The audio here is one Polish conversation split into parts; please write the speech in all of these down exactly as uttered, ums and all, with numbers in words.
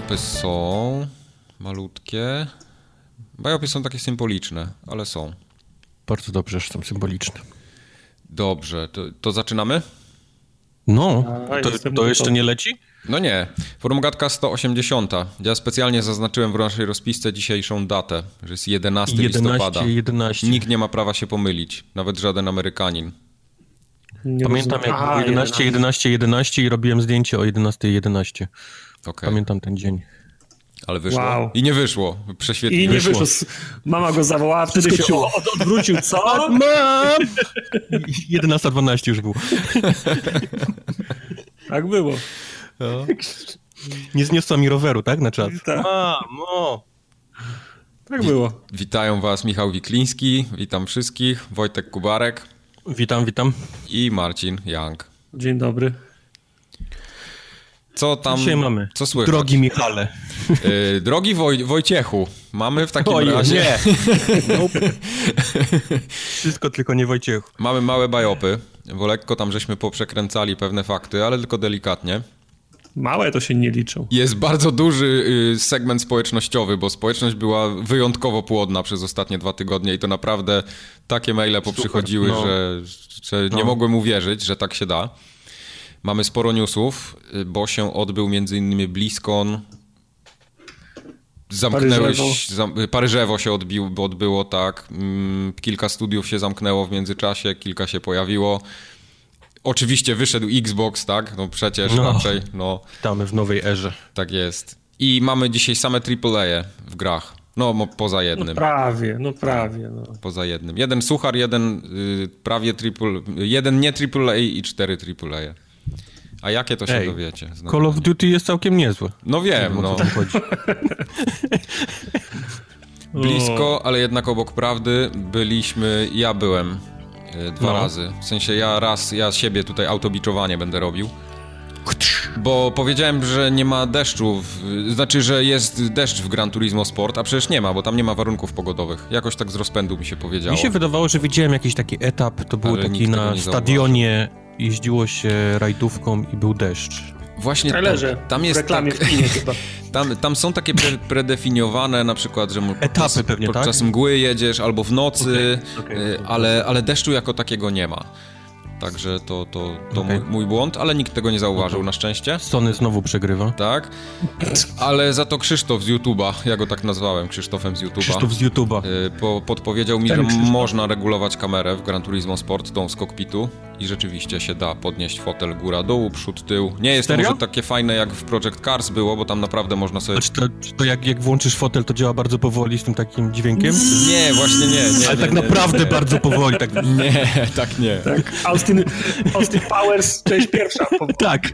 Bajopy są malutkie. Bajopy są takie symboliczne, ale są. Bardzo dobrze, że są symboliczne. Dobrze, to, to zaczynamy? No, to, to jeszcze nie leci? No nie. Formogatka sto osiemdziesiąt. Ja specjalnie zaznaczyłem w naszej rozpisce dzisiejszą datę, że jest jedenastego listopada. jedenaście Nikt nie ma prawa się pomylić, nawet żaden Amerykanin. Nie Pamiętam jak było jedenaście, jedenaście, jedenaście i robiłem zdjęcie o jedenastej jedenaście. Okay. Pamiętam ten dzień. Ale wyszło. Wow. I nie wyszło. Prześwietnie. I nie wyszło. wyszło. Mama go zawołała, wtedy się od, odwrócił. Co? Mam! jedenasta dwanaście już było. Tak było. No. Nie zniosła mi roweru, tak? Na czas. Tak. Mamo! Tak było. Witają was Michał Wikliński, witam wszystkich, Wojtek Kubarek. Witam, witam. I Marcin Young. Dzień dobry. Co tam, dzisiaj mamy? Co słychać? Drogi Michale. Yy, drogi Woj, Wojciechu, mamy w takim Oj, razie... nie. Nope. Wszystko tylko nie Wojciechu. Mamy małe bajopy, bo lekko tam żeśmy poprzekręcali pewne fakty, ale tylko delikatnie. Małe to się nie liczą. Jest bardzo duży y, segment społecznościowy, bo społeczność była wyjątkowo płodna przez ostatnie dwa tygodnie i to naprawdę takie maile poprzychodziły, no. że, że nie no. mogłem uwierzyć, że tak się da. Mamy sporo newsów, bo się odbył między innymi BlizzCon. Zamknęły się, zam, Paryżewo się odbił, bo odbyło, tak. Kilka studiów się zamknęło w międzyczasie, kilka się pojawiło. Oczywiście wyszedł Xbox, tak? No przecież no, raczej. No. Witamy w nowej erze. Tak jest. I mamy dzisiaj same triple A w grach. No poza jednym. No prawie, no prawie. No. Poza jednym. Jeden suchar, jeden y, prawie triple... Jeden nie triple A i cztery triple A. A jakie to się Ej, dowiecie? Znowu. Call of Duty jest całkiem niezłe. No wiem, wiem, no. Blisko, ale jednak obok prawdy byliśmy, ja byłem y, dwa no. razy. W sensie ja raz, ja siebie tutaj autobiczowanie będę robił. Bo powiedziałem, że nie ma deszczu, w, znaczy, że jest deszcz w Gran Turismo Sport, a przecież nie ma, bo tam nie ma warunków pogodowych. Jakoś tak z rozpędu mi się powiedziało. Mi się wydawało, że widziałem jakiś taki etap, to był ale taki na stadionie, jeździło się rajdówką i był deszcz. Właśnie tam, tam jest reklamie tak, w kinie chyba. Tam, tam są takie pre, predefiniowane na przykład, że etapy podczas, pewnie, podczas tak? mgły jedziesz albo w nocy, okay, okay, okay. Ale, ale deszczu jako takiego nie ma. Także to, to, to okay. mój, mój błąd, ale nikt tego nie zauważył, na szczęście. Sony znowu przegrywa. Tak, ale za to Krzysztof z YouTube'a, ja go tak nazwałem, Krzysztofem z YouTube'a. Krzysztof z YouTube'a. Po, podpowiedział mi, Ten że Krzysztof. można regulować kamerę w Gran Turismo Sport, tą z kokpitu i rzeczywiście się da podnieść fotel góra-dół, przód, tył. Nie jest Serio? to może takie fajne jak w Project Cars było, bo tam naprawdę można sobie... A czy to, czy to jak, jak włączysz fotel, to działa bardzo powoli z tym takim dźwiękiem? Nie, właśnie nie. nie ale nie, tak nie, naprawdę nie. bardzo powoli. Tak... Nie, tak nie. Tak, Austin, Austin Powers, część pierwsza. Tak.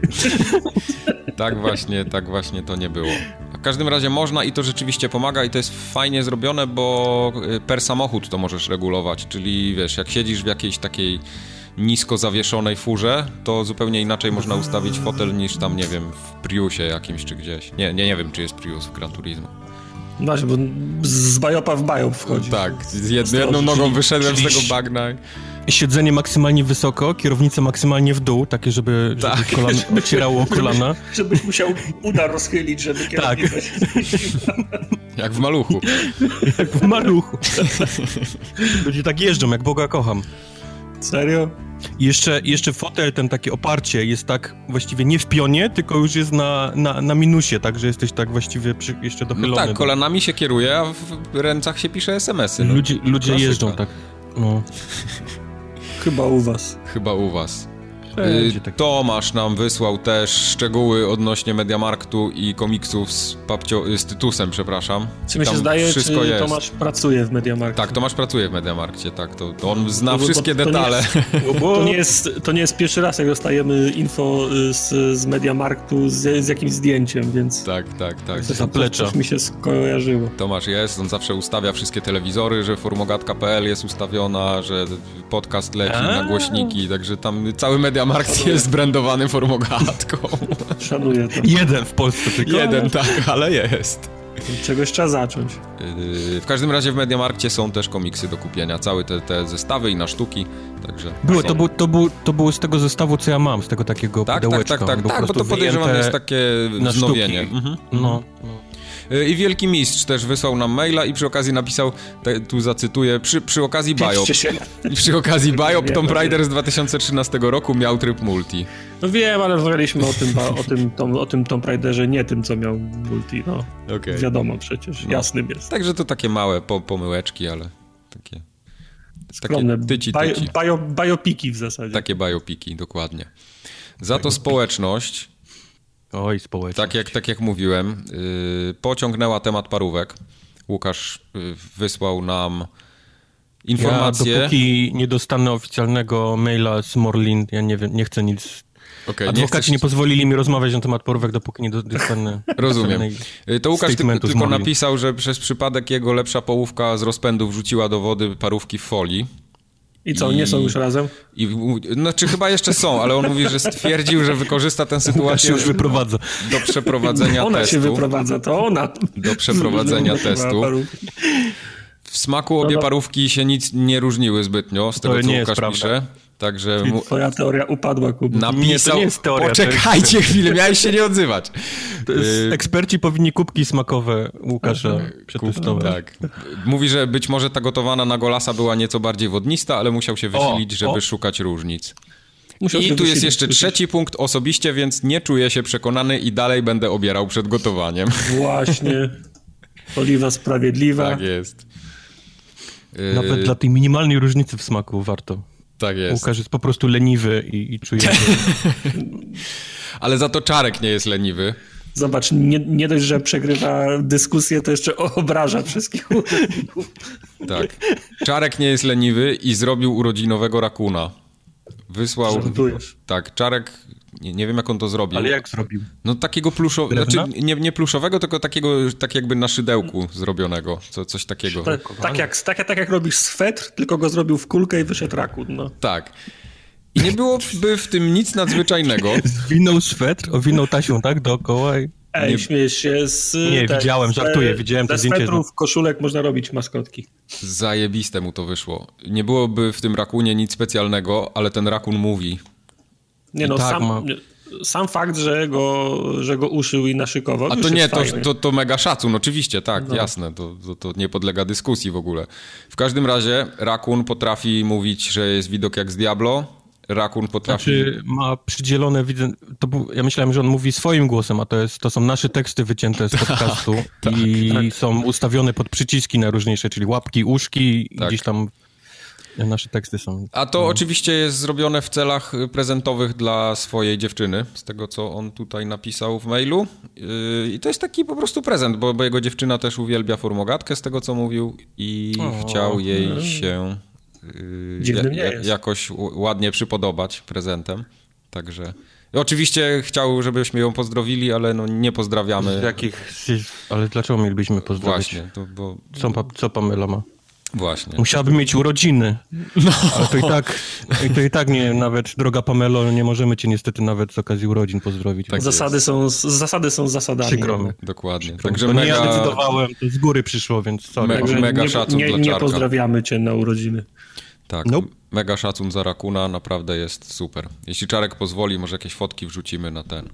Tak właśnie, tak właśnie to nie było. W każdym razie można i to rzeczywiście pomaga i to jest fajnie zrobione, bo per samochód to możesz regulować, czyli wiesz, jak siedzisz w jakiejś takiej nisko zawieszonej furze, to zupełnie inaczej można ustawić fotel niż tam, nie wiem, w Priusie jakimś czy gdzieś. Nie, nie, nie wiem, czy jest Prius w Gran Turismo. No właśnie, bo z bajopa w bajop wchodzi. Tak, z jed, jedną nogą wyszedłem czyli, z tego bagna. Siedzenie maksymalnie wysoko, kierownica maksymalnie w dół, takie, żeby, żeby tak. kolana ocierało kolana. Żeby, żebyś musiał uda rozchylić, żeby kierownica się zmieściła. Jak w Maluchu. Jak w Maluchu. Ludzie tak jeżdżą, jak Boga kocham. Serio? I jeszcze, jeszcze fotel, ten takie oparcie jest tak właściwie nie w pionie, tylko już jest na, na, na minusie, tak, że jesteś tak właściwie przy, jeszcze dochylony. No tak, do... kolanami się kieruje, a w rękach się pisze es em esy. No. Ludzie, ludzie jeżdżą tak. No. Chyba u was. Chyba u was. Yy, tak. Tomasz nam wysłał też szczegóły odnośnie Mediamarktu i komiksów z, papcio- z Tytusem, przepraszam. Czy mi się Tam zdaje, czy jest. Tomasz pracuje w Mediamarkcie? Tak, Tomasz pracuje w Mediamarkcie, tak. To, to on zna no, wszystkie to, to detale. Nie jest, to, nie jest, to nie jest pierwszy raz, jak dostajemy info z, z Mediamarktu z, z jakimś zdjęciem, więc... Tak, tak, tak. Zaplecza. Coś mi się skojarzyło. Tomasz jest, on zawsze ustawia wszystkie telewizory, że formogatka kropka pe el jest ustawiona, że podcast leci A. na głośniki, także tam cały Mediamarkt jest zbrandowany formogatką. Szanuję to. Jeden w Polsce tylko. Jeden, tak, ale jest. Czegoś trzeba zacząć. Yy, w każdym razie w Mediamarkcie są też komiksy do kupienia, całe te, te zestawy i na sztuki, także... Było, są. to, był, to, był, to było z tego zestawu, co ja mam, z tego takiego tak, pudełeczka. tak, tak, tak, tak, bo to podejrzewam jest takie wznowienie. Mhm. No, no. I Wielki Mistrz też wysłał nam maila i przy okazji napisał, te, tu zacytuję, przy, przy okazji Biop. I przy okazji Biop Tomb Raider z dwa tysiące trzynastego roku miał tryb multi. No wiem, ale rozmawialiśmy o tym, o tym, tom, o tym Tomb Raiderze, nie tym, co miał multi, no. Okay. Wiadomo przecież, no. Jasnym jest. Także to takie małe po, pomyłeczki, ale takie... Skromne, takie tyci, bio, tyci. Bio, biopiki w zasadzie. Takie biopiki, dokładnie. Za to społeczność... Oj, społeczność. Tak jak, tak jak mówiłem, yy, pociągnęła temat parówek. Łukasz yy, wysłał nam informację... Ja dopóki nie dostanę oficjalnego maila z Morlin, ja nie wiem, nie chcę nic... Okay, Adwokaci nie, chcesz... nie pozwolili mi rozmawiać na temat parówek, dopóki nie dostanę... Rozumiem. To Łukasz tylko, tylko napisał, że przez przypadek jego lepsza połówka z rozpędu wrzuciła do wody parówki w folii. I co, I, nie są już razem? I, znaczy chyba jeszcze są, ale on mówi, że stwierdził, że wykorzysta tę sytuację już wyprowadza. do przeprowadzenia ona testu. Ona się wyprowadza, to ona. Do przeprowadzenia testu. W smaku obie parówki się nic nie różniły zbytnio, z tego co Łukasz pisze. Także mu... Twoja teoria upadła, Kuba. Napisał... Nie, to nie jest teoria. Poczekajcie jest... chwilę, miałeś się nie odzywać. Jest... Eksperci powinni kubki smakowe Łukasza przetestować. Tak. Mówi, że być może ta gotowana na golasa była nieco bardziej wodnista, ale musiał się wysilić, o, żeby o. szukać różnic. Musiał I tu jest jeszcze trzeci punkt osobiście, więc nie czuję się przekonany i dalej będę obierał przed gotowaniem. Właśnie. Oliwa sprawiedliwa. Tak jest. Nawet dla tej minimalnej różnicy w smaku warto. Tak jest. Łukasz jest po prostu leniwy i, i czuje, że... Ale za to Czarek nie jest leniwy. Zobacz, nie, nie dość, że przegrywa dyskusję, to jeszcze obraża wszystkich uczestników. Tak. Czarek nie jest leniwy i zrobił urodzinowego rakuna. Wysłał... Żartujesz. Tak, Czarek... Nie, nie wiem, jak on to zrobił. Ale jak zrobił? No takiego pluszowego, znaczy nie, nie pluszowego, tylko takiego tak jakby na szydełku zrobionego, co, coś takiego. Ta, tak, jak, tak, tak jak robisz swetr, tylko go zrobił w kulkę i wyszedł rakun, no. Tak. I nie byłoby w tym nic nadzwyczajnego. Zwinął swetr, owinął taśmą, tak, dookoła i... Ej, nie... śmiejesz się z... Nie, tak, widziałem, żartuję, widziałem to zdjęcie. Ze swetrów, koszulek można robić maskotki. Zajebiste mu to wyszło. Nie byłoby w tym rakunie nic specjalnego, ale ten rakun mówi. Nie no, tak, sam, ma... sam fakt, że go, że go uszył i naszykował. A to nie, to, to, to mega szacun, oczywiście, tak, no. Jasne, to, to, to nie podlega dyskusji w ogóle. W każdym razie rakun potrafi mówić, że jest widok jak z Diablo. Rakun potrafi... Znaczy ma przydzielone, widzę, to był, ja myślałem, że on mówi swoim głosem, a to, jest, to są nasze teksty wycięte z podcastu tak, i tak. są ustawione pod przyciski najróżniejsze, czyli łapki, uszki i tak. gdzieś tam... Nasze teksty są... A to no. oczywiście jest zrobione w celach prezentowych dla swojej dziewczyny, z tego co on tutaj napisał w mailu. Yy, I to jest taki po prostu prezent, bo, bo jego dziewczyna też uwielbia formogatkę, z tego co mówił i o, chciał jej no. się yy, ja, ja, jakoś ładnie przypodobać prezentem. Także... Oczywiście chciał, żebyśmy ją pozdrowili, ale no nie pozdrawiamy. Z jakich... Ale dlaczego mielibyśmy pozdrowić? Właśnie, to bo... Co, co Pamela ma? Właśnie. Musiałaby mieć urodziny. No. Ale to i tak, to i tak nie, nawet droga Pamelo, nie możemy cię niestety nawet z okazji urodzin pozdrowić. Tak zasady, są, zasady są zasadami. Przygromy. Dokładnie. Przykro. Także to mega... nie ja decydowałem, to z góry przyszło, więc sorry. Me, Także mega nie, szacun nie, dla nie Czarka. pozdrawiamy cię na urodziny. Tak, nope. Mega szacun za rakuna, naprawdę jest super. Jeśli Czarek pozwoli, może jakieś fotki wrzucimy na ten...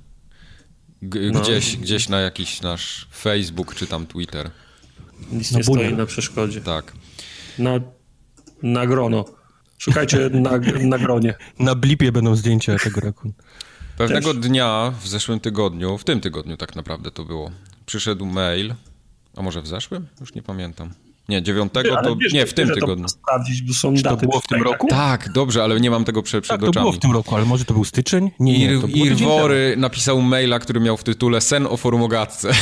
G- no. gdzieś, gdzieś na jakiś nasz Facebook czy tam Twitter. Nic nie stoi na przeszkodzie. Tak. Na, na grono. Szukajcie na, na gronie. Na blipie będą zdjęcia tego rakuna. Pewnego Też. dnia w zeszłym tygodniu, w tym tygodniu tak naprawdę to było, przyszedł mail, a może w zeszłym? Już nie pamiętam. Nie, dziewiątego to... wiesz, nie, w tym wiesz, tygodniu. Sprawdzić, bo są Czy daty. to było w tym roku? Tak, dobrze, ale nie mam tego przed, przed tak, oczami. to było w tym roku, ale może to był styczeń? Nie, nie, Ir, to było Irwory napisał maila, który miał w tytule Sen o formogatce.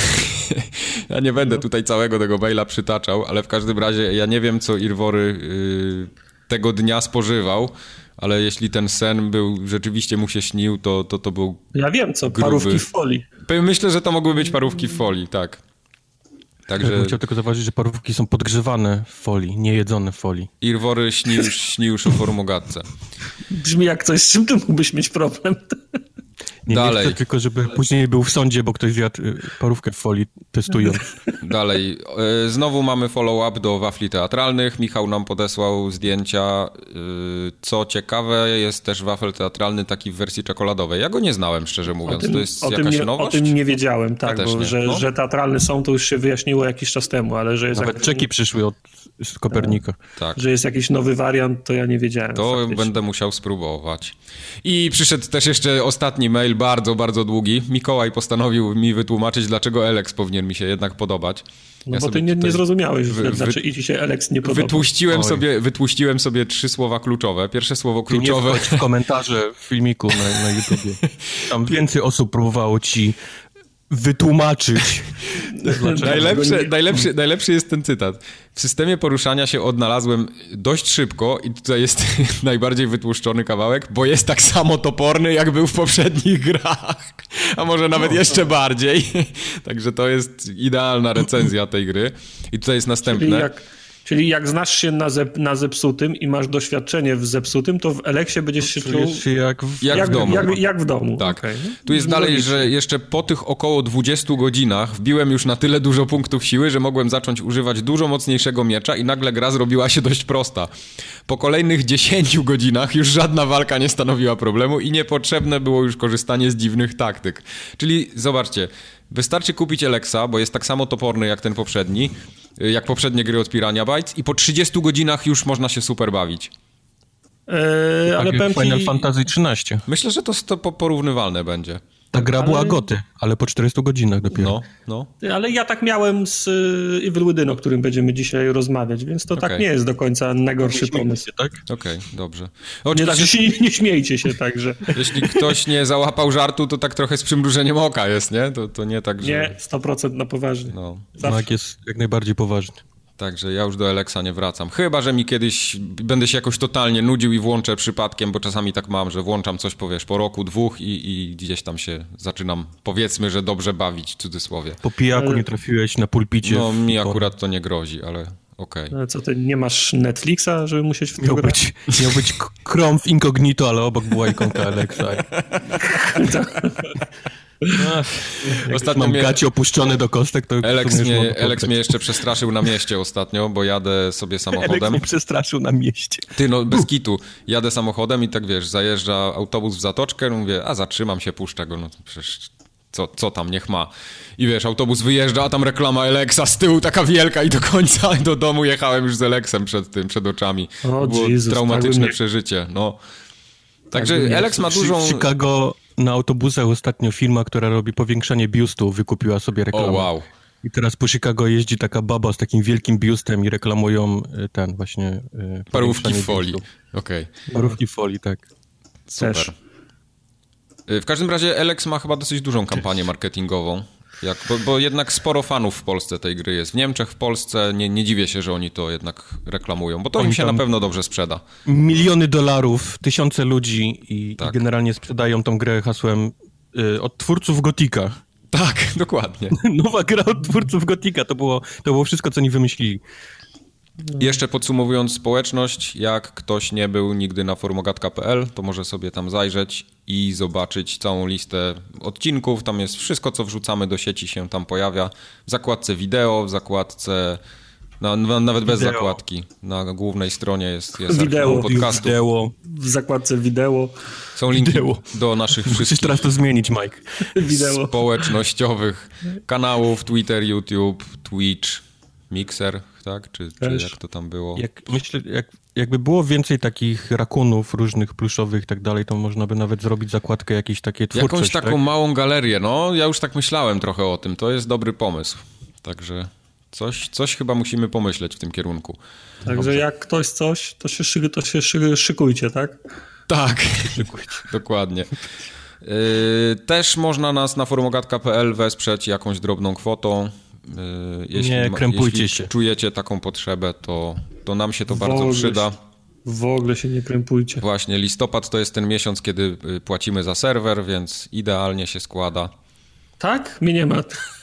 Ja nie będę tutaj całego tego maila przytaczał, ale w każdym razie ja nie wiem, co Irwory yy, tego dnia spożywał, ale jeśli ten sen był, rzeczywiście mu się śnił, to to, to był Ja wiem co, gruby. Parówki w folii. Myślę, że to mogły być parówki w folii, tak. Także... Ja chciał tylko zauważyć, że parówki są podgrzewane w folii, nie jedzone w folii. Irwory śnił, śnił już o formogatce. Brzmi jak coś, z czym ty mógłbyś mieć problem. Nie, Dalej. nie chcę tylko, żeby później był w sądzie, bo ktoś zjadł parówkę w folii testując. Dalej. Znowu mamy follow-up do wafli teatralnych. Michał nam podesłał zdjęcia. Co ciekawe, jest też wafel teatralny taki w wersji czekoladowej. Ja go nie znałem, szczerze mówiąc. Tym, to jest o jakaś tym nie, nowość? O tym nie wiedziałem, tak, ja bo że, no. że teatralne są, to już się wyjaśniło jakiś czas temu, ale że jest... Nawet jak... czeki przyszły od z Kopernika. Tak. Że jest jakiś nowy wariant, to ja nie wiedziałem. To faktycznie. będę musiał spróbować. I przyszedł też jeszcze ostatni mail, bardzo, bardzo długi. Mikołaj postanowił mi wytłumaczyć, dlaczego Elex powinien mi się jednak podobać. No ja bo ty nie, nie zrozumiałeś, wy, znaczy i ci się Elex nie podoba. Wytłuściłem sobie, wytłuściłem sobie trzy słowa kluczowe. Pierwsze słowo kluczowe... Nie wchodź w komentarze w filmiku na, na YouTubie. Tam więcej osób próbowało ci wytłumaczyć. Najlepszy, najlepszy, najlepszy jest ten cytat. W systemie poruszania się odnalazłem dość szybko i tutaj jest najbardziej wytłuszczony kawałek, bo jest tak samo toporny, jak był w poprzednich grach. A może nawet no, jeszcze to... bardziej. Także to jest idealna recenzja tej gry. I tutaj jest następne. Czyli jak, czyli jak znasz się na, zep, na zepsutym i masz doświadczenie w zepsutym, to w Eleksie będziesz się czuł się jak w, jak jak, w domu. Jak, jak w domu. Tak. Okay. Tu jest dalej, że jeszcze po tych około dwudziestu godzinach wbiłem już na tyle dużo punktów siły, że mogłem zacząć używać dużo mocniejszego miecza i nagle gra zrobiła się dość prosta. Po kolejnych dziesięciu godzinach już żadna walka nie stanowiła problemu i niepotrzebne było już korzystanie z dziwnych taktyk. Czyli zobaczcie, wystarczy kupić Elexa, bo jest tak samo toporny jak ten poprzedni, jak poprzednie gry od Piranha Bytes i po trzydziestu godzinach już można się super bawić. Eee, ale tak jak Final ci... Fantasy trzynaście. Myślę, że to, to porównywalne będzie. Ta gra ale... była goty, ale po czterdziestu godzinach dopiero. No, no. Ale ja tak miałem z Evil Within, o którym będziemy dzisiaj rozmawiać, więc to okay. tak nie jest do końca najgorszy pomysł. Się, tak? Okej, okay, dobrze. Nie, tak, się nie, nie śmiejcie się także. Jeśli ktoś nie załapał żartu, to tak trochę z przymrużeniem oka jest, nie? To, to nie tak, że... Nie, sto procent na poważnie. No. Tak jest jak najbardziej poważny. Także ja już do Elexa nie wracam. Chyba że mi kiedyś będę się jakoś totalnie nudził i włączę przypadkiem, bo czasami tak mam, że włączam coś, powiesz, po roku, dwóch i, i gdzieś tam się zaczynam, powiedzmy, że dobrze bawić, w cudzysłowie. Po pijaku nie trafiłeś na pulpicie. No mi akurat to nie grozi, ale okej. Okay. Ale co, ty nie masz Netflixa, żeby musieć w to miał grać? być, miał być Chrome w incognito, ale obok była ikonka Alexa. No, ostatnio mam mnie... gaci opuszczone do kostek, to Alex mnie, Alex mnie jeszcze przestraszył na mieście ostatnio, bo jadę sobie samochodem. Alex mnie przestraszył na mieście. Ty, no bez kitu. Jadę samochodem i tak wiesz, zajeżdża autobus w zatoczkę, no mówię, a zatrzymam się, puszczę go, no to przecież co, co tam, niech ma. I wiesz, autobus wyjeżdża, a tam reklama Alexa z tyłu taka wielka i do końca do domu jechałem już z Alexem przed tym, przed oczami. O, było Jesus, traumatyczne tak przeżycie, no. Także tak Alex ma dużą... W Chicago na autobusach ostatnio firma, która robi powiększanie biustu, wykupiła sobie reklamę. O, wow. I teraz po Chicago jeździ taka baba z takim wielkim biustem i reklamują ten właśnie... Parówki w folii. Okej. Okay. Parówki w folii, tak. Super. Też. W każdym razie Alex ma chyba dosyć dużą kampanię marketingową. Jak, bo, bo jednak sporo fanów w Polsce tej gry jest. W Niemczech, w Polsce nie, nie dziwię się, że oni to jednak reklamują, bo to im się na pewno dobrze sprzeda. Miliony dolarów, tysiące ludzi i, tak. i generalnie sprzedają tą grę hasłem y, od twórców Gotika. Tak, dokładnie. Nowa gra od twórców Gotika, to było, to było wszystko, co oni wymyślili. No. Jeszcze podsumowując społeczność, jak ktoś nie był nigdy na forumogatka kropka p l, to może sobie tam zajrzeć i zobaczyć całą listę odcinków. Tam jest wszystko, co wrzucamy do sieci, się tam pojawia. W zakładce wideo, w zakładce... Na, nawet bez wideo. Zakładki. Na głównej stronie jest, jest wideo, podcastów. Wideo. W zakładce wideo. Są linki wideo. do naszych Musisz wszystkich teraz to zmienić, Mike. Wideo. Społecznościowych kanałów, Twitter, YouTube, Twitch, Mixer, tak? Czy, czy jak to tam było? Jak, myślę, jak, jakby było więcej takich rakunów różnych pluszowych i tak dalej, to można by nawet zrobić zakładkę jakiejś takiej twórczość. Jakąś taką tak? małą galerię, no. Ja już tak myślałem trochę o tym. To jest dobry pomysł. Także coś, coś chyba musimy pomyśleć w tym kierunku. Także Dobrze. Jak ktoś coś, to się, szyk, to się szyk, szykujcie, tak? Tak, dokładnie. Yy, też można nas na forumogatka kropka p l wesprzeć jakąś drobną kwotą. Yy, jeśli, nie krępujcie jeśli się. czujecie taką potrzebę, to, to nam się to w bardzo przyda. Się, w ogóle się nie krępujcie. Właśnie, listopad to jest ten miesiąc, kiedy płacimy za serwer, więc idealnie się składa. Tak? Mnie nie ma.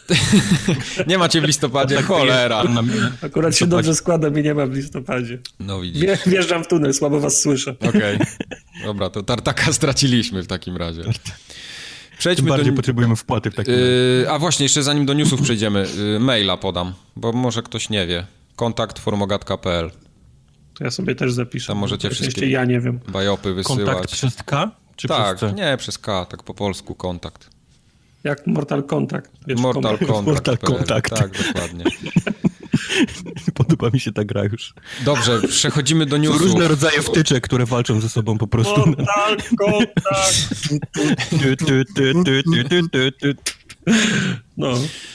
Nie macie w listopadzie? Cholera. Akurat się dobrze składa, mnie nie ma w listopadzie. No widzisz. Wjeżdżam w tunel, słabo was słyszę. Okej. Okay. Dobra, to tartaka straciliśmy w takim razie. Przejdźmy Tym bardziej do... potrzebujemy wpłaty w takim yy, A właśnie, jeszcze zanim do newsów przejdziemy, yy, maila podam, bo może ktoś nie wie. kontakt formogatka kropka p l. To ja sobie też zapiszę. Tam możecie wszystkie ja nie wiem. bajopy wysyłać. Kontakt przez K? Czy tak, przez C? nie, przez K, tak po polsku kontakt. Jak Mortal Contact. Wiesz, Mortal Contact. Mortal Contact. Tak, dokładnie. Podoba mi się ta gra już. Dobrze, przechodzimy do newsów. Różne rodzaje wtyczek, które walczą ze sobą po prostu. Mortal Contact! No.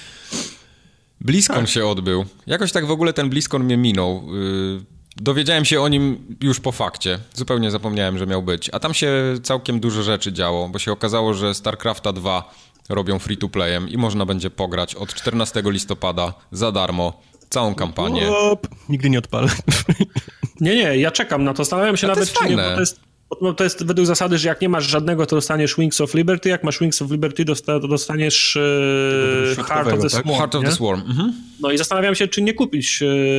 BlizzCon tak. się odbył. Jakoś tak w ogóle ten BlizzCon mnie minął. Yy, dowiedziałem się o nim już po fakcie. Zupełnie zapomniałem, że miał być. A tam się całkiem dużo rzeczy działo, bo się okazało, że StarCrafta dwa robią free-to-playem i można będzie pograć od czternastego listopada za darmo całą kampanię. Op, nigdy nie odpalę. Nie, nie, ja czekam na to. Zastanawiam się A to nawet, jest czy nie, fajne. bo to jest, bo to jest według zasady, że jak nie masz żadnego, to dostaniesz Wings of Liberty. Jak masz Wings of Liberty, dosta, to dostaniesz e, Heart of the tak? Swarm. Heart of nie? the Swarm. Mhm. No i zastanawiam się, czy nie kupić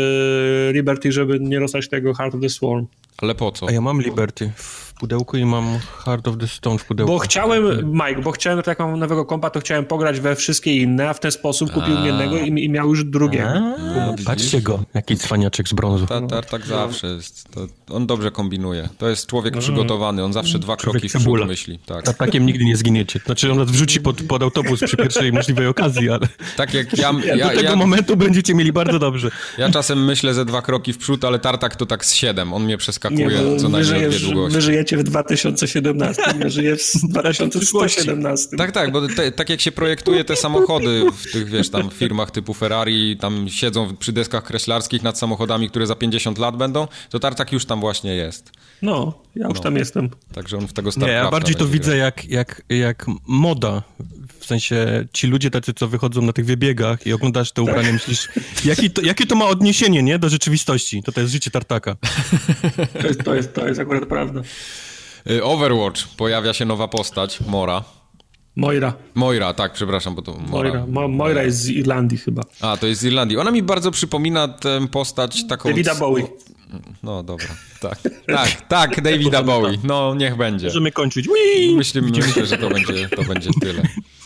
e, Liberty, żeby nie dostać tego Heart of the Swarm. Ale po co? A ja mam Liberty w pudełku i mam Heart of the Stone w pudełku. Bo chciałem, Mike, bo chciałem, jak mam nowego kompa, to chciałem pograć we wszystkie inne, a w ten sposób kupił A. jednego i, i miał już drugiego. A, patrzcie go, jaki cwaniaczek z brązu. Tatar tak zawsze jest. To, on dobrze kombinuje. To jest człowiek przygotowany. On zawsze dwa kroki w cebula. przód myśli. Tak. Tartakiem nigdy nie zginiecie. Znaczy on nas wrzuci pod, pod autobus przy pierwszej możliwej okazji, ale Tak jak ja, ja, do tego ja, momentu będziecie mieli bardzo dobrze. ja czasem myślę ze dwa kroki w przód, ale Tartak to tak z siedem. On mnie przeskakuje Nie, co wy, najmniej o dwie żyjesz, długości. wy żyjecie w dwa tysiące siedemnastym, ja żyję w dwa tysiące sto siedemnastym. Tak, tak, bo te, tak jak się projektuje te samochody w tych, wiesz, tam firmach typu Ferrari, tam siedzą przy deskach kreślarskich nad samochodami, które za pięćdziesiąt lat będą, to Tartak już tam właśnie jest. No, ja już No. tam jestem. Także on w tego Nie, StarCrafta ja bardziej to będzie widzę grał. jak, jak, jak moda. W sensie ci ludzie tacy, co wychodzą na tych wybiegach i oglądasz te ubrania, myślisz, jaki to, jakie to ma odniesienie, nie, do rzeczywistości? To to jest życie Tartaka. To jest, to jest, to jest akurat prawda. Y, Overwatch, pojawia się nowa postać, Mora. Moira. Moira, tak, przepraszam, bo to Mora. Moira, Mo, Moira jest z Irlandii chyba. A, to jest z Irlandii. Ona mi bardzo przypomina tę postać taką... Davida Bowie. No dobra, tak. Tak, tak, Davida Bowie. No, niech będzie. Możemy kończyć. Whee! Myślę, myślę, że to będzie, to będzie tyle.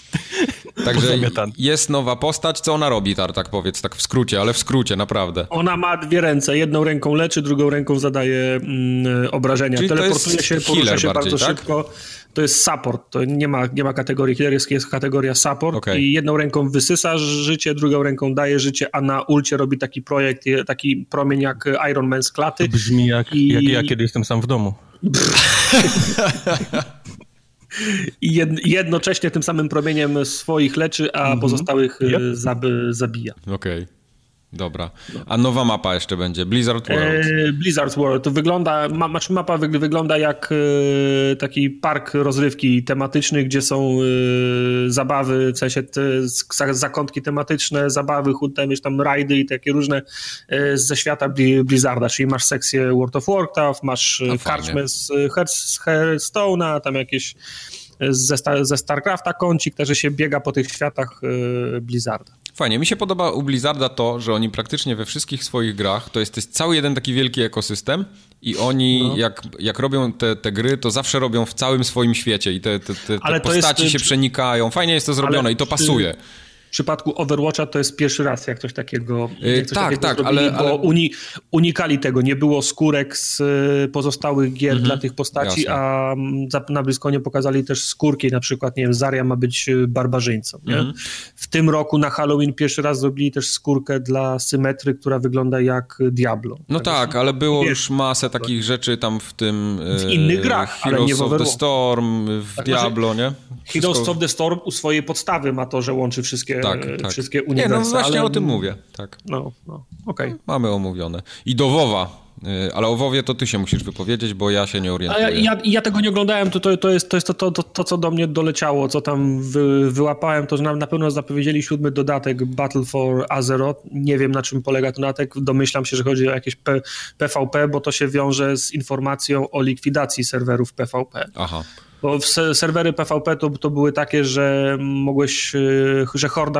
Także Pozamiatane. jest nowa postać. Co ona robi, Tartak? Powiedz tak w skrócie, ale w skrócie, naprawdę. Ona ma dwie ręce. Jedną ręką leczy, drugą ręką zadaje mm, obrażenia. Czyli to Teleportuje jest się, porusza healer się bardziej, bardzo tak? szybko. To jest support. To nie ma, nie ma kategorii healer, jest, jest kategoria support. Okay. I jedną ręką wysysa życie, drugą ręką daje życie, a na ulcie robi taki projekt, taki promień jak Iron Man z klaty. To brzmi jak, I- jak ja, kiedy jestem sam w domu. I jed, jednocześnie tym samym promieniem swoich leczy, a Mhm. pozostałych Yep. yep. zab, zabija. Okej, dobra. A nowa mapa jeszcze będzie, Blizzard World. E, Blizzard World to wygląda, ma, znaczy mapa wy, wygląda jak e, taki park rozrywki tematyczny, gdzie są e, zabawy, w sensie te, z- zakątki tematyczne, zabawy, tam, wiesz, tam rajdy i takie różne e, ze świata Bli- Blizzarda, czyli masz sekcję World of Warcraft, masz A, e, fajnie. karczmę z, Hearth- z Hearthstone'a, tam jakieś ze, Sta- ze StarCrafta kącik, także się biega po tych światach e, Blizzarda. Fajnie, mi się podoba u Blizzarda to, że oni praktycznie we wszystkich swoich grach, to jest, to jest cały jeden taki wielki ekosystem i oni No. jak, jak robią te, te gry, to zawsze robią w całym swoim świecie i te, te, te, te Ale to postaci jest- się przenikają. Fajnie jest to zrobione Ale i to czy- pasuje. W przypadku Overwatcha to jest pierwszy raz, jak coś takiego, Yy, jak coś tak, takiego tak, zrobili, ale- ale- bo uni, unikali tego. Nie było skórek z y, pozostałych gier Mhm, dla tych postaci, jasne. a mm, za- na BlizzConie pokazali też skórki, na przykład, nie wiem, Zarya ma być y, barbarzyńcą. Nie? Mhm. W tym roku na Halloween pierwszy raz zrobili też skórkę dla Symetry, która wygląda jak Diablo. No Także tak, ale było wiesz, już masę takich rzeczy tam w tym... W innych grach, ale Heroes nie w of the Overwatch. Storm, w Tak, Diablo, nie? Heroes Wszystko- of the Storm u swojej podstawy ma to, że łączy wszystkie, Tak, e, tak. wszystkie Nie, uniwersa. no właśnie ale... o tym mówię, tak. No, no, okej. Mamy omówione. I do WoWa, y, ale o WoWie to ty się musisz wypowiedzieć, bo ja się nie A orientuję. ja, ja, ja tego nie oglądałem, to, to, to jest, to, jest to, to, to, to, co do mnie doleciało, co tam wy, wyłapałem, to że na, na pewno zapowiedzieli siódmy dodatek Battle for Azeroth. Nie wiem, na czym polega ten dodatek. Domyślam się, że chodzi o jakieś P, PvP, bo to się wiąże z informacją o likwidacji serwerów PvP. Aha. Bo w se, serwery PvP to, to były takie, że mogłeś, y, że horda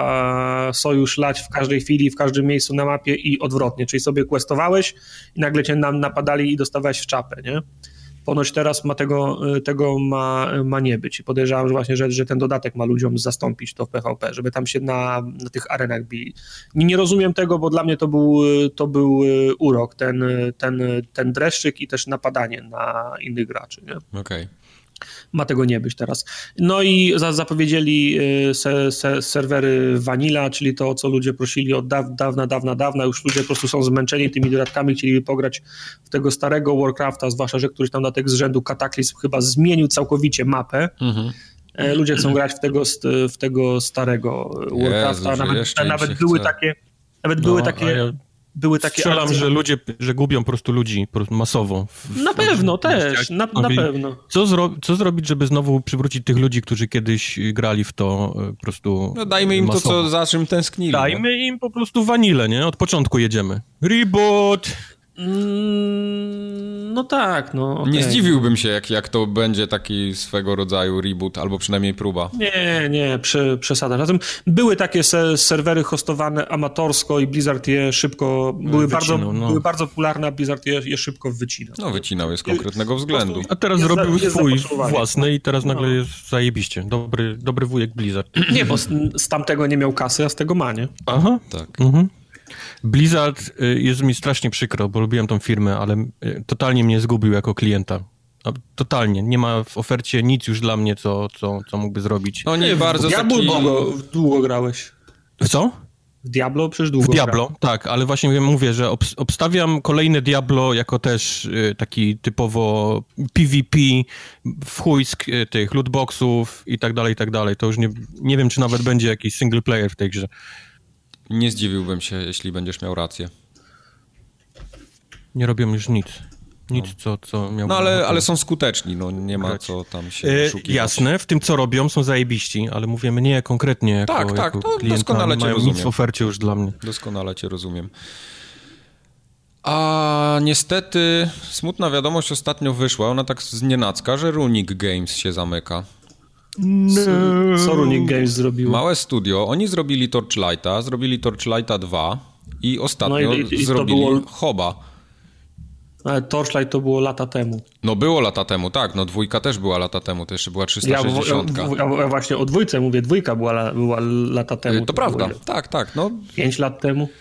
mogła sojusz lać w każdej chwili, w każdym miejscu na mapie i odwrotnie, czyli sobie questowałeś i nagle cię nam napadali i dostawałeś w czapę, nie? Ponoć teraz ma tego, tego ma, ma nie być. I podejrzewam, że właśnie, że, że ten dodatek ma ludziom zastąpić to w P V P, żeby tam się na, na tych arenach bili. Nie, nie rozumiem tego, bo dla mnie to był, to był urok, ten, ten, ten dreszczyk i też napadanie na innych graczy. Okej. Okay. Ma tego nie być teraz. No i za, zapowiedzieli se, se, serwery Vanilla, czyli to, o co ludzie prosili od daw, dawna, dawna, dawna. Już ludzie po prostu są zmęczeni tymi dodatkami, chcieliby pograć w tego starego Warcrafta, zwłaszcza, że któryś tam dodatek z rzędu Cataclysm chyba zmienił całkowicie mapę. Mhm. Ludzie chcą grać w tego, w tego starego Warcrafta. Jezu, nawet nawet były chce. takie... Nawet no, były takie... Ja... Były takie Strzelam, akcje, że ludzie, że gubią po prostu ludzi po prostu masowo. W, na pewno w, też, na, na pewno. Co, zro, co zrobić, żeby znowu przywrócić tych ludzi, którzy kiedyś grali w to po prostu No dajmy im masowo. To, co za czym tęsknili. Dajmy nie? im po prostu wanilę, nie? Od początku jedziemy. Reboot! Mm, no tak, no. Okay. Nie zdziwiłbym się, jak, jak to będzie taki swego rodzaju reboot, albo przynajmniej próba. Nie, nie, przy, przesada. Zatem były takie se, serwery hostowane amatorsko i Blizzard je szybko, były, wycinał, bardzo, no. były bardzo popularne, a Blizzard je, je szybko wycinał. No wycinał je z konkretnego względu. A teraz zrobił za, swój własny i teraz nagle no. jest zajebiście. Dobry, dobry wujek Blizzard. Nie, bo z, z tamtego nie miał kasy, a z tego ma, nie? Aha. Tak. Mhm. Blizzard jest mi strasznie przykro, bo lubiłem tą firmę, ale totalnie mnie zgubił jako klienta. Totalnie. Nie ma w ofercie nic już dla mnie, co, co, co mógłby zrobić. No nie, bardzo w Diablo taki... długo, długo grałeś. W co? W Diablo przecież długo W Diablo, grałem. tak, ale właśnie mówię, że obstawiam kolejne Diablo jako też taki typowo P V P, w chuj z tych lootboxów i tak dalej, i tak dalej. To już nie, nie wiem, czy nawet będzie jakiś single player w tej grze. Nie zdziwiłbym się, jeśli będziesz miał rację. Nie robią już nic. Nic, no. co, co miał... No ale, ale są skuteczni, no nie ma grać. Co tam się e, oszukiwać. Jasne, w tym co robią są zajebiści, ale mówimy nie konkretnie jako, tak, tak, jako to klienta. Doskonale cię mają rozumiem. Nic w ofercie już dla mnie. Doskonale cię rozumiem. A niestety smutna wiadomość ostatnio wyszła, ona tak znienacka, że Runic Games się zamyka. No. Co Runic Games zrobiło? Małe studio. Oni zrobili Torchlighta, zrobili Torchlighta dwa i ostatnio no i, i zrobili było... Hoba. Ale Torchlight to było lata temu. No było lata temu, tak. No dwójka też była lata temu, to jeszcze była trzysta sześćdziesiąt. Ja, ja, ja właśnie o dwójce mówię, dwójka była, była lata temu. To, to prawda, było... tak, tak. No. Pięć lat temu.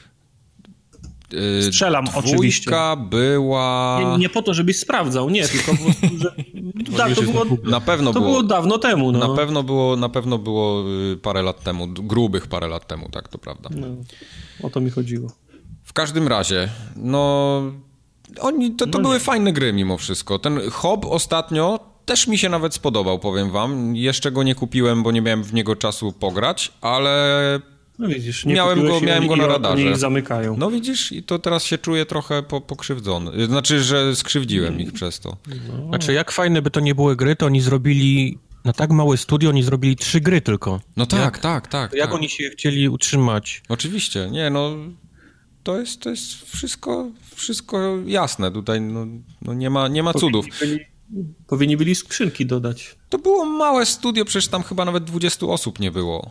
Strzelam Dwójka oczywiście. Dwójka była... Nie, nie po to, żebyś sprawdzał, nie, tylko po prostu, że... da, to było, na pewno to było, było dawno temu. No. Na pewno było, na pewno było parę lat temu, grubych parę lat temu, tak, to prawda. No, o to mi chodziło. W każdym razie, no... Oni, to, to no były nie. fajne gry mimo wszystko. Ten Hob ostatnio też mi się nawet spodobał, powiem wam. Jeszcze go nie kupiłem, bo nie miałem w niego czasu pograć, ale... No widzisz, nie miałem go, miałem go na radarze. Oni ich zamykają. No widzisz, i to teraz się czuję trochę po, pokrzywdzony. Znaczy, że skrzywdziłem mm. ich przez to. No. Znaczy, jak fajne by to nie były gry, to oni zrobili, na tak małe studio, oni zrobili trzy gry tylko. No tak, jak, tak, tak. Jak tak. oni się chcieli utrzymać? Oczywiście, nie, no... To jest, to jest wszystko, wszystko jasne tutaj, no, no nie ma, nie ma cudów. Powinni byli, powinni byli skrzynki dodać. To było małe studio, przecież tam chyba nawet dwudziestu osób nie było.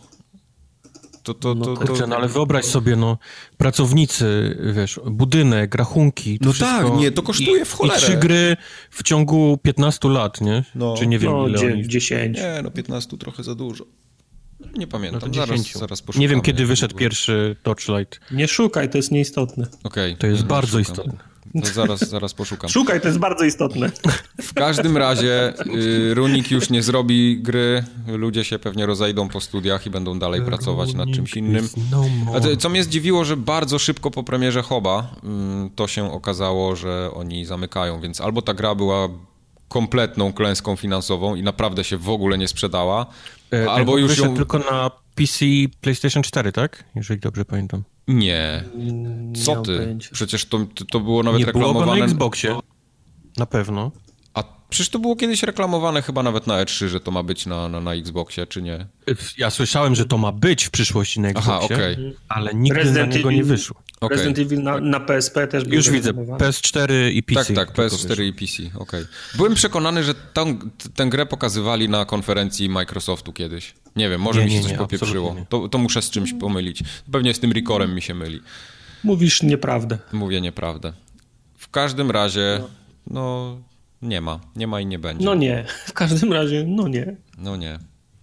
To, to, no to, kurczę, to... no ale wyobraź sobie, no, pracownicy, wiesz, budynek, rachunki, to no wszystko. tak, nie, to kosztuje w cholerę. I trzy gry w ciągu piętnastu lat, nie? No. Czy nie wiem, no, ile dzie- oni... dziesięć. Nie, no piętnastu trochę za dużo. Nie pamiętam, no zaraz, zaraz poszukam. Nie wiem, kiedy wyszedł pierwszy Torchlight. Nie szukaj, to jest nieistotne. Okej. To jest nie, bardzo nie istotne. To zaraz, zaraz poszukam. Szukaj, to jest bardzo istotne. W każdym razie y, Runic już nie zrobi gry, ludzie się pewnie rozejdą po studiach i będą dalej Runic pracować nad czymś innym. No A to, co mnie zdziwiło, że bardzo szybko po premierze Hoba y, to się okazało, że oni zamykają, więc albo ta gra była kompletną klęską finansową i naprawdę się w ogóle nie sprzedała, e, albo już ją... tylko na P C, PlayStation cztery, tak? Jeżeli dobrze pamiętam. Nie. Co nie ty? Przecież to, to było nawet nie reklamowane... Nie było na Xboxie. Na pewno. A przecież to było kiedyś reklamowane chyba nawet na E trzy, że to ma być na, na, na Xboxie, czy nie? Ja słyszałem, że to ma być w przyszłości na Xboxie, Aha, okay. ale nigdy Resident na niego nie wyszło. Okay. Resident Evil na, na P S P też był Już widzę, P S cztery i P C. Tak, tak, P S cztery i P C, okej. Okay. Byłem przekonany, że tą, tę grę pokazywali na konferencji Microsoftu kiedyś. Nie wiem, może nie, mi się nie, coś nie, popieprzyło. To, to muszę z czymś pomylić. Pewnie z tym Recorem mi się myli. Mówisz nieprawdę. Mówię nieprawdę. W każdym razie, no, Nie ma, nie ma i nie będzie. No nie, w każdym razie, no nie. No nie.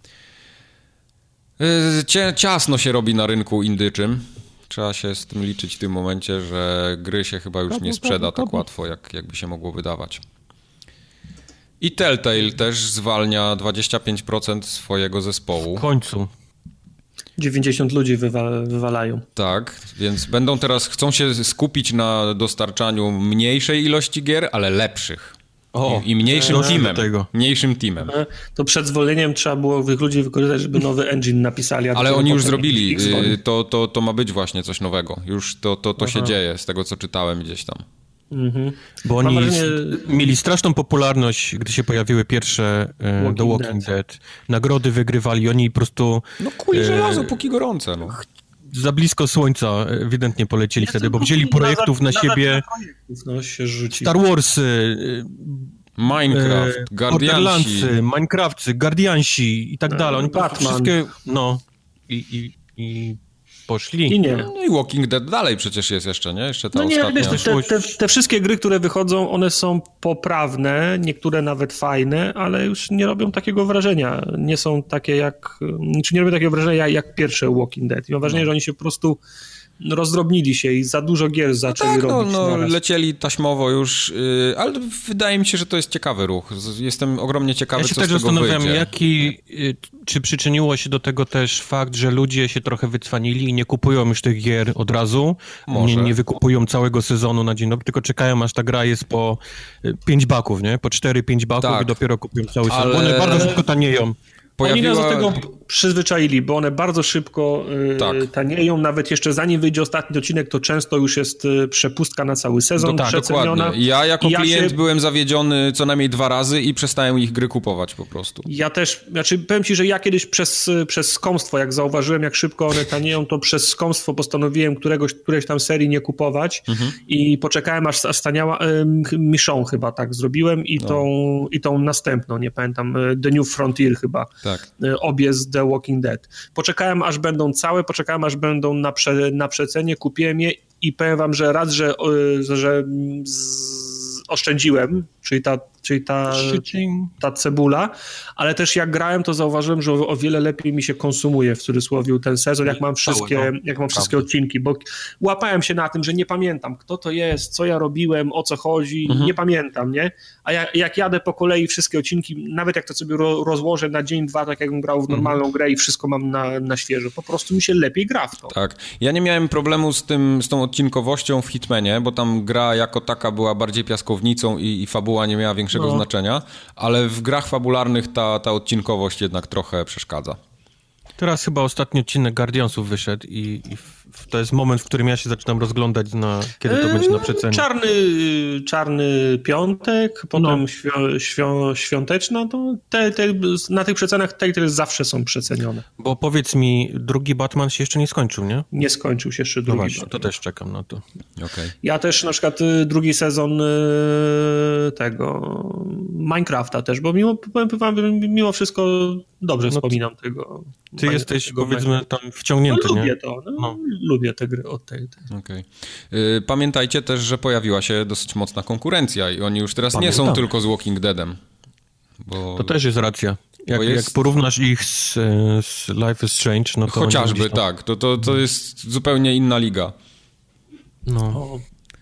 Cie, ciasno się robi na rynku indyczym. Trzeba się z tym liczyć w tym momencie, że gry się chyba już nie sprzeda tak łatwo, jak, jakby się mogło wydawać. I Telltale też zwalnia dwadzieścia pięć procent swojego zespołu. W końcu. dziewięćdziesiąt ludzi wywa- wywalają. Tak, więc będą teraz, chcą się skupić na dostarczaniu mniejszej ilości gier, ale lepszych. O, I, i mniejszym e, teamem. tego. Mniejszym teamem. To przed zwolnieniem trzeba było tych ludzi wykorzystać, żeby nowy engine napisali. Ale oni już zrobili. To, to, to ma być właśnie coś nowego. Już to, to, to się dzieje, z tego co czytałem gdzieś tam. Mhm. Bo oni wrażenie... mieli straszną popularność, gdy się pojawiły pierwsze e, Walking The Walking Dead. Dead. Nagrody wygrywali, oni po prostu... No kuli żelazo, e, póki gorące. No. Za blisko słońca ewidentnie polecieli ja wtedy, bo wzięli projektów na, na siebie. No, się rzuci. Star Warsy, Minecraft, e, Guardiansi. Minecrafty, Guardiansi i tak no, dalej. Oni Batman. Wszystkie, no i, i, i poszli. I nie. No i Walking Dead dalej przecież jest jeszcze, nie? Jeszcze ta no nie, ostatnia. Wiesz, te, te, te wszystkie gry, które wychodzą, one są poprawne, niektóre nawet fajne, ale już nie robią takiego wrażenia. Nie są takie jak... Czy nie robią takiego wrażenia jak pierwsze Walking Dead. I mam wrażenie, no. że oni się po prostu rozdrobnili się i za dużo gier zaczęli no tak, robić. No, no lecieli taśmowo już, yy, ale wydaje mi się, że to jest ciekawy ruch. Jestem ogromnie ciekawy, ja się co też z tego zastanawiam, wyjdzie. Jaki, czy przyczyniło się do tego też fakt, że ludzie się trochę wycwanili i nie kupują już tych gier od razu, nie, nie wykupują całego sezonu na dzień dobry, tylko czekają, aż ta gra jest po pięć baków, nie? Po cztery pięć baków tak. i dopiero kupują cały ale... sezon. One bardzo szybko tanieją. Pojawiła... Oni nas do tego przyzwyczaili, bo one bardzo szybko y, tak. tanieją, nawet jeszcze zanim wyjdzie ostatni odcinek, to często już jest y, przepustka na cały sezon, no tak, przeceniona. Dokładnie. Ja jako ja klient się... byłem zawiedziony co najmniej dwa razy i przestałem ich gry kupować po prostu. Ja też, znaczy powiem ci, że ja kiedyś przez, przez skomstwo, jak zauważyłem, jak szybko one tanieją, to przez skomstwo postanowiłem któregoś, którejś tam serii nie kupować mhm. i poczekałem, aż, aż staniała y, Michonne chyba tak zrobiłem i, no. tą, i tą następną, nie pamiętam, The New Frontier chyba. Tak. Obie z The Walking Dead. Poczekałem, aż będą całe, poczekałem, aż będą na, prze, na przecenie, kupiłem je i powiem wam, że raz, że, że z, oszczędziłem, czyli ta, czyli ta, ta cebula, ale też jak grałem, to zauważyłem, że o, o wiele lepiej mi się konsumuje w cudzysłowie ten sezon, jak mam wszystkie, jak mam wszystkie odcinki, bo łapałem się na tym, że nie pamiętam, kto to jest, co ja robiłem, o co chodzi, mhm. nie pamiętam, nie? A ja, jak jadę po kolei wszystkie odcinki, nawet jak to sobie ro, rozłożę na dzień, dwa, tak jakbym grał w normalną mhm. grę i wszystko mam na, na świeżo, po prostu mi się lepiej gra w to. Tak. Ja nie miałem problemu z tym, z tą odcinkowością w Hitmanie, bo tam gra jako taka była bardziej piaskownicą i, i fabuła nie miała większego no. znaczenia, ale w grach fabularnych ta, ta odcinkowość jednak trochę przeszkadza. Teraz chyba ostatni odcinek Guardiansów wyszedł i, i w, to jest moment, w którym ja się zaczynam rozglądać na kiedy to będzie na przecenie. Czarny, czarny piątek, potem no. świ- świ- świąteczna, to te, te, na tych przecenach te, te zawsze są przecenione. Bo powiedz mi, drugi Batman się jeszcze nie skończył, nie? Nie skończył się jeszcze drugi no właśnie, Batman. To też czekam na to. Okay. Ja też na przykład drugi sezon tego Minecrafta też, bo mimo, mimo wszystko dobrze no wspominam tego. Ty jesteś, tego powiedzmy, tam wciągnięty, no, nie? Lubię to, no, no. lubię te gry od tej. tej. Okay. Yy, pamiętajcie też, że pojawiła się dosyć mocna konkurencja i oni już teraz Pamiętam. nie są tylko z Walking Deadem. Bo... To też jest racja. Jak, jest... jak porównasz ich z, z Life is Strange, no to... Chociażby, tam... tak. To, to, to jest zupełnie inna liga. No...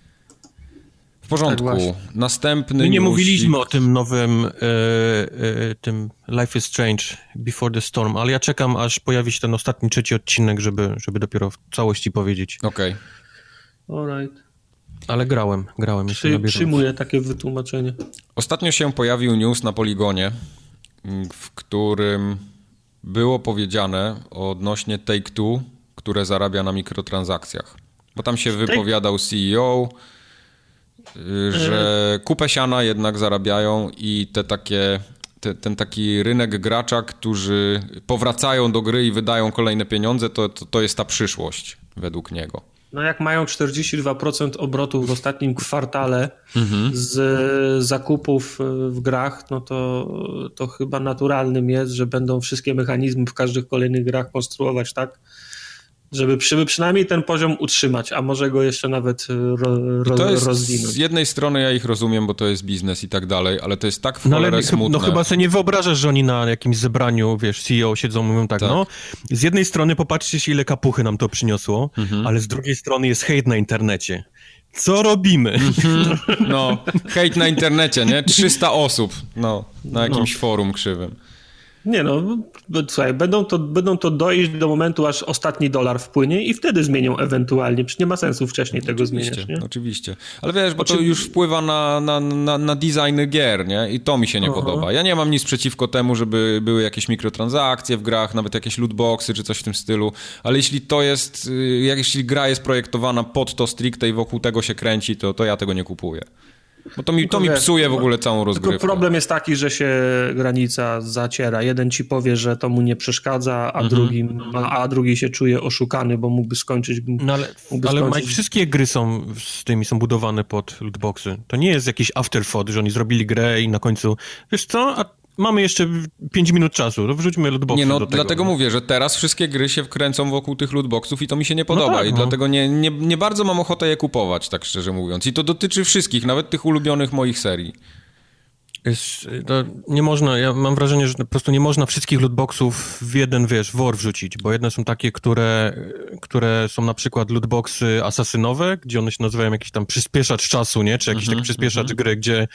W porządku. Tak Następny My nie newsik. mówiliśmy o tym nowym, e, e, tym Life is Strange, Before the Storm, ale ja czekam, aż pojawi się ten ostatni, trzeci odcinek, żeby, żeby dopiero w całości powiedzieć. Okej. Okay. Alright. Ale grałem, grałem. Przy, przyjmuję takie wytłumaczenie. Ostatnio się pojawił news na Poligonie, w którym było powiedziane odnośnie Take-Two, które zarabia na mikrotransakcjach. Bo tam się Take... wypowiadał C E O, że kupę siana jednak zarabiają i te takie, te, ten taki rynek gracza, którzy powracają do gry i wydają kolejne pieniądze, to, to, to jest ta przyszłość według niego. No jak mają czterdzieści dwa procent obrotów w ostatnim kwartale mhm. z zakupów w grach, no to, to chyba naturalnym jest, że będą wszystkie mechanizmy w każdych kolejnych grach konstruować tak, Żeby, żeby przynajmniej ten poziom utrzymać, a może go jeszcze nawet ro, ro, to jest, rozwinąć. Z jednej strony ja ich rozumiem, bo to jest biznes i tak dalej, ale to jest tak w no, cholerę ale, smutne. No chyba sobie nie wyobrażasz, że oni na jakimś zebraniu, wiesz, C E O siedzą, mówią tak, tak. no, z jednej strony popatrzcie się, ile kapuchy nam to przyniosło, mhm. ale z drugiej strony jest hejt na internecie. Co robimy? Mhm. No, hejt na internecie, nie? trzysta osób, no, na jakimś no. forum krzywym. Nie no, słuchaj, będą to, będą to dojść do momentu, aż ostatni dolar wpłynie i wtedy zmienią ewentualnie. Przecież nie ma sensu wcześniej tego oczywiście, zmieniać, nie? Oczywiście, ale wiesz, bo to już wpływa na, na, na, na design gier, nie? I to mi się nie Aha. podoba. Ja nie mam nic przeciwko temu, żeby były jakieś mikrotransakcje w grach, nawet jakieś lootboxy czy coś w tym stylu, ale jeśli to jest, jeśli gra jest projektowana pod to stricte i wokół tego się kręci, to, to ja tego nie kupuję. Bo to mi, to mi psuje w ogóle całą rozgrywkę. Tylko problem jest taki, że się granica zaciera. Jeden ci powie, że to mu nie przeszkadza, a, mhm. drugi, a, a drugi się czuje oszukany, bo mógłby skończyć... No ale, mógłby ale skończyć... Mike, wszystkie gry są z tymi są budowane pod lootboxy. To nie jest jakiś afterthought, że oni zrobili grę i na końcu, wiesz co, a mamy jeszcze pięć minut czasu, to wrzućmy lootboxy nie, no, do tego. Dlatego mówię, że teraz wszystkie gry się wkręcą wokół tych lootboxów i to mi się nie podoba. No tak, I no. dlatego nie, nie, nie bardzo mam ochotę je kupować, tak szczerze mówiąc. I to dotyczy wszystkich, nawet tych ulubionych moich serii. Jest, to nie można, ja mam wrażenie, że po prostu nie można wszystkich lootboxów w jeden, wiesz, wor wrzucić, bo jedne są takie, które, które są na przykład lootboxy asasynowe, gdzie one się nazywają jakiś tam przyspieszacz czasu, nie? Czy jakiś mm-hmm, taki przyspieszacz mm-hmm. gry, gdzie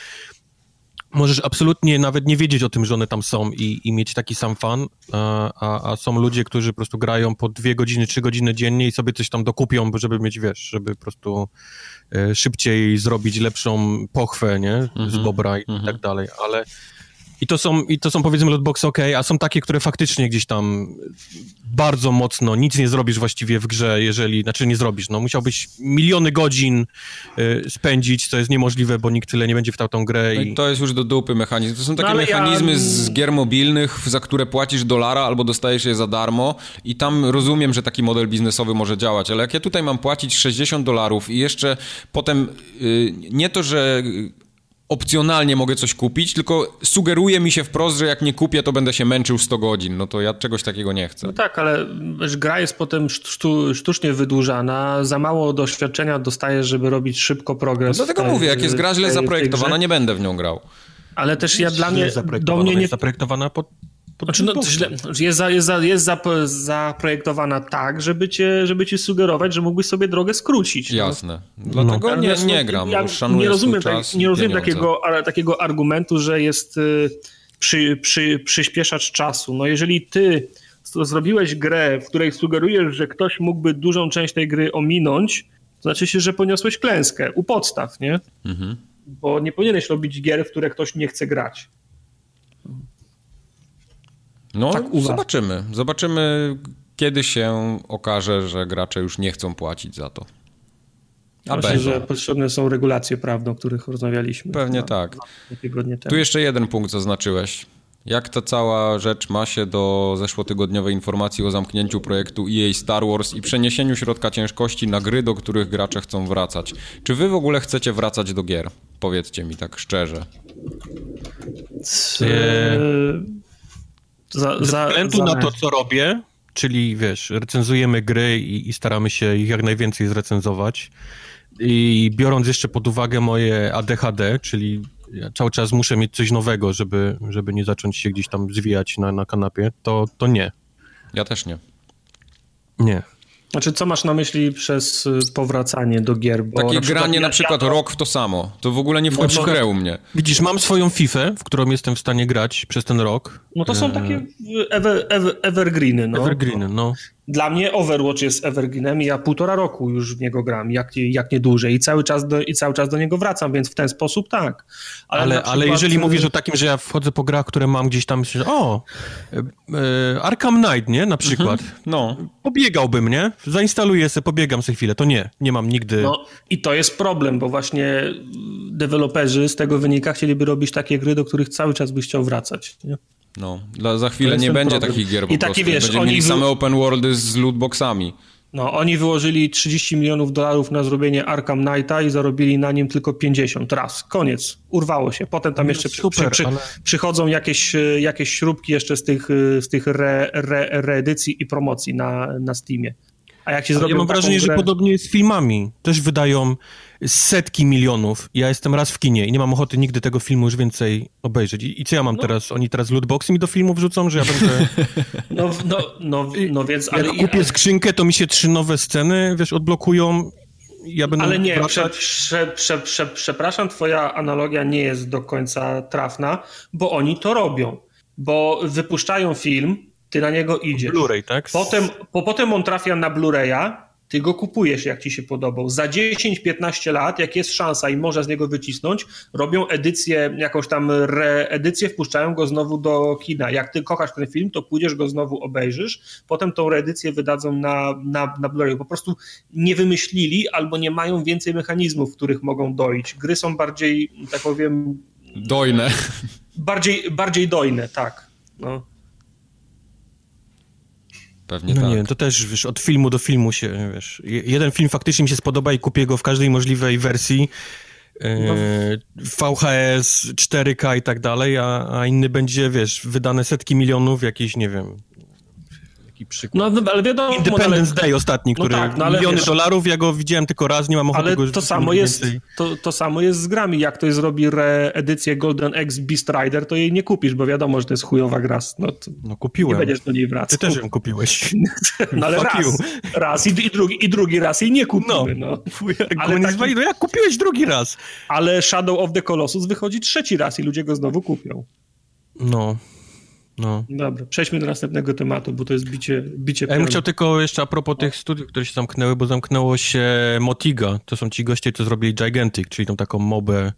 możesz absolutnie nawet nie wiedzieć o tym, że one tam są i, i mieć taki sam fan, a, a, a są ludzie, którzy po prostu grają po dwie godziny, trzy godziny dziennie i sobie coś tam dokupią, żeby mieć, wiesz, żeby po prostu e, szybciej zrobić lepszą pochwę, nie, mm-hmm, z bobra i mm-hmm. tak dalej, ale i to są, i to są powiedzmy lootboxy ok, a są takie, które faktycznie gdzieś tam bardzo mocno, nic nie zrobisz właściwie w grze, jeżeli, znaczy nie zrobisz, no musiałbyś miliony godzin y, spędzić, co jest niemożliwe, bo nikt tyle nie będzie wtał tą grę. I... No i to jest już do dupy mechanizm. To są takie no, mechanizmy ja... z gier mobilnych, za które płacisz dolara albo dostajesz je za darmo i tam rozumiem, że taki model biznesowy może działać, ale jak ja tutaj mam płacić sześćdziesiąt dolarów i jeszcze potem y, nie to, że opcjonalnie mogę coś kupić, tylko sugeruje mi się wprost, że jak nie kupię, to będę się męczył sto godzin. No to ja czegoś takiego nie chcę. No tak, ale gra jest potem sztu, sztucznie wydłużana, za mało doświadczenia dostajesz, żeby robić szybko progres. No dlatego tej, mówię, jak jest gra źle tej, zaprojektowana, tej nie będę w nią grał. Ale też ja dla mnie... Do mnie nie... jest zaprojektowana pod... Znaczy, no, źle, jest, za, jest, za, jest za, zaprojektowana tak, żeby cię, żeby ci sugerować, że mógłbyś sobie drogę skrócić. Jasne. No. Dlatego no. nie, nie gram, ja bo szanuję nie rozumiem, swój tak, czas nie rozumiem takiego, ale, takiego argumentu, że jest y, przy, przy, przyspieszacz czasu. No jeżeli ty zrobiłeś grę, w której sugerujesz, że ktoś mógłby dużą część tej gry ominąć, to znaczy się, że poniosłeś klęskę u podstaw, nie? Mhm. Bo nie powinieneś robić gier, w które ktoś nie chce grać. No, tak zobaczymy. Zobaczymy, kiedy się okaże, że gracze już nie chcą płacić za to. A Myślę, będzie. że potrzebne są regulacje prawne, o których rozmawialiśmy. Pewnie na, tak. Na tygodnie temu. Tu jeszcze jeden punkt zaznaczyłeś. Jak ta cała rzecz ma się do zeszłotygodniowej informacji o zamknięciu projektu E A Star Wars i przeniesieniu środka ciężkości na gry, do których gracze chcą wracać? Czy wy w ogóle chcecie wracać do gier? Powiedzcie mi tak szczerze. Eee... Za, Ze względu za... na to, co robię, czyli wiesz, recenzujemy gry i, i staramy się ich jak najwięcej zrecenzować i biorąc jeszcze pod uwagę moje A D H D, czyli ja cały czas muszę mieć coś nowego, żeby, żeby nie zacząć się gdzieś tam zwijać na, na kanapie, to, to nie. Ja też nie. Nie. Znaczy, co masz na myśli przez powracanie do gier? Bo Takie na granie przykład, na przykład ja to... rok w to samo. To w ogóle nie wchodzi no, w grę u mnie. Widzisz, mam swoją Fifę, w którą jestem w stanie grać przez ten rok. No to są takie ever, ever, evergreeny, no. Evergreeny, no. Dla mnie Overwatch jest evergreenem i ja półtora roku już w niego gram, jak, jak nie dłużej. I cały czas do, i cały czas do niego wracam, więc w ten sposób tak. Ale, ale, przykład... ale jeżeli mówisz o takim, że ja wchodzę po grach, które mam gdzieś tam, o, e, Arkham Knight, nie, na przykład. Mhm. No. Pobiegałbym, nie? Zainstaluję sobie, pobiegam sobie chwilę. To nie, nie mam nigdy... No i to jest problem, bo właśnie deweloperzy z tego wynika chcieliby robić takie gry, do których cały czas byś chciał wracać, nie? No, dla, za chwilę nie będzie problem. Takich gier po I taki, prostu. Wiesz, Będziemy oni mieli wy... same open worldy z lootboxami. No, oni wyłożyli trzydzieści milionów dolarów na zrobienie Arkham Knighta i zarobili na nim tylko pięćdziesiąt raz. Koniec. Urwało się. Potem tam no, jeszcze przy, super, przy, przy, ale... przychodzą jakieś, jakieś śrubki jeszcze z tych, z tych re, re, reedycji i promocji na, na Steamie. A jak się zrobią ja mam wrażenie, grę... że podobnie jest z filmami. Też wydają setki milionów. Ja jestem raz w kinie i nie mam ochoty nigdy tego filmu już więcej obejrzeć. I, i co ja mam no. teraz? Oni teraz lootboxy mi do filmu wrzucą, że ja będę... No, no, no, no więc... Jak ale, kupię ale... skrzynkę, to mi się trzy nowe sceny, wiesz, odblokują. Ja będę ale nie, wracać... prze, prze, prze, prze, przepraszam, twoja analogia nie jest do końca trafna, bo oni to robią. Bo wypuszczają film, ty na niego idziesz. Blu-ray, tak? Potem, po, potem on trafia na Blu-raya, ty go kupujesz, jak ci się podobał. Za dziesięć piętnaście lat, jak jest szansa i można z niego wycisnąć, robią edycję, jakąś tam reedycję, wpuszczają go znowu do kina. Jak ty kochasz ten film, to pójdziesz go znowu obejrzysz, potem tą reedycję wydadzą na, na, na Blu-ray. Po prostu nie wymyślili albo nie mają więcej mechanizmów, w których mogą doić. Gry są bardziej, tak powiem... Dojne. Bardziej, bardziej dojne, tak. No. Pewnie no tak. nie wiem, to też, wiesz, od filmu do filmu się, wiesz, jeden film faktycznie mi się spodoba i kupię go w każdej możliwej wersji, no. V H S, cztery K i tak dalej, a, a inny będzie, wiesz, wydane setki milionów, jakiś, nie wiem, jaki przykład. No, ale wiadomo... Independence ale... Day ostatni, który no tak, no, ale miliony wiesz... dolarów, ja go widziałem tylko raz, nie mam ochoty ale go... to samo jest, to, to samo jest z grami, jak ktoś zrobi reedycję Golden Axe Beast Rider, to jej nie kupisz, bo wiadomo, że to jest chujowa gra. No, no kupiłem. Nie będziesz do niej wracać. Ty też ją kupiłeś. No ale Fuck raz, you. raz i, i, drugi, i drugi raz jej nie kupimy. No, no. Ale taki... no jak kupiłeś drugi raz? Ale Shadow of the Colossus wychodzi trzeci raz i ludzie go znowu kupią. No... No. Dobra, przejdźmy do następnego tematu, bo to jest bicie, bicie Ja bym chciał tylko jeszcze a propos tych studiów, które się zamknęły, bo zamknęło się Motiga. To są ci goście, co zrobili Gigantic, czyli tą taką mobę.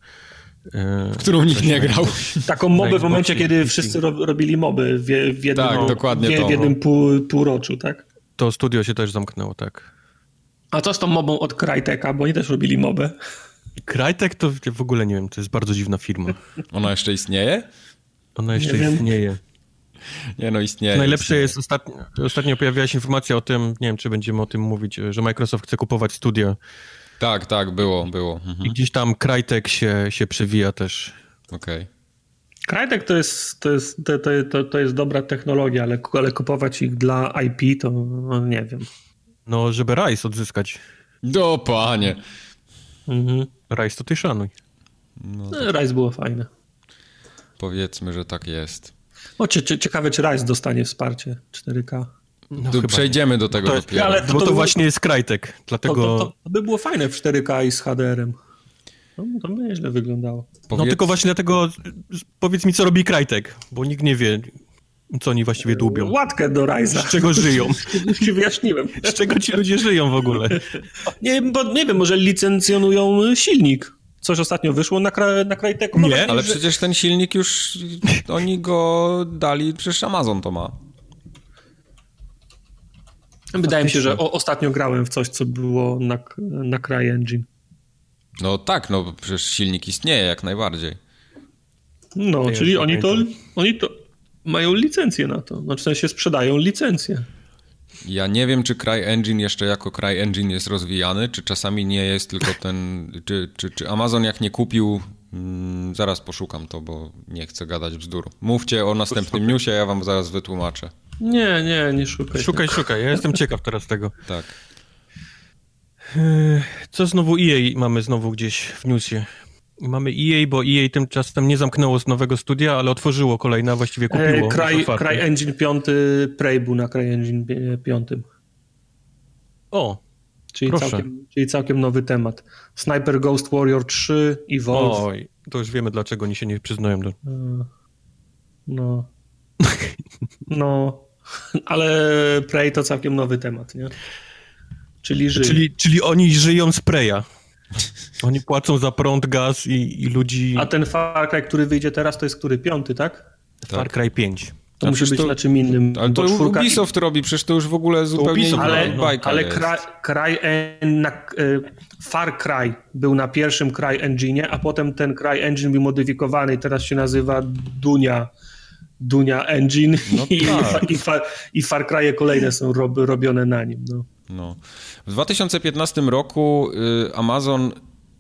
W którą nikt nie grał. Taką mobę w momencie, kiedy wszyscy ro, robili moby w, w jednym, tak, no, dokładnie w, to, w jednym pół, półroczu, tak? To studio się też zamknęło, tak. A co z tą mobą od Cryteka, bo oni też robili mobę? Crytek to w ogóle nie wiem, to jest bardzo dziwna firma. Ona jeszcze istnieje? Ona jeszcze nie istnieje. Wiem. Nie no, istnieje. Najlepsze istnieje. jest, ostatnio, ostatnio pojawiła się informacja o tym, nie wiem, czy będziemy o tym mówić, że Microsoft chce kupować studia. Tak, tak, było, było. Mhm. I gdzieś tam Crytek się, się przewija też. Okej. Okay. Crytek to jest, to, jest, to, to, to jest dobra technologia, ale, ale kupować ich dla I P to no, nie wiem. No, żeby Rise odzyskać. Do panie. Mhm. Rise to ty szanuj. No, to... Rise było fajne. Powiedzmy, że tak jest. O, cie, cie, ciekawe, czy Rise dostanie wsparcie cztery K. No, przejdziemy do tego to, dopiero. Ale to, bo to, to właśnie jest Crytek, dlatego... To, to, to by było fajne w cztery K i z H D R-em. No, to by nieźle wyglądało. Powiedz... No tylko właśnie dlatego powiedz mi, co robi Crytek, bo nikt nie wie, co oni właściwie dłubią. Łatkę do Rise'a. Z czego żyją. Już ci wyjaśniłem. Z czego ci ludzie żyją w ogóle. Nie, bo nie wiem, może licencjonują silnik. Coś ostatnio wyszło na, na Cryteku. Nie, nie, ale że... przecież ten silnik już, oni go dali, przecież Amazon to ma. Wydaje mi się, że o, ostatnio grałem w coś, co było na, na CryEngine. No tak, no przecież silnik istnieje jak najbardziej. No, ja czyli oni to, oni to mają licencję na to. Znaczy w sensie sprzedają licencję. Ja nie wiem, czy CryEngine jeszcze jako CryEngine jest rozwijany, czy czasami nie jest tylko ten... Czy, czy, czy Amazon jak nie kupił... Hmm, zaraz poszukam to, bo nie chcę gadać bzdur. Mówcie o następnym newsie, ja wam zaraz wytłumaczę. Nie, nie, nie szukaj. Szukaj, tak. szukaj. Ja jestem ciekaw teraz tego. Tak. Co znowu E A mamy znowu gdzieś w newsie? Mamy E A, bo E A tymczasem nie zamknęło z nowego studia, ale otworzyło kolejne, a właściwie kupiło. Cry, CryEngine pięć, Prey był na CryEngine pięć. O, czyli całkiem, czyli całkiem nowy temat. Sniper Ghost Warrior trzy, Evolve. Oj, to już wiemy, dlaczego oni się nie przyznają do... No. No. Ale Prey to całkiem nowy temat, nie? Czyli żyją. Czyli, czyli oni żyją z Preya. Oni płacą za prąd, gaz i, i ludzi... A ten Far Cry, który wyjdzie teraz, to jest który? Piąty, tak? Far Cry pięć. To a musi być to, na czym innym. Ale to czwórka... Ubisoft robi, przecież to już w ogóle zupełnie inna ale, bajka ale jest. Cry, Cry, na, Far Cry był na pierwszym CryEngine, a potem ten CryEngine był modyfikowany i teraz się nazywa Dunia. Dunia Engine no i, tak. i, far, i Far Cry'e kolejne są rob, robione na nim. No. No. W dwa tysiące piętnastym roku y, Amazon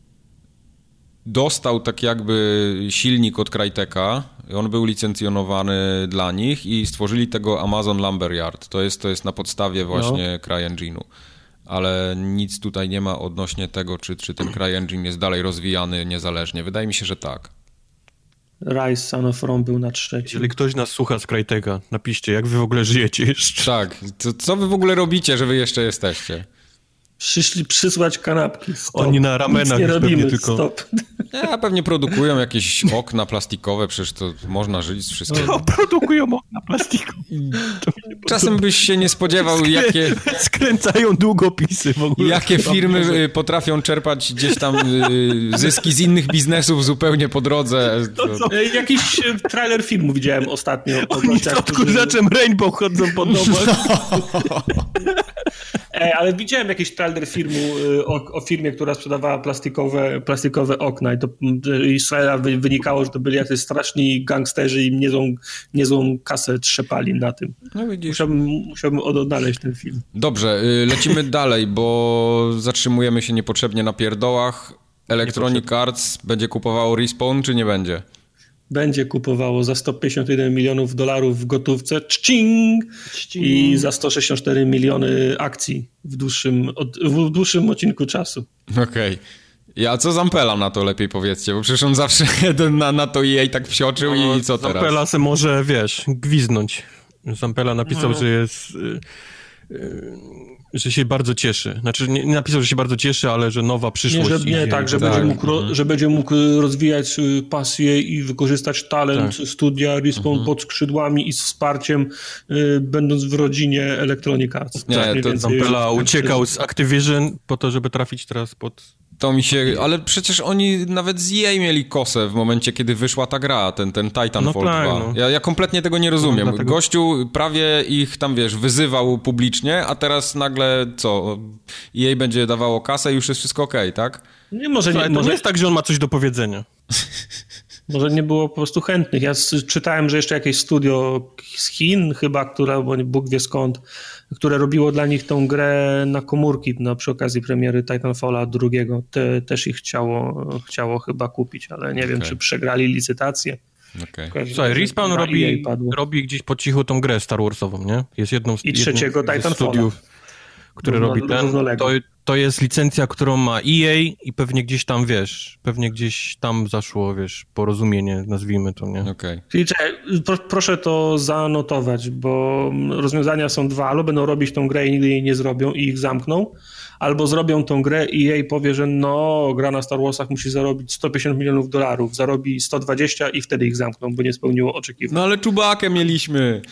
dostał tak jakby silnik od Cryteka. On był licencjonowany dla nich i stworzyli tego Amazon Lumberyard. To jest, to jest na podstawie właśnie no. CryEngine'u. ale nic tutaj nie ma odnośnie tego, czy, czy ten CryEngine jest dalej rozwijany niezależnie. Wydaje mi się, że tak. Rise Son of Rome był na trzecim. Jeżeli ktoś nas słucha z Crytek'a, napiszcie, jak wy w ogóle żyjecie jeszcze. Tak, to, co wy w ogóle robicie, że wy jeszcze jesteście? Przyszli przysłać kanapki. Stop. Oni na ramenach nie robimy, tylko. Stop. Ja, pewnie produkują jakieś okna plastikowe, przecież to można żyć z wszystkiego. No, produkują okna plastikowe. Czasem byś się nie spodziewał, Skrę... jakie... Skręcają długopisy w ogóle. Jakie firmy potrafią czerpać gdzieś tam zyski z innych biznesów zupełnie po drodze. To... Jakiś trailer filmu widziałem ostatnio. Oni z odkurzaczem którzy... Rainbow chodzą po domach. No. Ej, ale widziałem jakiś trailer filmu o, o firmie, która sprzedawała plastikowe, plastikowe okna i to i z trailera wynikało, że to byli jacyś straszni gangsterzy i niezłą, niezłą kasę trzepali na tym. No widzisz. Musiałbym, musiałbym odnaleźć ten film. Dobrze, lecimy dalej, bo zatrzymujemy się niepotrzebnie na pierdołach. Electronic Arts będzie kupowało Respawn, czy nie będzie? Będzie kupowało za sto pięćdziesiąt jeden milionów dolarów w gotówce czcing, i za sto sześćdziesiąt cztery miliony akcji w dłuższym, w dłuższym odcinku czasu. Okej. Okay. A co Zampella na to lepiej powiedzcie, bo przecież on zawsze na, na to E A tak wsioczył no, i co teraz? Zampella se może, wiesz, gwiznąć. Zampella napisał, no. że jest... Yy, yy, że się bardzo cieszy. Znaczy nie, nie napisał, że się bardzo cieszy, ale że nowa przyszłość. Nie, że, nie tak, że, tak. Będzie mógł, mhm. że będzie mógł rozwijać pasję i wykorzystać talent tak. studia Respawn mhm. pod skrzydłami i z wsparciem, y, będąc w rodzinie Electronic Arts. Nie, tak, to Zampella uciekał z Activision po to, żeby trafić teraz pod... To mi się... Ale przecież oni nawet z E A mieli kosę w momencie, kiedy wyszła ta gra, ten, ten Titanfall no tak, dwa. No. Ja, ja kompletnie tego nie rozumiem. No, dlatego... Gościu prawie ich tam, wiesz, wyzywał publicznie, a teraz nagle co? E A będzie dawało kasę i już jest wszystko okej, okay, tak? Nie, może nie, może jest tak, że on ma coś do powiedzenia. Może nie było po prostu chętnych. Ja czytałem, że jeszcze jakieś studio z Chin chyba, które, bo Bóg wie skąd, które robiło dla nich tą grę na komórki no, przy okazji premiery Titanfalla drugiego. Te, też ich chciało, chciało chyba kupić, ale nie okay. wiem, czy przegrali licytację. Okay. Słuchaj, Respawn robi, robi gdzieś po cichu tą grę Star Warsową, nie? Jest jedną z, I trzeciego jedną z studiów, które Równo, robi ten. To, to jest licencja, którą ma E A i pewnie gdzieś tam, wiesz, pewnie gdzieś tam zaszło, wiesz, porozumienie, nazwijmy to, nie? Okay. Czyli czekaj, pro, proszę to zanotować, bo rozwiązania są dwa, albo będą robić tą grę i nigdy jej nie zrobią i ich zamkną, albo zrobią tą grę i E A powie, że no, gra na Star Warsach musi zarobić sto pięćdziesiąt milionów dolarów, zarobi sto dwadzieścia i wtedy ich zamkną, bo nie spełniło oczekiwań. No ale Chewbackę mieliśmy.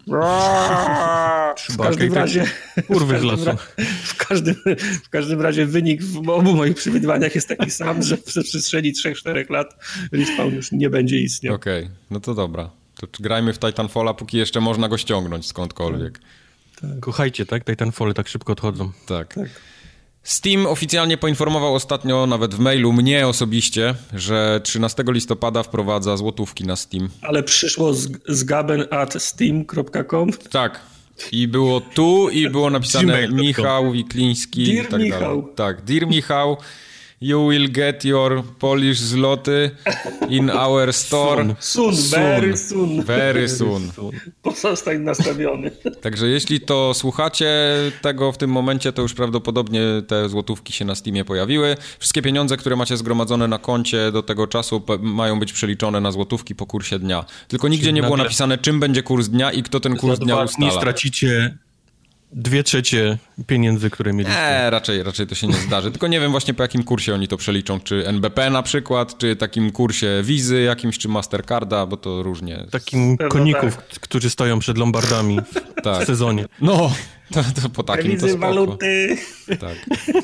W każdym razie kurwy z lasu. W każdym, w każdym razie wynik w obu moich przewidywaniach jest taki sam, że w przestrzeni trzech czterech lat Respawn już nie będzie istniał. Okej, okay. No to dobra. To grajmy w Titanfalla, póki jeszcze można go ściągnąć skądkolwiek. Tak. Kochajcie, tak? Titanfally tak szybko odchodzą. Tak. tak. Steam oficjalnie poinformował ostatnio, nawet w mailu, mnie osobiście, że trzynastego listopada wprowadza złotówki na Steam. Ale przyszło z, z gaben at steam kropka com? Tak. I było tu i było napisane Michał Wikliński Dear i tak Michał. dalej. Tak, Dear Michał, you will get your Polish zloty in our store. Soon, soon, very soon. Very soon. Pozostań nastawiony. Także jeśli to słuchacie tego w tym momencie, to już prawdopodobnie te złotówki się na Steamie pojawiły. Wszystkie pieniądze, które macie zgromadzone na koncie do tego czasu mają być przeliczone na złotówki po kursie dnia. Tylko nigdzie Czyli nie było napisane, czym będzie kurs dnia i kto ten kurs dnia ustala. Nie stracicie dwie trzecie pieniędzy, które mieliście. Nie, raczej, raczej to się nie zdarzy. Tylko nie wiem właśnie po jakim kursie oni to przeliczą. Czy N B P na przykład, czy takim kursie Wizy jakimś, czy Mastercarda, bo to różnie. Takim koników, tak. którzy stoją przed lombardami w, tak. w sezonie. No, to, to po takim to spoko. waluty. Tak.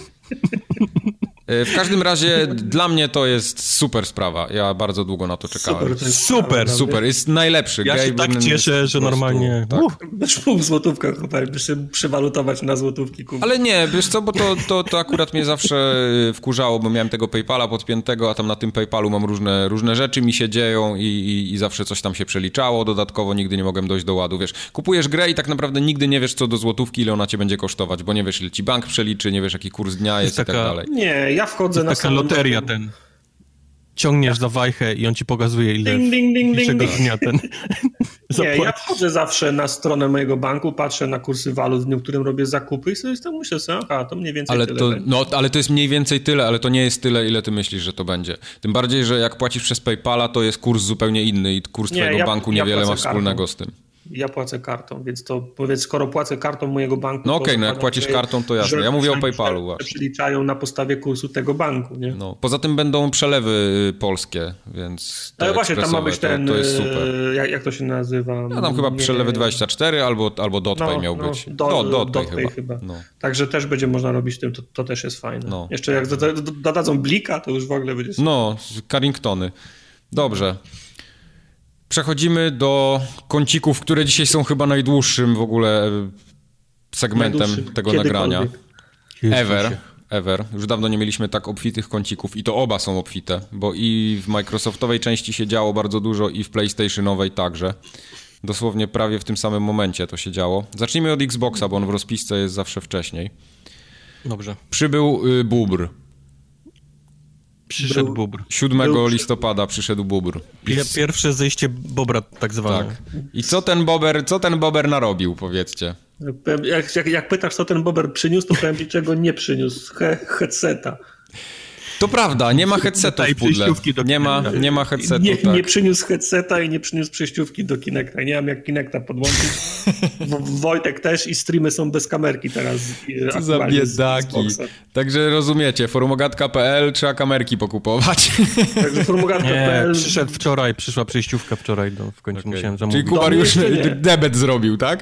W każdym razie dla mnie to jest super sprawa. Ja bardzo długo na to czekałem. Super, jest, super. super. Jest najlepszy. Ja się tak cieszę, że normalnie... Tak. Będziesz mógł w złotówkach chyba, byś się przywalutować na złotówki. Kup. Ale nie, wiesz co, bo to, to, to akurat mnie zawsze wkurzało, bo miałem tego PayPala podpiętego, a tam na tym PayPalu mam różne, różne rzeczy mi się dzieją i, i, i zawsze coś tam się przeliczało. Dodatkowo nigdy nie mogłem dojść do ładu. Wiesz, kupujesz grę i tak naprawdę nigdy nie wiesz co do złotówki, ile ona cię będzie kosztować, bo nie wiesz ile ci bank przeliczy, nie wiesz jaki kurs dnia jest, jest taka... i tak dalej. Nie, ja wchodzę jest na taka loteria ten. ciągniesz za wajchę i on ci pokazuje, ile ding, ding, ding, ding, ding. dnia ten Nie, ja wchodzę zawsze na stronę mojego banku, patrzę na kursy walut, w dniu, w którym robię zakupy i sobie tam myślę sobie, aha, to mniej więcej ale tyle to, będzie. No, ale to jest mniej więcej tyle, ale to nie jest tyle, ile ty myślisz, że to będzie. Tym bardziej, że jak płacisz przez PayPala, to jest kurs zupełnie inny i kurs nie, twojego ja, banku niewiele ja ma wspólnego kartą. z tym. Ja płacę kartą, więc to powiedz, skoro płacę kartą mojego banku... No okej, okay, no jak płacisz kartą, to jasne. Ja mówię o PayPalu właśnie. Przeliczają na podstawie kursu tego banku, nie? No, poza tym będą przelewy polskie, więc Ale właśnie, tam ma być ten... To, to jest super. Jak, jak to się nazywa? No tam chyba nie, przelewy dwadzieścia cztery albo, albo DotPay no, miał no, być. Do, do, DotPay DotPay chyba. chyba. No. Także też będzie można robić tym, to, to też jest fajne. No. Jeszcze jak dodadzą blika, to już w ogóle będzie... No, Carringtony. Dobrze. Przechodzimy do kącików, które dzisiaj są chyba najdłuższym w ogóle segmentem najdłuższym. tego nagrania. Ever, ever. Już dawno nie mieliśmy tak obfitych kącików i to oba są obfite, bo i w Microsoftowej części się działo bardzo dużo i w PlayStationowej także. Dosłownie prawie w tym samym momencie to się działo. Zacznijmy od Xboxa, bo on w rozpisce jest zawsze wcześniej. Dobrze. Przybył y, Bóbr. Przyszedł Bóbr. siódmego listopada przyszedł Bóbr. I pierwsze zejście Bobra tak zwane. Tak. I co ten Bober, co ten Bober narobił, powiedzcie? Jak, jak, jak pytasz, co ten Bober przyniósł, to powiem ci, czego nie przyniósł. He, headseta. To prawda, nie ma headsetu w pudle. Nie ma, nie ma headsetu, nie, tak. nie przyniósł headseta i nie przyniósł przejściówki do Kinecta. Nie mam jak Kinecta podłączyć. Wojtek też i streamy są bez kamerki teraz. Co za biedaki. Także rozumiecie, forumogatka kropka p l trzeba kamerki pokupować. Także forumogatka kropka p l... Przyszedł wczoraj, przyszła przejściówka wczoraj, no, w końcu okay. musiałem zamówić. Czyli Kubar już debet zrobił, tak?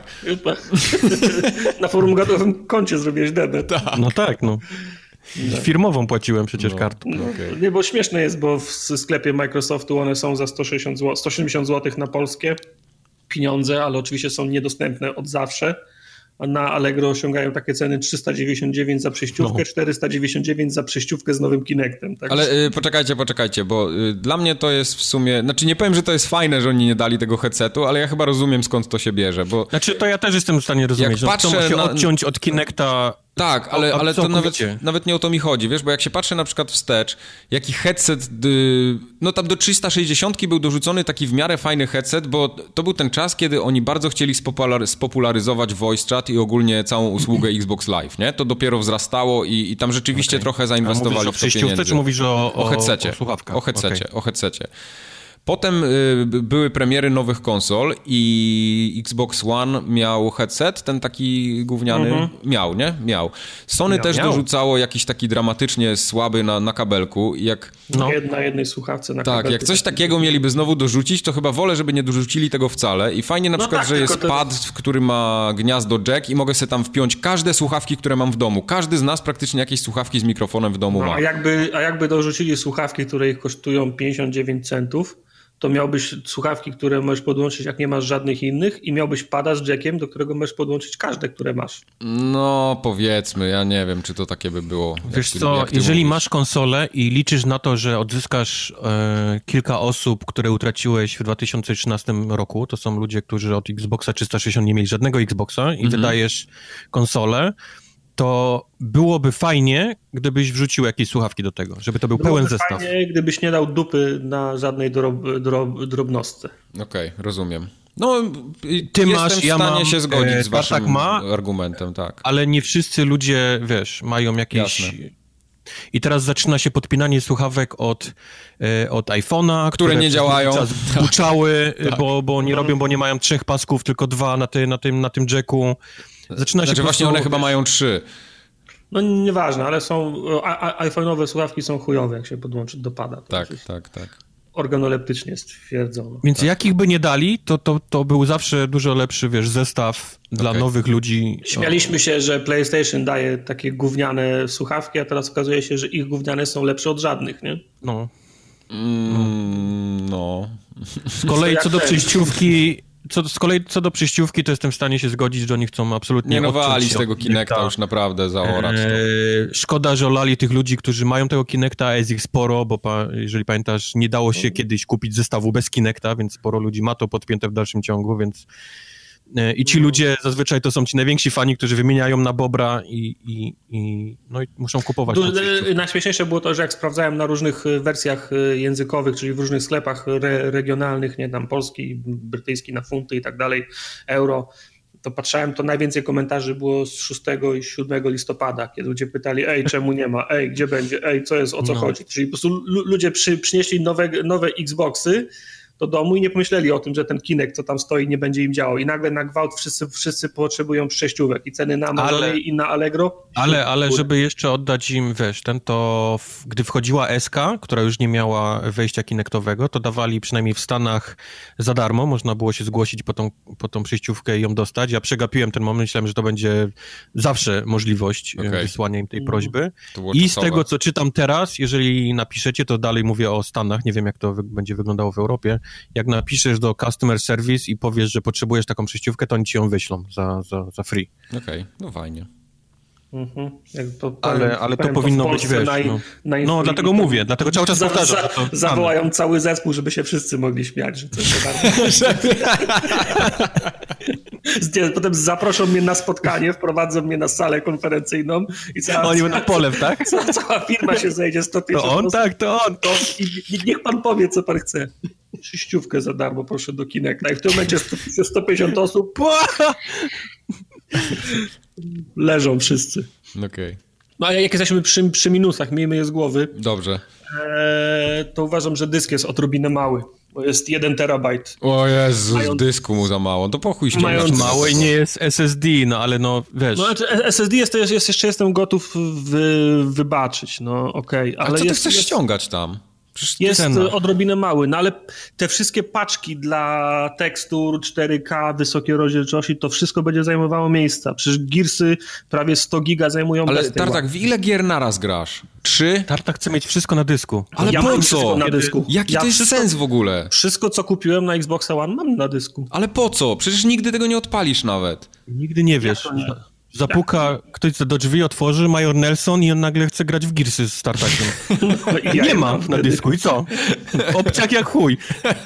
Na forumogatowym koncie zrobiłeś debet. Ta. No tak, no. No. Firmową płaciłem przecież no, kartą. No, okay. Nie, bo śmieszne jest, bo w sklepie Microsoftu one są za sto sześćdziesiąt złotych, sto siedemdziesiąt złotych na polskie pieniądze, ale oczywiście są niedostępne od zawsze. A na Allegro osiągają takie ceny trzysta dziewięćdziesiąt dziewięć za przejściówkę, no. czterysta dziewięćdziesiąt dziewięć za przejściówkę z nowym Kinectem. Tak? Ale y, poczekajcie, poczekajcie, bo y, dla mnie to jest w sumie... Znaczy nie powiem, że to jest fajne, że oni nie dali tego headsetu, ale ja chyba rozumiem, skąd to się bierze, bo... Znaczy to ja też jestem w stanie rozumieć, że chcą się na... odciąć od Kinecta... Tak, ale, ale to nawet, nawet nie o to mi chodzi, wiesz, bo jak się patrzy na przykład wstecz, jaki headset, no tam do trzysta sześćdziesiąt był dorzucony taki w miarę fajny headset, bo to był ten czas, kiedy oni bardzo chcieli spopulary, spopularyzować voice chat i ogólnie całą usługę Xbox Live, nie? To dopiero wzrastało i, i tam rzeczywiście okay. trochę zainwestowali w to pieniędzy. Czy mówisz o, o, o headsetie, o słuchawkach? O headsetie, okay. o headsetie. Potem y, były premiery nowych konsol i Xbox One miał headset, ten taki gówniany, mm-hmm. miał, nie? Miał. Sony miał, też miał. dorzucało jakiś taki dramatycznie słaby na, na kabelku. Jak, no. Na jednej słuchawce na tak, kabelku. Tak, jak coś takiego mieliby znowu dorzucić, to chyba wolę, żeby nie dorzucili tego wcale. I fajnie na no przykład, tak, że jest pad, jest... który ma gniazdo jack i mogę sobie tam wpiąć każde słuchawki, które mam w domu. Każdy z nas praktycznie jakieś słuchawki z mikrofonem w domu no, ma. A jakby, a jakby dorzucili słuchawki, które ich kosztują pięćdziesiąt dziewięć centów, to miałbyś słuchawki, które możesz podłączyć, jak nie masz żadnych innych i miałbyś pada z jackiem, do którego możesz podłączyć każde, które masz. No, powiedzmy, ja nie wiem, czy to takie by było. Wiesz ty, co, jeżeli mówisz. Masz konsolę i liczysz na to, że odzyskasz e, kilka osób, które utraciłeś w dwa tysiące trzynastym roku, to są ludzie, którzy od Xboxa trzysta sześćdziesiąt nie mieli żadnego Xboxa i mm-hmm. wydajesz konsolę, to byłoby fajnie, gdybyś wrzucił jakieś słuchawki do tego, żeby to był byłoby pełen zestaw. Fajnie, gdybyś nie dał dupy na żadnej drob, drob, drobnostce. Okej, okay, rozumiem. No, ty jestem masz, w stanie ja mam, się zgodzić e, z waszym tak ma, argumentem, tak. Ale nie wszyscy ludzie, wiesz, mają jakieś... Jasne. I teraz zaczyna się podpinanie słuchawek od, e, od iPhone'a, które, które nie działają. Buczały, tak. bo, bo nie robią, bo nie mają trzech pasków, tylko dwa na, ty, na, tym, na tym jacku. Zaczyna znaczy się właśnie prostu, one chyba mają trzy. No nieważne, ale są iPhone'owe słuchawki są chujowe, jak się podłączy do pada. Tak, tak, tak. Organoleptycznie stwierdzono. Więc tak. jakich by nie dali, to, to, to był zawsze dużo lepszy, wiesz, zestaw dla okay. nowych ludzi. Śmialiśmy się, że PlayStation daje takie gówniane słuchawki, a teraz okazuje się, że ich gówniane są lepsze od żadnych, nie? No. Mm, no. Z kolei co do przejściówki... Co, z kolei co do przejściówki, to jestem w stanie się zgodzić, że oni chcą absolutnie... Nie nowali z tego Kinecta już naprawdę zaorać. Eee, szkoda, że olali tych ludzi, którzy mają tego Kinecta, a jest ich sporo, bo pa, jeżeli pamiętasz, nie dało się kiedyś kupić zestawu bez Kinecta, więc sporo ludzi ma to podpięte w dalszym ciągu, więc I ci ludzie zazwyczaj to są ci najwięksi fani, którzy wymieniają na Bobra i, i, i, no i muszą kupować. Du- najśmieszniejsze było to, że jak sprawdzałem na różnych wersjach językowych, czyli w różnych sklepach re- regionalnych, nie tam polski, brytyjski na funty i tak dalej, euro, to patrzałem, to najwięcej komentarzy było z szóstego i siódmego listopada, kiedy ludzie pytali, ej, czemu nie ma, ej, gdzie będzie, ej, co jest, o co no. chodzi. Czyli po prostu l- ludzie przy, przynieśli nowe, nowe Xboxy do domu i nie pomyśleli o tym, że ten Kinect, co tam stoi, nie będzie im działał. I nagle na gwałt wszyscy, wszyscy potrzebują przejściówek i ceny na Amazonie ale, i na Allegro. Ale, ale żeby jeszcze oddać im, wiesz, ten to, w, gdy wchodziła S K, która już nie miała wejścia Kinectowego, to dawali przynajmniej w Stanach za darmo, można było się zgłosić po tą, po tą przejściówkę i ją dostać. Ja przegapiłem ten moment, myślałem, że to będzie zawsze możliwość okay. wysłania im tej mm. prośby. I z tego, co czytam teraz, jeżeli napiszecie, to dalej mówię o Stanach, nie wiem, jak to wy- będzie wyglądało w Europie. Jak napiszesz do Customer Service i powiesz, że potrzebujesz taką przejściówkę, to oni ci ją wyślą za, za, za free. Okej, okay. No fajnie. Mhm. To ale powiem, ale to powinno to być, wiesz, naj, no, naj, no dlatego to, mówię, dlatego cały czas za, powtarzam. Za, to, zawołają mamy. Cały zespół, żeby się wszyscy mogli śmiać, że coś Potem zaproszą mnie na spotkanie, wprowadzą mnie na salę konferencyjną i cała, oni na polew, tak? Cała, cała firma się zejdzie, sto pięćdziesiąt To on, osób, tak, to on. To, i niech pan powie, co pan chce. Czyściówkę za darmo, proszę, do Kinecta. I w tym momencie sto pięćdziesiąt osób leżą wszyscy. Okej. Okay. No a jak jesteśmy przy, przy minusach, miejmy je z głowy. Dobrze. E, to uważam, że dysk jest odrobinę mały, bo jest jeden terabajt. O Jezus, Mając... dysku mu za mało. To po chuj ściągać. Mając... Mały nie jest S S D, no ale no wiesz. No znaczy S S D jest, jest, jest jeszcze jestem gotów wy, wybaczyć, no okej. Okay. Ale co ty jest, chcesz jest... ściągać tam? Przecież jest cena. Odrobinę mały, no ale te wszystkie paczki dla tekstur cztery K, wysokiej rozdzielczości, to wszystko będzie zajmowało miejsca. Przecież Gearsy prawie sto giga zajmują. Ale Tartak, w ile gier naraz grasz? Trzy? Tartak chce mieć wszystko na dysku. Ale ja po co? Na dysku. Jaki ja to jest wszystko, sens w ogóle? Wszystko, co kupiłem na Xboxa One, mam na dysku. Ale po co? Przecież nigdy tego nie odpalisz nawet. Nigdy nie wiesz. Zapuka, ktoś do drzwi otworzy, Major Nelson i on nagle chce grać w Gearsy z Tartakiem. Ja nie ma na dysku i co? Obciak jak chuj.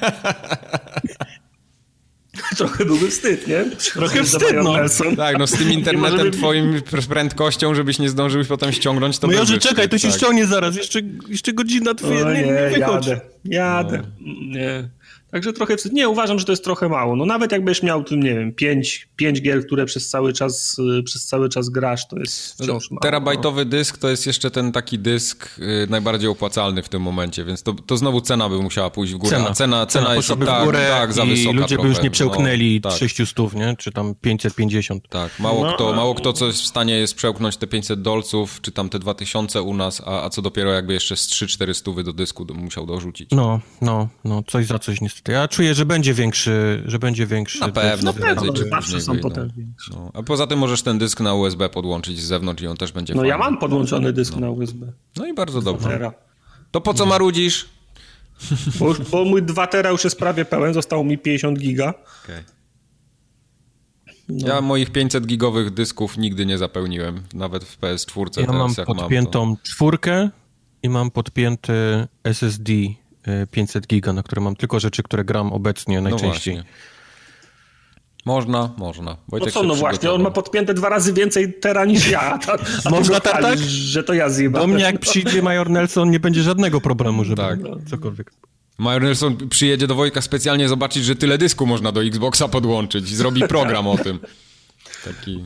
Trochę byłby wstyd, nie? Trochę wstyd, no. Nelson. Tak, no z tym internetem żeby... twoim prędkością, żebyś nie zdążył potem ściągnąć, to Majorze, czekaj, to się tak. ściągnie zaraz, jeszcze, jeszcze godzina twoja, nie, nie, nie wychodź. Jadę, jadę. No. Nie. Także trochę, nie, uważam, że to jest trochę mało. No nawet jakbyś miał tu, nie wiem, pięć, pięć gier, które przez cały czas przez cały czas grasz, to jest wciąż mało. Terabajtowy no. dysk to jest jeszcze ten taki dysk y, najbardziej opłacalny w tym momencie, więc to, to znowu cena by musiała pójść w górę. Cena, A cena, cena, cena jest tak, w górę tak, za wysoka i ludzie trochę. by już nie przełknęli no, tak. trzysta, nie? Czy tam pięćset pięćdziesiąt. Tak, mało, no. kto, mało kto co jest w stanie jest przełknąć te pięćset dolców, czy tam te dwa tysiące u nas, a, a co dopiero jakby jeszcze z trzy cztery stówy do dysku do, musiał dorzucić. No, no, no, coś za coś niestety. Ja czuję, że będzie większy, że będzie większy. Na pewno, na pewno, czy później są potem większe. No. A poza tym możesz ten dysk na U S B podłączyć z zewnątrz i on też będzie No fajny. ja mam podłączony dysk no. na U S B. No i bardzo dobrze. To po co marudzisz? Bo, już, bo mój dwa tera już jest prawie pełen, zostało mi pięćdziesiąt giga. Okay. No. Ja moich pięćset gigowych dysków nigdy nie zapełniłem, nawet w P S cztery. Ja teraz mam jak podpiętą mam, to... czwórkę i mam podpięty S S D pięćset giga, na które mam tylko rzeczy, które gram obecnie najczęściej. No można, można. Wojtek no co, no właśnie, on ma podpięte dwa razy więcej tera niż ja. A, a można tak, tak? Że to ja zjebałem. Do mnie jak przyjdzie Major Nelson, nie będzie żadnego problemu, żeby tak. cokolwiek. Major Nelson przyjedzie do Wojtka specjalnie zobaczyć, że tyle dysku można do Xboxa podłączyć i zrobi program o tym. Taki...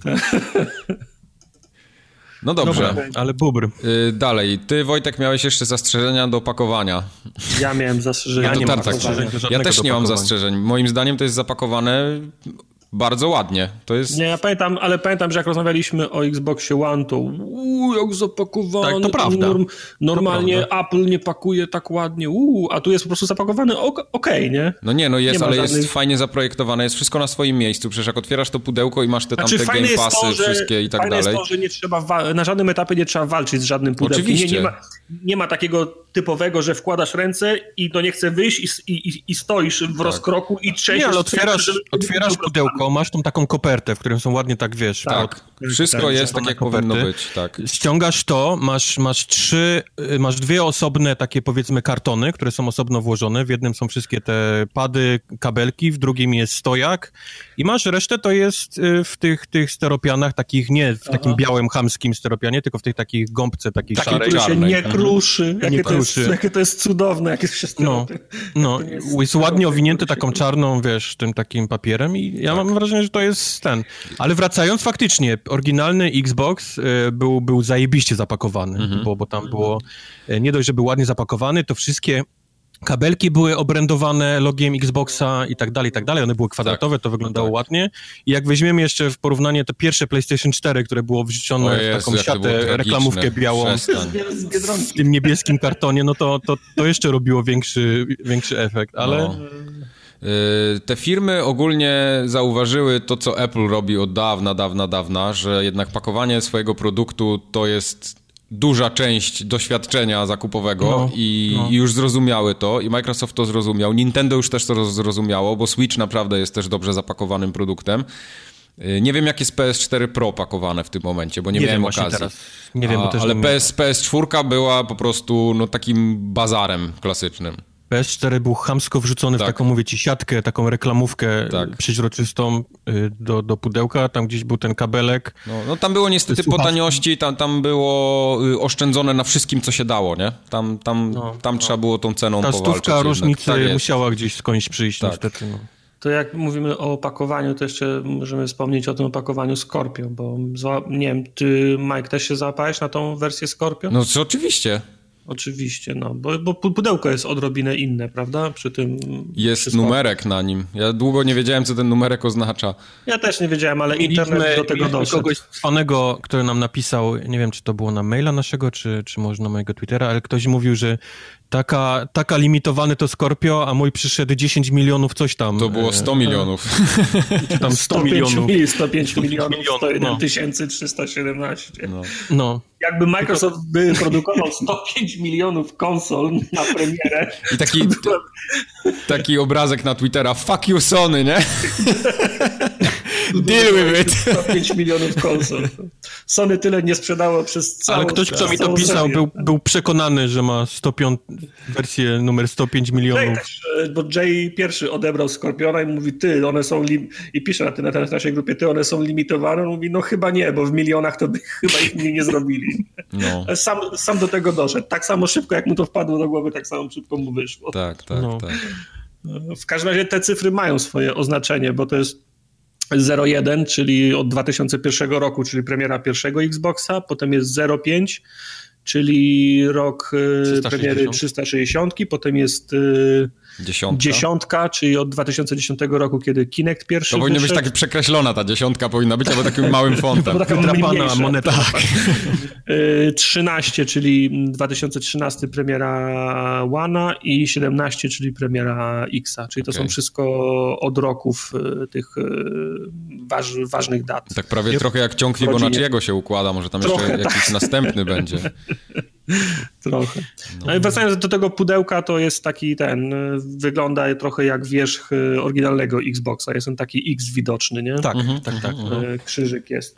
No dobrze. Dobra, ale bubr. Yy, dalej. Ty, Wojtek, miałeś jeszcze zastrzeżenia do pakowania. Ja miałem zastrzeżenia. Ja, nie mam tak, ja też nie mam zastrzeżeń. Moim zdaniem to jest zapakowane bardzo ładnie. To jest... Nie, ja pamiętam, ale pamiętam, że jak rozmawialiśmy o Xboxie One, to uuu, jak zapakowane. Tak, to prawda. Norm, normalnie to prawda. Apple nie pakuje tak ładnie, uuu, a tu jest po prostu zapakowany okej, okay, nie? No nie, no jest, nie ale żadnych... jest fajnie zaprojektowane, jest wszystko na swoim miejscu. Przecież jak otwierasz to pudełko i masz te znaczy, tamte Game Passy to, że, wszystkie i tak fajne dalej. Jest to, że nie trzeba wa- na żadnym etapie nie trzeba walczyć z żadnym pudełkiem. Oczywiście. Nie, nie, ma, nie ma takiego typowego, że wkładasz ręce i to nie chce wyjść i, i, i stoisz w tak. rozkroku i trzęsiesz. Nie, ale otwierasz, żeby... otwierasz pudełko, masz tą taką kopertę, w którym są ładnie tak, wiesz... Tak, od... wszystko tak, jest tak, jak koperty. Powinno być, tak. Ściągasz to, masz, masz trzy, masz dwie osobne takie, powiedzmy, kartony, które są osobno włożone. W jednym są wszystkie te pady, kabelki, w drugim jest stojak i masz resztę, to jest w tych, tych steropianach, takich nie w takim Aha. białym, chamskim steropianie, tylko w tych takich gąbce, takiej Taki, szarej. Taki, który się nie kruszy. Jakie, nie to kruszy. Jest, jakie to jest cudowne, jakie się No, no jest, jest ładnie owinięty taką czarną, wiesz, tym takim papierem i ja tak. mam wrażenie, że to jest ten. Ale wracając, faktycznie, oryginalny Xbox y, był, był zajebiście zapakowany, mhm. bo, bo tam było, y, nie dość, że był ładnie zapakowany, to wszystkie kabelki były obrędowane logiem Xboxa i tak dalej, i tak dalej. One były kwadratowe, to wyglądało tak. ładnie. I jak weźmiemy jeszcze w porównanie to pierwsze PlayStation cztery, które było wrzucone Jezu, w taką siatę, reklamówkę białą w tym niebieskim kartonie, no to, to, to jeszcze robiło większy, większy efekt, ale... No. Te firmy ogólnie zauważyły to, co Apple robi od dawna, dawna, dawna, że jednak pakowanie swojego produktu to jest duża część doświadczenia zakupowego no, i, no. i już zrozumiały to i Microsoft to zrozumiał. Nintendo już też to zrozumiało, bo Switch naprawdę jest też dobrze zapakowanym produktem. Nie wiem, jak jest P S cztery Pro pakowane w tym momencie, bo nie, nie miałem wiem, okazji. Teraz. Nie wiem, bo też ale P S, P S cztery była po prostu no, takim bazarem klasycznym. P S cztery był chamsko wrzucony tak. w taką, mówię ci, siatkę, taką reklamówkę tak. przeźroczystą y, do, do pudełka, tam gdzieś był ten kabelek. No, no tam było niestety po taniości, tam, tam było y, oszczędzone na wszystkim, co się dało, nie? Tam, tam, no, tam no. trzeba było tą ceną Ta powalczyć. Ta stówka różnicy tak musiała gdzieś skądś przyjść tak. niestety. No. To jak mówimy o opakowaniu, to jeszcze możemy wspomnieć o tym opakowaniu Scorpio, bo nie wiem, ty, Mike, też się załapałeś na tą wersję Scorpio? No co, oczywiście. Oczywiście, no, bo, bo pudełko jest odrobinę inne, prawda? Przy tym... Jest numerek na nim. Ja długo nie wiedziałem, co ten numerek oznacza. Ja też nie wiedziałem, ale internet mieliśmy, do tego doszedł. Kogoś fanego, który nam napisał, nie wiem, czy to było na maila naszego, czy, czy może na mojego Twittera, ale ktoś mówił, że taka, taka limitowany to Scorpio, a mój przyszedł dziesięć milionów coś tam. To było sto milionów. Czy tam sto milionów. sto pięć milionów, sto jeden tysięcy trzysta siedemnaście. No. no. Jakby Microsoft by produkował sto pięć milionów konsol na premierę. I taki, taki obrazek na Twittera, fuck you Sony, nie? Deal with it. sto pięć milionów konsol. Sony tyle nie sprzedało przez całą... Ale ktoś, kto mi to pisał, był, był przekonany, że ma sto pięć, wersję numer sto pięć milionów. Jay też, bo Jay pierwszy odebrał Skorpiona i mówi, ty, one są... Lim... I pisze na, ty, na naszej grupie, ty, one są limitowane. On mówi, no chyba nie, bo w milionach to by chyba ich nie, nie zrobili. No. Sam, sam do tego doszedł. Tak samo szybko, jak mu to wpadło do głowy, tak samo szybko mu wyszło. Tak, tak, no. tak. W każdym razie te cyfry mają swoje oznaczenie, bo to jest zero jeden, czyli od dwa tysiące pierwszego roku, czyli premiera pierwszego Xboxa, potem jest zero pięć, czyli rok trzysta sześćdziesiąt. Premiery trzysta sześćdziesiąt, potem jest dziesiątka. dziesiątka, czyli od dwa tysiące dziesiątego roku, kiedy Kinect pierwszy To powinna być tak przekreślona, ta dziesiątka powinna być, albo takim małym fontem. Wydrapana moneta. Tak. trzynaście, czyli dwa tysiące trzynasty premiera One'a i siedemnaście, czyli premiera X'a, czyli to okay. są wszystko od roków tych waż, ważnych dat. Tak prawie trochę jak ciąg Fibonacciego się układa, może tam trochę jeszcze jakiś tak. następny będzie. Trochę. No i wracając do tego pudełka, to jest taki ten, wygląda trochę jak wierzch oryginalnego Xboxa, jest on taki X widoczny, nie? Tak, mhm, tak, tak. Krzyżyk jest.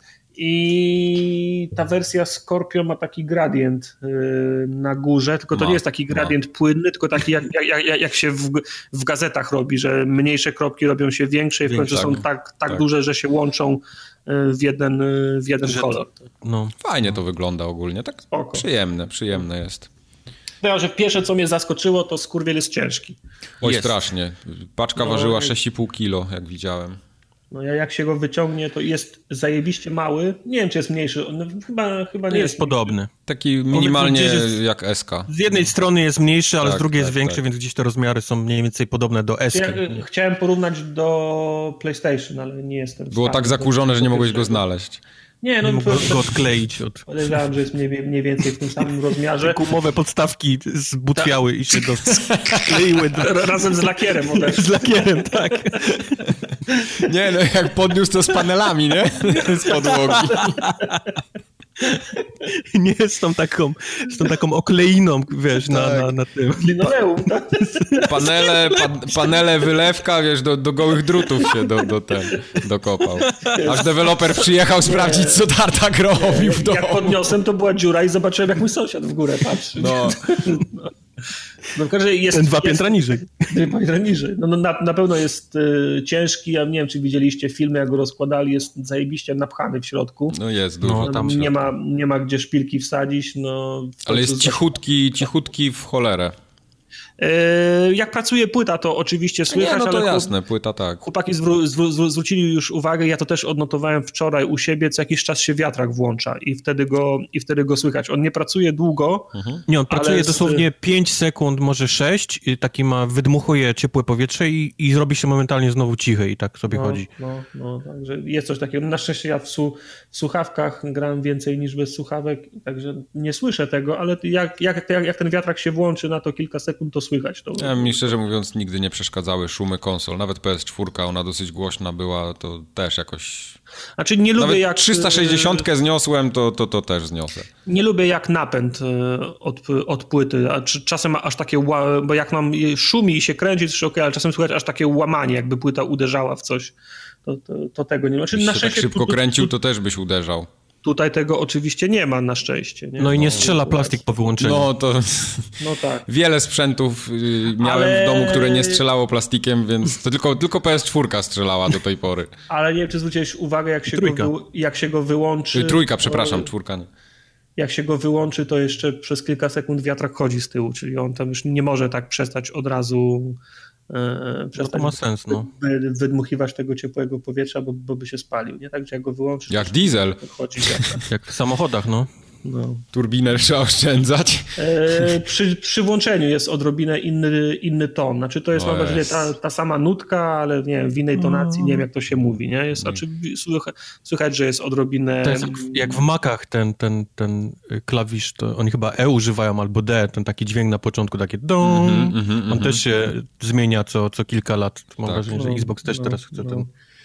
I ta wersja Scorpio ma taki gradient na górze, tylko to ma, nie jest taki gradient ma. płynny, tylko taki jak, jak, jak się w, w gazetach robi, że mniejsze kropki robią się większe i w końcu są tak, tak, tak duże, że się łączą w jeden, w jeden że, kolor. No. Fajnie to wygląda ogólnie, tak Spoko. przyjemne, przyjemne jest. No, że pierwsze, co mnie zaskoczyło, to skurwiel jest ciężki. Oj, jest. strasznie. Paczka no, ważyła sześć i pół kilo, jak widziałem. No ja jak się go wyciągnie, to jest zajebiście mały. Nie wiem, czy jest mniejszy. On chyba, chyba nie jest, jest podobny. Taki minimalnie jest, jak S K. Z jednej strony jest mniejszy, ale tak, z drugiej tak, jest większy, tak. więc gdzieś te rozmiary są mniej więcej podobne do S K. Ja chciałem porównać do PlayStation, ale nie jestem Było tak zakurzone, że nie mogłeś go znaleźć. Nie, no nie mógł go odkleić. Od... Podejrzewam, że jest mniej, mniej więcej w tym samym rozmiarze. Gumowe podstawki zbutwiały Ta. i się skleiły. Do... Razem z lakierem. Odeszły. Z lakierem, tak. Nie, no jak podniósł to z panelami, nie? Z podłogi. Nie z tą taką, z tą taką okleiną, wiesz, na, tak. na, na tym. Linoleum, tak? Panele, pa, panele wylewka, wiesz, do, do gołych drutów się do, do ten, dokopał. Aż deweloper przyjechał sprawdzić, co Tartak robił w domu. Jak podniosłem, to była dziura i zobaczyłem, jak mój sąsiad w górę patrzy. No. no. No, jest, Ten dwa piętra niżej. Dwa piętra niżej. No, no, na, na pewno jest y, ciężki, ja nie wiem, czy widzieliście filmy, jak go rozkładali, jest zajebiście napchany w środku. No jest dużo no, tam. Nie ma, nie ma gdzie szpilki wsadzić. No, ale jest cichutki, cichutki w cholerę. Jak pracuje płyta, to oczywiście słychać, nie, no to ale jasne, płyta tak. Chłopaki zwró- zwró- zwrócili już uwagę, ja to też odnotowałem wczoraj u siebie, co jakiś czas się wiatrak włącza i wtedy go, i wtedy go słychać. On nie pracuje długo. Mhm. Nie, on pracuje z... dosłownie pięć sekund, może sześć, taki ma, wydmuchuje ciepłe powietrze i, i zrobi się momentalnie znowu cichy i tak sobie no, chodzi. No, no, także jest coś takiego. Na szczęście ja w, su- w słuchawkach gram więcej niż bez słuchawek, także nie słyszę tego, ale jak, jak, jak, jak ten wiatrak się włączy na to kilka sekund, to słychać to. Ja, mi szczerze mówiąc nigdy nie przeszkadzały szumy konsol. Nawet P S cztery, ona dosyć głośna była, to też jakoś... Znaczy nie lubię Nawet jak... trzysta sześćdziesiąt zniosłem, to, to, to też zniosę. Nie lubię jak napęd od, od płyty, a czasem aż takie, bo jak nam szumi i się kręci, to jest okej, ale czasem słychać aż takie łamanie, jakby płyta uderzała w coś. To, to, to tego nie ma. Znaczy, Byś na się szczęście, tak szybko tu, tu, kręcił, tu, to też byś uderzał. Tutaj tego oczywiście nie ma, na szczęście. Nie? No i nie strzela plastik po wyłączeniu. No to no tak. Wiele sprzętów miałem ale... w domu, które nie strzelało plastikiem, więc to tylko, tylko P S cztery strzelała do tej pory. Ale nie wiem, czy zwróciłeś uwagę, jak się, go, wy... jak się go wyłączy. Trójka, przepraszam, to... czwórka nie. Jak się go wyłączy, to jeszcze przez kilka sekund wiatrak chodzi z tyłu, czyli on tam już nie może tak przestać od razu e, przestać no to ma sens, no. wy, wydmuchiwać tego ciepłego powietrza, bo, bo by się spalił, nie? Także jak go wyłączysz... Jak diesel. Chodzi jak w samochodach, no. No. Turbinę trzeba oszczędzać. E, przy, przy włączeniu jest odrobinę inny, inny ton. Znaczy to jest, mam wrażenie, ta, ta sama nutka, ale nie wiem, w innej tonacji, nie wiem jak to się mówi, nie? Jest, znaczy, słychać, słychać, że jest odrobinę... To jest jak, jak w Macach ten, ten, ten klawisz, to oni chyba E używają albo D, ten taki dźwięk na początku, takie dong, mm-hmm, mm-hmm, on mm-hmm. też się zmienia co, co kilka lat. Mam tak. wrażenie, że Xbox też no, teraz chce no. ten...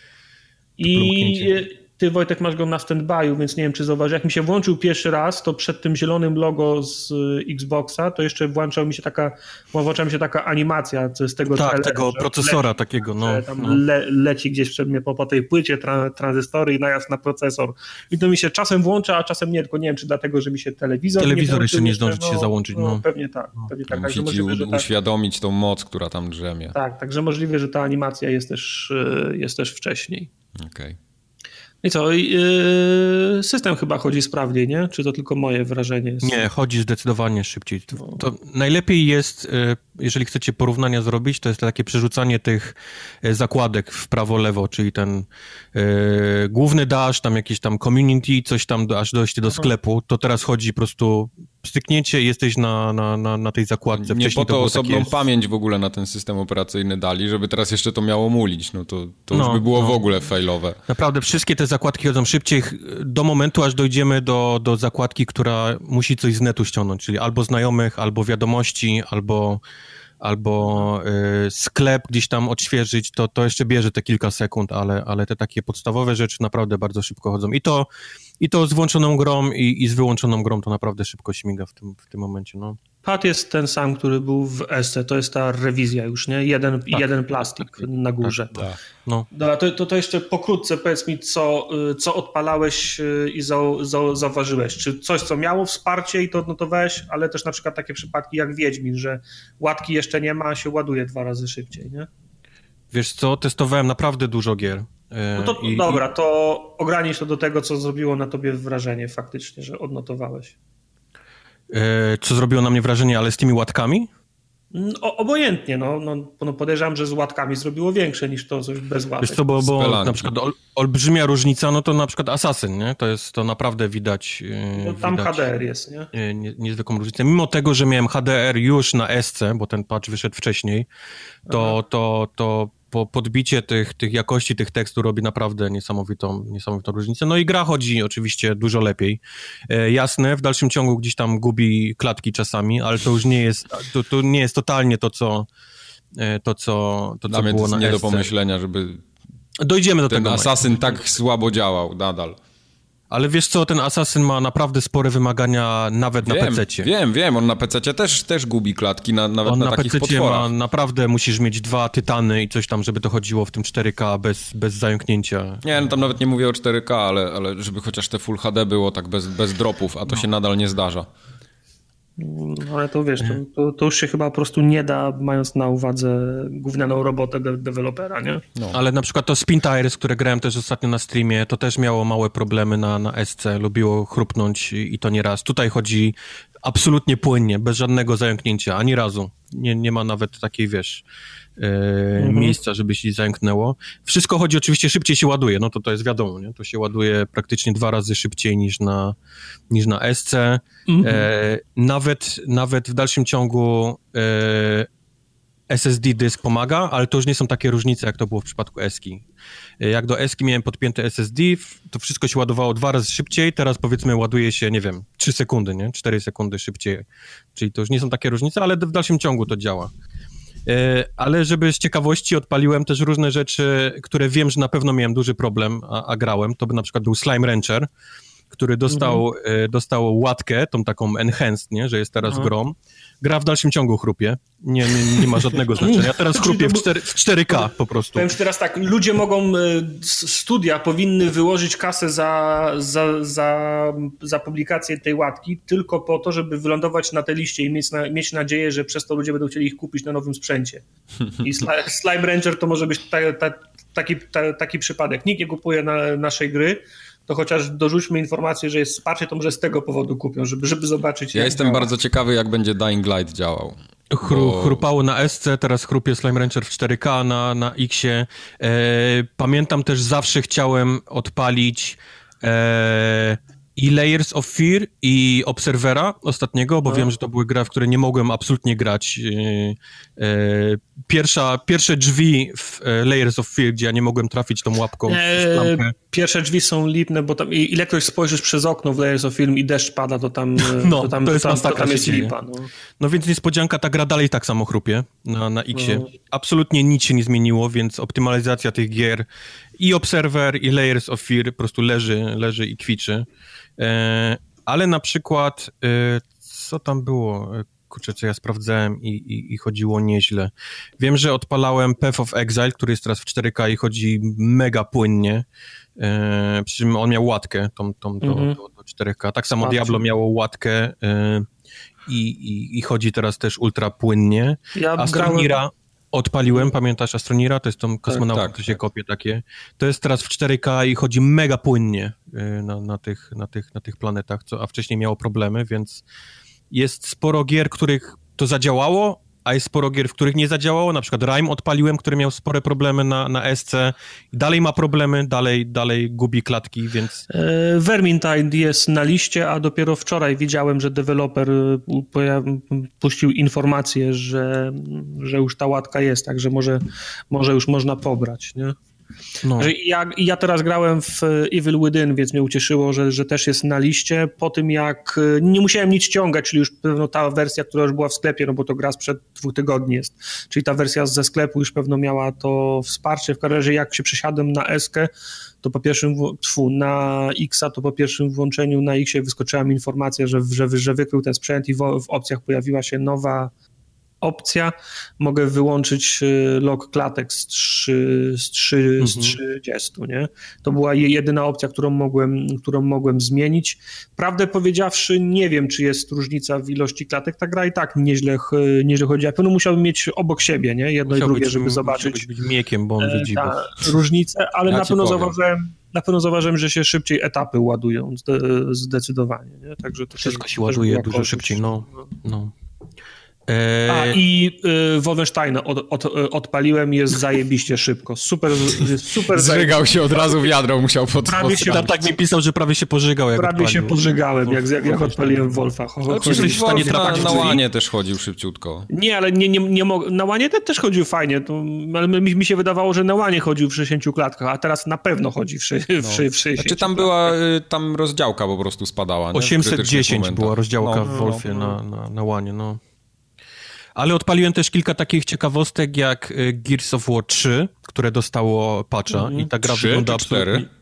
I... Ty, Wojtek, masz go na stand-by'u, więc nie wiem, czy zauważyłeś. Jak mi się włączył pierwszy raz, to przed tym zielonym logo z Xboxa, to jeszcze włączał mi się taka, włączała mi się taka animacja z tego Tak, trailera, tego procesora leci, takiego, no. Tam no. Le, leci gdzieś przed mnie po, po tej płycie tra, tranzystory i najazd na procesor. I to mi się czasem włącza, a czasem nie, tylko nie wiem, czy dlatego, że mi się telewizor Telewizor nie jeszcze nie zdąży no, się załączyć, no. no. Pewnie tak. Pewnie tak. Musi ci możliwe, u, uświadomić tak, tą moc, która tam drzemie. Tak, także możliwe, że ta animacja jest też, jest też wcześniej. Okej. Okay. I co, yy, system chyba chodzi sprawniej, nie? Czy to tylko moje wrażenie jest? Nie, chodzi zdecydowanie szybciej. To, to najlepiej jest, jeżeli chcecie porównania zrobić, to jest to takie przerzucanie tych zakładek w prawo, lewo, czyli ten yy, główny dash, tam jakieś tam community, coś tam do, aż dojście do Aha. sklepu, to teraz chodzi po prostu styknięcie i jesteś na, na, na, na tej zakładce. Nie Wcześniej po to, to osobną takie... pamięć w ogóle na ten system operacyjny dali, żeby teraz jeszcze to miało mulić. No to, to już no, by było no. w ogóle failowe. Naprawdę wszystkie te zakładki chodzą szybciej do momentu, aż dojdziemy do, do zakładki, która musi coś z netu ściągnąć, czyli albo znajomych, albo wiadomości, albo, albo y, sklep gdzieś tam odświeżyć, to, to jeszcze bierze te kilka sekund, ale, ale te takie podstawowe rzeczy naprawdę bardzo szybko chodzą. I to, i to z włączoną grą i, i z wyłączoną grą to naprawdę szybko śmiga w tym, w tym momencie, no. Pad jest ten sam, który był w Esce, to jest ta rewizja już, nie? Jeden, tak, jeden plastik tak, na górze. Tak, tak. No. Dobra, to, to, to jeszcze pokrótce powiedz mi, co, co odpalałeś i zau, zau, zauważyłeś. Czy coś, co miało wsparcie i to odnotowałeś, ale też na przykład takie przypadki jak Wiedźmin, że łatki jeszcze nie ma, a się ładuje dwa razy szybciej, nie? Wiesz co, testowałem naprawdę dużo gier. No to I, dobra, to ogranicz to do tego, co zrobiło na tobie wrażenie faktycznie, że odnotowałeś. Co zrobiło na mnie wrażenie, ale z tymi łatkami? O, obojętnie, no, no, no podejrzewam, że z łatkami zrobiło większe niż to coś bez łatek. Wiesz co, bo, bo na przykład ol, olbrzymia różnica, no to na przykład Assassin, nie? To jest, to naprawdę widać... No tam widać, H D R jest, nie? nie? Niezwykłą różnicę. Mimo tego, że miałem H D R już na Esce, bo ten patch wyszedł wcześniej, to, to, to po podbicie tych, tych jakości tych tekstów robi naprawdę niesamowitą, niesamowitą różnicę. No i gra chodzi oczywiście dużo lepiej. E, jasne, w dalszym ciągu gdzieś tam gubi klatki czasami, ale to już nie jest, to, to nie jest totalnie to, co to, co, to, Dla co mnie było to jest na nie Esce. do pomyślenia, żeby Dojdziemy do ten tego. Assassin tak słabo działał nadal. Ale wiesz co, ten Assassin ma naprawdę spore wymagania nawet wiem, na pececie. Wiem, wiem, on na pececie też, też gubi klatki, na, nawet on na, na takich pececie potworach. ma naprawdę, musisz mieć dwa tytany i coś tam, żeby to chodziło w tym cztery K bez, bez zająknięcia. Nie, no tam nawet nie mówię o cztery K, ale, ale żeby chociaż te Full H D było tak bez, bez dropów, a to no. się nadal nie zdarza. No ale to wiesz, to, to, to już się chyba po prostu nie da, mając na uwadze gównianą robotę de- dewelopera, nie? No. Ale na przykład to Spin Tires, które grałem też ostatnio na streamie, to też miało małe problemy na, na S C, lubiło chrupnąć i, i to nie raz. Tutaj chodzi absolutnie płynnie, bez żadnego zająknięcia, ani razu. Nie, nie ma nawet takiej, wiesz, e, mhm. miejsca, żeby się zająknęło. Wszystko chodzi, oczywiście szybciej się ładuje, no to to jest wiadomo, nie? To się ładuje praktycznie dwa razy szybciej niż na, niż na S C. Mhm. E, nawet, nawet w dalszym ciągu e, S S D dysk pomaga, ale to już nie są takie różnice, jak to było w przypadku Eski. Jak do Eski miałem podpięte S S D, to wszystko się ładowało dwa razy szybciej, teraz powiedzmy ładuje się, nie wiem, trzy sekundy, nie? cztery sekundy szybciej. Czyli to już nie są takie różnice, ale w dalszym ciągu to działa. Ale żeby z ciekawości odpaliłem też różne rzeczy, które wiem, że na pewno miałem duży problem, a, a grałem. To by na przykład był Slime Rancher, który dostał, mhm. dostał łatkę, tą taką enhanced, nie? Że jest teraz mhm. grą. Gra w dalszym ciągu chrupie. Nie, nie, nie ma żadnego znaczenia. Teraz chrupie w, cztery, w cztery K po prostu. Powiem ci teraz tak, ludzie mogą, studia powinny wyłożyć kasę za, za, za, za publikację tej łatki tylko po to, żeby wylądować na tej liście i mieć, na, mieć nadzieję, że przez to ludzie będą chcieli ich kupić na nowym sprzęcie. I Slime Rancher to może być ta, ta, taki, ta, taki przypadek. Nikt nie kupuje na, naszej gry, to chociaż dorzućmy informację, że jest wsparcie, to może z tego powodu kupią, żeby, żeby zobaczyć. Ja jak jestem działa. bardzo ciekawy, jak będzie Dying Light działał. Chru, bo... Chrupało na S C, teraz chrupie Slime Rancher w cztery K na, na X-ie. E, pamiętam też, zawsze chciałem odpalić e, i Layers of Fear i Observera ostatniego, bo no. wiem, że to były gry, w które nie mogłem absolutnie grać. E, e, pierwsza, pierwsze drzwi w Layers of Fear, gdzie ja nie mogłem trafić tą łapką w lampę. Pierwsze drzwi są lipne, bo tam ile ktoś spojrzysz przez okno w Layers of Film i deszcz pada, to tam, no, to tam, to jest, to tam, to tam jest lipa. No. no więc niespodzianka, ta gra dalej tak samo chrupie na, na X-ie. No. Absolutnie nic się nie zmieniło, więc optymalizacja tych gier i Observer, i Layers of Fear po prostu leży, leży i kwiczy. E, ale na przykład, e, co tam było? Kurczę, co ja sprawdzałem i, i, i chodziło nieźle. Wiem, że odpalałem Path of Exile, który jest teraz w cztery K i chodzi mega płynnie. E, przy czym on miał łatkę tą, tą do, mm-hmm. do, do cztery K. Tak samo Diablo miało łatkę e, i, i, i chodzi teraz też ultra płynnie. Ja Astronira grałem... odpaliłem, pamiętasz Astronira? To jest tą kosmonauta, tak, tak, to się tak. kopie takie. To jest teraz w cztery K i chodzi mega płynnie e, na, na, tych, na, tych, na tych planetach, co, a wcześniej miało problemy, więc jest sporo gier, których to zadziałało, a jest sporo gier, w których nie zadziałało. Na przykład Rime odpaliłem, który miał spore problemy na, na S C. Dalej ma problemy, dalej, dalej gubi klatki, więc... Vermintide jest na liście, a dopiero wczoraj widziałem, że deweloper puścił informację, że, że już ta łatka jest, także może, może już można pobrać, nie? No. Ja, ja teraz grałem w Evil Within, więc mnie ucieszyło, że, że też jest na liście. Po tym jak nie musiałem nic ściągać, czyli już pewno ta wersja, która już była w sklepie, no bo to gra sprzed dwóch tygodni jest, czyli ta wersja ze sklepu już pewno miała to wsparcie. W każdym razie jak się przesiadłem na S-kę, to po pierwszym, tfu, na X-a, to po pierwszym włączeniu na X-ie wyskoczyła mi informacja, że, że, że wykrył ten sprzęt i w, w opcjach pojawiła się nowa opcja, mogę wyłączyć log klatek z, trzy, z, trzy, mhm. z trzydziestu, nie? To była jedyna opcja, którą mogłem, którą mogłem zmienić. Prawdę powiedziawszy, nie wiem, czy jest różnica w ilości klatek. Ta gra i tak nieźle, nieźle chodzi. Ja pewno musiałbym mieć obok siebie, nie? Jedno musiał i drugie, być, żeby zobaczyć być miekiem, bo on widzi ta bo... różnicę, ale ja na pewno powiem. zauważyłem, na pewno zauważyłem, że się szybciej etapy ładują, zdecydowanie, nie? Także to wszystko też, się ładuje dużo korzyść. szybciej, no. no. A i y, Wolfensteina od, od, odpaliłem, jest zajebiście szybko. Super, super. Zżygał się od razu wiadro, musiał pod, prawie się, tam tak mi pisał, że prawie się pożygał, jak Prawie odpalił. się pożygałem, jak, jak, jak odpaliłem Wolfa. Jesteś w stanie trafić na, na łanie też chodził szybciutko. Nie, ale nie, nie, nie mo- na łanie te, też chodził fajnie, to, ale mi, mi się wydawało, że na łanie chodził w sześćdziesięciu klatkach, a teraz na pewno chodzi w, szy, w, no. w sześćdziesięciu. Czy tam była, tam rozdziałka po prostu spadała, nie? osiemset dziesięć była rozdziałka no, w Wolfie no, no. na, na, na łanie, no. Ale odpaliłem też kilka takich ciekawostek jak Gears of War trzy, które dostało patcha mm, i ta gra wygląda absolutnie...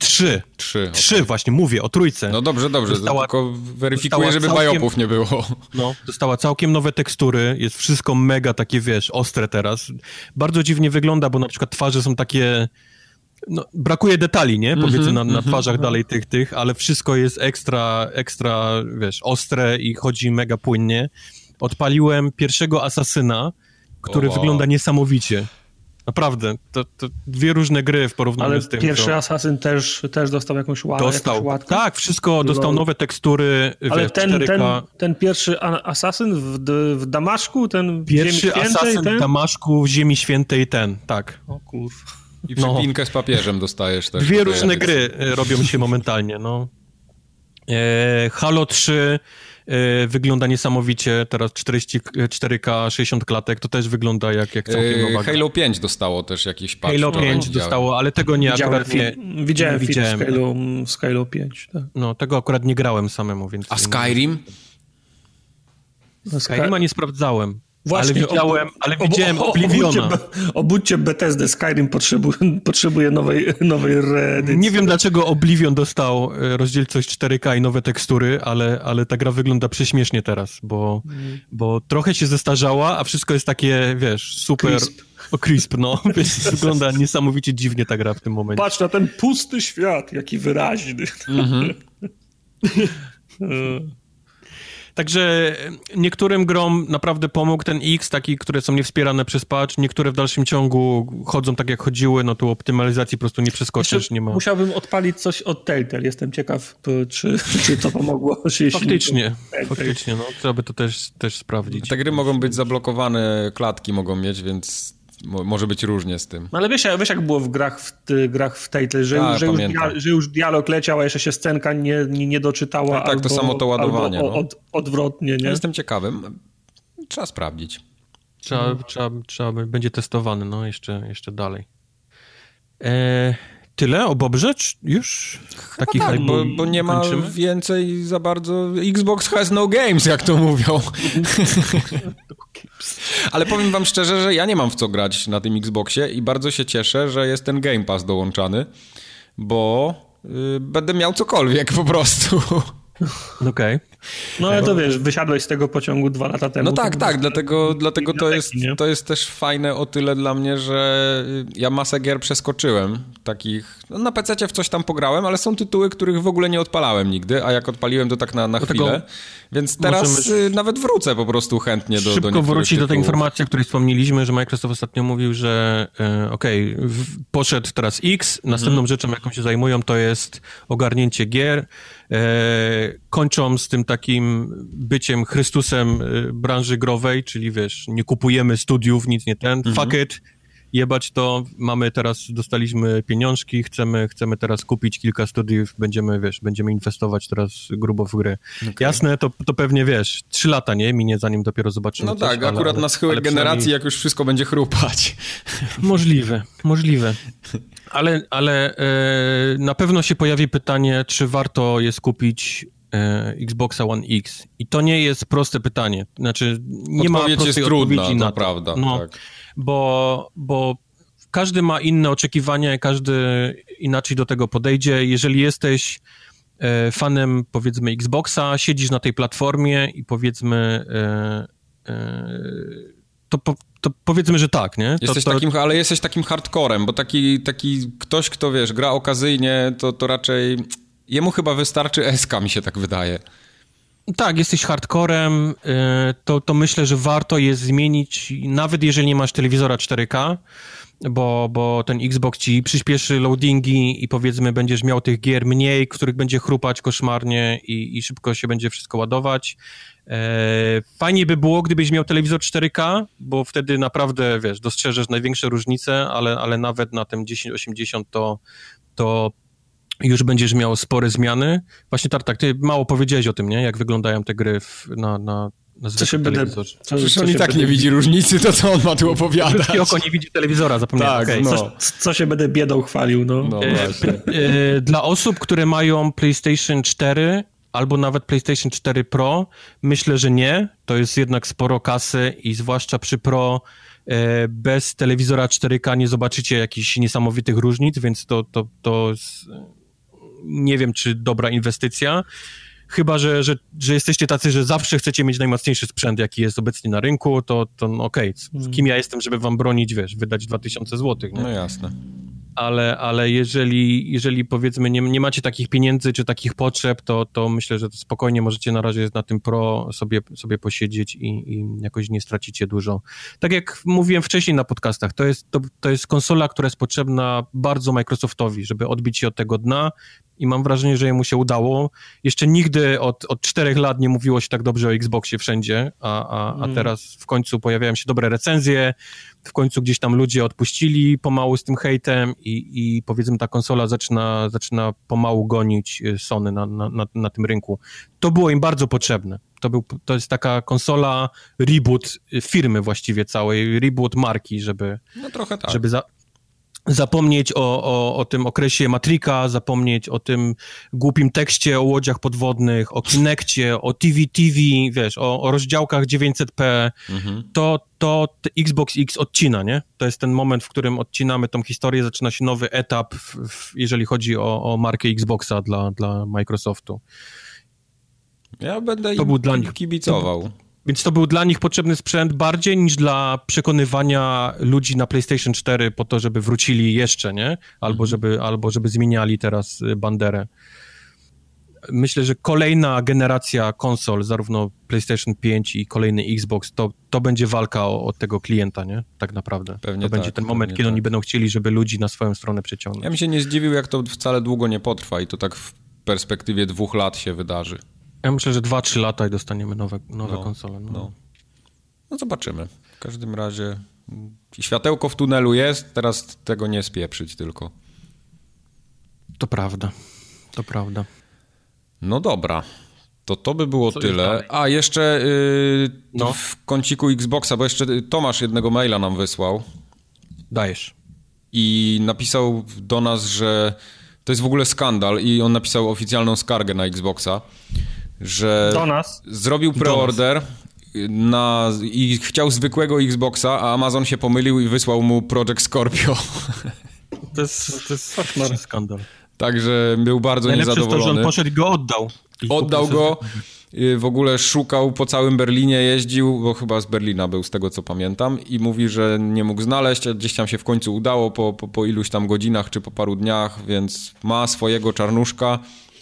Trzy. Trzy, okay. Trzy, właśnie, mówię o trójce. No dobrze, dobrze, dostała, tylko weryfikuję, żeby całkiem, bajopów nie było. No, dostała całkiem nowe tekstury, jest wszystko mega takie, wiesz, ostre teraz. Bardzo dziwnie wygląda, bo na przykład twarze są takie... No, brakuje detali, nie? Powiedzmy mm-hmm, na, na twarzach mm-hmm. dalej tych, tych, ale wszystko jest ekstra, ekstra, wiesz, ostre i chodzi mega płynnie. Odpaliłem pierwszego Asasyna, który oh, wow. wygląda niesamowicie. Naprawdę, to, to dwie różne gry w porównaniu ale z tym. Ale pierwszy to... Asasyn też, też dostał jakąś ładkę. Dostał, jakąś tak, wszystko, Było... dostał nowe tekstury. Ale wiesz, ten, ten, ten pierwszy Asasyn w, w Damaszku, ten w Pierwszy Ziemi Świętej? Asasyn ten? w Damaszku w Ziemi Świętej, ten, tak. O kurwa. I przypinkę no. z papieżem dostajesz też. Dwie różne gry robią się momentalnie, no. E, Halo trzy e, wygląda niesamowicie, teraz czterdzieści cztery K, sześćdziesiąt klatek, to też wygląda jak, jak całkiem nowa gra. Halo pięć dostało też jakiś patch. Halo pięć no, dostało, ale tego nie widziałem akurat nie... Widziałem film widziałem. Z, Halo, z Halo pięć. Tak. No, tego akurat nie grałem samemu, więc... A Skyrim? No, Skyrima nie sprawdzałem. Właśnie, ale widziałem, ob, ale widziałem ob, ob, Obliviona. Obudźcie, obudźcie Bethesdę, Skyrim potrzebuje, potrzebuje nowej, nowej reedycji. Nie wiem, dlaczego Oblivion dostał rozdzielczość cztery K i nowe tekstury, ale, ale ta gra wygląda prześmiesznie teraz, bo, mm. bo trochę się zestarzała, a wszystko jest takie, wiesz, super... Crisp. O, crisp, no. Więc wygląda niesamowicie dziwnie ta gra w tym momencie. Patrz na ten pusty świat, jaki wyraźny. Mm-hmm. Także niektórym grom naprawdę pomógł ten X, taki, które są niewspierane przez patch, niektóre w dalszym ciągu chodzą tak, jak chodziły, no tu optymalizacji po prostu nie przeskoczysz, nie ma... Musiałbym odpalić coś od Telltale, jestem ciekaw, czy, czy to pomogło. Faktycznie, faktycznie, no trzeba by to też, też sprawdzić. Te gry mogą być zablokowane, klatki mogą mieć, więc... Może być różnie z tym. No ale wiesz, wiesz jak było w grach w, ty, grach w Telltale, że, a, że, już dia, że już dialog leciał, a jeszcze się scenka nie, nie, nie doczytała. Tak, tak albo, to samo to ładowanie. Albo no. od, odwrotnie, nie? Ja jestem ciekawy. Trzeba sprawdzić. Trzeba, hmm. trzeba, trzeba będzie testowany, no jeszcze, jeszcze dalej. E, tyle o Bobrze? Już? Taki tak, hype, bo, bo nie ma kończymy? Więcej za bardzo... Xbox has no games, jak to mówią. Ale powiem wam szczerze, że ja nie mam w co grać na tym Xboxie i bardzo się cieszę, że jest ten Game Pass dołączany, bo y, będę miał cokolwiek po prostu. Okej. Okay. No ale to wiesz, wysiadłeś z tego pociągu dwa lata temu. No tak, tak, dlatego, dlatego to, jest, to jest też fajne o tyle dla mnie, że ja masę gier przeskoczyłem, takich, no na pececie w coś tam pograłem, ale są tytuły, których w ogóle nie odpalałem nigdy, a jak odpaliłem to tak na, na chwilę, więc teraz możemy... nawet wrócę po prostu chętnie do, do niektórych Szybko wrócić tytułów. do tej informacji, o której wspomnieliśmy, że Microsoft ostatnio mówił, że e, okej, okay, poszedł teraz X, następną hmm. rzeczą, jaką się zajmują, to jest ogarnięcie gier, e, kończą z tym takim byciem Chrystusem branży growej, czyli wiesz, nie kupujemy studiów, nic nie ten, mm-hmm. fuck it, jebać to, mamy teraz, dostaliśmy pieniążki, chcemy, chcemy teraz kupić kilka studiów, będziemy, wiesz, będziemy inwestować teraz grubo w gry. Okay. Jasne, to, to pewnie, wiesz, trzy lata, nie? Minie, zanim dopiero zobaczymy No coś, tak, ale, akurat ale, na schyłek generacji, przynajmniej... jak już wszystko będzie chrupać. Możliwe, możliwe. Ale, ale e, na pewno się pojawi pytanie, czy warto jest kupić e, Xboxa One X. I to nie jest proste pytanie. Znaczy, nie Odpowiedź ma prostej jest trudna, odpowiedzi na to. Prawda, no, tak. bo, bo każdy ma inne oczekiwania, każdy inaczej do tego podejdzie. Jeżeli jesteś e, fanem, powiedzmy, Xboxa, siedzisz na tej platformie i powiedzmy... E, e, to po, to powiedzmy, że tak, nie? Jesteś to, to... takim, ale jesteś takim hardcorem, bo taki, taki ktoś, kto, wiesz, gra okazyjnie, to, to raczej jemu chyba wystarczy S K, mi się tak wydaje. Tak, jesteś hardcorem, to, to myślę, że warto jest zmienić, nawet jeżeli nie masz telewizora cztery K, bo, bo ten Xbox ci przyspieszy loadingi i powiedzmy będziesz miał tych gier mniej, których będzie chrupać koszmarnie i, i szybko się będzie wszystko ładować. E, fajnie by było, gdybyś miał telewizor cztery K, bo wtedy naprawdę, wiesz, dostrzeżesz największe różnice, ale, ale nawet na tym tysiąc osiemdziesiąt to, to już będziesz miał spore zmiany. Właśnie Tartak, ty mało powiedziałeś o tym, nie? Jak wyglądają te gry w, na, na, na zwykłym telewizorze. Co, Przecież on i tak nie widzi różnicy, to co on ma tu opowiadać? Ludzkie oko nie widzi telewizora, zapomniałem. Tak, okay. no. co, co się będę biedą chwalił, no. no e, e, dla osób, które mają PlayStation cztery albo nawet PlayStation cztery Pro, myślę, że nie. To jest jednak sporo kasy i zwłaszcza przy Pro e, bez telewizora cztery K nie zobaczycie jakichś niesamowitych różnic, więc to, to, to nie wiem, czy dobra inwestycja. Chyba, że, że, że jesteście tacy, że zawsze chcecie mieć najmocniejszy sprzęt, jaki jest obecnie na rynku, to, to no okej, okay. Kim ja jestem, żeby wam bronić, wiesz, wydać dwa tysiące złotych, nie? No jasne. Ale, ale jeżeli, jeżeli powiedzmy nie, nie macie takich pieniędzy czy takich potrzeb, to, to myślę, że spokojnie możecie na razie na tym Pro sobie, sobie posiedzieć i, i jakoś nie stracicie dużo. Tak jak mówiłem wcześniej na podcastach, to jest, to, to jest konsola, która jest potrzebna bardzo Microsoftowi, żeby odbić się od tego dna i mam wrażenie, że jemu się udało. Jeszcze nigdy od, od czterech lat nie mówiło się tak dobrze o Xboxie wszędzie, a, a, a mm. teraz w końcu pojawiają się dobre recenzje, w końcu gdzieś tam ludzie odpuścili pomału z tym hejtem i, i powiedzmy ta konsola zaczyna, zaczyna pomału gonić Sony na, na, na, na tym rynku. To było im bardzo potrzebne. To, był, to jest taka konsola reboot firmy właściwie całej, reboot marki, żeby, no trochę tak. żeby za, zapomnieć o, o, o tym okresie Matrika, zapomnieć o tym głupim tekście o łodziach podwodnych, o Kinectie, o T V T V, wiesz, o, o rozdziałkach dziewięćset p. Mhm. To, to Xbox X odcina, nie? To jest ten moment, w którym odcinamy tą historię, zaczyna się nowy etap, w, w, jeżeli chodzi o, o markę Xboxa dla, dla Microsoftu. Ja będę to im był dla nich, kibicował. To, Więc to był dla nich potrzebny sprzęt bardziej niż dla przekonywania ludzi na PlayStation cztery po to, żeby wrócili jeszcze, nie? Albo, żeby, albo żeby zmieniali teraz banderę. Myślę, że kolejna generacja konsol, zarówno PlayStation pięć i kolejny Xbox, to, to będzie walka o, o tego klienta, nie? Tak naprawdę. Pewnie to tak, będzie ten moment, kiedy tak. oni będą chcieli, żeby ludzi na swoją stronę przyciągnąć. Ja bym się nie zdziwił, jak to wcale długo nie potrwa i to tak w perspektywie dwóch lat się wydarzy. Ja myślę, że dwa trzy lata i dostaniemy nowe, nowe no, konsole. No. No. no zobaczymy. W każdym razie światełko w tunelu jest, teraz tego nie spieprzyć tylko. To prawda, to prawda. No dobra, to to by było Co tyle. A jeszcze yy, no. w kąciku Xboxa, bo jeszcze Tomasz jednego maila nam wysłał. Dajesz. I napisał do nas, że to jest w ogóle skandal i on napisał oficjalną skargę na Xboxa, że do nas. zrobił preorder na, i chciał zwykłego Xboxa, a Amazon się pomylił i wysłał mu Project Scorpio. To jest, to jest skandal. Także był bardzo Najlepsze niezadowolony. To, że on poszedł i go oddał. I oddał go, w ogóle szukał, po całym Berlinie jeździł, bo chyba z Berlina był, z tego co pamiętam, i mówi, że nie mógł znaleźć, a gdzieś tam się w końcu udało po, po, po iluś tam godzinach czy po paru dniach, więc ma swojego czarnuszka.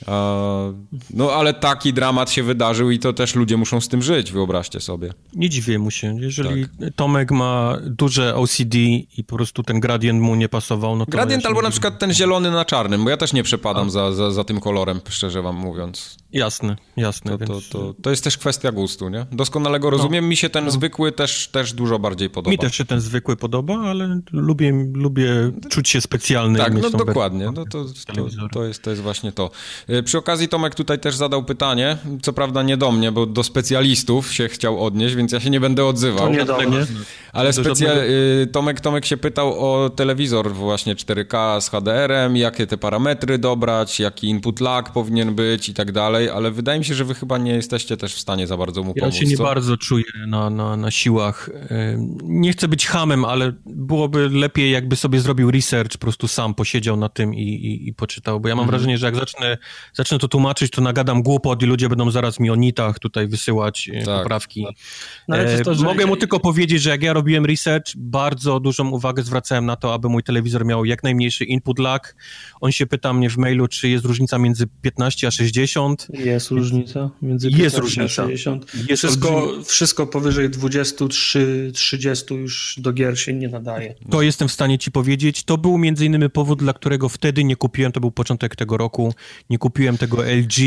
No ale taki dramat się wydarzył i to też ludzie muszą z tym żyć, wyobraźcie sobie. Nie dziwię mu się, jeżeli tak. Tomek ma duże O C D i po prostu ten gradient mu nie pasował, no to... Gradient albo na przykład ten zielony na czarnym, bo ja też nie przepadam za, za, za tym kolorem, szczerze wam mówiąc. Jasne, jasne. To, więc... to, to, to jest też kwestia gustu, nie? Doskonalego rozumiem, no. mi się ten no. zwykły też, też dużo bardziej podoba. Mi też się ten zwykły podoba, ale lubię, lubię czuć się specjalny. Tak, no dokładnie, no to, to, to, jest, to jest właśnie to. Przy okazji Tomek tutaj też zadał pytanie, co prawda nie do mnie, bo do specjalistów się chciał odnieść, więc ja się nie będę odzywał. To nie do mnie. Ale specja... Tomek, Tomek się pytał o telewizor właśnie cztery K z H D R-em, jakie te parametry dobrać, jaki input lag powinien być i tak dalej, ale wydaje mi się, że wy chyba nie jesteście też w stanie za bardzo mu pomóc. Ja się nie co? bardzo czuję na, na, na siłach. Nie chcę być hamem, ale byłoby lepiej, jakby sobie zrobił research, po prostu sam posiedział na tym i, i, i poczytał, bo ja mam mhm. wrażenie, że jak zacznę, zacznę to tłumaczyć, to nagadam głupot i ludzie będą zaraz mi o nitach tutaj wysyłać tak. poprawki. No, e, to, że... Mogę mu tylko powiedzieć, że jak ja robiłem research, bardzo dużą uwagę zwracałem na to, aby mój telewizor miał jak najmniejszy input lag. On się pyta mnie w mailu, czy jest różnica między piętnaście a sześćdziesiąt. Jest różnica. Między jest różnica. a sześćdziesiąt. Jest wszystko, wszystko powyżej dwadzieścia trzy trzydzieści już do gier się nie nadaje. To jestem w stanie ci powiedzieć. To był między innymi powód, dla którego wtedy nie kupiłem, to był początek tego roku, nie kupiłem tego L G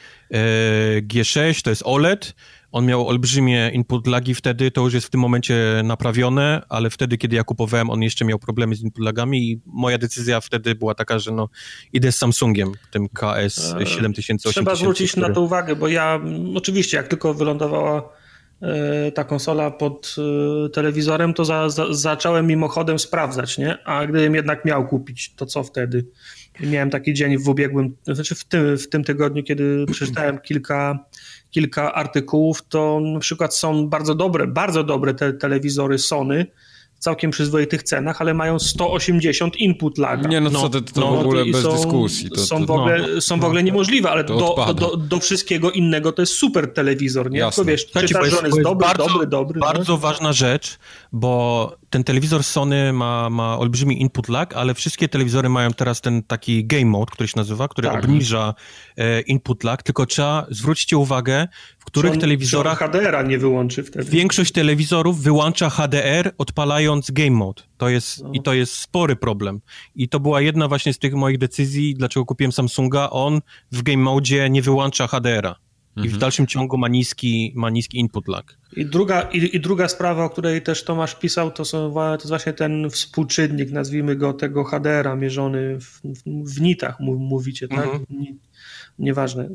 e, G sześć, to jest O L E D. On miał olbrzymie input lagi wtedy, to już jest w tym momencie naprawione, ale wtedy, kiedy ja kupowałem, on jeszcze miał problemy z input lagami i moja decyzja wtedy była taka, że no idę z Samsungiem, tym K S siedem tysięcy, osiem tysięcy. Trzeba zwrócić który... na to uwagę, bo ja oczywiście jak tylko wylądowała y, ta konsola pod y, telewizorem, to za, za, zacząłem mimochodem sprawdzać, nie? A gdybym jednak miał kupić, to co wtedy? I miałem taki dzień w ubiegłym, znaczy w tym, w tym tygodniu, kiedy przeczytałem kilka kilka artykułów, to na przykład są bardzo dobre, bardzo dobre te telewizory Sony, całkiem przyzwoitych cenach, ale mają sto osiemdziesiąt input laga. Nie, no, no co ty, to no, w ogóle bez są, dyskusji. To, są, to, w ogóle, no, są w ogóle niemożliwe, ale do, do, do wszystkiego innego to jest super telewizor, nie? Jasne. Tylko wiesz, Słuchajcie, czytasz, że on jest, jest dobry, bardzo, dobry, dobry. Bardzo no? ważna rzecz, bo ten telewizor Sony ma, ma olbrzymi input lag, ale wszystkie telewizory mają teraz ten taki game mode, który się nazywa, który tak. obniża e, input lag, tylko trzeba, zwróćcie uwagę, w których on, telewizorach... H D R-a nie wyłączy wtedy. Większość telewizorów wyłącza H D R, odpalając game mode. To jest, no. I to jest spory problem. I to była jedna właśnie z tych moich decyzji, dlaczego kupiłem Samsunga. On w game mode nie wyłącza H D R-a. I w dalszym ciągu ma niski, ma niski input lag. I druga, i, i druga sprawa, o której też Tomasz pisał, to, są, to jest właśnie ten współczynnik, nazwijmy go, tego H D R-a mierzony w, w, w nitach, mówicie, tak? Mhm. Nieważne.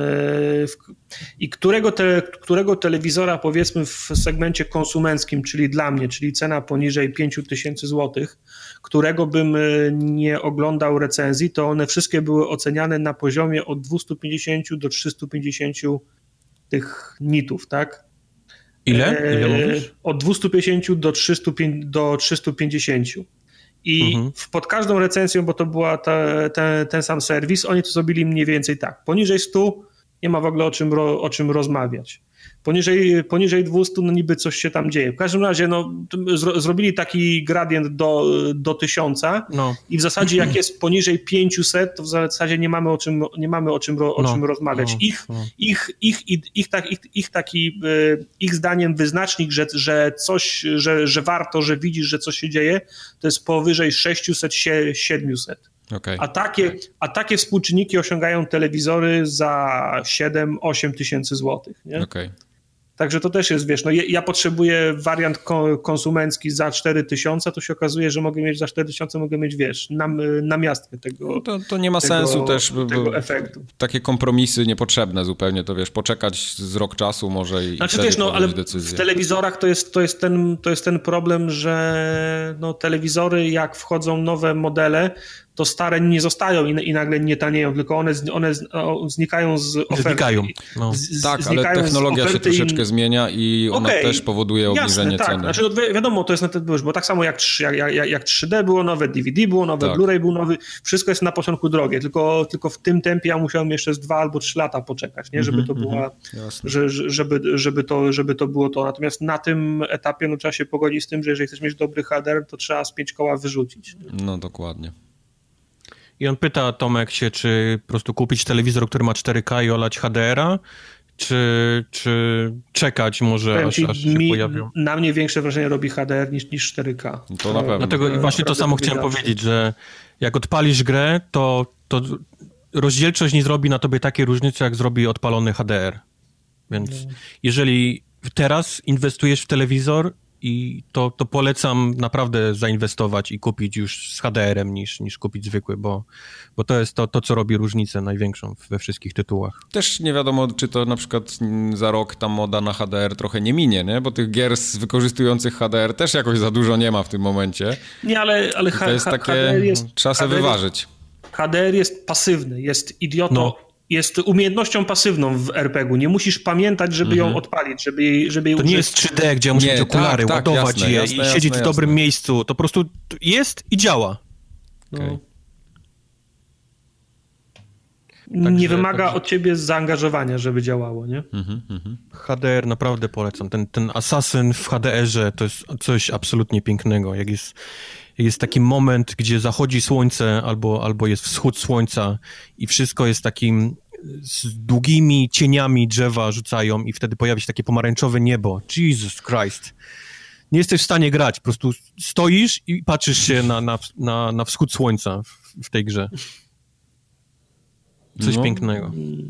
I którego, te, którego telewizora, powiedzmy, w segmencie konsumenckim, czyli dla mnie, czyli cena poniżej pięć tysięcy złotych, którego bym nie oglądał recenzji, to one wszystkie były oceniane na poziomie od dwieście pięćdziesiąt do trzysta pięćdziesiąt tych nitów, tak? Ile? Ile mówisz? Od dwieście pięćdziesiąt do trzysta pięćdziesiąt. I mhm. pod każdą recenzją, bo to była ta, ta, ten sam serwis, oni to zrobili mniej więcej tak. Poniżej stu nie ma w ogóle o czym, ro, o czym rozmawiać. Poniżej, poniżej dwieście no niby coś się tam dzieje. W każdym razie no, zro, zrobili taki gradient do, do tysiąca no. i w zasadzie jak jest poniżej pięćset, to w zasadzie nie mamy o czym, nie mamy o czym, o no. czym rozmawiać. No. Ich, no. ich, ich, ich, ich, tak, ich, ich taki, ich zdaniem wyznacznik, że, że coś, że, że warto, że widzisz, że coś się dzieje, to jest powyżej sześćset siedemset. Okay. A, takie, a takie współczynniki osiągają telewizory za siedem osiem tysięcy złotych. Nie? Okay. Także to też jest, wiesz, no ja, ja potrzebuję wariant ko- konsumencki za cztery tysiące, to się okazuje, że mogę mieć za cztery tysiące, mogę mieć, wiesz, nam, namiastkę tego no to, to nie ma tego, sensu też, tego efektu. Takie kompromisy niepotrzebne zupełnie, to wiesz, poczekać z rok czasu może i znaczy, wtedy wiesz, no, ale decyzję. W telewizorach to jest, to, jest ten, to jest ten problem, że no, telewizory jak wchodzą nowe modele, to stare nie zostają i, i nagle nie tanieją, tylko one, one znikają z oferty. Znikają. No. Z, tak, ale technologia się troszeczkę i... zmienia i ona okay, też powoduje obniżenie jasne, ceny. Tak. Znaczy, no, wiadomo, to jest na ten, bo tak samo jak, jak, jak, jak trzy D było nowe, D V D było nowe, tak. Blu-ray był nowy, wszystko jest na początku drogie, tylko, tylko w tym tempie ja musiałem jeszcze z dwa albo trzy lata poczekać, nie? żeby to była, że, żeby, żeby, to, żeby to było to. Natomiast na tym etapie no, trzeba się pogodzić z tym, że jeżeli chcesz mieć dobry H D R, to trzeba z pięć koła wyrzucić. No dokładnie. I on pyta, Tomek, się, czy po prostu kupić telewizor, który ma cztery K i olać H D R-a, czy, czy czekać może, aż, aż się mi, pojawią? Na mnie większe wrażenie robi H D R niż, niż cztery K. To na pewno. Dlatego i właśnie to samo chciałem powiedzieć, że jak odpalisz grę, to, to rozdzielczość nie zrobi na tobie takiej różnicy, jak zrobi odpalony H D R. Więc no. jeżeli teraz inwestujesz w telewizor, i to, to polecam naprawdę zainwestować i kupić już z H D R-em niż, niż kupić zwykły, bo, bo to jest to, to, co robi różnicę największą we wszystkich tytułach. Też nie wiadomo, czy to na przykład za rok ta moda na H D R trochę nie minie, nie? Bo tych gier z wykorzystujących H D R też jakoś za dużo nie ma w tym momencie. Nie, ale, ale to jest takie, H D R jest, trzeba sobie wyważyć. H D R jest pasywny, jest idiotą. No. Jest umiejętnością pasywną w er pe gu. Nie musisz pamiętać, żeby mm-hmm. ją odpalić, żeby jej, żeby jej To użyć. nie jest trzy D, gdzie ja muszę mieć okulary, tak, ładować jasne, je jasne, i jasne, siedzieć jasne. w dobrym miejscu. To po prostu jest i działa. Okay. No. Także, nie wymaga także... od ciebie zaangażowania, żeby działało, nie? Mm-hmm, mm-hmm. H D R naprawdę polecam. Ten, ten Assassin w H D R-ze to jest coś absolutnie pięknego. Jak jest, jak jest taki moment, gdzie zachodzi słońce albo, albo jest wschód słońca i wszystko jest takim z długimi cieniami drzewa rzucają i wtedy pojawia się takie pomarańczowe niebo. Jesus Christ. Nie jesteś w stanie grać. Po prostu stoisz i patrzysz się na, na, na, na wschód słońca w, w tej grze. Coś no. pięknego.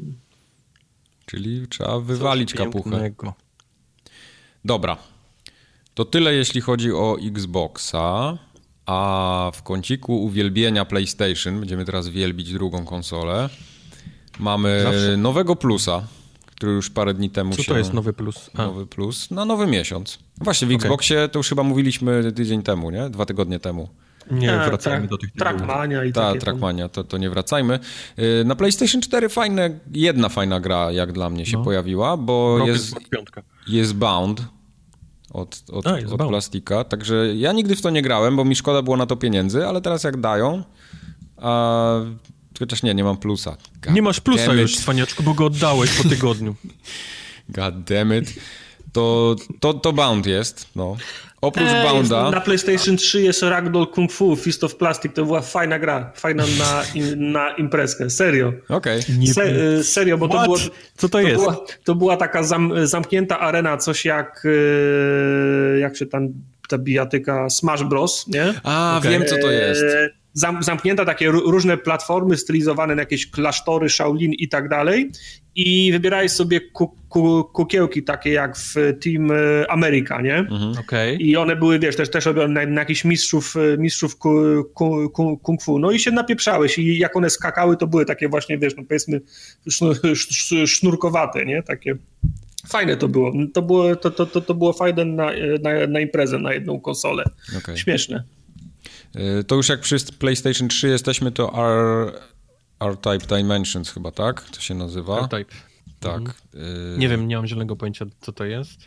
Czyli trzeba wywalić Coś kapuchę. Pięknego. Dobra. To tyle, jeśli chodzi o Xboxa, a w kąciku uwielbienia PlayStation, będziemy teraz wielbić drugą konsolę, mamy Zawsze. nowego plusa, który już parę dni temu Co się... Co to jest nowy plus? A. Nowy plus na nowy miesiąc. Właśnie w okay. Xboxie to już chyba mówiliśmy tydzień temu, nie? Dwa tygodnie temu. Nie, nie wracajmy tra- do tych Trackmania i Ta, takie. Trackmania, to, to nie wracajmy. Na PlayStation cztery fajne, jedna fajna gra jak dla mnie się no. pojawiła, bo jest, jest Bound. od, od, A, od plastika, także ja nigdy w to nie grałem, bo mi szkoda było na to pieniędzy, ale teraz jak dają, a chociaż nie, nie mam plusa. God nie masz plusa już, cwaniaczku, bo go oddałeś po tygodniu. God damn it. To, to, to Bound jest, no. Oprócz Ej, Bounda... Na PlayStation trzy jest Ragdoll Kung Fu, Fist of Plastic, to była fajna gra, fajna na, na imprezkę, serio. Okej. Okay. Se, serio, bo What? to było... Co to, to jest? Była, to była taka zam, zamknięta arena, coś jak, jak się tam, ta bijatyka Smash Bros, nie? A, okay. Wiem co to jest. Zam, zamknięta takie różne platformy stylizowane na jakieś klasztory, Shaolin i tak dalej i wybierałeś sobie ku, ku, kukiełki takie jak w Team America, nie? Mhm. Okay. I one były, wiesz, też, też robione na, na jakichś mistrzów, mistrzów ku, ku, ku, kung fu, no i się napieprzałeś i jak one skakały, to były takie właśnie, wiesz, no powiedzmy sznur, sznurkowate, nie? Takie fajne to było. To było, to, to, to, to było fajne na, na, na imprezę, na jedną konsolę. Okay. Śmieszne. To już jak przy PlayStation trzy jesteśmy, to R, R-Type Dimensions chyba, tak? To się nazywa? R-Type. Tak. Mhm. Y... Nie wiem, nie mam zielonego pojęcia, co to jest.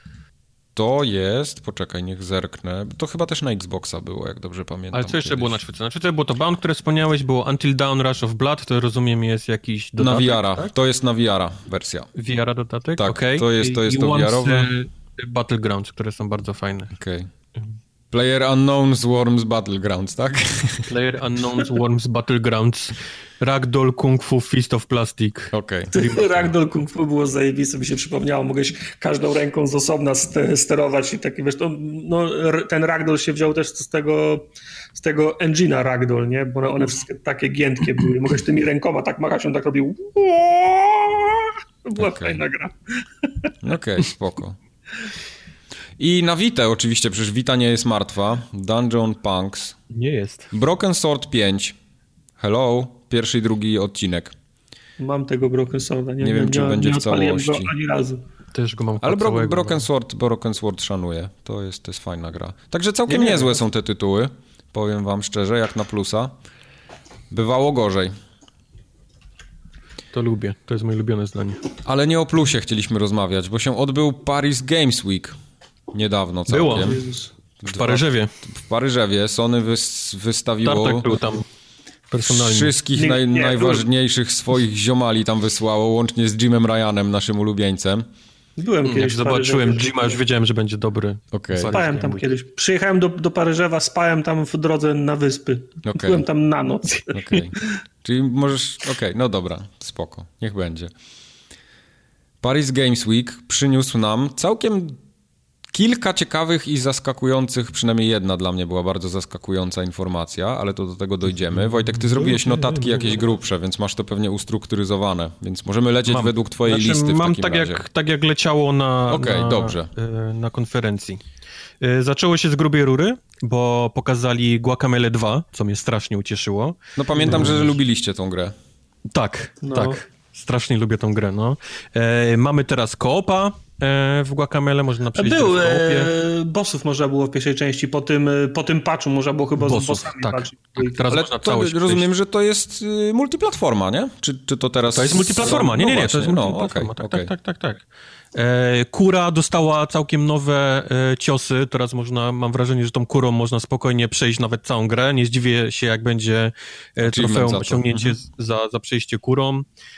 To jest, poczekaj, niech zerknę. To chyba też na Xboxa było, jak dobrze pamiętam. Ale co jeszcze kiedyś. Było na świecie? Na świecie było to Bound, które wspomniałeś, było Until Dawn Rush of Blood, to rozumiem jest jakiś dodatek, na V R-a, tak? To jest na V R-a wersja. V R-a dodatek? Tak, okay. to jest to, jest to V R-owe. Battlegrounds, które są bardzo fajne. Okej. Okay. Player Unknown's Worms Battlegrounds, tak? Player Unknown's Worms Battlegrounds. Ragdoll Kung Fu Fist of Plastic. Okej. Okay. Ragdoll Kung Fu było zajebiste, mi się przypomniało. Mogłeś każdą ręką z osobna sterować i taki, wiesz, to, no, ten Ragdoll się wziął też z tego, z tego engine'a Ragdoll, nie? Bo one wszystkie takie giętkie były. Mogłeś tymi rękoma tak machać, on tak robił. To była okay. fajna gra. Okej, okay, spoko. I na Vita oczywiście, przecież Vita nie jest martwa. Dungeon Punks. Nie jest. Broken Sword pięć. Hello. Pierwszy i drugi odcinek. Mam tego Broken Sworda. Nie, nie wiem, nie, czy nie, będzie nie w całości. Go ani razu. Też go mam. Ale bro, całego, Broken, no. Sword, Broken Sword szanuję. To jest, to jest fajna gra. Także całkiem nie, nie, niezłe nie. są te tytuły. Powiem wam szczerze, jak na plusa. Bywało gorzej. To lubię. To jest moje ulubione zdanie. Ale nie o plusie chcieliśmy rozmawiać, bo się odbył Paris Games Week. Niedawno całkiem. Było. W Paryżewie. W Paryżewie. Sony wys, wystawiło... Tartak był tam personalnie. Wszystkich nie, naj, nie, najważniejszych był. swoich ziomali tam wysłało, łącznie z Jimem Ryanem, naszym ulubieńcem. Byłem kiedyś. Jak zobaczyłem Jima, już wiedziałem, że będzie dobry. Okay. Spałem tam kiedyś. Przyjechałem do, do Paryżewa, spałem tam w drodze na wyspy. Okay. Byłem tam na noc. Okay. Czyli możesz... Okej, okay, no dobra, spoko. Niech będzie. Paris Games Week przyniósł nam całkiem kilka ciekawych i zaskakujących, przynajmniej jedna dla mnie była bardzo zaskakująca informacja, ale to do tego dojdziemy. Wojtek, ty zrobiłeś notatki jakieś grubsze, więc masz to pewnie ustrukturyzowane, więc możemy lecieć mam. według twojej znaczy, listy w mam takim tak razie. Jak, tak jak leciało na, okay, na, dobrze. na konferencji. Zaczęło się z grubej rury, bo pokazali Guacamelee dwa, co mnie strasznie ucieszyło. No pamiętam, no. że lubiliście tą grę. Tak, no. tak. Strasznie lubię tą grę, no. E, mamy teraz koopa e, w Guacamelee, można przejść Był, w koopie. E, bossów można było w pierwszej części, po tym, po tym patchu można było chyba bossów, z bossami tak, walczyć. Tak, teraz ale można to całość rozumiem, przejść. że to jest y, multiplatforma, nie? Czy, czy to teraz... To jest multiplatforma, nie, nie, nie, to jest multiplatforma, no, okay, tak, okay. tak, tak, tak, tak. E, Kura dostała całkiem nowe e, ciosy, teraz można, mam wrażenie, że tą Kurą można spokojnie przejść nawet całą grę, nie zdziwię się, jak będzie e, trofeum osiągnięcie mhm. za, za przejście Kurą.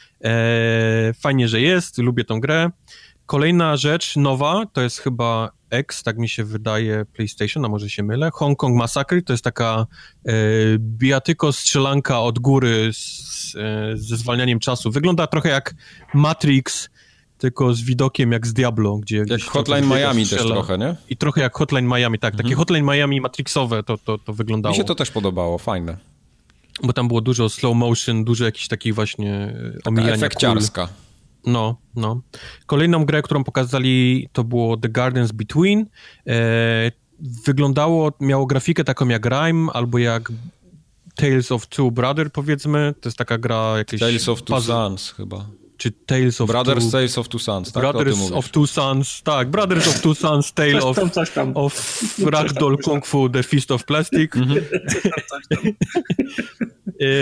E, fajnie, że jest, lubię tą grę. Kolejna rzecz nowa, to jest chyba X, tak mi się wydaje, PlayStation, a może się mylę. Hong Kong Massacre, to jest taka e, bijatyko strzelanka od góry z, e, ze zwalnianiem czasu. Wygląda trochę jak Matrix, tylko z widokiem jak z Diablo, gdzie... Jak Hotline Miami też trochę, nie? I trochę jak Hotline Miami, tak. Mhm. Takie Hotline Miami Matrixowe to, to, to wyglądało. Mi się to też podobało, fajne. Bo tam było dużo slow motion, dużo jakichś takich właśnie omijania. Taka efekciarska. Kul. No, no. Kolejną grę, którą pokazali, to było The Gardens Between. E, wyglądało, miało grafikę taką jak Rime, albo jak Tales of Two Brothers, powiedzmy. To jest taka gra jakieś... Tales of Two Sons chyba. Czy Tales of Brothers Two... Tales of Two Sons, tak? Brothers of Two Sons, tak. Brothers of Two Sons, Tale coś of, tam, coś tam. of Ragdoll Kung Fu, The Fist of Plastic. Mhm. Coś tam, coś tam.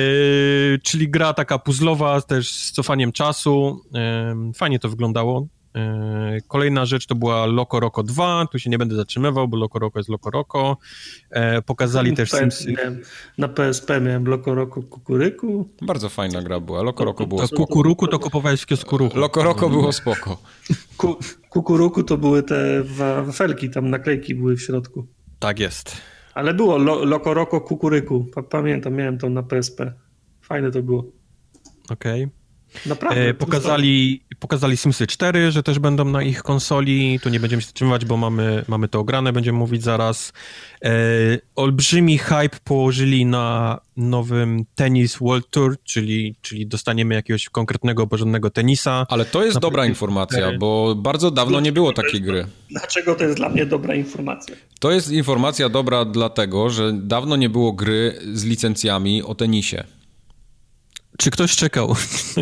Yy, czyli gra taka puzzlowa, też z cofaniem czasu. Yy, fajnie to wyglądało. Kolejna rzecz to była Loco Roco dwa, tu się nie będę zatrzymywał, bo Loco Roco jest Loco Roco. Pokazali też Simsy. Miałem, na P S P miałem Loco Roco Kukuryku. Bardzo fajna gra była, Loco Roco było to spoko. Kukuruku to kupowałeś w kiosku Ruchu. Loco Roco było spoko. Ku, kukuruku to były te wafelki, tam naklejki były w środku. Tak jest. Ale było lo, Loco Roco Kukuryku, pamiętam, miałem to na P S P. Fajne to było. Okej. Okay. Naprawdę. E, pokazali, pokazali Simsy cztery, że też będą na ich konsoli. Tu nie będziemy się zatrzymywać, bo mamy, mamy to ograne, będziemy mówić zaraz. E, olbrzymi hype położyli na nowym Tennis World Tour, czyli, czyli dostaniemy jakiegoś konkretnego, porządnego tenisa. Ale to jest dobra informacja, bo bardzo dawno nie było takiej gry. Dlaczego to jest dla mnie dobra informacja? To jest informacja dobra dlatego, że dawno nie było gry z licencjami o tenisie. Czy ktoś czekał?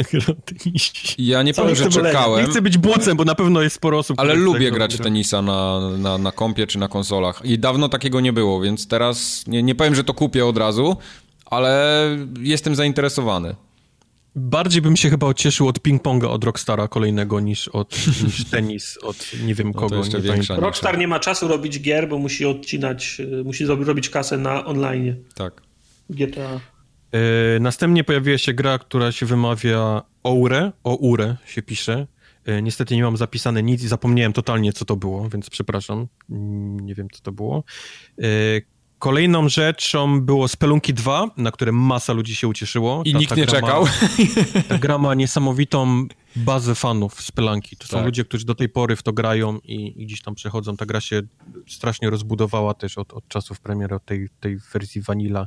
Ja nie powiem, że czekałem. Nie chcę być błocem, bo na pewno jest sporo osób, ale lubię grać w tenisa na, na, na kompie czy na konsolach. I dawno takiego nie było, więc teraz nie, nie powiem, że to kupię od razu, ale jestem zainteresowany. Bardziej bym się chyba cieszył od ping-ponga od Rockstara kolejnego niż od niż tenis od nie wiem kogo. No to jeszcze nie większa Rockstar nie ma czasu robić gier, bo musi odcinać, musi robić kasę na online. Tak. G T A. Yy, następnie pojawiła się gra, która się wymawia Oure, Oure się pisze. Yy, niestety nie mam zapisane nic i zapomniałem totalnie, co to było, więc przepraszam. Yy, nie wiem, co to było. Yy, kolejną rzeczą było Spelunki dwa, na które masa ludzi się ucieszyło. I ta, nikt ta nie czekał. Ma, ta gra ma niesamowitą bazę fanów Spelunki. To tak. Są ludzie, którzy do tej pory w to grają i, i gdzieś tam przechodzą. Ta gra się strasznie rozbudowała też od, od czasów premiery, od tej, tej wersji Vanilla.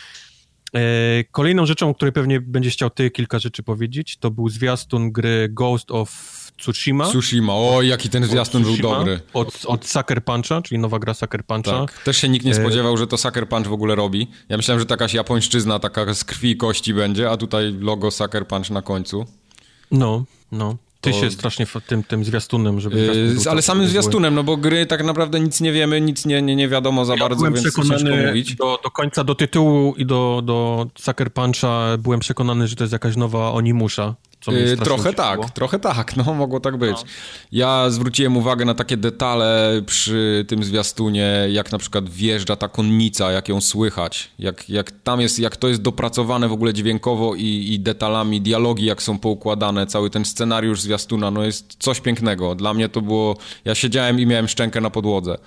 Kolejną rzeczą, o której pewnie będziesz chciał ty kilka rzeczy powiedzieć, to był zwiastun gry Ghost of Tsushima. Tsushima, o jaki ten zwiastun był dobry. Od, od Sucker Puncha, czyli nowa gra Sucker Puncha. Tak. Też się nikt nie spodziewał, że to Sucker Punch w ogóle robi. Ja myślałem, że to jakaś japońszczyzna taka z krwi i kości będzie, a tutaj logo Sucker Punch na końcu. No, no. Ty to... się strasznie tym, tym zwiastunem, żeby... Zwiastun yy, ale samym zwiastunem, no bo gry tak naprawdę nic nie wiemy, nic nie, nie, nie wiadomo za ja bardzo, więc ciężko mówić. Do, do końca, do tytułu i do, do Sucker Puncha byłem przekonany, że to jest jakaś nowa Onimusha. Yy, trochę tak, trochę tak, no mogło tak być. No. Ja zwróciłem uwagę na takie detale przy tym zwiastunie, jak na przykład wjeżdża ta konnica, jak ją słychać, jak, jak tam jest, jak to jest dopracowane w ogóle dźwiękowo i, i detalami, dialogi jak są poukładane, cały ten scenariusz zwiastuna, no jest coś pięknego. Dla mnie to było, ja siedziałem i miałem szczękę na podłodze.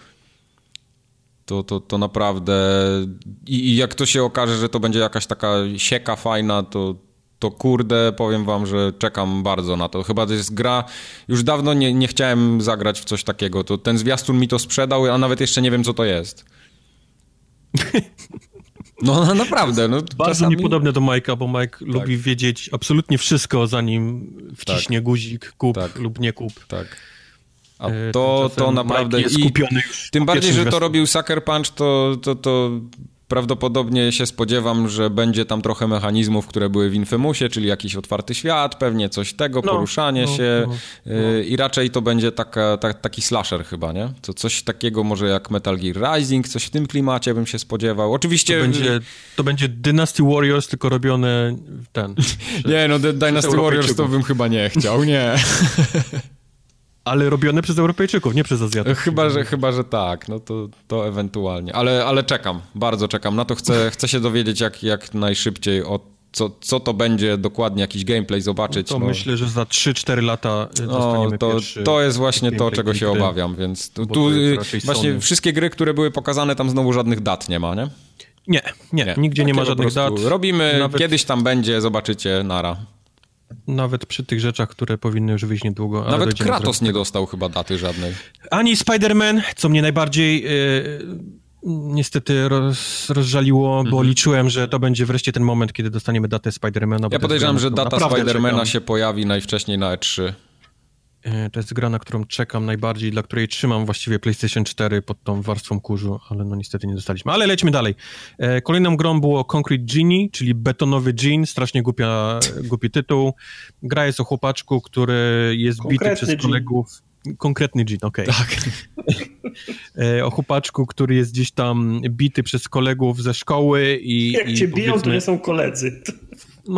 To, to, to naprawdę I, i jak to się okaże, że to będzie jakaś taka sieka fajna, to to kurde, powiem wam, że czekam bardzo na to. Chyba to jest gra, już dawno nie, nie chciałem zagrać w coś takiego. To ten zwiastun mi to sprzedał, a nawet jeszcze nie wiem, co to jest. No naprawdę. No, bardzo czasami... niepodobne do Majka, bo Mike tak. lubi wiedzieć absolutnie wszystko, zanim wciśnie tak. guzik, kup tak. lub nie kup. Tak. A to, to naprawdę... Jest skupiony już tym bardziej, że to robił Sucker Punch, to... to, to... Prawdopodobnie się spodziewam, że będzie tam trochę mechanizmów, które były w Infamousie, czyli jakiś otwarty świat, pewnie coś tego, no, poruszanie no, się no, no. Yy, i raczej to będzie taka, ta, taki slasher chyba, nie? To coś takiego może jak Metal Gear Rising, coś w tym klimacie bym się spodziewał. Oczywiście... To będzie, to będzie Dynasty Warriors, tylko robione ten... nie, no Dynasty Warriors to bym chyba nie chciał, nie. Ale robione przez Europejczyków, nie przez Azjatów. Chyba, że, chyba, że tak, no to, to ewentualnie. Ale, ale czekam, bardzo czekam na to. Chcę, chcę się dowiedzieć jak, jak najszybciej o co, co to będzie dokładnie, jakiś gameplay zobaczyć. No to no. myślę, że za trzy cztery lata dostaniemy no, to, pierwszy to jest właśnie to, czego się gry, obawiam, więc tu, tu właśnie Sony. Wszystkie gry, które były pokazane, tam znowu żadnych dat nie ma, nie? Nie, nie, nie. nigdzie nie ma żadnych dat. Robimy, Nawet... kiedyś tam będzie, zobaczycie, nara. Nawet przy tych rzeczach, które powinny już wyjść niedługo. Ale Nawet Kratos nie dostał chyba daty żadnej. Ani Spider-Man, co mnie najbardziej yy, niestety roz, rozżaliło, mm-hmm. bo liczyłem, że to będzie wreszcie ten moment, kiedy dostaniemy datę Spider-Mana. Ja podejrzewam, że data Spider-Mana się pojawi najwcześniej na E trzy. To jest gra, na którą czekam najbardziej, dla której trzymam właściwie PlayStation cztery pod tą warstwą kurzu, ale no niestety nie dostaliśmy. Ale lećmy dalej. Kolejną grą było Concrete Genie, czyli betonowy dżin, strasznie głupia, głupi tytuł. Gra jest o chłopaczku, który jest Konkretny bity przez kolegów. Dżin. Konkretny dżin, okej. Okay. Tak. O chłopaczku, który jest gdzieś tam bity przez kolegów ze szkoły i... Jak i cię biją, to nie są koledzy. No,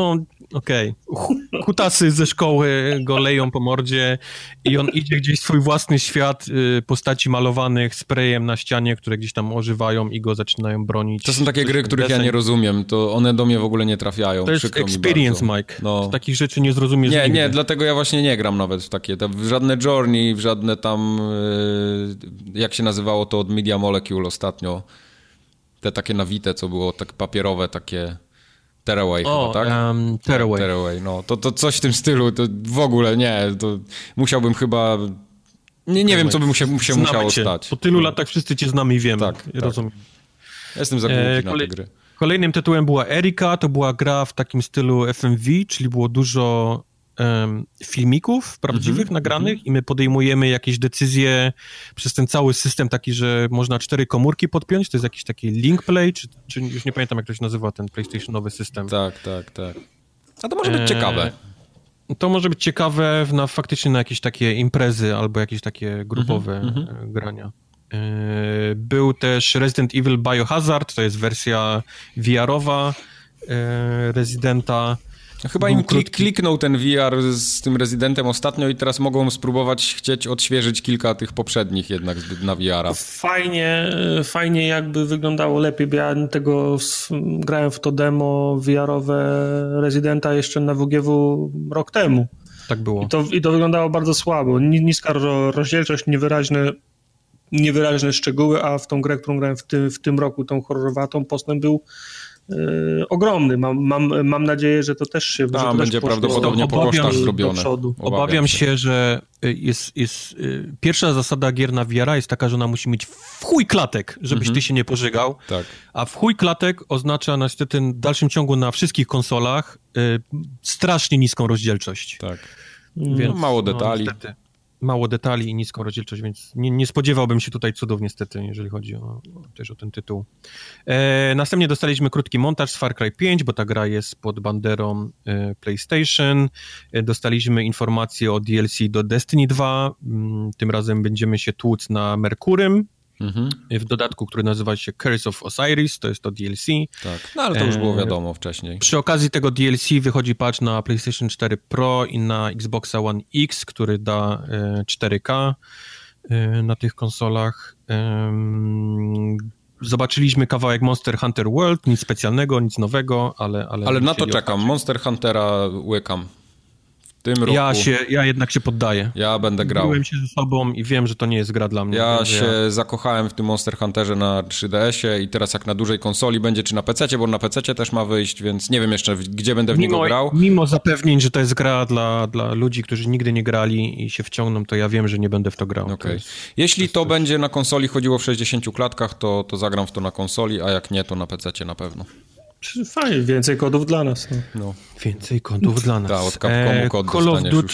Okej. Okay. Kutasy ze szkoły go leją po mordzie i on idzie gdzieś w swój własny świat y, postaci malowanych sprayem na ścianie, które gdzieś tam ożywają i go zaczynają bronić. To są takie gry, których deseń. ja nie rozumiem. To one do mnie w ogóle nie trafiają. To jest Przykro experience, Mike. No. Takich rzeczy nie zrozumiesz Nie, nigdy. nie, dlatego ja właśnie nie gram nawet w takie. W żadne Journey, w żadne tam... Y, jak się nazywało to od Media Molecule ostatnio. Te takie nawite, co było tak papierowe, takie... Tearaway o, chyba, tak? Um, Tearaway. Tearaway, no. To, to coś w tym stylu, to w ogóle nie. To musiałbym chyba... Nie, nie wiem, co by mu się, mu się musiało cię. stać. Po tylu latach wszyscy cię znamy i wiemy. Tak, tak. Rozumiem. Ja jestem za głupi e, na kolej, te gry. Kolejnym tytułem była Erika, to była gra w takim stylu F M V, czyli było dużo um, filmików prawdziwych mm-hmm, nagranych mm-hmm. i my podejmujemy jakieś decyzje przez ten cały system taki, że można cztery komórki podpiąć, to jest jakiś taki link play, czy, czy już nie pamiętam, jak to się nazywa, ten PlayStationowy system. Tak, tak, tak. A to może być e... ciekawe. To może być ciekawe na, faktycznie na jakieś takie imprezy albo jakieś takie grupowe mm-hmm. grania. Był też Resident Evil Biohazard, to jest wersja V R-owa Residenta. Chyba im klik, kliknął ten V R z tym Residentem ostatnio i teraz mogą spróbować chcieć odświeżyć kilka tych poprzednich jednak na V R-a. Fajnie, fajnie jakby wyglądało lepiej, bo ja tego grałem w to demo V R-owe Residenta jeszcze na W G W rok temu. Tak było. I to, i to wyglądało bardzo słabo. Niska rozdzielczość, niewyraźne niewyraźne szczegóły, a w tą grę, którą grałem w tym, w tym roku, tą horrorowatą, postęp był yy, ogromny. Mam, mam, mam nadzieję, że to też się... A, że będzie prawdopodobnie po kosztach zrobione. Obawiam, Obawiam się, się, że jest, jest yy, pierwsza zasada gier na V R jest taka, że ona musi mieć w chuj klatek, żebyś mm-hmm. ty się nie pożygał. Tak. A w chuj klatek oznacza niestety w dalszym ciągu na wszystkich konsolach yy, strasznie niską rozdzielczość. Tak. Więc, no, mało detali. No, mało detali i niską rozdzielczość, więc nie, nie spodziewałbym się tutaj cudów niestety, jeżeli chodzi o, o, też o ten tytuł. E, następnie dostaliśmy krótki montaż z Far Cry pięć, bo ta gra jest pod banderą e, PlayStation. E, dostaliśmy informacje o D L C do Destiny dwa. Mm, tym razem będziemy się tłuc na Merkurym. Mhm. W dodatku, który nazywa się Curse of Osiris, to jest to D L C. Tak, no ale to już było wiadomo e, wcześniej. Przy okazji tego D L C wychodzi patch na PlayStation cztery Pro i na Xboxa One X, który da e, cztery K e, na tych konsolach. E, zobaczyliśmy kawałek Monster Hunter World, nic specjalnego, nic nowego, ale... Ale, ale na to czekam, okaże. Monster Huntera łykam. W tym roku... Ja, się, ja jednak się poddaję. Ja będę grał. Byłem się ze sobą i wiem, że to nie jest gra dla mnie. Ja się ja... zakochałem w tym Monster Hunterze na trzy D S-ie i teraz jak na dużej konsoli będzie, czy na pececie, bo na pececie też ma wyjść, więc nie wiem jeszcze, gdzie będę w mimo, niego grał. Mimo zapewnień, że to jest gra dla, dla ludzi, którzy nigdy nie grali i się wciągną, to ja wiem, że nie będę w to grał. Okay. To jest, Jeśli to, to jest... będzie na konsoli chodziło w sześćdziesięciu klatkach, to, to zagram w to na konsoli, a jak nie, to na pececie na pewno. Fajnie, więcej kodów dla nas. No. No. Więcej kodów dla nas. Tak, od Capcomu kod e, Call of Duty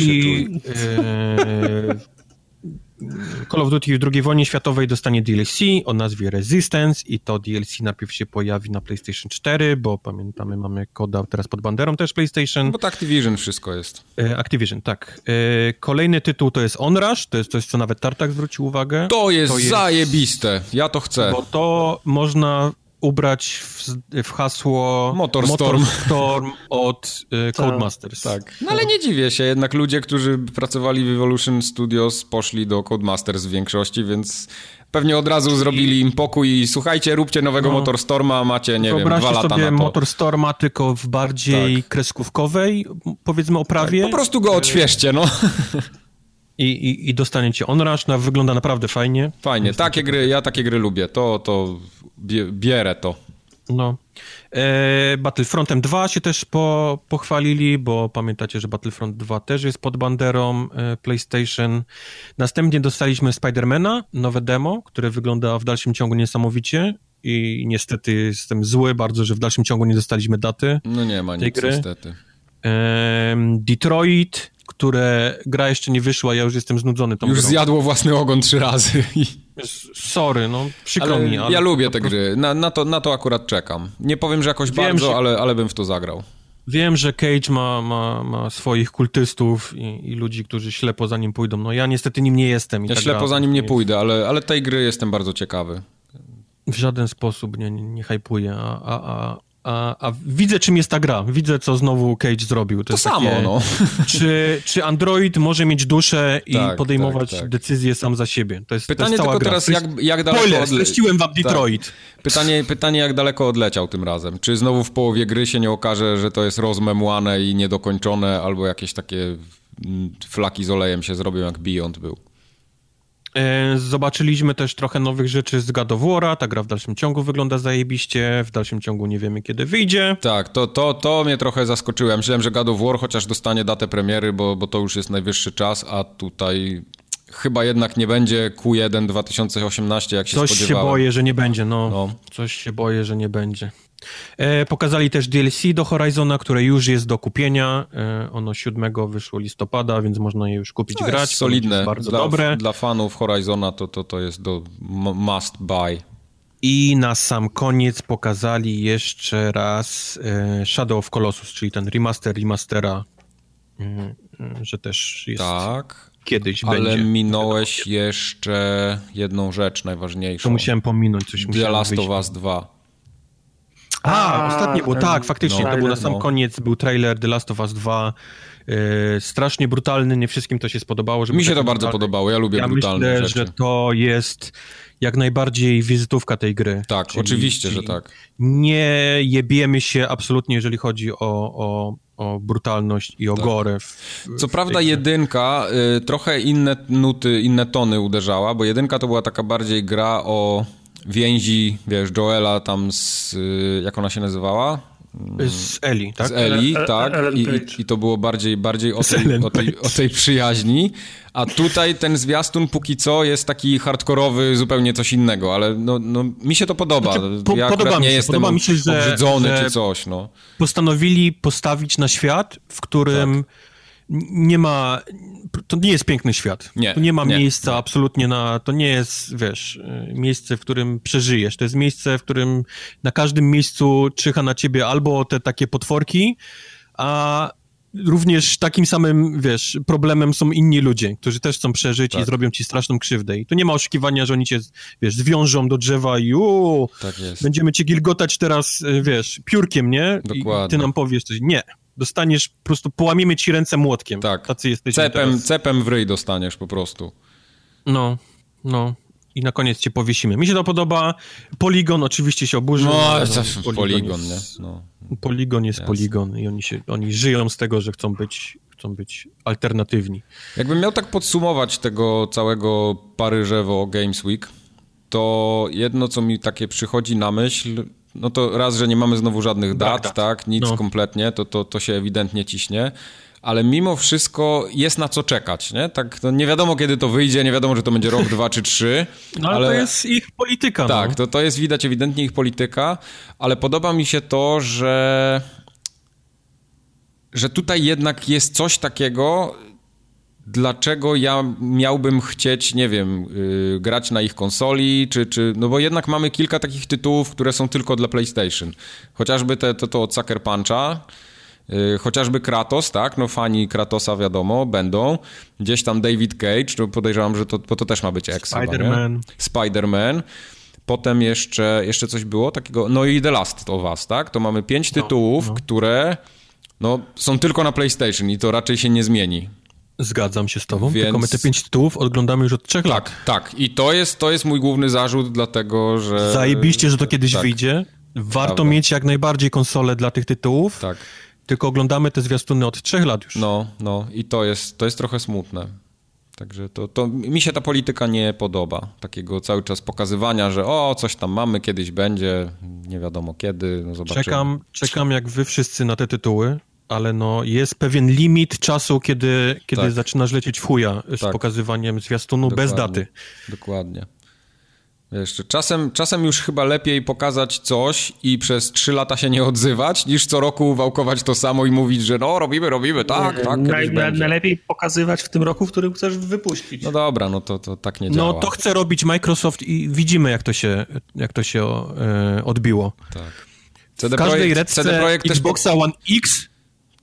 e, Call of Duty w drugiej wojnie światowej dostanie D L C o nazwie Resistance i to D L C najpierw się pojawi na PlayStation cztery, bo pamiętamy, mamy koda teraz pod banderą też PlayStation. Bo to Activision wszystko jest. E, Activision, tak. E, kolejny tytuł to jest Onrush, to jest coś, co nawet Tartak zwrócił uwagę. To jest, to jest zajebiste, ja to chcę. Bo to można ubrać w, w hasło Motorstorm, Motorstorm od y, Codemasters. Tak. No ale nie dziwię się, jednak ludzie, którzy pracowali w Evolution Studios poszli do Codemasters w większości, więc pewnie od razu zrobili im pokój i słuchajcie, róbcie nowego no. Motorstorma, macie, nie wiem, dwa lata na to. Wyobraźcie sobie Motorstorma, tylko w bardziej tak. kreskówkowej, powiedzmy, oprawie. Tak, po prostu go odświeżcie, no. I, i, i dostaniecie Onrush, no, wygląda naprawdę fajnie. Fajnie, takie gry, ja takie gry lubię, to, to bierę to. No. E, Battlefrontem dwa się też po, pochwalili, bo pamiętacie, że Battlefront dwa też jest pod banderą e, PlayStation. Następnie dostaliśmy Spidermana, nowe demo, które wygląda w dalszym ciągu niesamowicie i niestety jestem zły bardzo, że w dalszym ciągu nie dostaliśmy daty. No nie ma nic gry. niestety. E, Detroit, które gra jeszcze nie wyszła, ja już jestem znudzony tą Już grą. zjadło własny ogon trzy razy. Sorry, no przykro ale mi. Ale ja lubię te prostu... gry, na, na, to, na to akurat czekam. Nie powiem, że jakoś wiem, bardzo, że... ale, ale bym w to zagrał. Wiem, że Cage ma, ma, ma swoich kultystów i, i ludzi, którzy ślepo za nim pójdą. No ja niestety nim nie jestem. I ja ta ślepo gra, za nim nie jest... pójdę, ale, ale tej gry jestem bardzo ciekawy. W żaden sposób nie, nie, nie hypuję, a, a, a A, a widzę, czym jest ta gra. Widzę, co znowu Cage zrobił. To, to samo, takie, no. Czy, czy Android może mieć duszę i tak, podejmować tak, tak. decyzje sam za siebie? To jest, pytanie to jest cała tylko gra. teraz, jak, jak daleko... Spoiler, streściłem wam Detroit. Tak. Pytanie, pytanie, jak daleko odleciał tym razem. Czy znowu w połowie gry się nie okaże, że to jest rozmemłane i niedokończone, albo jakieś takie flaki z olejem się zrobią, jak Beyond był. Zobaczyliśmy też trochę nowych rzeczy z God of War'a. Ta gra w dalszym ciągu wygląda zajebiście. W dalszym ciągu nie wiemy, kiedy wyjdzie. Tak, to, to, to mnie trochę zaskoczyło. Myślałem, że God of War chociaż dostanie datę premiery, bo, bo to już jest najwyższy czas, a tutaj chyba jednak nie będzie Q jeden dwa tysiące osiemnaście, jak się Coś spodziewałem. Coś się boję, że nie będzie, no. no. Coś się boję, że nie będzie. E, pokazali też D L C do Horizona, które już jest do kupienia. E, ono siódmego wyszło listopada, więc można je już kupić, no, grać. Jest solidne. Jest bardzo dla, dobre. Dla fanów Horizona to, to, to jest do must buy. I na sam koniec pokazali jeszcze raz e, Shadow of Colossus, czyli ten remaster remastera, e, że też jest... Tak. Kiedyś ale będzie. Ale minąłeś jeszcze jedną rzecz najważniejszą. To musiałem pominąć. Coś The Last of Us dwa. A, A ostatnie było, tak, faktycznie, no, to był na sam no. koniec, był trailer The Last of Us dwa, yy, strasznie brutalny, nie wszystkim to się spodobało. Mi się to bardzo podobało, ja lubię ja brutalne myślę, rzeczy. że to jest jak najbardziej wizytówka tej gry. Tak, czyli, oczywiście, czyli że tak. Nie jebiemy się absolutnie, jeżeli chodzi o, o, o brutalność i o tak. gore. W, Co w prawda jedynka y, trochę inne nuty, inne tony uderzała, bo jedynka to była taka bardziej gra o więzi, wiesz, Joela tam z, jak ona się nazywała? Z Eli, tak? Z Eli, tak. I, i, I to było bardziej, bardziej o, tej, o, tej, o tej przyjaźni. A tutaj ten zwiastun póki co jest taki hardkorowy, zupełnie coś innego, ale no, no mi się to podoba. Znaczy, po, ja podoba mi nie się, jestem podoba mi się, że, obrzydzony że czy coś, no. Postanowili postawić na świat, w którym tak. nie ma... To nie jest piękny świat. Nie, tu nie ma nie, miejsca nie. absolutnie na... To nie jest, wiesz, miejsce, w którym przeżyjesz. To jest miejsce, w którym na każdym miejscu czyha na ciebie albo te takie potworki, a również takim samym, wiesz, problemem są inni ludzie, którzy też chcą przeżyć tak. i zrobią ci straszną krzywdę. I tu nie ma oszukiwania, że oni cię, wiesz, zwiążą do drzewa i uuu, tak jest. będziemy cię gilgotać teraz, wiesz, piórkiem, nie? Dokładnie. I ty nam powiesz coś. Nie. Dostaniesz, po prostu połamiemy ci ręce młotkiem. Tak. Tacy jesteśmy cepem, teraz. cepem w ryj dostaniesz po prostu. No, no. I na koniec cię powiesimy. Mi się to podoba. Poligon oczywiście się oburzył. No, no, no Poligon, jest, nie? No. Poligon jest Jasne. Poligon i oni, się, oni żyją z tego, że chcą być, chcą być alternatywni. Jakbym miał tak podsumować tego całego Paryżewo Games Week, to jedno, co mi takie przychodzi na myśl, no to raz, że nie mamy znowu żadnych dat, dat. tak, nic no. kompletnie, to, to, to się ewidentnie ciśnie, ale mimo wszystko jest na co czekać, nie? Tak, no nie wiadomo, kiedy to wyjdzie, nie wiadomo, że to będzie rok, dwa czy trzy. No ale, ale to jest ich polityka. Tak, no. to, to jest widać ewidentnie ich polityka, ale podoba mi się to, że że tutaj jednak jest coś takiego, dlaczego ja miałbym chcieć, nie wiem, yy, grać na ich konsoli, czy, czy, no bo jednak mamy kilka takich tytułów, które są tylko dla PlayStation. Chociażby te, to, to od Sucker Puncha, yy, chociażby Kratos, tak, no fani Kratosa wiadomo, będą. Gdzieś tam David Cage, no podejrzewam, że to, bo to też ma być X. Spider-Man. Spider-Man. Potem jeszcze, jeszcze coś było takiego, no i The Last of Us, tak? To mamy pięć tytułów, no, no. które no, są tylko na PlayStation i to raczej się nie zmieni. Zgadzam się z tobą, Więc... tylko my te pięć tytułów oglądamy już od trzech tak, lat. Tak, i to jest, to jest mój główny zarzut, dlatego że... Zajebiście, że to kiedyś tak. wyjdzie. Warto Prawda. mieć jak najbardziej konsolę dla tych tytułów, tak. tylko oglądamy te zwiastuny od trzech lat już. No, no i to jest, to jest trochę smutne. Także to, to mi się ta polityka nie podoba. Takiego cały czas pokazywania, że o, coś tam mamy, kiedyś będzie, nie wiadomo kiedy, no zobaczymy. Czekam, czekam jak wy wszyscy na te tytuły, ale no jest pewien limit czasu, kiedy, kiedy tak. zaczynasz lecieć w chuja z tak. pokazywaniem zwiastunu Dokładnie. bez daty. Dokładnie. Jeszcze czasem, czasem już chyba lepiej pokazać coś i przez trzy lata się nie odzywać, niż co roku wałkować to samo i mówić, że no robimy, robimy, tak, tak, Naj, na, Najlepiej pokazywać w tym roku, w którym chcesz wypuścić. No dobra, no to, to tak nie działa. No to chce robić Microsoft i widzimy, jak to się, jak to się e, odbiło. Tak. C D w każdej Projekt, redce C D Projekt Xboxa też... One X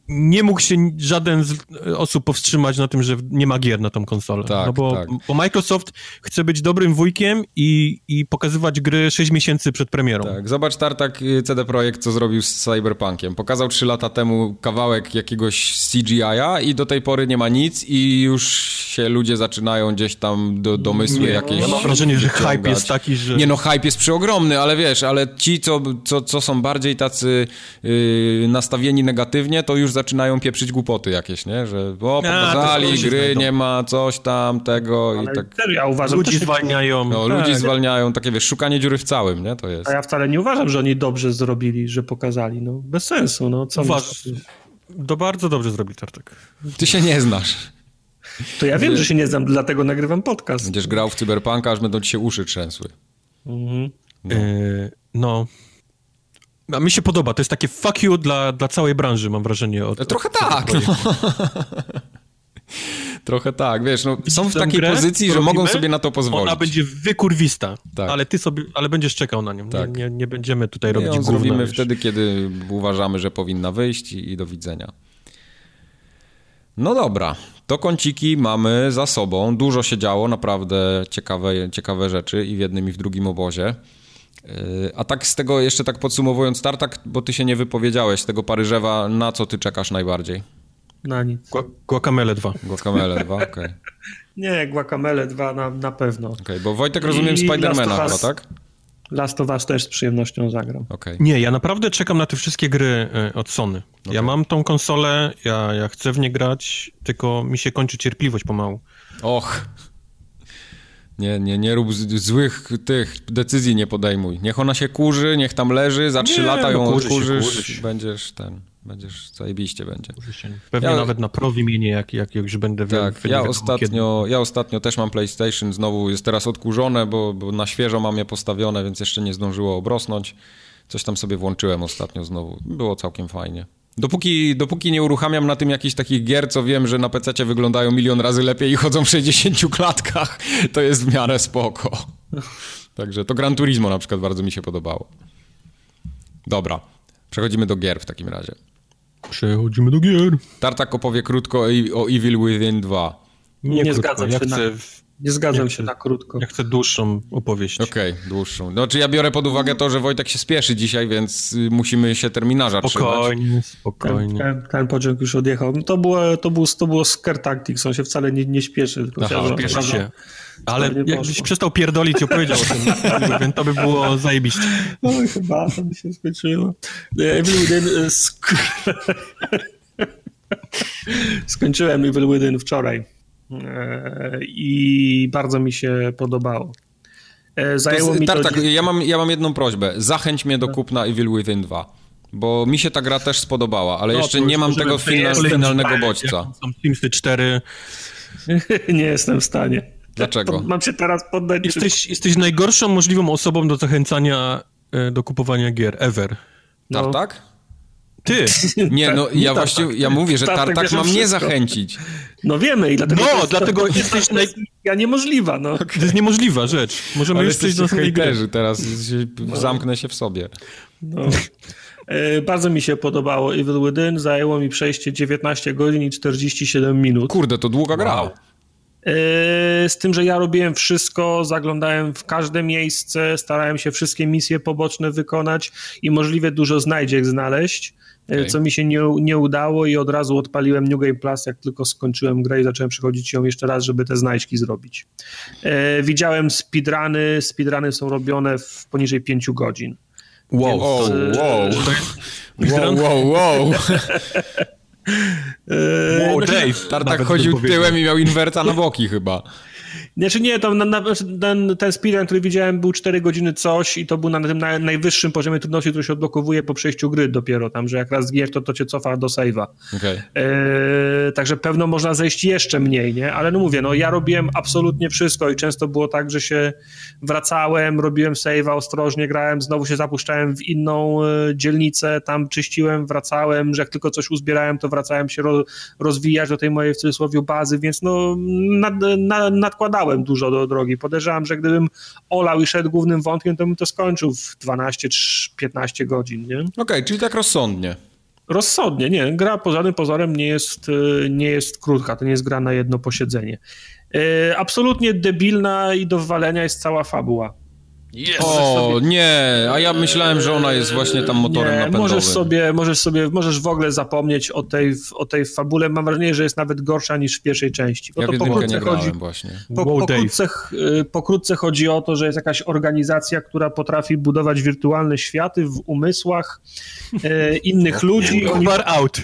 nie mógł się żaden z osób powstrzymać na tym, że nie ma gier na tą konsolę. Tak, no bo, tak. bo Microsoft chce być dobrym wujkiem i, i pokazywać gry sześć miesięcy przed premierą. Tak, zobacz Tartak C D Projekt, co zrobił z Cyberpunkiem. Pokazał trzy lata temu kawałek jakiegoś C G I-a i do tej pory nie ma nic i już się ludzie zaczynają gdzieś tam do, domysły nie, jakieś... Ja mam wrażenie, że wyciągać. hype jest taki, że... Nie no, hype jest przeogromny, ale wiesz, ale ci, co, co, co są bardziej tacy yy, nastawieni negatywnie, to już zaczynają pieprzyć głupoty jakieś, nie? Że o, pokazali, A, gry, znajdą. nie ma, coś tam, tego Ale i tak... serio, ja uważam... Ludzi też- zwalniają. No, tak. ludzi zwalniają, takie wiesz, szukanie dziury w całym, nie? To jest... A ja wcale nie uważam, że oni dobrze zrobili, że pokazali. No, bez sensu. No, co Uważ, to bardzo dobrze zrobił Tartek. Ty się nie znasz. To ja wiem, że się nie znam, dlatego nagrywam podcast. Będziesz grał w Cyberpunka, aż będą ci się uszy trzęsły. Mhm. No. E, no. A mi się podoba, to jest takie fuck you dla, dla całej branży, mam wrażenie. Od, Trochę od tak, tego no. projektu. Trochę tak, wiesz, no, są w Tę takiej grę, pozycji, że robimy, mogą sobie na to pozwolić. Ona będzie wykurwista, Tak. ale ty sobie, ale będziesz czekał na nią. Tak. Nie, nie, nie będziemy tutaj My robić ją gówna, zrobimy wiesz. wtedy, kiedy uważamy, że powinna wyjść i, i do widzenia. No dobra, to kąciki mamy za sobą. Dużo się działo, naprawdę ciekawe, ciekawe rzeczy i w jednym i w drugim obozie. Yy, A tak z tego jeszcze tak podsumowując, Tartak, bo ty się nie wypowiedziałeś, z tego Paryżewa, na co ty czekasz najbardziej? Na nic. Gua- Guacamele dwa. Guacamele dwa, okej. Okay. Nie, Guacamele dwa na, na pewno. Okay, bo Wojtek, rozumiem, I Spidermana Last of chyba, Us. tak? Last of Us też z przyjemnością zagram. Okej. Nie, ja naprawdę czekam na te wszystkie gry e, od Sony. Okay. Ja mam tą konsolę, ja, ja chcę w nie grać, tylko mi się kończy cierpliwość pomału. Och. Nie, nie, nie rób z- złych tych decyzji, nie podejmuj. Niech ona się kurzy, niech tam leży, za trzy Nie, lata no ją kurzy się, odkurzysz, kurzy się. będziesz ten, będziesz, zajebiście będzie. Pewnie Ja- nawet na Pro wymienię, jak, jak już będę... Tak, wi- ja wiadomo ostatnio, ja ostatnio też mam PlayStation, znowu jest teraz odkurzone, bo, bo na świeżo mam je postawione, więc jeszcze nie zdążyło obrosnąć. Coś tam sobie włączyłem ostatnio znowu, było całkiem fajnie. Dopóki, dopóki nie uruchamiam na tym jakichś takich gier, co wiem, że na pececie wyglądają milion razy lepiej i chodzą w sześćdziesięciu klatkach, to jest w miarę spoko. Także to Gran Turismo na przykład bardzo mi się podobało. Dobra, przechodzimy do gier w takim razie. Przechodzimy do gier. Tartak opowie krótko o, o Evil Within dwa. Nie krótko, zgadzam ja się chcę, na- Nie zgadzam Ja się chcę- na krótko. Ja chcę dłuższą opowieść. Okej, okay, dłuższą. No, czy ja biorę pod uwagę to, że Wojtek się spieszy dzisiaj, więc y, musimy się terminarza trzymać. Spokojnie, Ten, spokojnie. ten, ten pociąg już odjechał. To było, to było, to było Scare Tactics, on się wcale nie, nie śpieszy. Tylko Aha, chciał, że- Spieszę się. Ale nie jakbyś poszło. przestał pierdolić i opowiedział o tym, to by było zajebiście. No chyba, to mi się skończyło. Evil Within... e, sk- Skończyłem Evil Within wczoraj. E, I bardzo mi się podobało. E, Zajęło To, mi to... Tartak, ja mam, ja mam jedną prośbę. Zachęć mnie do kupna Evil Within dwa. Bo mi się ta gra też spodobała, ale No, jeszcze to nie już mam możemy tego przejść final, do finalnego kolejnych bodźca. jak Są Simsy cztery. Nie jestem w stanie. Dlaczego? To mam się teraz poddać... czy- Jesteś, jesteś najgorszą możliwą osobą do zachęcania e, do kupowania gier ever. No. Tartak? Ty! Nie, no ja Tartak. właściwie, ja mówię, że Tartak Tartak bierze ma mnie wszystko. zachęcić. No wiemy i dlatego... No, to jest, dlatego to, jesteś to naj- jest ja niemożliwa, no. To jest niemożliwa rzecz. Możemy Ale już przejść do jesteście następnej gry. hejterzy teraz, się, zamknę się w sobie. no. E, Bardzo mi się podobało Evil Within, zajęło mi przejście dziewiętnaście godzin i czterdzieści siedem minut. Kurde, to długa gra. Wow. E, Z tym, że ja robiłem wszystko, zaglądałem w każde miejsce, starałem się wszystkie misje poboczne wykonać i możliwie dużo znajdziek znaleźć, e, Okej. co mi się nie, nie udało i od razu odpaliłem New Game Plus, jak tylko skończyłem grę i zacząłem przychodzić ją jeszcze raz, żeby te znajdźki zrobić. E, Widziałem speedruny, speedruny są robione w poniżej pięciu godzin. Wow. Wow, wow. Speedrun? Wow, wow, wow. E, Wow, znaczy, Dave. Tartak nawet chodził bym powiedział. tyłem i miał inwerta na boki chyba. Znaczy nie, to na, na, ten, ten speedrun, który widziałem, był cztery godziny coś i to był na tym na, najwyższym poziomie trudności, który się odblokowuje po przejściu gry dopiero tam, że jak raz zginiesz, to to cię cofa do save'a. Okay. Yy, także pewno można zejść jeszcze mniej, nie? Ale no mówię, no ja robiłem absolutnie wszystko i często było tak, że się wracałem, robiłem save'a, ostrożnie grałem, znowu się zapuszczałem w inną y, dzielnicę, tam czyściłem, wracałem, że jak tylko coś uzbierałem, to wracałem się ro, rozwijać do tej mojej w cudzysłowie bazy, więc no nad, nad, nadkładałem dużo do drogi. Podejrzewam, że gdybym olał i szedł głównym wątkiem, to bym to skończył w dwanaście czy piętnaście godzin, nie? Okej, okay, czyli tak rozsądnie. Rozsądnie, nie. Gra pod żadnym pozorem nie jest, nie jest krótka, to nie jest gra na jedno posiedzenie. Absolutnie debilna i do wywalenia jest cała fabuła. Yes. O, sobie... nie, a ja myślałem, że ona jest właśnie tam motorem nie, napędowym. Możesz sobie, możesz sobie, możesz w ogóle zapomnieć o tej, o tej fabule. Mam wrażenie, że jest nawet gorsza niż w pierwszej części. Bo ja to w jedynkę nie grałem chodzi, właśnie. Po, wow, pokrótce, pokrótce chodzi o to, że jest jakaś organizacja, która potrafi budować wirtualne światy w umysłach e, innych ludzi. Oni... Bar out.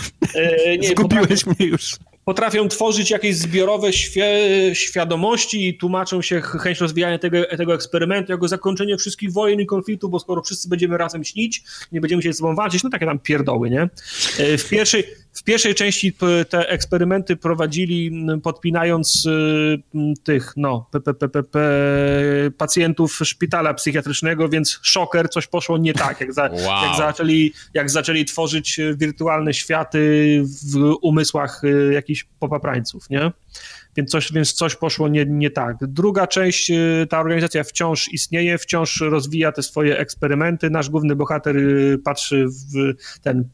E, nie, Zgubiłeś potrafi... mnie już. Potrafią tworzyć jakieś zbiorowe świe świadomości i tłumaczą się chęć rozwijania tego, tego eksperymentu jako zakończenie wszystkich wojen i konfliktów, bo skoro wszyscy będziemy razem śnić, nie będziemy się ze sobą walczyć, no takie tam pierdoły, nie? W pierwszej, w pierwszej części te eksperymenty prowadzili podpinając tych, no, p, p, p, p, p, pacjentów szpitala psychiatrycznego, więc szoker, coś poszło nie tak, jak, za, wow. jak, zaczęli, jak zaczęli tworzyć wirtualne światy w umysłach jakichś popaprańców, nie? Więc coś, więc coś poszło nie, nie tak. Druga część, ta organizacja wciąż istnieje, wciąż rozwija te swoje eksperymenty. Nasz główny bohater patrzy w ten,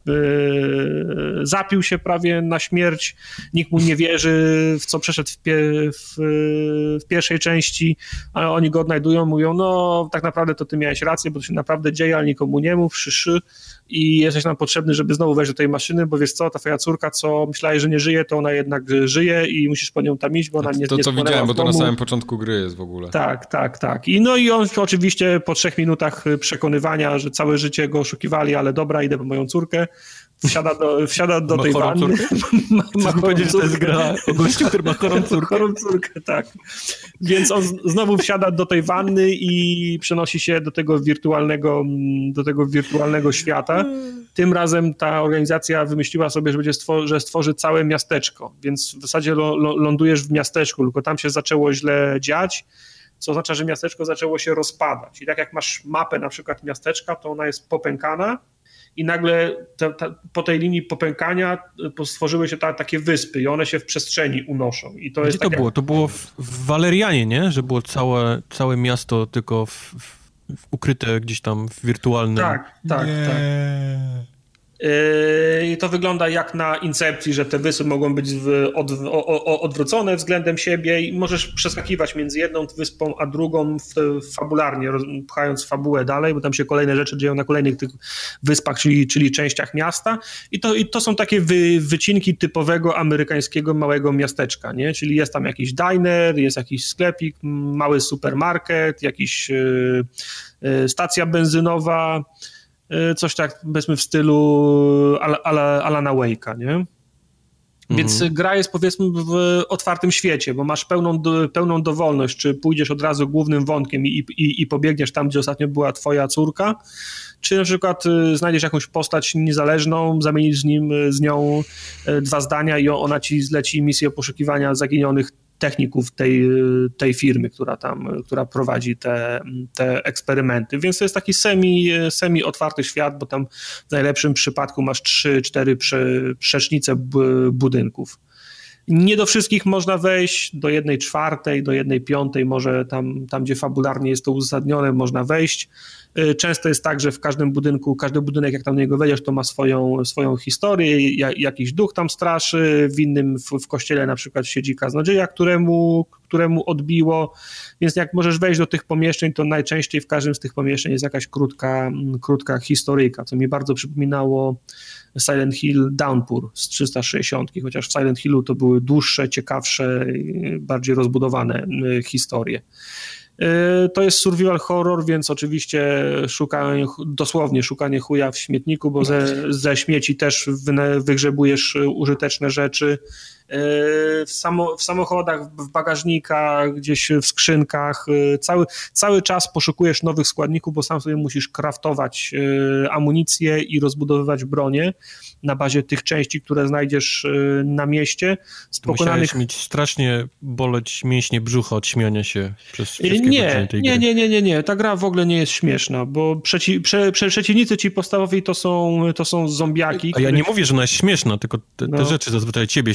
yy, zapił się prawie na śmierć, nikt mu nie wierzy, w co przeszedł w, pie, w, w pierwszej części, ale oni go odnajdują, mówią, no tak naprawdę to ty miałeś rację, bo to się naprawdę dzieje, ale nikomu nie mów, szyszy i jesteś nam potrzebny, żeby znowu wejść do tej maszyny, bo wiesz co, ta twoja córka, co myślałeś, że nie żyje, to ona jednak żyje i musisz po nią tam iść, bo ona nie To, nie co widziałem, bo to na samym początku gry jest w ogóle. Tak, tak, tak. I no i on oczywiście po trzech minutach przekonywania, że całe życie go oszukiwali, ale dobra, idę po moją córkę, wsiada do, wsiada do tej wanny. Ma, ma powiedzieć, że to jest gra o gościu, który ma chorą córkę. Chorą córkę, tak. Więc on znowu wsiada do tej wanny i przenosi się do tego wirtualnego, do tego wirtualnego świata. Tym razem ta organizacja wymyśliła sobie, że, będzie stworzy, że stworzy całe miasteczko, więc w zasadzie lo, lo, lądujesz w miasteczku, tylko tam się zaczęło źle dziać, co oznacza, że miasteczko zaczęło się rozpadać. I tak jak masz mapę na przykład miasteczka, to ona jest popękana i nagle ta, ta, po tej linii popękania stworzyły się ta, takie wyspy i one się w przestrzeni unoszą. I to Gdzie jest to tak było? jak... To było w, w Walerianie, nie? Że było całe, całe miasto tylko w, w, ukryte gdzieś tam w wirtualnym... Tak, tak, nie. tak. I to wygląda jak na Incepcji, że te wyspy mogą być od, o, odwrócone względem siebie i możesz przeskakiwać między jedną wyspą a drugą fabularnie, pchając fabułę dalej, bo tam się kolejne rzeczy dzieją na kolejnych tych wyspach, czyli, czyli częściach miasta. I to, i to są takie wy, wycinki typowego amerykańskiego małego miasteczka, nie? Czyli jest tam jakiś diner, jest jakiś sklepik, mały supermarket, jakiś yy, yy, stacja benzynowa, coś tak, powiedzmy, w stylu Alana Wake'a, nie? Więc mhm. gra jest, powiedzmy, w otwartym świecie, bo masz pełną, do, pełną dowolność, czy pójdziesz od razu głównym wątkiem i, i, i pobiegniesz tam, gdzie ostatnio była twoja córka, czy na przykład znajdziesz jakąś postać niezależną, zamienisz z nim, z nią dwa zdania i ona ci zleci misję poszukiwania zaginionych techników tej, tej firmy, która tam, która prowadzi te, te eksperymenty. Więc to jest taki semi, semi otwarty świat, bo tam w najlepszym przypadku masz trzy, cztery prze, przecznice budynków. Nie do wszystkich można wejść, do jednej czwartej, do jednej piątej, może tam, tam gdzie fabularnie jest to uzasadnione, można wejść. Często jest tak, że w każdym budynku, każdy budynek, jak tam do niego wejdziesz, to ma swoją, swoją historię, jakiś duch tam straszy, w innym, w, w kościele na przykład siedzi kaznodzieja, któremu, któremu odbiło, więc jak możesz wejść do tych pomieszczeń, to najczęściej w każdym z tych pomieszczeń jest jakaś krótka, krótka historyjka, co mi bardzo przypominało Silent Hill Downpour z trzysta sześćdziesiąt, chociaż w Silent Hillu to były dłuższe, ciekawsze, bardziej rozbudowane historie. To jest survival horror, więc oczywiście szukanie, dosłownie szukanie chuja w śmietniku, bo ze, ze śmieci też wy, wygrzebujesz użyteczne rzeczy. W, samo, w samochodach, w bagażnikach, gdzieś w skrzynkach. Cały, cały czas poszukujesz nowych składników, bo sam sobie musisz craftować amunicję i rozbudowywać bronię na bazie tych części, które znajdziesz na mieście. Z pokonanych... Musiałeś mieć strasznie boleć mięśnie brzucha od śmiania się przez wszystkie nie, tej nie, nie, nie, nie, nie. Ta gra w ogóle nie jest śmieszna, bo przeci, prze, prze, przeciwnicy ci podstawowi to są, to są zombiaki. A ja których... nie mówię, że ona jest śmieszna, tylko te, no. te rzeczy zazwyczaj ciebie śmieszą.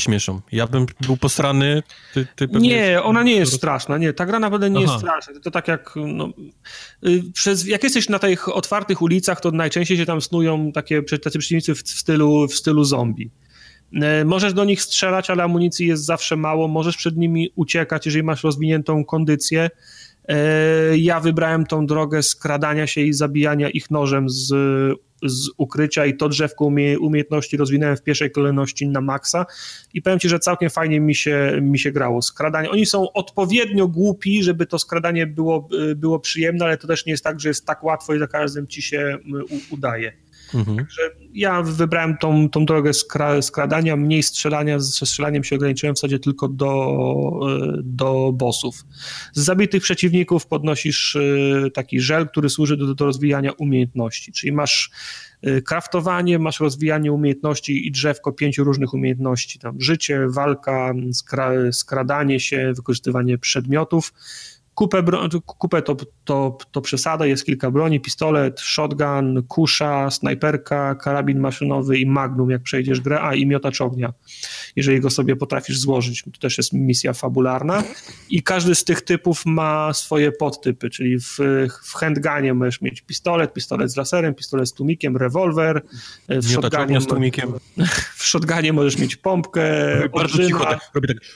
Ja bym był posrany. Ty, ty nie, ona nie jest straszna. Nie, ta gra naprawdę nie Aha. jest straszna. To tak jak... No, przez, jak jesteś na tych otwartych ulicach, to najczęściej się tam snują takie tacy przeciwnicy w, w, stylu, w stylu zombie. Możesz do nich strzelać, ale amunicji jest zawsze mało. Możesz przed nimi uciekać, jeżeli masz rozwiniętą kondycję. Ja wybrałem tą drogę skradania się i zabijania ich nożem z, z ukrycia i to drzewko umie, umiejętności rozwinąłem w pierwszej kolejności na maksa i powiem ci, że całkiem fajnie mi się, mi się grało. Skradanie. Oni są odpowiednio głupi, żeby to skradanie było, było przyjemne, ale to też nie jest tak, że jest tak łatwo i za każdym ci się u, udaje. Mhm. Także ja wybrałem tą, tą drogę skra, skradania, mniej strzelania, ze strzelaniem się ograniczyłem w zasadzie tylko do, do bossów. Z zabitych przeciwników podnosisz taki żel, który służy do, do rozwijania umiejętności, czyli masz craftowanie, masz rozwijanie umiejętności i drzewko pięciu różnych umiejętności, tam życie, walka, skra, skradanie się, wykorzystywanie przedmiotów. Kupę, bro- kupę to, to, to przesada, jest kilka broni, pistolet, shotgun, kusza, snajperka, karabin maszynowy i magnum, jak przejdziesz grę, a i miotacz ognia, jeżeli go sobie potrafisz złożyć, to też jest misja fabularna i każdy z tych typów ma swoje podtypy, czyli w, w handgunie możesz mieć pistolet, pistolet z laserem, pistolet z tłumikiem, rewolwer, w shotgunie, z tłumikiem. W shotgunie możesz mieć pompkę, bardzo orzyna. cicho, tak, robię tak.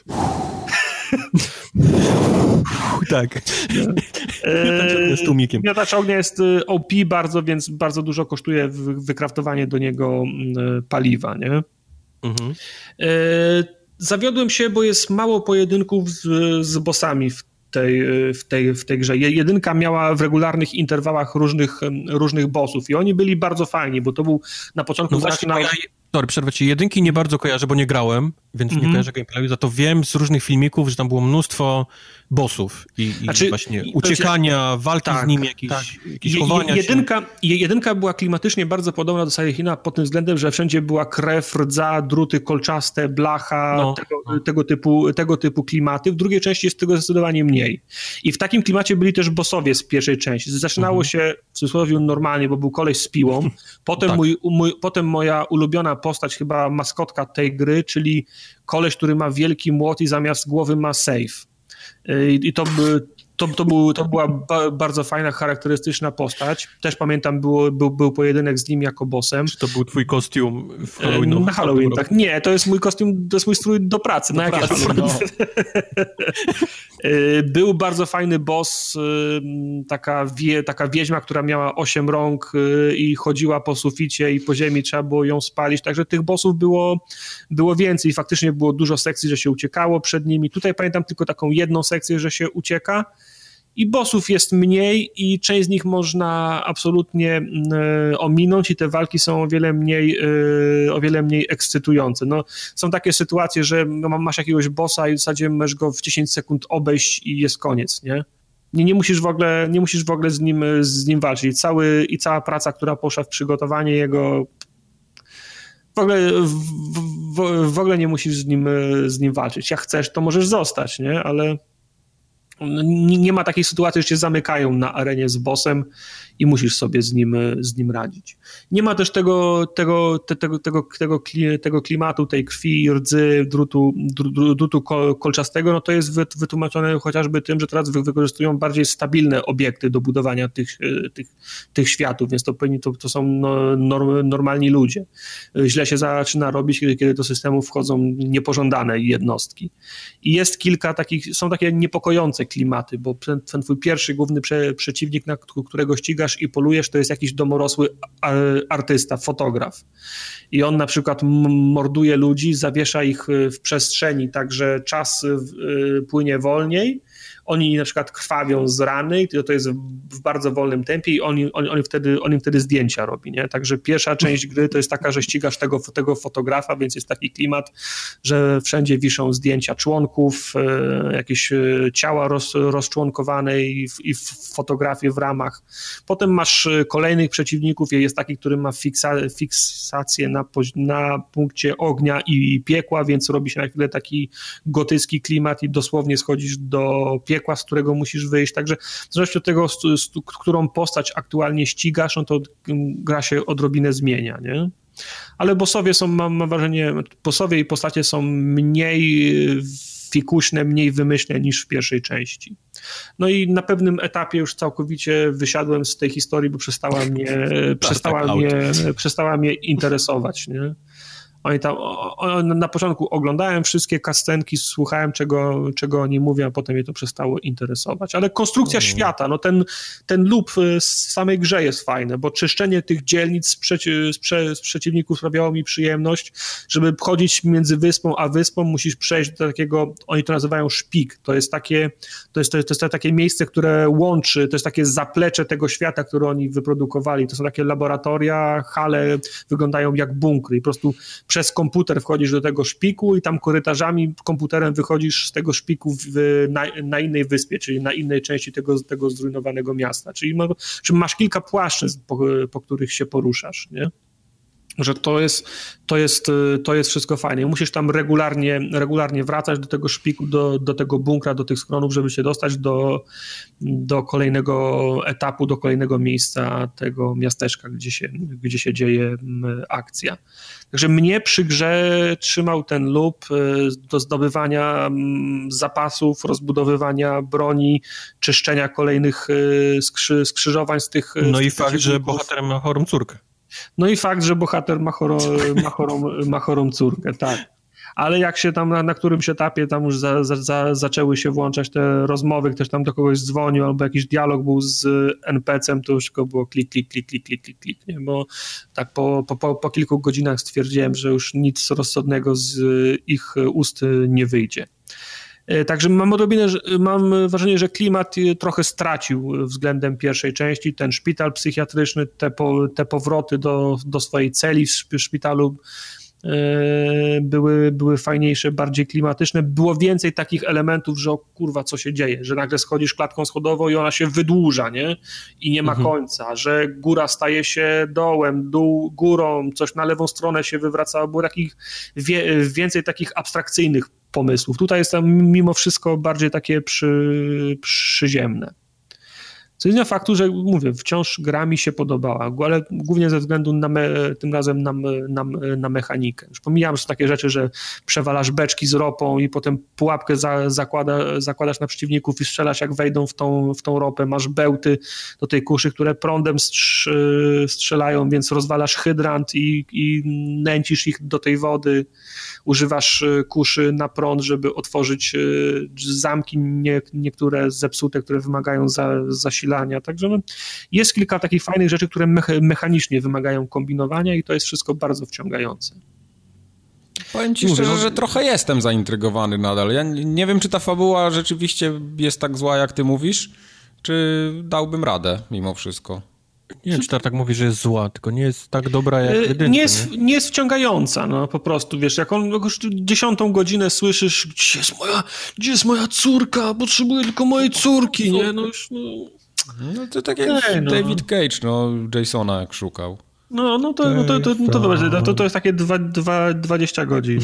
Tak. Z tłumikiem. Miotacz ognia jest O P bardzo, więc bardzo dużo kosztuje wykraftowanie do niego paliwa, nie? Mhm. Zawiodłem się, bo jest mało pojedynków z, z bossami w tej, w, tej, w tej grze. Jedynka miała w regularnych interwałach różnych, różnych bossów i oni byli bardzo fajni, bo to był na początku... No właśnie, na... ja, sorry, przerwę ci. Jedynki nie bardzo kojarzę, bo nie grałem, więc mm-hmm. nie kojarzę gameplayu, za to wiem z różnych filmików, że tam było mnóstwo bossów i, i znaczy, właśnie uciekania, walki tak, z nimi, jakieś, tak. jakieś je, chowania jedynka, się. Jedynka była klimatycznie bardzo podobna do Silent Hilla pod tym względem, że wszędzie była krew, rdza, druty kolczaste, blacha, no, tego, no. Tego, typu, tego typu klimaty. W drugiej części jest tego zdecydowanie mniej. I w takim klimacie byli też bossowie z pierwszej części. Zaczynało mm-hmm. się w cudzysłowie normalnie, bo był koleś z piłą. Potem, tak. mój, mój, potem moja ulubiona postać, chyba maskotka tej gry, czyli koleś, który ma wielki młot i zamiast głowy ma safe. I to, to, to, był, to była ba, bardzo fajna, charakterystyczna postać. Też pamiętam, było, był, był pojedynek z nim jako bossem. Czy to był twój kostium w Halloween? Na Halloween, tak. Nie, to jest mój kostium, to jest mój strój do pracy. Do no pracy jak no. Był bardzo fajny boss, taka, wie, taka wiedźma, która miała osiem rąk i chodziła po suficie i po ziemi, trzeba było ją spalić, także tych bossów było, było więcej. Faktycznie było dużo sekcji, że się uciekało przed nimi. Tutaj pamiętam tylko taką jedną sekcję, że się ucieka. I bossów jest mniej i część z nich można absolutnie y, ominąć i te walki są o wiele mniej, y, o wiele mniej ekscytujące. No, są takie sytuacje, że masz jakiegoś bossa i w zasadzie możesz go w dziesięć sekund obejść i jest koniec, nie? Nie, nie musisz w ogóle, nie musisz w ogóle z nim, z nim walczyć. I, cały, i cała praca, która poszła w przygotowanie jego, w ogóle, w, w, w ogóle nie musisz z nim, z nim walczyć. Jak chcesz, to możesz zostać, nie? Ale nie ma takiej sytuacji, że cię zamykają na arenie z bossem i musisz sobie z nim, z nim radzić. Nie ma też tego, tego, te, tego, tego, tego, tego klimatu, tej krwi, rdzy, drutu, dru, drutu kolczastego, no to jest wytłumaczone chociażby tym, że teraz wykorzystują bardziej stabilne obiekty do budowania tych, tych, tych światów, więc to, to, to są norm, normalni ludzie. Źle się zaczyna robić, kiedy, kiedy do systemu wchodzą niepożądane jednostki. I jest kilka takich, są takie niepokojące klimaty, bo ten, ten twój pierwszy główny prze, przeciwnik, na którego ścigasz i polujesz, to jest jakiś domorosły artysta, fotograf. I on na przykład morduje ludzi, zawiesza ich w przestrzeni, tak że czas płynie wolniej. Oni na przykład krwawią z rany, to jest w bardzo wolnym tempie i oni, oni, oni, wtedy, on im wtedy zdjęcia robi, nie? Także pierwsza część gry to jest taka, że ścigasz tego, tego fotografa, więc jest taki klimat, że wszędzie wiszą zdjęcia członków, jakieś ciała roz, rozczłonkowane i, i fotografie w ramach. Potem masz kolejnych przeciwników, jest taki, który ma fiksa, fiksację na, na punkcie ognia i piekła, więc robi się na chwilę taki gotycki klimat i dosłownie schodzisz do piekła, z którego musisz wyjść, także w zależności od tego, z, z, którą postać aktualnie ścigasz, no to gra się odrobinę zmienia, nie? Ale bossowie są, mam, mam wrażenie, bossowie i postacie są mniej fikuśne, mniej wymyślne niż w pierwszej części. No i na pewnym etapie już całkowicie wysiadłem z tej historii, bo przestała mnie, przestała mnie, przestała mnie interesować, nie? Oni tam, o, o, na początku oglądałem wszystkie kastenki, słuchałem czego, czego oni mówią, a potem mnie to przestało interesować. Ale konstrukcja mm. świata, no ten, ten loop w samej grze jest fajny, bo czyszczenie tych dzielnic z, przeci z, prze z przeciwników sprawiało mi przyjemność. Żeby chodzić między wyspą a wyspą, musisz przejść do takiego, oni to nazywają szpik. To jest takie, to jest, to jest, to jest takie miejsce, które łączy, to jest takie zaplecze tego świata, które oni wyprodukowali. To są takie laboratoria, hale, wyglądają jak bunkry i po prostu przez komputer wchodzisz do tego szpiku i tam korytarzami komputerem wychodzisz z tego szpiku w, na, na innej wyspie, czyli na innej części tego, tego zrujnowanego miasta. Czyli, ma, czyli masz kilka płaszczyzn, po, po których się poruszasz, nie? Że to jest, to jest, to jest wszystko fajne. Musisz tam regularnie, regularnie wracać do tego szpiku, do, do tego bunkra, do tych schronów, żeby się dostać do, do kolejnego etapu, do kolejnego miejsca tego miasteczka, gdzie się, gdzie się dzieje akcja. Także mnie przy grze trzymał ten loop do zdobywania zapasów, rozbudowywania broni, czyszczenia kolejnych skrzy, skrzyżowań z tych... No z i tych fakt, że bohater ma chorą córkę. No i fakt, że bohater ma, choro, ma, chorą, ma chorą córkę, tak. Ale jak się tam na, na którymś etapie tam już za, za, za, zaczęły się włączać te rozmowy, ktoś tam do kogoś dzwonił, albo jakiś dialog był z en pe ce em, to już tylko było klik, klik, klik, klik, klik, klik, klik, nie? Bo tak po, po, po kilku godzinach stwierdziłem, że już nic rozsądnego z ich ust nie wyjdzie. Także mam odrobinę, mam wrażenie, że klimat trochę stracił względem pierwszej części. Ten szpital psychiatryczny, te, po, te powroty do, do swojej celi w szpitalu były, były fajniejsze, bardziej klimatyczne. Było więcej takich elementów, że o kurwa, co się dzieje, że nagle schodzisz klatką schodową i ona się wydłuża, nie? I nie ma mhm. końca, że góra staje się dołem, dół górą, coś na lewą stronę się wywracało. Było takich wie, więcej takich abstrakcyjnych pomysłów. Tutaj jest tam mimo wszystko bardziej takie przy, przyziemne. Co innego faktu, że mówię, wciąż gra mi się podobała, ale głównie ze względu na me, tym razem na, na, na mechanikę. Już pomijam, że są takie rzeczy, że przewalasz beczki z ropą i potem pułapkę za, zakłada, zakładasz na przeciwników i strzelasz jak wejdą w tą, w tą ropę. Masz bełty do tej kuszy, które prądem strz, strzelają, więc rozwalasz hydrant i, i nęcisz ich do tej wody. Używasz kuszy na prąd, żeby otworzyć zamki nie, niektóre zepsute, które wymagają za, zasilania. Także no, jest kilka takich fajnych rzeczy, które mecha, mechanicznie wymagają kombinowania i to jest wszystko bardzo wciągające. Powiem ci szczerze, że trochę jestem zaintrygowany nadal. Ja nie wiem, czy ta fabuła rzeczywiście jest tak zła, jak ty mówisz, czy dałbym radę mimo wszystko. Nie wiem, czy ta tak mówi, że jest zła, tylko nie jest tak dobra jak jedynka, nie jest, nie? nie jest wciągająca, no po prostu, wiesz, jak on już dziesiątą godzinę słyszysz, gdzie jest moja, gdzie jest moja córka, potrzebuję tylko mojej córki, nie, no już, no... No to tak jak Ej, no. David Cage, no, Jasona jak szukał. No, no to, no to, to, to, to, to, to jest takie dwa, dwa, dwadzieścia godzin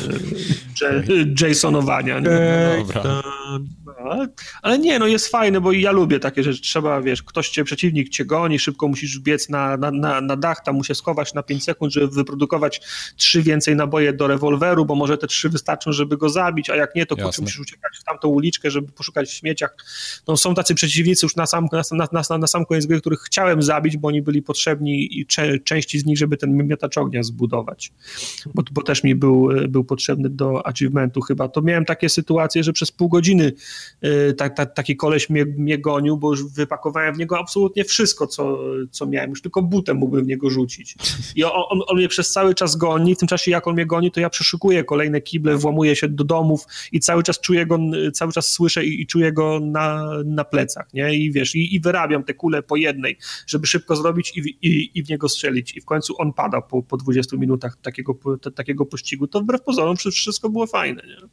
Jasonowania. Nie? No, dobra. Ale, ale nie, no jest fajne, bo ja lubię takie rzeczy. Trzeba, wiesz, ktoś cię, przeciwnik cię goni, szybko musisz biec na, na, na, na dach, tam mu się schować na pięć sekund, żeby wyprodukować trzy więcej naboje do rewolweru, bo może te trzy wystarczą, żeby go zabić, a jak nie, to kurczę, musisz uciekać w tamtą uliczkę, żeby poszukać w śmieciach. No, są tacy przeciwnicy już na sam, na, na, na, na sam koniec gry, których chciałem zabić, bo oni byli potrzebni i cze, części z nich, żeby ten miotacz ognia zbudować, bo, bo też mi był, był potrzebny do achievementu chyba. To miałem takie sytuacje, że przez pół godziny y, ta, ta, taki koleś mnie, mnie gonił, bo już wypakowałem w niego absolutnie wszystko, co, co miałem. Już tylko butem mógłbym w niego rzucić. I on, on, on mnie przez cały czas goni. W tym czasie, jak on mnie goni, to ja przeszukuję kolejne kible, włamuję się do domów i cały czas czuję go, cały czas słyszę i, i czuję go na, na plecach, nie? I wiesz, i, i wyrabiam te kule po jednej, żeby szybko zrobić i, i, i w niego strzelić. I w końcu on pada po, po dwudziestu minutach takiego, t, takiego pościgu. To wbrew pozorom wszystko było fajne, nie?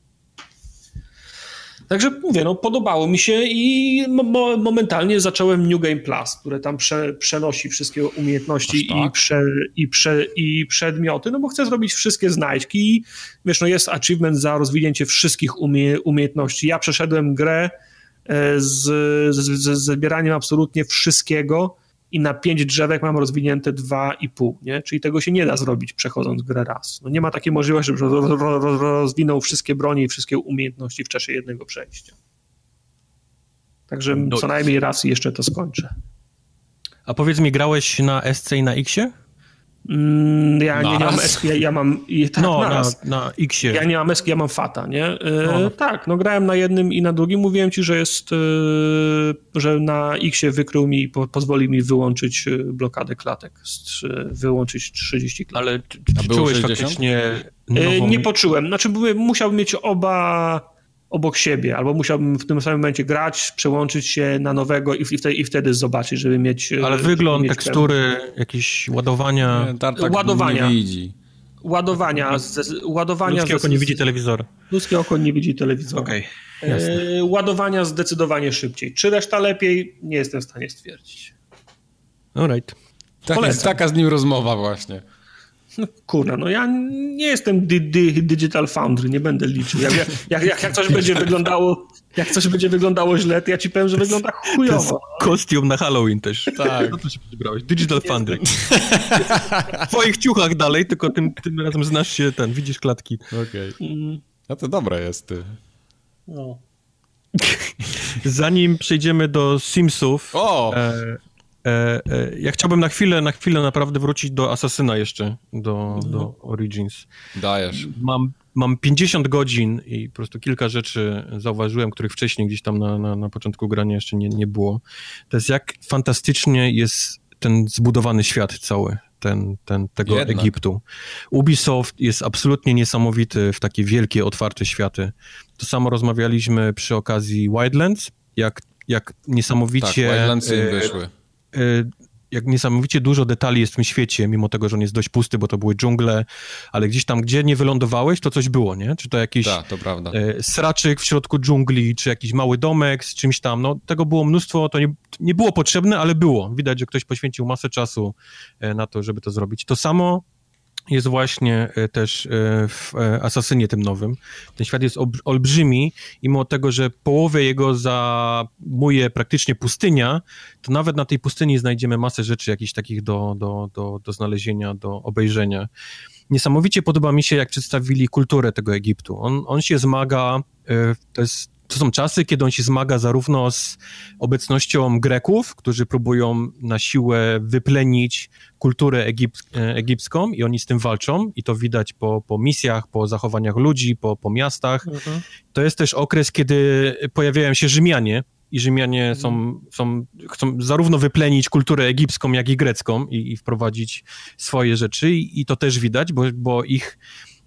Także mówię, no podobało mi się i mo- momentalnie zacząłem New Game Plus, które tam prze- przenosi wszystkie umiejętności tak? i, prze- i, prze- i przedmioty, no bo chcę zrobić wszystkie znajdźki i wiesz, no jest achievement za rozwinięcie wszystkich umie- umiejętności. Ja przeszedłem grę z, z, z zbieraniem absolutnie wszystkiego i na pięć drzewek mam rozwinięte dwa i pół, nie? Czyli tego się nie da zrobić przechodząc grę raz. No nie ma takiej możliwości, żeby rozwinął wszystkie broni i wszystkie umiejętności w czasie jednego przejścia. Także no, co najmniej raz i jeszcze to skończę. A powiedz mi, grałeś na S C i na X-ie? Mm, ja nie, nie mam S K, ja, ja mam... Tak, no, na, na, na X-ie. Ja nie mam S K, ja mam Fata, nie? E, no. Tak, no grałem na jednym i na drugim. Mówiłem ci, że jest, e, że na X-ie wykrył mi i po, pozwoli mi wyłączyć blokadę klatek, wyłączyć trzydzieści klatek. Ale czy, czy czułeś faktycznie nową... e, Nie poczułem. Znaczy musiałbym mieć oba obok siebie, albo musiałbym w tym samym momencie grać, przełączyć się na nowego i, wtedy, i wtedy zobaczyć, żeby mieć... Ale wygląd, mieć tekstury, ten... jakieś ładowania... Nie, Tartak ładowania. Nie widzi. Ładowania. Z, ładowania ludzkie z, oko nie widzi telewizora. Ludzkie oko nie widzi telewizora. Okej, okay, jasne. E, ładowania zdecydowanie szybciej. Czy reszta lepiej? Nie jestem w stanie stwierdzić. Alright. Tak jest, taka z nim rozmowa właśnie. No kurna, no ja nie jestem di- di- Digital Foundry, nie będę liczył. Jak, jak, jak, jak coś będzie wyglądało, jak coś będzie wyglądało źle, to ja ci powiem, że wygląda chujowo. To jest kostium na Halloween też. Tak. No to się wybrałeś. Digital Foundry. W twoich ciuchach dalej, tylko tym, tym razem znasz się, ten, widzisz klatki. Okej. Okay. Mm. No to dobre jest, ty. No. Zanim przejdziemy do Simsów... O! E, E, e, ja chciałbym na chwilę, na chwilę naprawdę wrócić do Assassina jeszcze, do, mhm. do Origins. Dajesz. Mam, mam pięćdziesiąt godzin i po prostu kilka rzeczy zauważyłem, których wcześniej gdzieś tam na, na, na początku grania jeszcze nie, nie było. To jest jak fantastycznie jest ten zbudowany świat cały, ten, ten, tego Jednak. Egiptu. Ubisoft jest absolutnie niesamowity w takie wielkie, otwarte światy. To samo rozmawialiśmy przy okazji Wildlands, jak, jak niesamowicie... Tak, Wildlandsy im wyszły. Jak niesamowicie dużo detali jest w tym świecie, mimo tego, że on jest dość pusty, bo to były dżungle, ale gdzieś tam, gdzie nie wylądowałeś, to coś było, nie? Czy to jakiś Ta, to prawda. e, sraczyk w środku dżungli, czy jakiś mały domek z czymś tam, no tego było mnóstwo, to nie, nie było potrzebne, ale było. Widać, że ktoś poświęcił masę czasu e, na to, żeby to zrobić. To samo jest właśnie też w Assassinie tym nowym. Ten świat jest olbrzymi i mimo tego, że połowę jego zajmuje praktycznie pustynia, to nawet na tej pustyni znajdziemy masę rzeczy jakichś takich do, do, do, do znalezienia, do obejrzenia. Niesamowicie podoba mi się, jak przedstawili kulturę tego Egiptu. On, on się zmaga, to jest To są czasy, kiedy on się zmaga zarówno z obecnością Greków, którzy próbują na siłę wyplenić kulturę Egip- egipską i oni z tym walczą i to widać po, po misjach, po zachowaniach ludzi, po, po miastach. Mhm. To jest też okres, kiedy pojawiają się Rzymianie i Rzymianie mhm. są, są, chcą zarówno wyplenić kulturę egipską, jak i grecką i, i wprowadzić swoje rzeczy i, i to też widać, bo, bo ich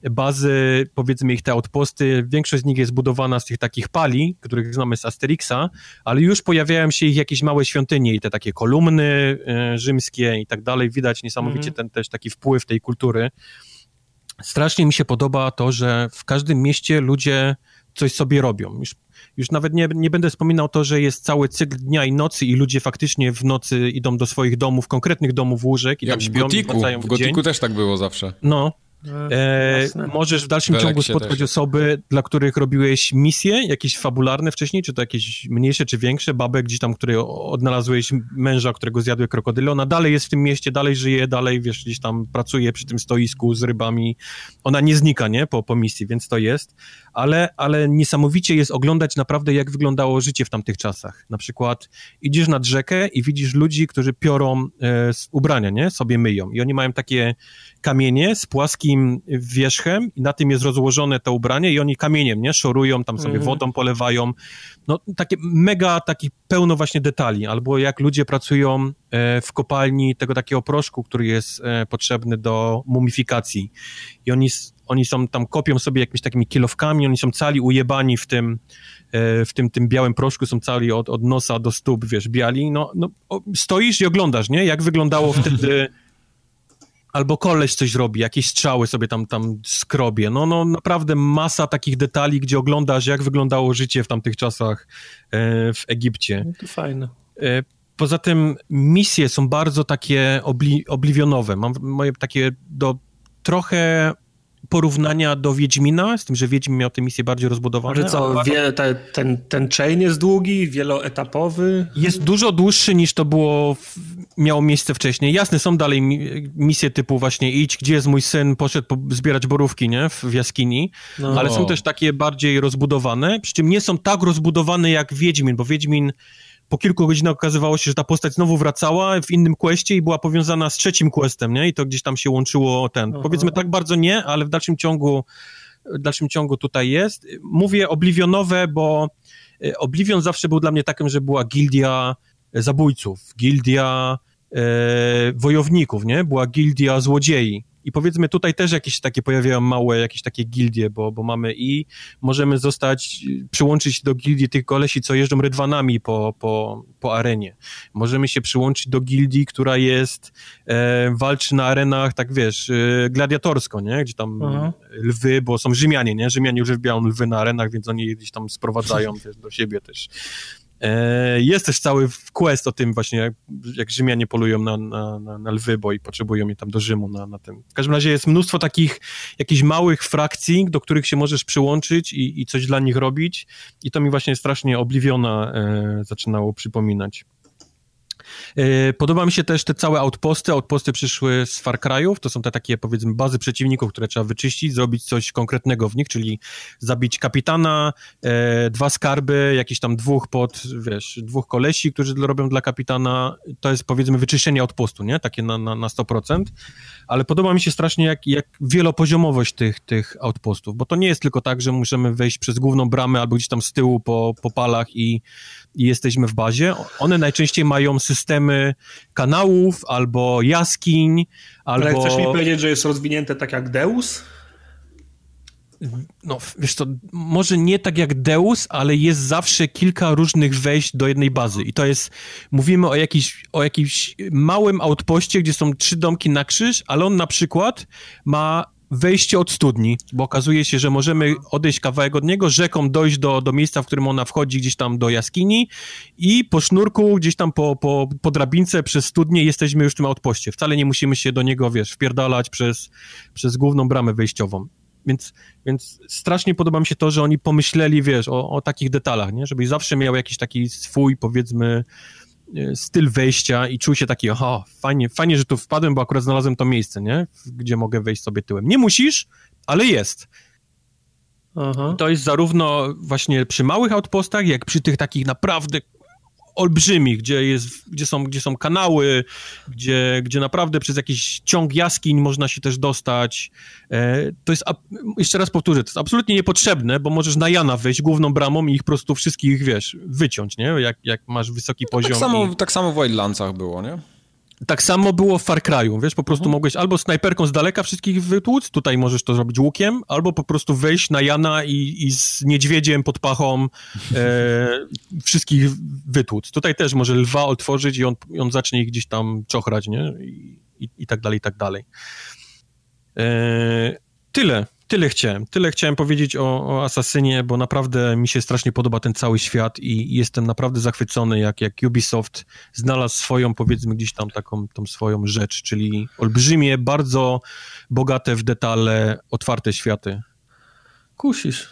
bazy, powiedzmy ich te outposty, większość z nich jest budowana z tych takich pali, których znamy z Asterixa, ale już pojawiają się ich jakieś małe świątynie i te takie kolumny y, rzymskie i tak dalej. Widać niesamowicie mm. ten też taki wpływ tej kultury. Strasznie mi się podoba to, że w każdym mieście ludzie coś sobie robią. Już, już nawet nie, nie będę wspominał to, że jest cały cykl dnia i nocy i ludzie faktycznie w nocy idą do swoich domów, konkretnych domów, łóżek i jak tam śpią w i wracają w, w Gotiku dzień. też tak było zawsze. No. E, możesz w dalszym w ciągu spotkać też. osoby, dla których robiłeś misje, jakieś fabularne wcześniej, czy to jakieś mniejsze, czy większe, babę gdzieś tam, której odnalazłeś męża, którego zjadły krokodyle, ona dalej jest w tym mieście, dalej żyje, dalej, wiesz, gdzieś tam pracuje przy tym stoisku z rybami, ona nie znika, nie, po, po misji, więc to jest, ale, ale niesamowicie jest oglądać naprawdę, jak wyglądało życie w tamtych czasach. Na przykład idziesz nad rzekę i widzisz ludzi, którzy piorą e, ubrania, nie, sobie myją i oni mają takie kamienie z płaskim wierzchem i na tym jest rozłożone to ubranie i oni kamieniem, nie, szorują, tam sobie mm. wodą polewają. No takie mega, takich pełno właśnie detali. Albo jak ludzie pracują e, w kopalni tego takiego proszku, który jest e, potrzebny do mumifikacji. I oni, oni są tam, kopią sobie jakimiś takimi kilowkami, oni są cali ujebani w tym, e, w tym, tym białym proszku, są cali od, od nosa do stóp, wiesz, biali. No, no o, stoisz i oglądasz, nie, jak wyglądało wtedy... Albo koleś coś robi, jakieś strzały sobie tam, tam skrobie. No, no naprawdę masa takich detali, gdzie oglądasz, jak wyglądało życie w tamtych czasach e, w Egipcie. No to fajne. E, poza tym misje są bardzo takie obli- oblivionowe. Mam moje takie do trochę porównania do Wiedźmina, z tym, że Wiedźmin miał te misje bardziej rozbudowane. Że co, a... wie, te, ten, ten chain jest długi, wieloetapowy? Jest dużo dłuższy niż to było, w, miało miejsce wcześniej. Jasne, są dalej mi, misje typu właśnie idź, gdzie jest mój syn, poszedł po, zbierać borówki, nie, w, w jaskini, no. Ale są też takie bardziej rozbudowane, przy czym nie są tak rozbudowane jak Wiedźmin, bo Wiedźmin po kilku godzinach okazywało się, że ta postać znowu wracała w innym questie i była powiązana z trzecim questem, nie? I to gdzieś tam się łączyło ten. Aha. Powiedzmy tak bardzo nie, ale w dalszym ciągu w dalszym ciągu tutaj jest. Mówię Oblivionowe, bo Oblivion zawsze był dla mnie takim, że była gildia zabójców, gildia e, wojowników, nie? Była gildia złodziei. I powiedzmy tutaj też jakieś takie pojawiają małe jakieś takie gildie, bo, bo mamy i możemy zostać, przyłączyć do gildii tych kolesi, co jeżdżą rydwanami po, po, po arenie. Możemy się przyłączyć do gildii, która jest, e, walczy na arenach, tak wiesz, e, gladiatorsko, nie? Gdzie tam Aha. lwy, bo są Rzymianie, nie? Rzymianie uwielbiają lwy na arenach, więc oni je gdzieś tam sprowadzają wiesz, do siebie też. Jest też cały quest o tym właśnie, jak, jak Rzymianie polują na, na, na, na lwy, bo i potrzebują je tam do Rzymu na, na tym. W każdym razie jest mnóstwo takich jakichś małych frakcji, do których się możesz przyłączyć i, i coś dla nich robić i to mi właśnie strasznie Obliviona e, zaczynało przypominać. Podoba mi się też te całe outposty. Outposty przyszły z Far Cry'ów. To są te takie, powiedzmy, bazy przeciwników, które trzeba wyczyścić, zrobić coś konkretnego w nich, czyli zabić kapitana, e, dwa skarby, jakieś tam dwóch pod, wiesz, dwóch kolesi, którzy robią dla kapitana. To jest, powiedzmy, wyczyszczenie outpostu, nie? Takie na, na, na sto procent. Ale podoba mi się strasznie, jak, jak wielopoziomowość tych, tych outpostów, bo to nie jest tylko tak, że musimy wejść przez główną bramę albo gdzieś tam z tyłu po, po palach i, i jesteśmy w bazie. One najczęściej mają systemy kanałów albo jaskiń, albo... Ale chcesz mi powiedzieć, że jest rozwinięte tak jak Deus? No, wiesz co, może nie tak jak Deus, ale jest zawsze kilka różnych wejść do jednej bazy i to jest, mówimy o, jakiś, o jakimś małym outpoście, gdzie są trzy domki na krzyż, ale on na przykład ma wejście od studni, bo okazuje się, że możemy odejść kawałek od niego, rzeką dojść do, do miejsca, w którym ona wchodzi gdzieś tam do jaskini i po sznurku gdzieś tam po, po, po drabince przez studnię jesteśmy już w tym outpoście. Wcale nie musimy się do niego, wiesz, wpierdalać przez, przez główną bramę wejściową. Więc, więc strasznie podoba mi się to, że oni pomyśleli, wiesz, o, o takich detalach, nie? Żebyś zawsze miał jakiś taki swój, powiedzmy, styl wejścia i czuł się taki, aha, fajnie, fajnie, że tu wpadłem, bo akurat znalazłem to miejsce, nie? Gdzie mogę wejść sobie tyłem. Nie musisz, ale jest. Aha. To jest zarówno właśnie przy małych outpostach, jak przy tych takich naprawdę olbrzymich, gdzie, jest, gdzie, są, gdzie są kanały, gdzie, gdzie naprawdę przez jakiś ciąg jaskiń można się też dostać. E, to jest, jeszcze raz powtórzę, to jest absolutnie niepotrzebne, bo możesz na Jana wejść główną bramą i ich po prostu wszystkich, wiesz, wyciąć, nie? Jak, jak masz wysoki no, poziom. Tak samo, i... tak samo w Wildlandsach było, nie? Tak samo było w Far Cry'u, wiesz, po prostu mhm. mogłeś albo snajperką z daleka wszystkich wytłuc, tutaj możesz to zrobić łukiem, albo po prostu wejść na Jana i, i z niedźwiedziem pod pachą e, wszystkich wytłuc. Tutaj też może lwa otworzyć i on, i on zacznie ich gdzieś tam czochrać, nie? I, i, i tak dalej, i tak dalej. E, tyle. Tyle chciałem. Tyle chciałem powiedzieć o, o Asasynie, bo naprawdę mi się strasznie podoba ten cały świat i jestem naprawdę zachwycony, jak, jak Ubisoft znalazł swoją, powiedzmy, gdzieś tam taką tą swoją rzecz, czyli olbrzymie, bardzo bogate w detale, otwarte światy. Kusisz.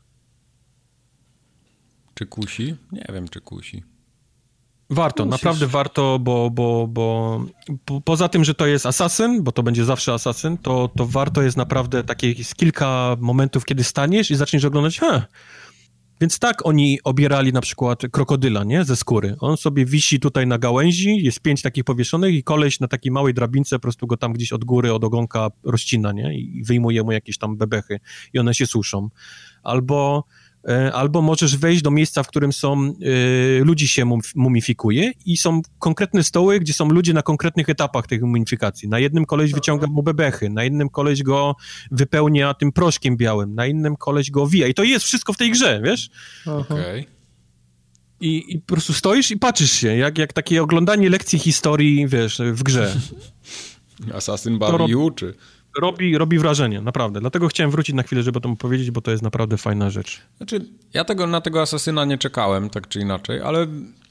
Czy kusi? Nie wiem, czy kusi. Warto, Musisz. naprawdę warto, bo, bo, bo po, poza tym, że to jest asasyn, bo to będzie zawsze asasyn, to, to warto jest naprawdę takie kilka momentów, kiedy staniesz i zaczniesz oglądać, ha, więc tak oni obierali na przykład krokodyla, nie, ze skóry. On sobie wisi tutaj na gałęzi, jest pięć takich powieszonych i koleś na takiej małej drabince po prostu go tam gdzieś od góry, od ogonka rozcina, nie, i wyjmuje mu jakieś tam bebechy i one się suszą. Albo... Albo możesz wejść do miejsca, w którym są y, ludzi się mumifikuje i są konkretne stoły, gdzie są ludzie na konkretnych etapach tej mumifikacji. Na jednym koleś wyciąga mu bebechy, na innym koleś go wypełnia tym proszkiem białym, na innym koleś go owija. I to jest wszystko w tej grze, wiesz? Okej. Okay. I, I po prostu stoisz i patrzysz się, jak, jak takie oglądanie lekcji historii, wiesz, w grze. Asasyn bawi i uczy. Robi, robi wrażenie, naprawdę. Dlatego chciałem wrócić na chwilę, żeby o tym powiedzieć, bo to jest naprawdę fajna rzecz. Znaczy, ja tego, na tego Asasyna nie czekałem, tak czy inaczej, ale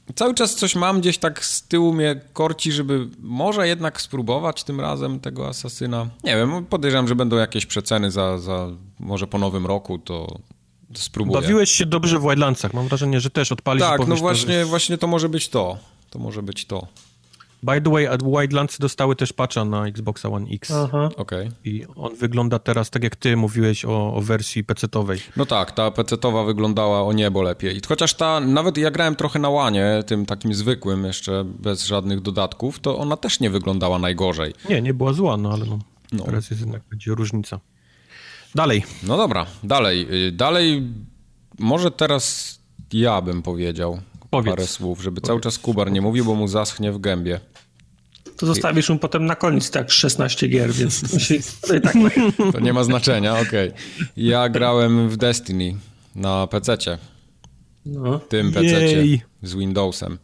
cały czas coś mam gdzieś tak z tyłu mnie korci, żeby może jednak spróbować tym razem tego Asasyna. Nie wiem, podejrzewam, że będą jakieś przeceny za, za może po nowym roku, to, to spróbuję. Bawiłeś się dobrze w Wildlandsach. Mam wrażenie, że też odpalisz Tak, i powiesz, no właśnie, to, że... właśnie to może być to. To może być to. By the way, Wildlandsy dostały też patcha na Xboxa One X. Aha. Okej. Okay. I on wygląda teraz tak, jak ty mówiłeś o, o wersji pecetowej. No tak, ta pecetowa wyglądała o niebo lepiej. Chociaż ta, nawet ja grałem trochę na łanie, tym takim zwykłym jeszcze, bez żadnych dodatków, to ona też nie wyglądała najgorzej. Nie, nie była zła, no ale no, no. teraz jest jednak będzie różnica. Dalej. No dobra, dalej. Dalej, może teraz ja bym powiedział Powiedz. parę słów, żeby Powiedz. cały czas Kubar nie mówił, bo mu zaschnie w gębie. To zostawisz mu potem na koniec tak szesnaście gier, więc to, tak... to nie ma znaczenia, okej. Okay. Ja grałem w Destiny na pececie. No. Tym pececie z Windowsem.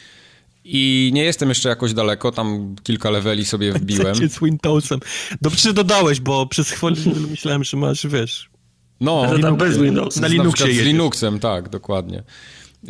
I nie jestem jeszcze jakoś daleko, tam kilka leveli sobie wbiłem. Pececie z Windowsem. Dobrze, że dodałeś, bo przez chwilę myślałem, że masz, wiesz... No, ale tam bez Windowsa. Na Linuxie z Linuxem, tak, dokładnie. Yy,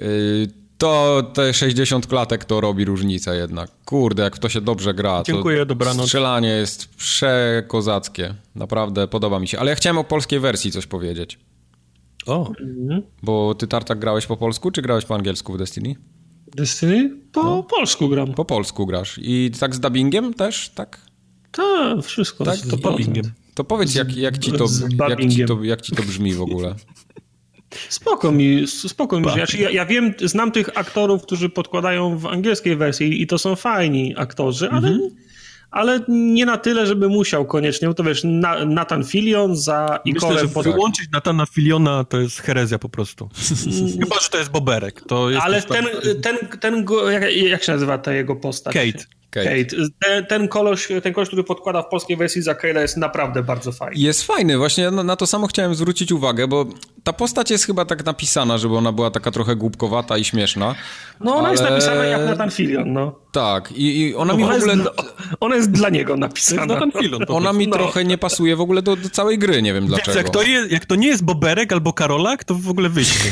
To te sześćdziesiąt klatek to robi różnicę jednak. Kurde, jak w to się dobrze gra, to Dziękuję, dobranoc. Strzelanie jest przekozackie. Naprawdę podoba mi się. Ale ja chciałem o polskiej wersji coś powiedzieć. O. Mhm. Bo ty, Tartak, grałeś po polsku, czy grałeś po angielsku w Destiny? Destiny? Po no. polsku gram. Po polsku grasz. I tak z dubbingiem też, tak? Tak, wszystko. Tak? Z dubbingiem. To powiedz, jak, jak, ci to, jak, ci to, jak ci to brzmi w ogóle. Spoko mi, spoko mi. Znaczy, ja, ja wiem, znam tych aktorów, którzy podkładają w angielskiej wersji i to są fajni aktorzy, ale, mhm. ale nie na tyle, żeby musiał koniecznie. To wiesz, na, Nathan Fillion za Ikorem... Myślę, że pod... wyłączyć Nathana Filliona to jest herezja po prostu. Chyba, że to jest Boberek. To jest ale ten, ten, ten, ten go, jak, jak się nazywa ta jego postać? Kate. Kate. Kate. Ten, ten, koleś, ten koleś, który podkłada w polskiej wersji za Kate'a jest naprawdę bardzo fajny. Jest fajny, właśnie na, na to samo chciałem zwrócić uwagę, bo ta postać jest chyba tak napisana, żeby ona była taka trochę głupkowata i śmieszna. No ona ale... jest napisana jak Nathan Fillion, no. Tak, i, i ona no, mi ona w ogóle... Jest, ona jest dla niego napisana. Nathan Fillion, ona mi no. trochę nie pasuje w ogóle do, do całej gry, nie wiem Więc dlaczego. Jak to, jest, jak to nie jest Boberek albo Karolak, to w ogóle wyjście.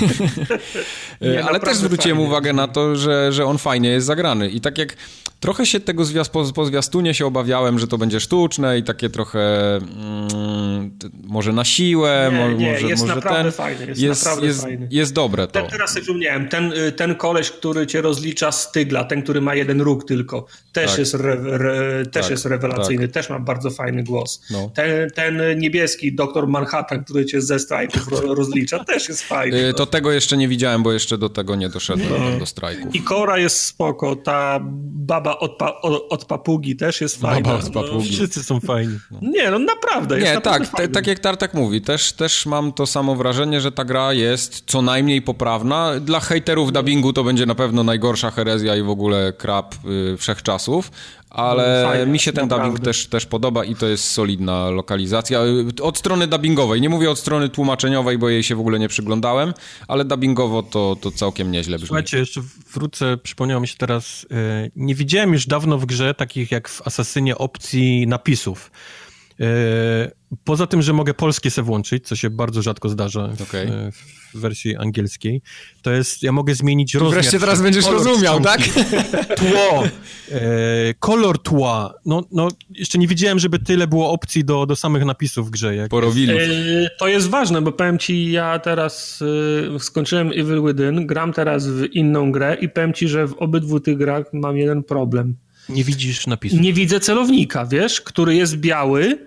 nie, ale też zwróciłem fajnie. uwagę na to, że, że on fajnie jest zagrany. I tak jak trochę się tego zwiast, po, po zwiastunie się obawiałem, że to będzie sztuczne i takie trochę mm, może na siłę, nie, mo, nie, może, jest może naprawdę ten... fajny, jest, jest naprawdę jest, fajny. Jest dobre to. Ten, teraz sobie przypomniałem, ten, ten koleś, który cię rozlicza z tygla, ten, który ma jeden róg tylko, też, tak. jest, re, re, też tak, jest rewelacyjny, tak. też ma bardzo fajny głos. No. Ten, ten niebieski doktor Manhattan, który cię ze strajków ro, rozlicza, też jest fajny. Yy, to tego jeszcze nie widziałem, bo jeszcze do tego nie doszedłem, no. do strajków. I Kora jest spoko, ta baba od, pa, od, od papugi też jest fajna. Baba od papugi. No, wszyscy są fajni. No. Nie, no naprawdę. Jest nie, naprawdę tak, te, tak jak Tartak mówi, też, też mam to samo wrażenie, że ta gra jest co najmniej poprawna. Dla hejterów dubbingu to będzie na pewno najgorsza herezja i w ogóle krap y, wszechczasów, ale no, fajnie, mi się ten naprawdę. dubbing też, też podoba i to jest solidna lokalizacja. Od strony dubbingowej, nie mówię od strony tłumaczeniowej, bo jej się w ogóle nie przyglądałem, ale dubbingowo to, to całkiem nieźle brzmi. Słuchajcie, jeszcze wrócę, przypomniało mi się teraz, yy, nie widziałem już dawno w grze takich jak w Asasynie opcji napisów. Yy, poza tym, że mogę polskie se włączyć, co się bardzo rzadko zdarza w, okay. yy, w wersji angielskiej, to jest, ja mogę zmienić rozmiar. Wreszcie teraz będziesz rozumiał, tak? Tło, yy, kolor tła. No, no, jeszcze nie widziałem, żeby tyle było opcji do, do samych napisów w grze. Jak Porowili. Yy, to jest ważne, bo powiem ci, ja teraz yy, skończyłem Evil Within, gram teraz w inną grę i powiem ci, że w obydwu tych grach mam jeden problem. Nie widzisz napisów. Nie widzę celownika, wiesz, który jest biały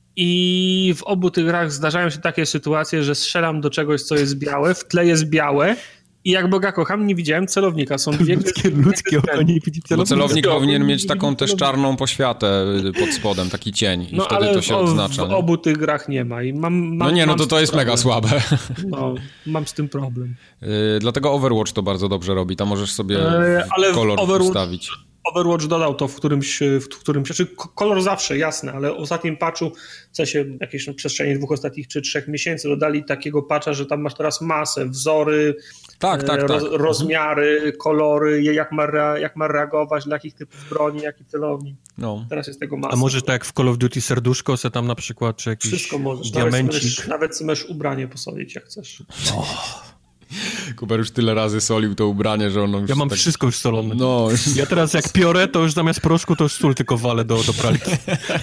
i w obu tych grach zdarzają się takie sytuacje, że strzelam do czegoś, co jest białe, w tle jest białe i jak Boga kocham, nie widziałem celownika. Są dwie ludzkie, ludzkie oko nie widzi celownika. Bo celownik powinien mieć taką też czarną poświatę pod spodem, taki cień i no, wtedy ale to się w, odznacza. w nie? obu tych grach nie ma. I mam, mam, no nie, no to to jest problem. mega słabe. No, mam z tym problem. Yy, dlatego Overwatch to bardzo dobrze robi. Tam możesz sobie yy, ale kolor Overwatch... ustawić. Overwatch dodał to w którymś, w którymś, znaczy kolor zawsze, jasne, ale w ostatnim patchu, w sensie jakiejś no, przestrzeni dwóch ostatnich czy trzech miesięcy dodali takiego patcha, że tam masz teraz masę, wzory, tak, tak, roz, tak. rozmiary, mhm. kolory, jak ma, jak ma reagować, dla jakich typów broni, jaki celownik. No. Teraz jest tego masa. A może tak jak w Call of Duty serduszko, se tam na przykład, czy jakiś wszystko możesz, diamencik. Nawet, nawet sobie możesz ubranie posolić, jak chcesz. Oh. Kubar już tyle razy solił to ubranie, że ono już... Ja mam tak... wszystko już solone. No. Ja teraz jak piorę, to już zamiast proszku to już sól tylko walę do, do pralki.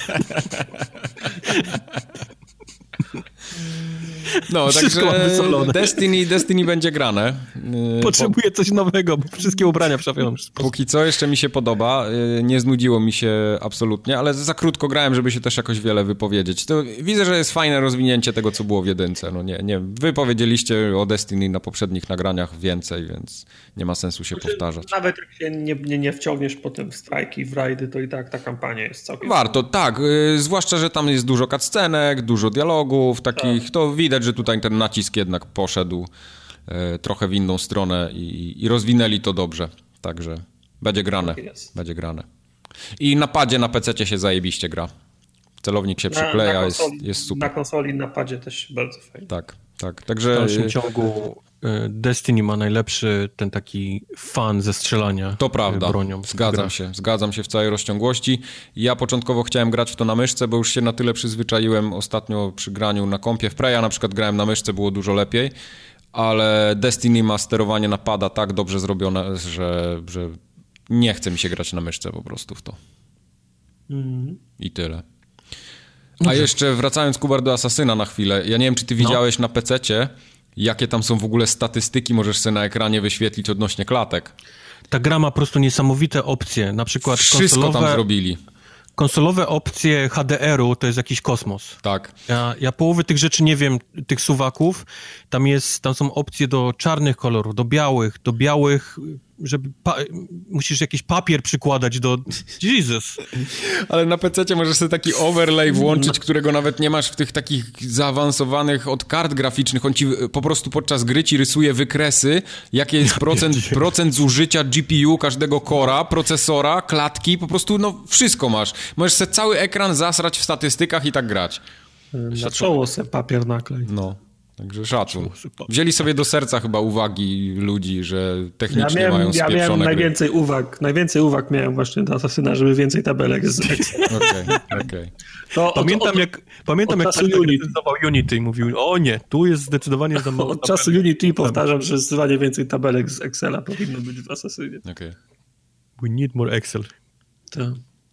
No, Wszystko także mam wysolone. Destiny, Destiny będzie grane. Potrzebuję coś nowego, bo wszystkie ubrania wszafiam. Póki co jeszcze mi się podoba, nie znudziło mi się absolutnie, ale za krótko grałem, żeby się też jakoś wiele wypowiedzieć. To widzę, że jest fajne rozwinięcie tego, co było w jedynce. No nie, nie, wy powiedzieliście o Destiny na poprzednich nagraniach więcej, więc nie ma sensu się znaczy, powtarzać. Nawet jak się nie, nie, nie wciągniesz potem w strajki, w rajdy, to i tak ta kampania jest całkiem... Warto, tak. Yy, zwłaszcza, że tam jest dużo cutscenek, dużo dialogów takich, tak. To widać, że tutaj ten nacisk jednak poszedł yy, trochę w inną stronę i, i rozwinęli to dobrze. Także będzie grane, tak będzie grane. I na padzie, na pececie się zajebiście gra. Celownik się przykleja, na, na konsoli, jest, jest super. Na konsoli, na padzie też bardzo fajnie. Tak, tak. Także... W dalszym ciągu Destiny ma najlepszy ten taki fan ze strzelania to prawda. bronią. Zgadzam się, zgadzam się w całej rozciągłości. Ja początkowo chciałem grać w to na myszce, bo już się na tyle przyzwyczaiłem ostatnio przy graniu na kompie. W Preya na przykład grałem na myszce, było dużo lepiej, ale Destiny ma sterowanie na pada tak dobrze zrobione, że, że nie chce mi się grać na myszce po prostu w to. Mm. I tyle. A jeszcze wracając, Kubar, do Asasyna na chwilę. Ja nie wiem, czy ty widziałeś no. na pececie, jakie tam są w ogóle statystyki, możesz sobie na ekranie wyświetlić odnośnie klatek. Ta gra ma po prostu niesamowite opcje, na przykład wszystko konsolowe, tam zrobili. Konsolowe opcje H D R u to jest jakiś kosmos. Tak. Ja, ja połowy tych rzeczy nie wiem, tych suwaków. Tam jest, tam są opcje do czarnych kolorów, do białych, do białych, żeby pa- musisz jakiś papier przykładać do... Jesus. Ale na pececie możesz sobie taki overlay włączyć, którego nawet nie masz w tych takich zaawansowanych od kart graficznych. On ci po prostu podczas gry ci rysuje wykresy, jaki jest procent, procent zużycia G P U każdego cora, procesora, klatki, po prostu no wszystko masz. Możesz sobie cały ekran zasrać w statystykach i tak grać. Na czoło sobie papier naklej. No. Także szacun. Wzięli sobie do serca chyba uwagi ludzi, że technicznie ja miałem, mają spieprzone Ja miałem gry. najwięcej uwag, najwięcej uwag miałem właśnie do Asasyna, żeby więcej tabelek z Excel. Okej, okej. Pamiętam, od, jak, pamiętam jak Unity recenzował Unity i mówił, o nie, tu jest zdecydowanie za mało Od tabelek. Czasu Unity powtarzam, że zdecydowanie więcej tabelek z Excela powinno być w Asasynie. Okej. Okay. We need more Excel. Tak.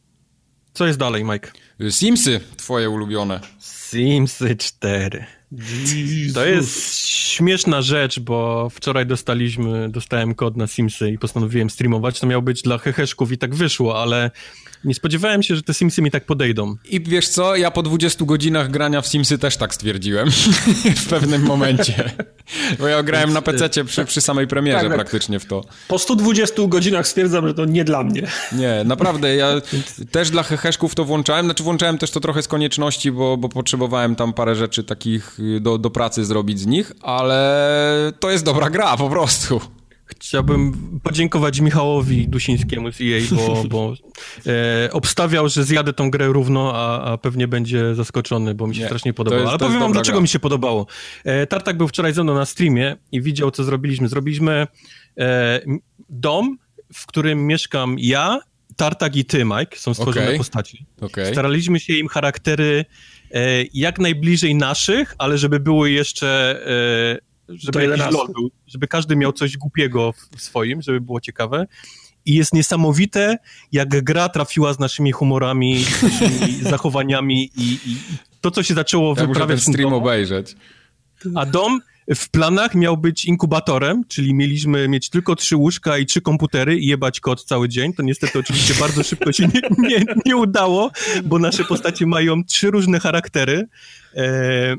Co jest dalej, Mike? Simsy, twoje ulubione. Simsy cztery. Jesus. To jest śmieszna rzecz, bo wczoraj dostaliśmy, dostałem kod na Simsy i postanowiłem streamować. To miało być dla heheszków i tak wyszło, ale nie spodziewałem się, że te Simsy mi tak podejdą. I wiesz co, ja po dwudziestu godzinach grania w Simsy też tak stwierdziłem w pewnym momencie. Bo ja grałem na pececie przy, przy samej premierze tak, praktycznie w to. Po stu dwudziestu godzinach stwierdzam, że to nie dla mnie. Nie, naprawdę, ja też dla heheszków to włączałem, znaczy włączałem też to trochę z konieczności, bo, bo potrzebowałem tam parę rzeczy takich do, do pracy zrobić z nich, ale to jest dobra gra po prostu. Chciałbym podziękować Michałowi Dusińskiemu z E A, bo, bo e, obstawiał, że zjadę tą grę równo, a, a pewnie będzie zaskoczony, bo mi się nie, strasznie podobało. Jest, Ale powiem wam, dlaczego gra. mi się podobało. E, Tartak był wczoraj ze mną na streamie i widział, co zrobiliśmy. Zrobiliśmy e, dom, w którym mieszkam ja, Tartak i ty, Mike. Są stworzone okay. postaci. Okay. Staraliśmy się im charaktery e, jak najbliżej naszych, ale żeby były jeszcze... E, żeby jakiś lol był, żeby każdy miał coś głupiego w swoim, żeby było ciekawe. I jest niesamowite, jak gra trafiła z naszymi humorami, z naszymi zachowaniami i, i to, co się zaczęło ja wyprawiać muszę ten stream obejrzeć. A dom w planach miał być inkubatorem, czyli mieliśmy mieć tylko trzy łóżka i trzy komputery i jebać kod cały dzień. To niestety oczywiście bardzo szybko się nie, nie, nie udało, bo nasze postacie mają trzy różne charaktery. E,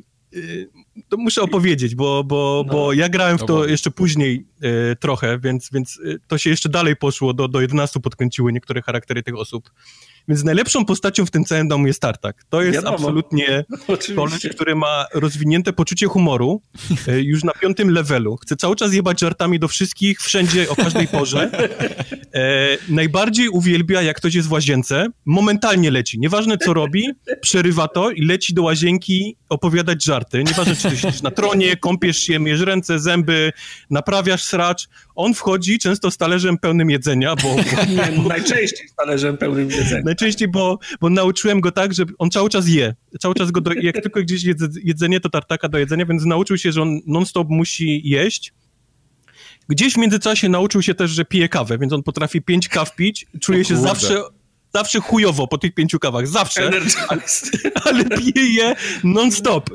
To muszę opowiedzieć, bo, bo, no, bo ja grałem w to jeszcze później e, trochę, więc, więc to się jeszcze dalej poszło, do, do jedenastu podkręciły niektóre charaktery tych osób. Więc najlepszą postacią w tym całym domu jest Tartak. To jest Wiadomo. absolutnie koleś, który ma rozwinięte poczucie humoru e, już na piątym levelu. Chce cały czas jebać żartami do wszystkich, wszędzie, o każdej porze. E, najbardziej uwielbia, jak ktoś jest w łazience, momentalnie leci. Nieważne co robi, przerywa to i leci do łazienki opowiadać żarty. Nieważne, czy ty siedzisz na tronie, kąpiesz się, myjesz ręce, zęby, naprawiasz sracz. On wchodzi często z talerzem pełnym jedzenia, bo... bo Nie, najczęściej z talerzem pełnym jedzenia. Najczęściej, bo, bo nauczyłem go tak, że on cały czas je. Cały czas go, do, jak tylko gdzieś jest jedzenie, to Tartaka do jedzenia, więc nauczył się, że on non-stop musi jeść. Gdzieś w międzyczasie nauczył się też, że pije kawę, więc on potrafi pięć kaw pić, czuje się zawsze... Zawsze chujowo po tych pięciu kawach, zawsze, ale, ale pije je non-stop.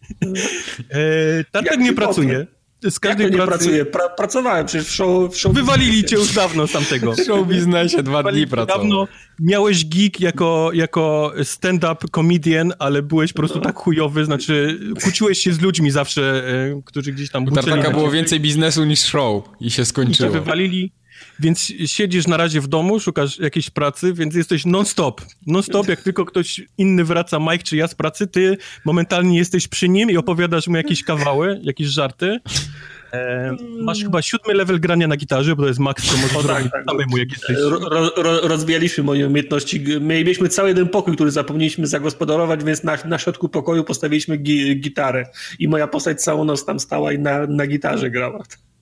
E, Tartak nie pracuje. Z każdej pracy... nie pracuje? Pra, pracowałem przecież w show, w show Wywalili cię już dawno z tamtego. W show biznesie dwa dni pracował. Dawno miałeś gig jako, jako stand-up comedian, ale byłeś po prostu tak chujowy, znaczy kłóciłeś się z ludźmi zawsze, e, którzy gdzieś tam... U Tartaka było więcej biznesu niż show i się skończyło. I cię wywalili. Więc siedzisz na razie w domu, szukasz jakiejś pracy, więc jesteś non-stop. Non-stop, jak tylko ktoś inny wraca, Mike czy ja z pracy, ty momentalnie jesteś przy nim i opowiadasz mu jakieś kawały, jakieś żarty. E, masz chyba siódmy level grania na gitarze, bo to jest maks, co możesz zrobić tak, samemu, jak jesteś. Ro, ro, rozwijaliśmy moje umiejętności. Mieliśmy cały jeden pokój, który zapomnieliśmy zagospodarować, więc na, na środku pokoju postawiliśmy gi, gitarę i moja postać całą noc tam stała i na, na gitarze grała.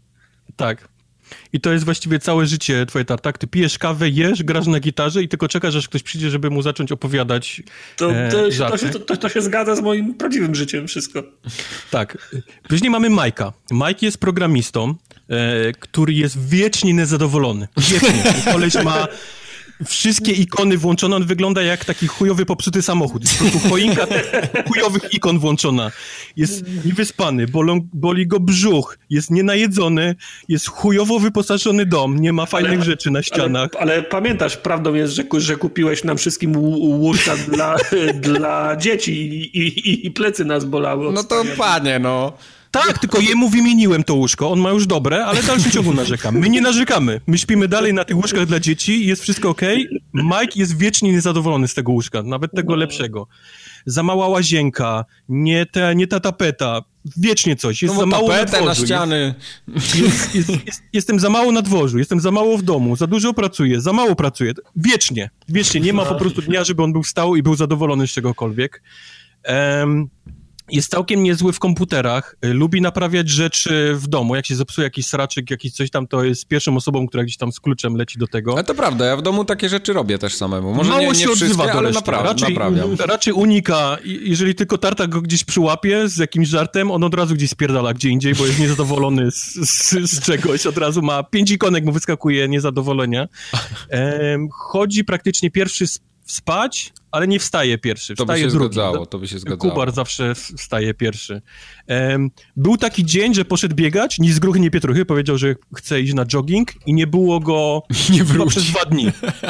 Tak. I to jest właściwie całe życie twoje, Tartak. Ty pijesz kawę, jesz, grasz na gitarze i tylko czekasz, aż ktoś przyjdzie, żeby mu zacząć opowiadać to, e, to, żarty. To, to, to się zgadza z moim prawdziwym życiem, wszystko. Tak. Później mamy Majka. Mike jest programistą, e, który jest wiecznie niezadowolony. Wiecznie. Koleś ma wszystkie ikony włączone, on wygląda jak taki chujowy, popsuty samochód. Jest po prostu choinka chujowych ikon włączona. Jest niewyspany, bolą, boli go brzuch, jest nienajedzony, jest chujowo wyposażony dom, nie ma fajnych ale, rzeczy na ścianach. Ale, ale pamiętasz, prawdą jest, że, że kupiłeś nam wszystkim łóżka dla, dla dzieci i, i, i plecy nas bolały. No to panie, no... Tak, tylko jemu wymieniłem to łóżko, on ma już dobre, ale w dalszym ciągu narzekam. My nie narzekamy, my śpimy dalej na tych łóżkach dla dzieci i jest wszystko okej. Okay. Mike jest wiecznie niezadowolony z tego łóżka, nawet tego lepszego. Za mała łazienka, nie, te, nie ta tapeta, wiecznie coś, jest no za mało na dworzu. na ściany. Jest, jest, jest, jest, jestem za mało na dworzu, jestem za mało w domu, za dużo pracuję, za mało pracuję. Wiecznie, wiecznie, nie ma po prostu dnia, żeby on był wstał i był zadowolony z czegokolwiek. Um, Jest całkiem niezły w komputerach, lubi naprawiać rzeczy w domu, jak się zepsuje jakiś sraczyk, jakiś coś tam, to jest pierwszą osobą, która gdzieś tam z kluczem leci do tego. Ale to prawda, ja w domu takie rzeczy robię też samemu. Może Mało nie, nie się wszystkie, ale napra- raczej, naprawiam. Raczej unika, jeżeli tylko Tartak go gdzieś przyłapie z jakimś żartem, on od razu gdzieś spierdala gdzie indziej, bo jest niezadowolony z, z, z czegoś, od razu ma pięć ikonek, mu wyskakuje niezadowolenia. Ehm, chodzi praktycznie pierwszy spać, ale nie wstaje pierwszy, wstaje to by się drugi. Zgadzało, to by się zgadzało. Kubar zawsze wstaje pierwszy. Um, był taki dzień, że poszedł biegać, ni z gruchy, ni pietruchy, powiedział, że chce iść na jogging i nie było go nie przez dwa dni.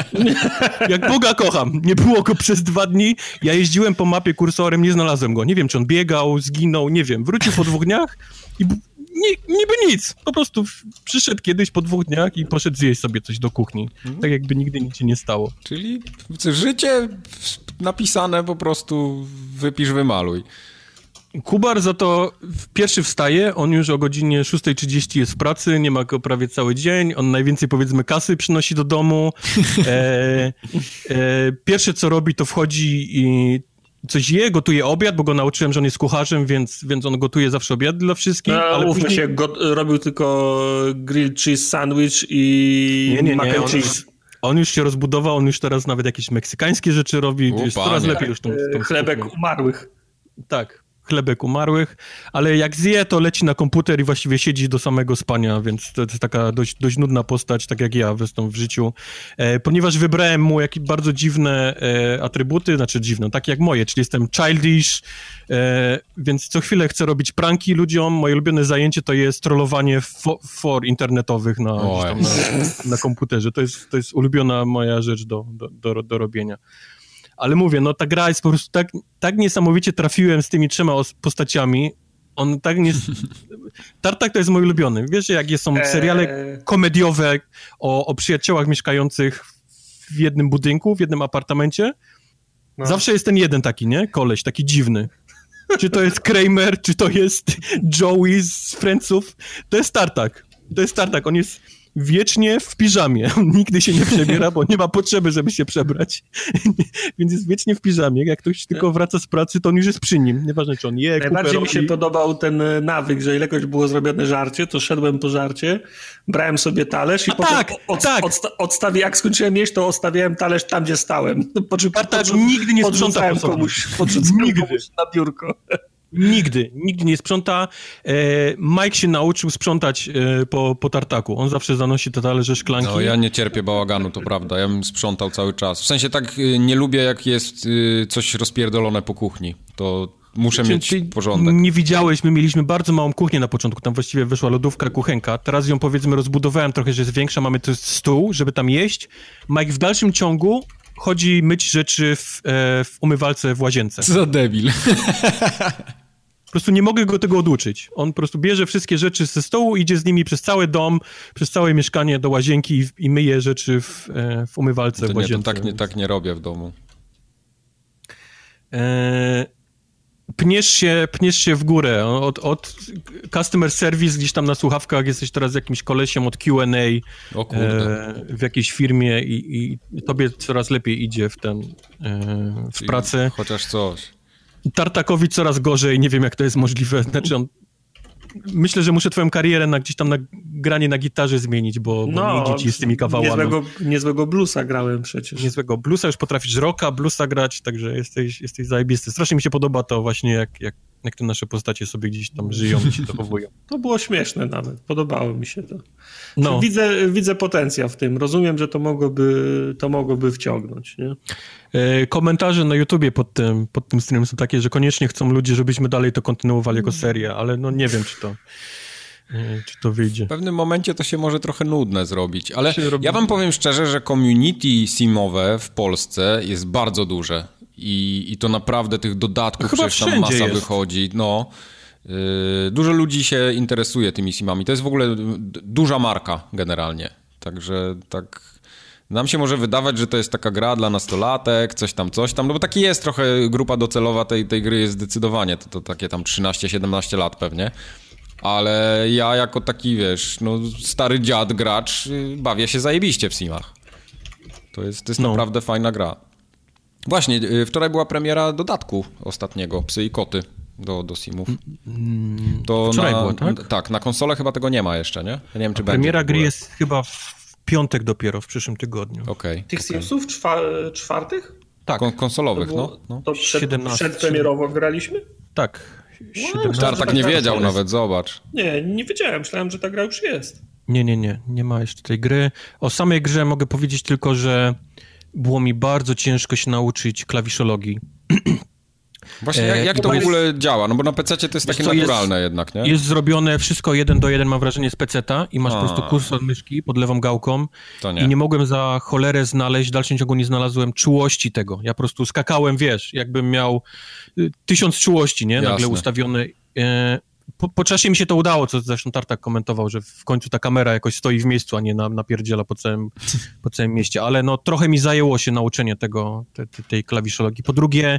Jak Boga kocham, nie było go przez dwa dni. Ja jeździłem po mapie kursorem, nie znalazłem go. Nie wiem, czy on biegał, zginął, nie wiem. Wrócił po dwóch dniach i nie, niby nic. Po prostu przyszedł kiedyś po dwóch dniach i poszedł zjeść sobie coś do kuchni. Hmm. Tak jakby nigdy nic się nie stało. Czyli życie napisane po prostu wypisz, wymaluj. Kubar za to pierwszy wstaje, on już o godzinie szósta trzydzieści jest w pracy, nie ma go prawie cały dzień, on najwięcej powiedzmy kasy przynosi do domu. E, e, pierwsze co robi, to wchodzi i coś je, gotuje obiad, bo go nauczyłem, że on jest kucharzem, więc, więc on gotuje zawsze obiad dla wszystkich. No, ale później... się, go, robił tylko grilled cheese sandwich i nie, nie, mac nie, and on, cheese. On już się rozbudował, on już teraz nawet jakieś meksykańskie rzeczy robi, U, jest coraz lepiej już tą, tą Chlebek skutną. umarłych. Tak, chlebek umarłych, ale jak zje, to leci na komputer i właściwie siedzi do samego spania, więc to jest taka dość, dość nudna postać, tak jak ja zresztą w życiu. E, ponieważ wybrałem mu jakieś bardzo dziwne e, atrybuty, znaczy dziwne, takie jak moje, czyli jestem childish, e, więc co chwilę chcę robić pranki ludziom. Moje ulubione zajęcie to jest trollowanie fo, for internetowych na, tam, na, na komputerze. To jest, to jest ulubiona moja rzecz do, do, do, do robienia. Ale mówię, no ta gra jest po prostu tak, tak niesamowicie trafiłem z tymi trzema postaciami. On tak nie... Tartak to jest mój ulubiony. Wiesz, jakie są seriale komediowe o, o przyjaciołach mieszkających w jednym budynku, w jednym apartamencie? No. Zawsze jest ten jeden taki, nie? Koleś, taki dziwny. Czy to jest Kramer, czy to jest Joey z Friendsów? To jest Tartak. To jest Tartak. On jest wiecznie w piżamie. On nigdy się nie przebiera, bo nie ma potrzeby, żeby się przebrać. Więc jest wiecznie w piżamie. Jak ktoś tylko wraca z pracy, to on już jest przy nim. Nieważne, czy on je, Najbardziej mi się podobał ten nawyk, że ilekroć było zrobione żarcie, to szedłem po żarcie, brałem sobie talerz i A potem tak, od, tak. Odsta- odstawi- jak skończyłem jeść, to odstawiałem talerz tam, gdzie stałem. Po czym tak, tak, nigdy nie sprząta po sobie. komuś, podrzucałem nigdy. komuś na biurko. Nigdy, nigdy nie sprząta. E, Mike się nauczył sprzątać e, po, po tartaku. On zawsze zanosi te talerze, szklanki. No ja nie cierpię bałaganu, to prawda. Ja bym sprzątał cały czas. W sensie tak y, nie lubię, jak jest y, coś rozpierdolone po kuchni. To muszę mieć Ty porządek. Nie widziałeś, my mieliśmy bardzo małą kuchnię na początku. Tam właściwie wyszła lodówka, kuchenka. Teraz ją powiedzmy rozbudowałem trochę, że jest większa. Mamy tu stół, żeby tam jeść. Mike w dalszym ciągu chodzi myć rzeczy w, e, w umywalce w łazience. Co za debil. Po prostu nie mogę go tego oduczyć. On po prostu bierze wszystkie rzeczy ze stołu, idzie z nimi przez cały dom, przez całe mieszkanie do łazienki i, i myje rzeczy w, e, w umywalce to w łazience. Nie, to tak, nie, tak nie robię w domu. E, pniesz, się, pniesz się w górę. Od, od customer service gdzieś tam na słuchawkach jesteś teraz jakimś kolesiem od Q and A o kurde. E, w jakiejś firmie i, i tobie coraz lepiej idzie w ten e, w Czyli pracy. Chociaż coś. Tartakowi coraz gorzej, nie wiem jak to jest możliwe. Znaczy on... Myślę, że muszę twoją karierę na gdzieś tam na granie na gitarze zmienić, bo, bo no, nie idzie ci z tymi kawałami. Niezłego, niezłego bluesa grałem przecież. Niezłego bluesa, już potrafisz rocka, bluesa grać, także jesteś, jesteś zajebisty. Strasznie mi się podoba to właśnie, jak, jak, jak te nasze postacie sobie gdzieś tam żyją i się dochowują. To było śmieszne nawet, podobało mi się to. No. Widzę, widzę potencjał w tym, rozumiem, że to mogłoby, to mogłoby wciągnąć, nie? Komentarze na YouTubie pod tym, pod tym streamem są takie, że koniecznie chcą ludzie, żebyśmy dalej to kontynuowali jako serię, ale no nie wiem, czy to, czy to wyjdzie. W pewnym momencie to się może trochę nudne zrobić, ale ja wam powiem szczerze, że community simowe w Polsce jest bardzo duże i, i to naprawdę tych dodatków Chyba przecież tam masa jest. wychodzi, no. Yy, dużo ludzi się interesuje tymi simami, to jest w ogóle duża marka generalnie, także tak... Nam się może wydawać, że to jest taka gra dla nastolatek, coś tam, coś tam, no bo taki jest trochę grupa docelowa tej, tej gry jest zdecydowanie, to, to takie tam trzynaście siedemnaście lat pewnie, ale ja jako taki, wiesz, no stary dziad gracz bawię się zajebiście w simach. To jest, to jest no. naprawdę fajna gra. Właśnie, wczoraj była premiera dodatku ostatniego, Psy i koty do, do simów. To wczoraj na, była, tak? Tak, na konsolę chyba tego nie ma jeszcze, nie? Ja nie wiem, czy premiera będzie gry jest chyba w piątek dopiero, w przyszłym tygodniu. Okay, Tych okay. Simsów czwa- czwartych? Tak. Kon- konsolowych, to było, no. no. To przed, przedpremierowo graliśmy? Tak. Tartak nie wiedział nawet, zobacz. Nie, nie wiedziałem, myślałem, że ta gra już jest. Nie, nie, nie, nie ma jeszcze tej gry. O samej grze mogę powiedzieć tylko, że było mi bardzo ciężko się nauczyć klawiszologii. Właśnie jak, jak to w ogóle jest, działa? No bo na pececie to jest takie co, naturalne jest, jednak, nie? Jest zrobione wszystko jeden do jeden, mam wrażenie, z peceta i masz A. po prostu kursor myszki pod lewą gałką to nie. I nie mogłem za cholerę znaleźć, w dalszym ciągu nie znalazłem czułości tego. Ja po prostu skakałem, wiesz, jakbym miał tysiąc czułości, nie? Nagle Jasne. ustawione. Po, po czasie mi się to udało, co zresztą Tartak komentował, że w końcu ta kamera jakoś stoi w miejscu, a nie na, napierdziela po całym, po całym mieście. Ale no trochę mi zajęło się nauczenie tego, te, te, tej klawiszologii. Po drugie,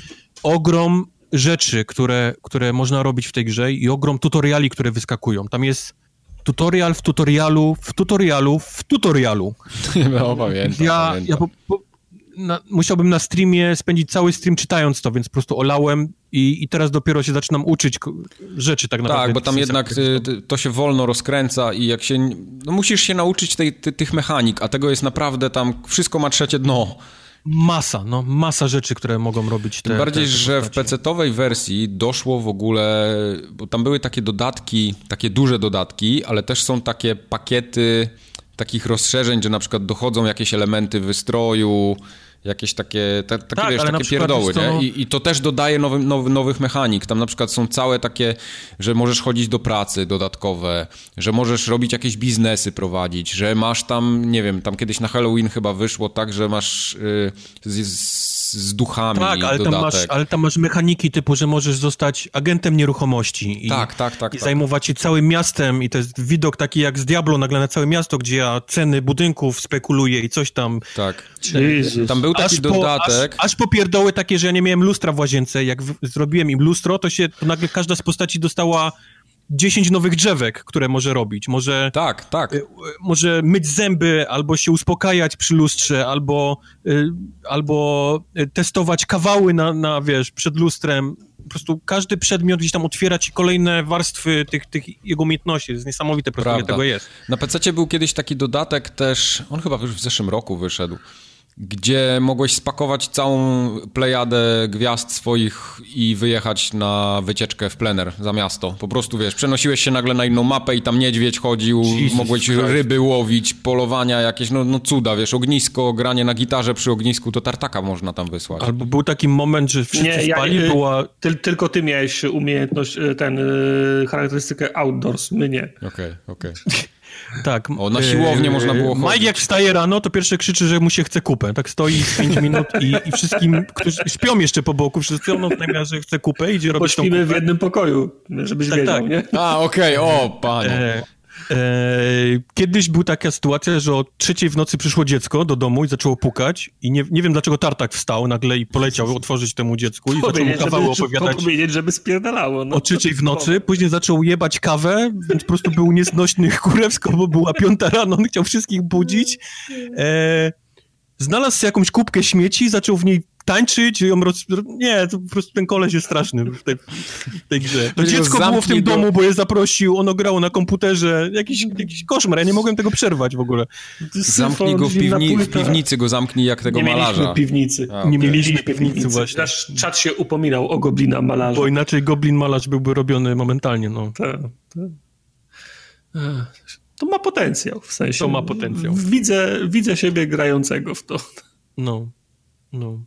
ogrom rzeczy, które, które można robić w tej grze i ogrom tutoriali, które wyskakują. Tam jest tutorial w tutorialu, w tutorialu, w tutorialu. No, pamiętam, ja, pamiętam. ja po, po, na, musiałbym na streamie spędzić cały stream czytając to, więc po prostu olałem i, i teraz dopiero się zaczynam uczyć rzeczy tak naprawdę. Tak, bo tam jednak to się wolno rozkręca i jak się... No musisz się nauczyć tej, ty, tych mechanik, a tego jest naprawdę tam... Wszystko ma trzecie dno. Masa, no masa rzeczy, które mogą robić te... Tym bardziej, te, te że w pecetowej wersji doszło w ogóle... Bo tam były takie dodatki, takie duże dodatki, ale też są takie pakiety takich rozszerzeń, że na przykład dochodzą jakieś elementy wystroju... Jakieś takie, ta, takie, tak, wiesz, takie pierdoły, to... nie? I, I to też dodaje nowy, nowy, nowych mechanik. Tam na przykład są całe takie, że możesz chodzić do pracy dodatkowe, że możesz robić jakieś biznesy prowadzić, że masz tam, nie wiem, tam kiedyś na Halloween chyba wyszło tak, że masz yy, z, z, z duchami tak, ale dodatek. Tam masz, ale tam masz mechaniki typu, że możesz zostać agentem nieruchomości i, tak, tak, tak, i tak. zajmować się całym miastem i to jest widok taki jak z Diablo nagle na całe miasto, gdzie ja ceny budynków spekuluję i coś tam. Tak. Jezus. Tam był taki aż dodatek. Po, aż, aż po pierdoły takie, że ja nie miałem lustra w łazience. Jak w, zrobiłem im lustro, to się to nagle każda z postaci dostała dziesięć nowych drzewek, które może robić. Może, tak, tak. Y, może myć zęby, albo się uspokajać przy lustrze, albo, y, albo testować kawały na, na, wiesz, przed lustrem. Po prostu każdy przedmiot gdzieś tam otwiera ci kolejne warstwy tych, tych jego umiejętności. To jest niesamowite, po prostu ile tego jest. Na pececie był kiedyś taki dodatek też, on chyba już w zeszłym roku wyszedł, gdzie mogłeś spakować całą plejadę gwiazd swoich i wyjechać na wycieczkę w plener za miasto. Po prostu, wiesz, przenosiłeś się nagle na inną mapę i tam niedźwiedź chodził, Jesus mogłeś Christ. ryby łowić, polowania jakieś, no, no cuda, wiesz, ognisko, granie na gitarze przy ognisku, to tartaka można tam wysłać. Albo był taki moment, że wszyscy nie, spali, ja, była... Ty, tylko ty miałeś umiejętność, ten, charakterystykę outdoors, my nie. Okej, okay, okej. Okay. Tak. O, na siłownię e, można było chodzić. Mike jak wstaje rano, to pierwsze krzyczy, że mu się chce kupę. Tak stoi z pięć minut i, i wszystkim, którzy śpią jeszcze po boku, wszyscy on odnawia, że chce kupę, idzie robić tą kupę. Bo śpimy w jednym pokoju, żebyś tak, wiedział, tak. nie? A, okej, okay. O, panie. E, e, kiedyś była taka sytuacja, że o trzeciej w nocy przyszło dziecko do domu i zaczęło pukać i nie, nie wiem, dlaczego Tartak wstał nagle i poleciał otworzyć temu dziecku i zaczął mu kawały opowiadać. Powiedzieć, żeby spierdalało. No. O trzeciej w nocy, później zaczął jebać kawę, więc po prostu był nieznośny kurewsko, bo była piąta rano, on chciał wszystkich budzić. E, znalazł sobie jakąś kubkę śmieci, zaczął w niej tańczyć, ją roz... Nie, to po prostu ten koleś jest straszny w tej, w tej grze. To dziecko było w tym go. domu, bo je zaprosił, ono grało na komputerze, jakiś, jakiś koszmar, ja nie mogłem tego przerwać w ogóle. Zamknij go w, piwni... w piwnicy, go zamknij jak tego nie malarza. Nie piwnicy. A, okay. Nie mieliśmy piwnicy właśnie. Nasz czat się upominał o goblina malarza. Bo inaczej goblin malarz byłby robiony momentalnie, no. Tak, tak. To ma potencjał, w sensie. To ma potencjał. Widzę, widzę siebie grającego w to. No, no.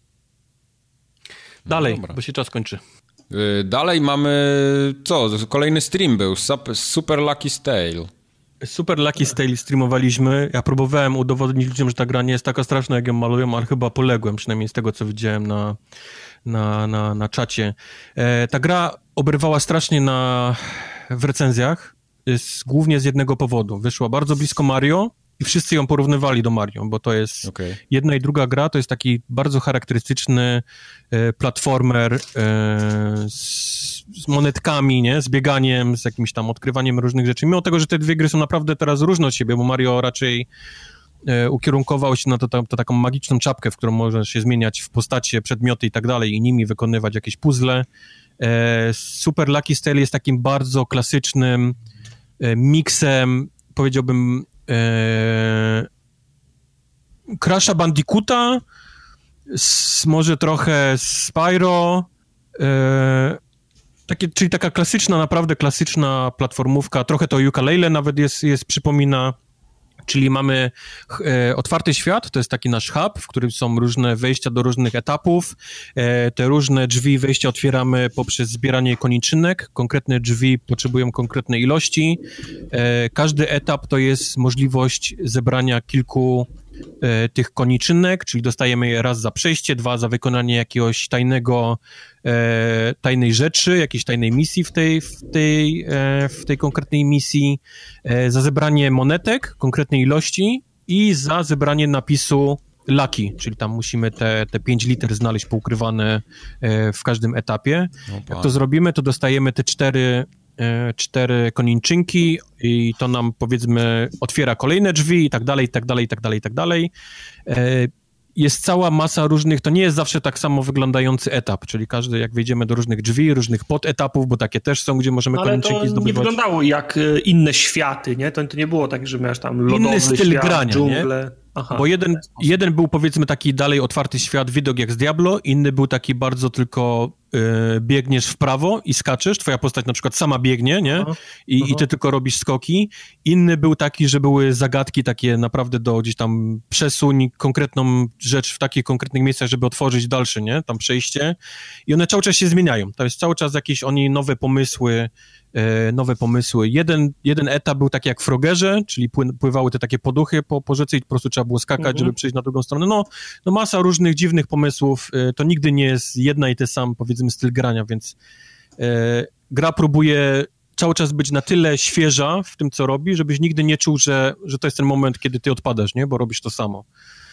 Dalej, no bo się czas kończy. Yy, dalej mamy, co, kolejny stream był, Super Lucky Tale. Super Lucky Tale streamowaliśmy. Ja próbowałem udowodnić ludziom, że ta gra nie jest taka straszna, jak ją malują, ale chyba poległem, przynajmniej z tego, co widziałem na, na, na, na czacie. E, ta gra oberwała strasznie na, w recenzjach, z, głównie z jednego powodu. Wyszła bardzo blisko Mario i wszyscy ją porównywali do Mario, bo to jest okay. jedna i druga gra, to jest taki bardzo charakterystyczny e, platformer e, z, z monetkami, nie? Z bieganiem, z jakimś tam odkrywaniem różnych rzeczy. Mimo tego, że te dwie gry są naprawdę teraz różne od siebie, bo Mario raczej e, ukierunkował się na to, to, to taką magiczną czapkę, w którą możesz się zmieniać w postacie, przedmioty i tak dalej i nimi wykonywać jakieś puzzle. E, Super Lucky Tale jest takim bardzo klasycznym e, miksem, powiedziałbym, Eee, Crasha Bandicoota, z, może trochę Spyro, eee, takie, czyli taka klasyczna, naprawdę klasyczna platformówka, trochę to ukulele nawet jest, jest przypomina, czyli mamy e, otwarty świat, to jest taki nasz hub, w którym są różne wejścia do różnych etapów, e, te różne drzwi, wejścia otwieramy poprzez zbieranie koniczynek, konkretne drzwi potrzebują konkretnej ilości, e, każdy etap to jest możliwość zebrania kilku e, tych koniczynek, czyli dostajemy je raz za przejście, dwa za wykonanie jakiegoś tajnego, e, tajnej rzeczy, jakiejś tajnej misji w tej, w tej, e, w tej konkretnej misji, e, za zebranie monetek, konkretnej ilości i za zebranie napisu Lucky, czyli tam musimy te, te pięć liter znaleźć poukrywane e, w każdym etapie. Jak to zrobimy, to dostajemy te cztery cztery koniczynki i to nam, powiedzmy, otwiera kolejne drzwi i tak dalej, i tak dalej, i tak dalej, i tak dalej. Jest cała masa różnych, to nie jest zawsze tak samo wyglądający etap, czyli każdy, jak wejdziemy do różnych drzwi, różnych podetapów, bo takie też są, gdzie możemy koniczynki zdobywać. Ale to nie wyglądało jak inne światy, nie? To, to nie było tak, że miałeś tam lodowy inny styl świat, grania, dżunglę. Nie? Aha, bo jeden, jeden był, powiedzmy, taki dalej otwarty świat, widok jak z Diablo, inny był taki bardzo tylko y, biegniesz w prawo i skaczesz, twoja postać na przykład sama biegnie, nie? Aha, I, aha. I ty tylko robisz skoki. Inny był taki, że były zagadki takie naprawdę do gdzieś tam przesuń konkretną rzecz w takich konkretnych miejscach, żeby otworzyć dalsze, nie? Tam przejście. I one cały czas się zmieniają. To jest cały czas jakieś oni nowe pomysły, nowe pomysły. Jeden, jeden etap był taki jak w Frogerze, czyli pływały te takie poduchy po, po rzece i po prostu trzeba było skakać, mhm. żeby przejść na drugą stronę. No, no masa różnych dziwnych pomysłów. To nigdy nie jest jedna i ten sam, powiedzmy, styl grania, więc e, gra próbuje cały czas być na tyle świeża w tym, co robi, żebyś nigdy nie czuł, że, że to jest ten moment, kiedy ty odpadasz, nie? Bo robisz to samo.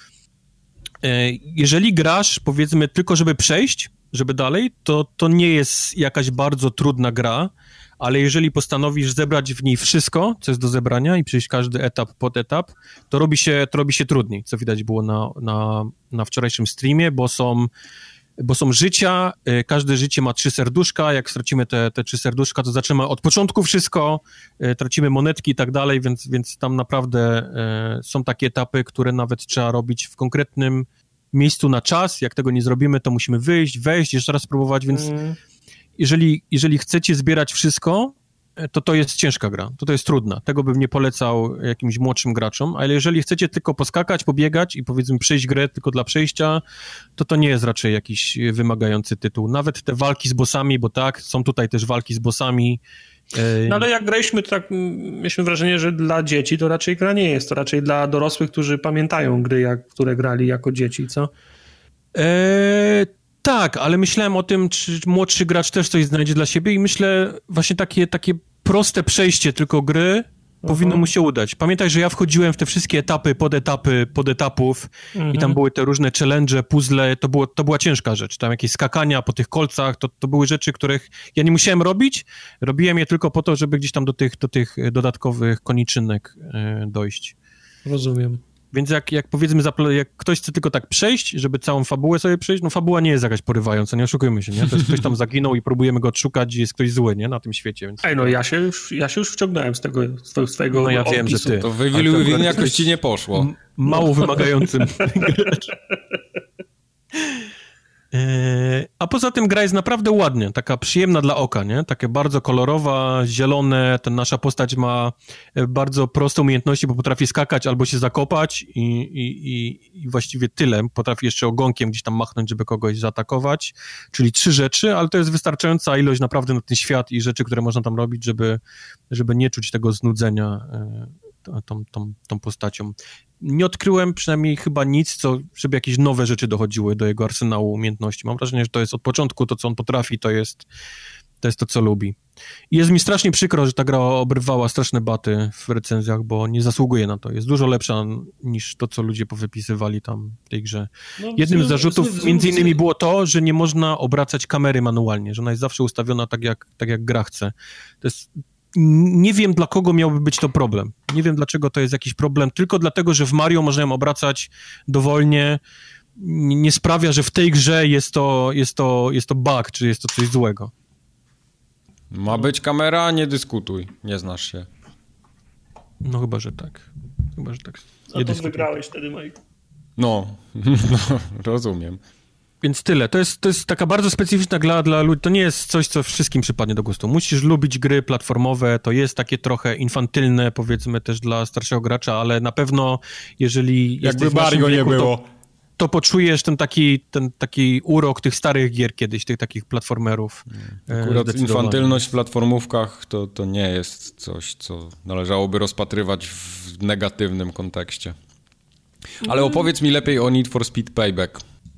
E, jeżeli grasz, powiedzmy, tylko żeby przejść, żeby dalej, to, to nie jest jakaś bardzo trudna gra, ale jeżeli postanowisz zebrać w niej wszystko, co jest do zebrania i przejść każdy etap pod etap, to robi się, to robi się trudniej, co widać było na, na, na wczorajszym streamie, bo są bo są życia, każde życie ma trzy serduszka, jak stracimy te, te trzy serduszka, to zaczynamy od początku wszystko, tracimy monetki i tak dalej, więc, więc tam naprawdę są takie etapy, które nawet trzeba robić w konkretnym miejscu na czas. Jak tego nie zrobimy, to musimy wyjść, wejść, jeszcze raz spróbować, więc mm. jeżeli, jeżeli chcecie zbierać wszystko, to to jest ciężka gra, to to jest trudna. Tego bym nie polecał jakimś młodszym graczom, ale jeżeli chcecie tylko poskakać, pobiegać i powiedzmy przejść grę tylko dla przejścia, to to nie jest raczej jakiś wymagający tytuł. Nawet te walki z bossami, bo tak, są tutaj też walki z bossami. No ale jak graliśmy, to tak mieliśmy wrażenie, że dla dzieci to raczej gra nie jest, to raczej dla dorosłych, którzy pamiętają gry, jak, które grali jako dzieci, co? Eee... Tak, ale myślałem o tym, czy młodszy gracz też coś znajdzie dla siebie i myślę, właśnie takie, takie proste przejście tylko gry Aha. powinno mu się udać. Pamiętaj, że ja wchodziłem w te wszystkie etapy, podetapy, podetapów mhm. i tam były te różne challenge, puzzle, to, było, to była ciężka rzecz. Tam jakieś skakania po tych kolcach, to, to były rzeczy, których ja nie musiałem robić, robiłem je tylko po to, żeby gdzieś tam do tych, do tych dodatkowych koniczynek e, dojść. Rozumiem. Więc jak, jak powiedzmy, jak ktoś chce tylko tak przejść, żeby całą fabułę sobie przejść, no fabuła nie jest jakaś porywająca, nie oszukujmy się, nie? To jest ktoś tam zaginął i próbujemy go odszukać, jest ktoś zły, nie? Na tym świecie, więc... Ej, no ja się już, ja się już wciągnąłem z tego swojego No ja opisu. wiem, że ty. To wywiluj jakoś ci nie poszło. M- mało wymagającym graczem. A poza tym gra jest naprawdę ładnie, taka przyjemna dla oka, nie? Takie bardzo kolorowa, zielone, ta nasza postać ma bardzo proste umiejętności, bo potrafi skakać albo się zakopać i, i, i, i właściwie tyle. Potrafi jeszcze ogonkiem gdzieś tam machnąć, żeby kogoś zaatakować, czyli trzy rzeczy, ale to jest wystarczająca ilość naprawdę na ten świat i rzeczy, które można tam robić, żeby, żeby nie czuć tego znudzenia tą, tą, tą postacią. Nie odkryłem przynajmniej chyba nic, co, żeby jakieś nowe rzeczy dochodziły do jego arsenału umiejętności. Mam wrażenie, że to jest od początku to, co on potrafi, to jest to, jest to co lubi. I jest mi strasznie przykro, że ta gra obrywała straszne baty w recenzjach, bo nie zasługuje na to. Jest dużo lepsza niż to, co ludzie powypisywali tam w tej grze. No, Jednym z zarzutów między innymi było to, że nie można obracać kamery manualnie, że ona jest zawsze ustawiona tak, jak, tak jak gra chce. To jest... Nie wiem, dla kogo miałby być to problem. Nie wiem, dlaczego to jest jakiś problem. Tylko dlatego, że w Mario można ją obracać dowolnie. Nie sprawia, że w tej grze jest to, jest to, jest to bug, czy jest to coś złego. Ma być kamera, nie dyskutuj. Nie znasz się. No chyba, że tak. Chyba, że tak. Nie A to wygrałeś wtedy, Mike. No, no rozumiem. Więc tyle. To jest, to jest taka bardzo specyficzna gra dla ludzi. To nie jest coś, co wszystkim przypadnie do gustu. Musisz lubić gry platformowe. To jest takie trochę infantylne, powiedzmy, też dla starszego gracza, ale na pewno, jeżeli... Jakby Mario nie było. To, to poczujesz ten taki, ten taki urok tych starych gier kiedyś, tych takich platformerów. Akurat infantylność w platformówkach to, to nie jest coś, co należałoby rozpatrywać w negatywnym kontekście. Ale opowiedz mi lepiej o Need for Speed Payback.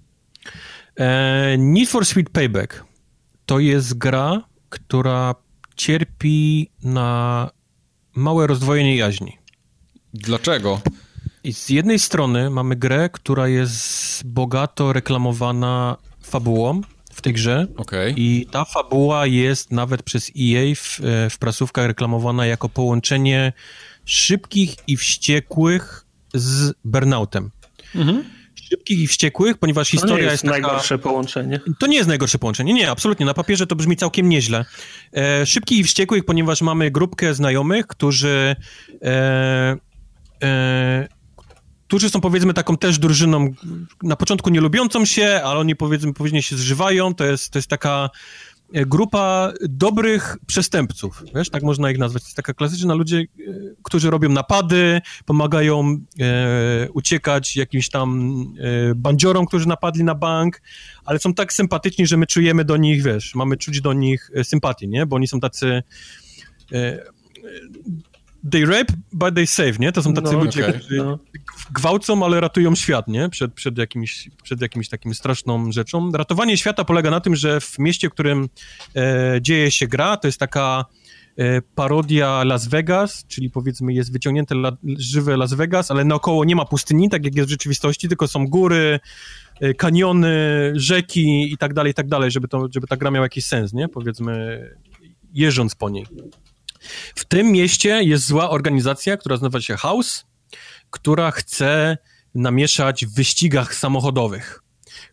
Need for Speed Payback to jest gra, która cierpi na małe rozdwojenie jaźni. Dlaczego? I z jednej strony mamy grę, która jest bogato reklamowana fabułą w tej grze. Okay. I ta fabuła jest nawet przez E A w, w prasówkach reklamowana jako połączenie szybkich i wściekłych z Burnoutem. Mhm. Szybkich i wściekłych, ponieważ to historia nie jest, jest taka... najgorsze połączenie. To nie jest najgorsze połączenie, nie, absolutnie. Na papierze to brzmi całkiem nieźle. E, szybkich i wściekłych, ponieważ mamy grupkę znajomych, którzy e, e, którzy są, powiedzmy, taką też drużyną na początku nie lubiącą się, ale oni, powiedzmy, później się zżywają. To jest, to jest taka grupa dobrych przestępców, wiesz, tak można ich nazwać. To jest taka klasyczna ludzie, którzy robią napady, pomagają e, uciekać jakimś tam e, bandziorom, którzy napadli na bank, ale są tak sympatyczni, że my czujemy do nich, wiesz, mamy czuć do nich sympatię, nie? Bo oni są tacy e, they rape, but they save, nie? To są tacy no, ludzie, okay. którzy no. gwałcą, ale ratują świat, nie? Przed, przed, jakimś, przed jakimś takim straszną rzeczą. Ratowanie świata polega na tym, że w mieście, w którym e, dzieje się gra, to jest taka e, parodia Las Vegas, czyli powiedzmy jest wyciągnięte la, żywe Las Vegas, ale naokoło nie ma pustyni, tak jak jest w rzeczywistości, tylko są góry, e, kaniony, rzeki i tak dalej, i tak dalej, żeby, to, żeby ta gra miała jakiś sens, nie? Powiedzmy, jeżdżąc po niej. W tym mieście jest zła organizacja, która nazywa się House, która chce namieszać w wyścigach samochodowych.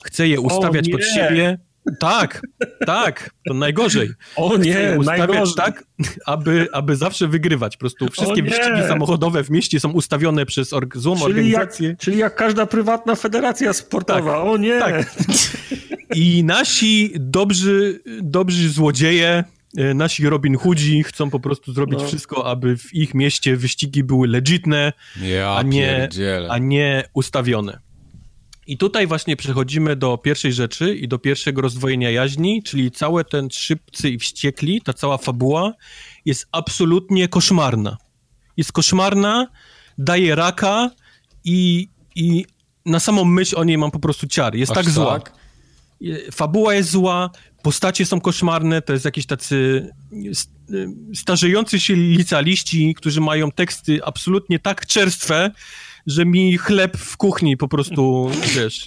chce je ustawiać pod siebie. Tak, tak, to najgorzej. O nie, najgorzej. Tak, aby, aby zawsze wygrywać. Po prostu wszystkie wyścigi samochodowe w mieście są ustawione przez or- złą czyli organizację. Jak, czyli jak każda prywatna federacja sportowa. Tak, o nie. Tak. I nasi dobrzy, dobrzy złodzieje, nasi Robin Hoodzi chcą po prostu zrobić no. wszystko, aby w ich mieście wyścigi były legitne, ja a, nie, a nie ustawione. I tutaj właśnie przechodzimy do pierwszej rzeczy i do pierwszego rozdwojenia jaźni, czyli cały ten Szybcy i Wściekli, ta cała fabuła jest absolutnie koszmarna. Jest koszmarna, daje raka i, i na samą myśl o niej mam po prostu ciary. Jest Aż tak zła. Tak? Fabuła jest zła, postacie są koszmarne, to jest jakieś tacy starzejący się licealiści, którzy mają teksty absolutnie tak czerstwe, że mi chleb w kuchni po prostu, wiesz...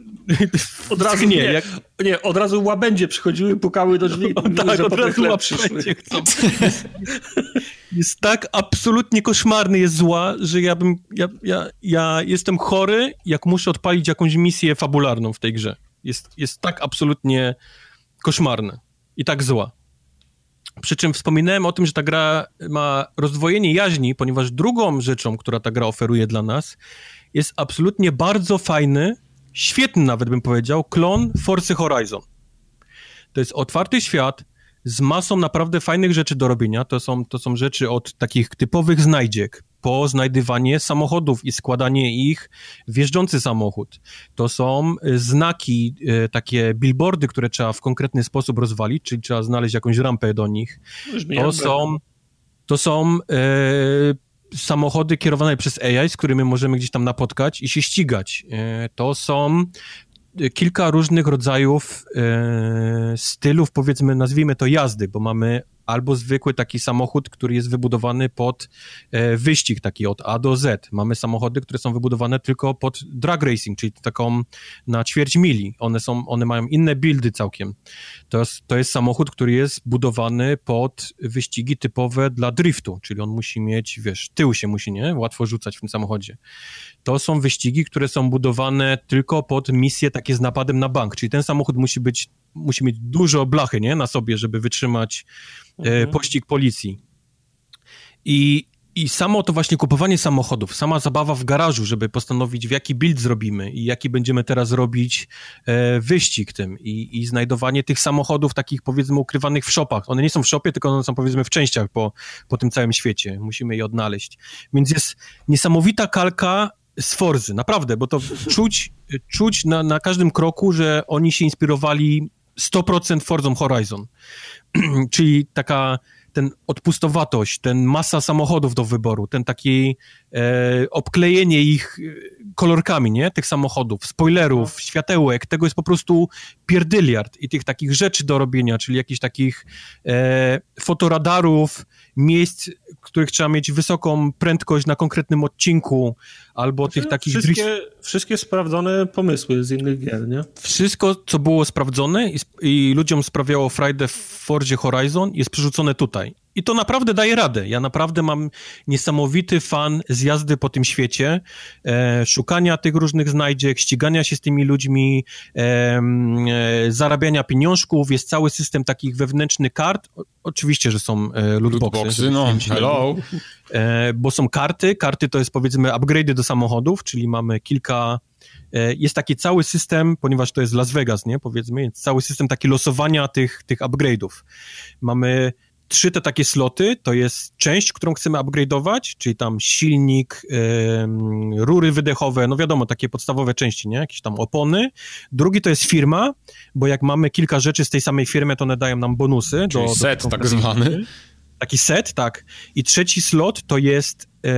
Od razu nie, jak... nie, od razu łabędzie przychodziły, pukały do drzwi, o, tak, że od razu łabędzie chcą. Jest, jest tak absolutnie koszmarny, jest zła, że ja bym, ja, ja, ja jestem chory, jak muszę odpalić jakąś misję fabularną w tej grze. Jest, jest tak absolutnie koszmarne i tak zła. Przy czym wspominałem o tym, że ta gra ma rozdwojenie jaźni, ponieważ drugą rzeczą, która ta gra oferuje dla nas, jest absolutnie bardzo fajny, świetny nawet bym powiedział, klon Forcy Horizon. To jest otwarty świat z masą naprawdę fajnych rzeczy do robienia. To są, to są rzeczy od takich typowych znajdziek, po znajdywanie samochodów i składanie ich w jeżdżący samochód. To są znaki, e, takie billboardy, które trzeba w konkretny sposób rozwalić, czyli trzeba znaleźć jakąś rampę do nich. To są, to są e, samochody kierowane przez A I, z którymi możemy gdzieś tam napotkać i się ścigać. E, to są kilka różnych rodzajów e, stylów, powiedzmy, nazwijmy to jazdy, bo mamy albo zwykły taki samochód, który jest wybudowany pod e, wyścig, taki od A do Z. Mamy samochody, które są wybudowane tylko pod drag racing, czyli taką na ćwierć mili. One są, one mają inne buildy całkiem. To jest, to jest samochód, który jest budowany pod wyścigi typowe dla driftu, czyli on musi mieć, wiesz, tył się musi, nie? Łatwo rzucać w tym samochodzie. To są wyścigi, które są budowane tylko pod misje takie z napadem na bank, czyli ten samochód musi być, musi mieć dużo blachy, nie? Na sobie, żeby wytrzymać e, pościg policji. I, I samo to właśnie kupowanie samochodów, sama zabawa w garażu, żeby postanowić, w jaki build zrobimy i jaki będziemy teraz robić e, wyścig tym i, i znajdowanie tych samochodów takich, powiedzmy, ukrywanych w shopach. One nie są w shopie, tylko one są, powiedzmy, w częściach po, po tym całym świecie. Musimy je odnaleźć. Więc jest niesamowita kalka z Forzy, naprawdę, bo to czuć, czuć na, na każdym kroku, że oni się inspirowali sto procent Forzą Horizon. Czyli taka, ten odpustowatość, ten masa samochodów do wyboru, ten taki e, obklejenie ich kolorkami, nie? Tych samochodów, spoilerów, no. światełek, tego jest po prostu pierdyliard i tych takich rzeczy do robienia, czyli jakichś takich e, fotoradarów, miejsc, w których trzeba mieć wysoką prędkość na konkretnym odcinku, albo znaczy, tych takich... Wszystkie, drift... wszystkie sprawdzone pomysły z innych gier, nie? Wszystko, co było sprawdzone i, i ludziom sprawiało frajdę w Forzie Horizon, jest przerzucone tutaj. I to naprawdę daje radę. Ja naprawdę mam niesamowity fan z jazdy po tym świecie, e, szukania tych różnych znajdziek, ścigania się z tymi ludźmi, e, e, zarabiania pieniążków. Jest cały system takich wewnętrznych kart. O, oczywiście, że są e, lootboxy. Lootboxy, no, hello. E, bo są karty. Karty to jest, powiedzmy, upgrade'y do samochodów, czyli mamy kilka... E, jest taki cały system, ponieważ to jest Las Vegas, nie? Powiedzmy, jest cały system taki losowania tych, tych upgrade'ów. Mamy... Trzy te takie sloty, to jest część, którą chcemy upgrade'ować, czyli tam silnik, yy, rury wydechowe, no wiadomo, takie podstawowe części, nie? Jakieś tam opony. Drugi to jest firma, bo jak mamy kilka rzeczy z tej samej firmy, to one dają nam bonusy. Czyli do, set do tak zwany. Taki set, tak. I trzeci slot to jest... Yy,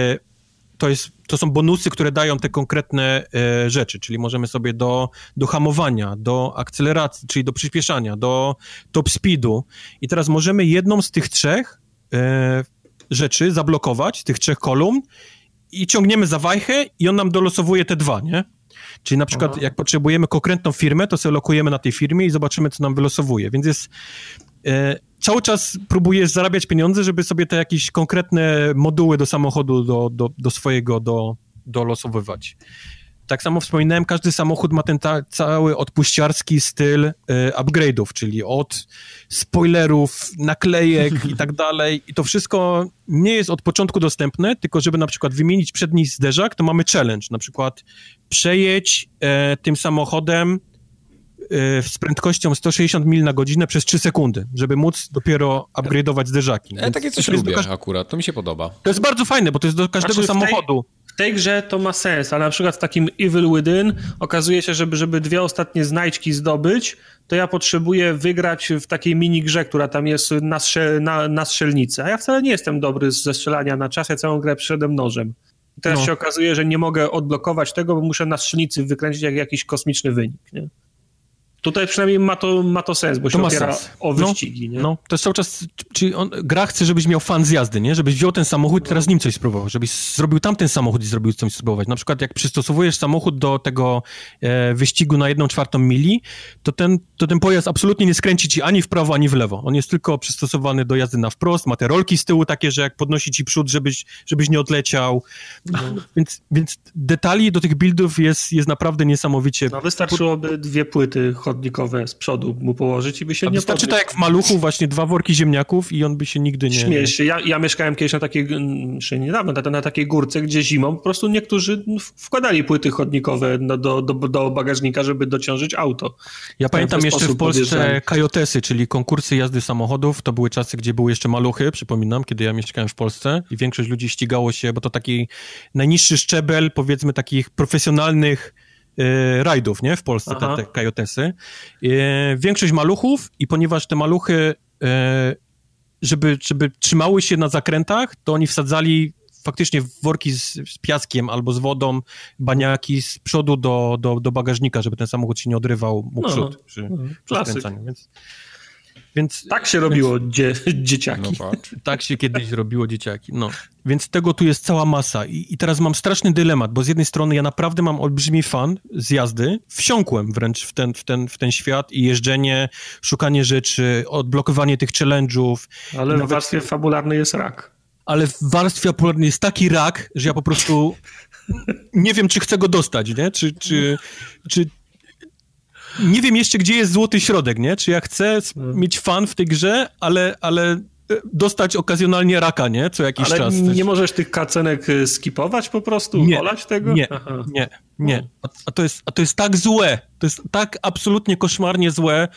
To, jest, to są bonusy, które dają te konkretne e, rzeczy, czyli możemy sobie do, do hamowania, do akceleracji, czyli do przyspieszania, do top speedu i teraz możemy jedną z tych trzech e, rzeczy zablokować, z tych trzech kolumn i ciągniemy za wajchę i on nam dolosowuje te dwa, nie? Czyli na przykład Aha. jak potrzebujemy konkretną firmę, to sobie lokujemy na tej firmie i zobaczymy, co nam wylosowuje, więc jest... E, cały czas próbujesz zarabiać pieniądze, żeby sobie te jakieś konkretne moduły do samochodu do, do, do swojego do, dolosowywać. Tak samo wspominałem, każdy samochód ma ten ta, cały odpuściarski styl y, upgrade'ów, czyli od spoilerów, naklejek i tak dalej. I to wszystko nie jest od początku dostępne, tylko żeby na przykład wymienić przedni zderzak, to mamy challenge. Na przykład przejedź e, tym samochodem z prędkością sto sześćdziesiąt mil na godzinę przez trzy sekundy, żeby móc dopiero upgrade'ować zderzaki. Ja takie coś lubię każ... akurat, to mi się podoba. To jest bardzo fajne, bo to jest do każdego znaczy, samochodu. W tej, w tej grze to ma sens, ale na przykład w takim Evil Within okazuje się, żeby, żeby dwie ostatnie znajdźki zdobyć, to ja potrzebuję wygrać w takiej mini grze, która tam jest na, strzel, na, na strzelnicy, a ja wcale nie jestem dobry ze strzelania na czas, ja całą grę przyszedłem nożem. I teraz no. się okazuje, że nie mogę odblokować tego, bo muszę na strzelnicy wykręcić jak jakiś kosmiczny wynik, nie? Tutaj przynajmniej ma to, ma to sens, bo to się opiera sens. o wyścigi, no, nie? No, to jest cały czas, czyli on, gra chce, żebyś miał fan z jazdy, nie? Żebyś wziął ten samochód i teraz nim coś spróbował, żebyś zrobił tamten samochód i zrobił coś spróbować. Na przykład jak przystosowujesz samochód do tego e, wyścigu na jedną czwartą mili, to ten, to ten pojazd absolutnie nie skręci ci ani w prawo, ani w lewo. On jest tylko przystosowany do jazdy na wprost, ma te rolki z tyłu takie, że jak podnosi ci przód, żebyś, żebyś nie odleciał. No, więc, więc detali do tych buildów jest, jest naprawdę niesamowicie... No wystarczyłoby dwie płyty chodnikowe z przodu mu położyć i by się A nie wystarczy tak jak w Maluchu, właśnie dwa worki ziemniaków i on by się nigdy nie... Śmiesz się. Ja, ja mieszkałem kiedyś na takiej, jeszcze niedawno, na, na takiej górce, gdzie zimą po prostu niektórzy wkładali płyty chodnikowe do, do, do, do bagażnika, żeby dociążyć auto. Ja pamiętam jeszcze w Polsce kajotesy, czyli konkursy jazdy samochodów. To były czasy, gdzie były jeszcze maluchy, przypominam, kiedy ja mieszkałem w Polsce i większość ludzi ścigało się, bo to taki najniższy szczebel, powiedzmy, takich profesjonalnych rajdów, nie? W Polsce te, te kajotesy. Większość maluchów i ponieważ te maluchy, żeby, żeby trzymały się na zakrętach, to oni wsadzali faktycznie worki z, z piaskiem albo z wodą, baniaki z przodu do, do, do bagażnika, żeby ten samochód się nie odrywał mu przód no, przy, no, przy skręcaniu. Więc, więc, tak się robiło więc, dzie, dzieciaki. No, tak się kiedyś robiło dzieciaki. No. Więc tego tu jest cała masa. I, I teraz mam straszny dylemat, bo z jednej strony ja naprawdę mam olbrzymi fan z jazdy. Wsiąkłem wręcz w ten, w ten, w ten świat i jeżdżenie, szukanie rzeczy, odblokowanie tych challenge'ów. Ale w warstwie fabularnej jest rak. Ale w warstwie fabularnej jest taki rak, że ja po prostu nie wiem, czy chcę go dostać, nie? Czy... czy, czy nie wiem jeszcze, gdzie jest złoty środek, nie? Czy ja chcę mieć fan w tej grze, ale, ale dostać okazjonalnie raka, nie? Co jakiś ale czas. Ale nie też. możesz tych kacenek skipować po prostu? Nie, olać tego? Nie, Aha. nie, nie. A, a, to jest, a to jest tak złe. To jest tak absolutnie koszmarnie złe.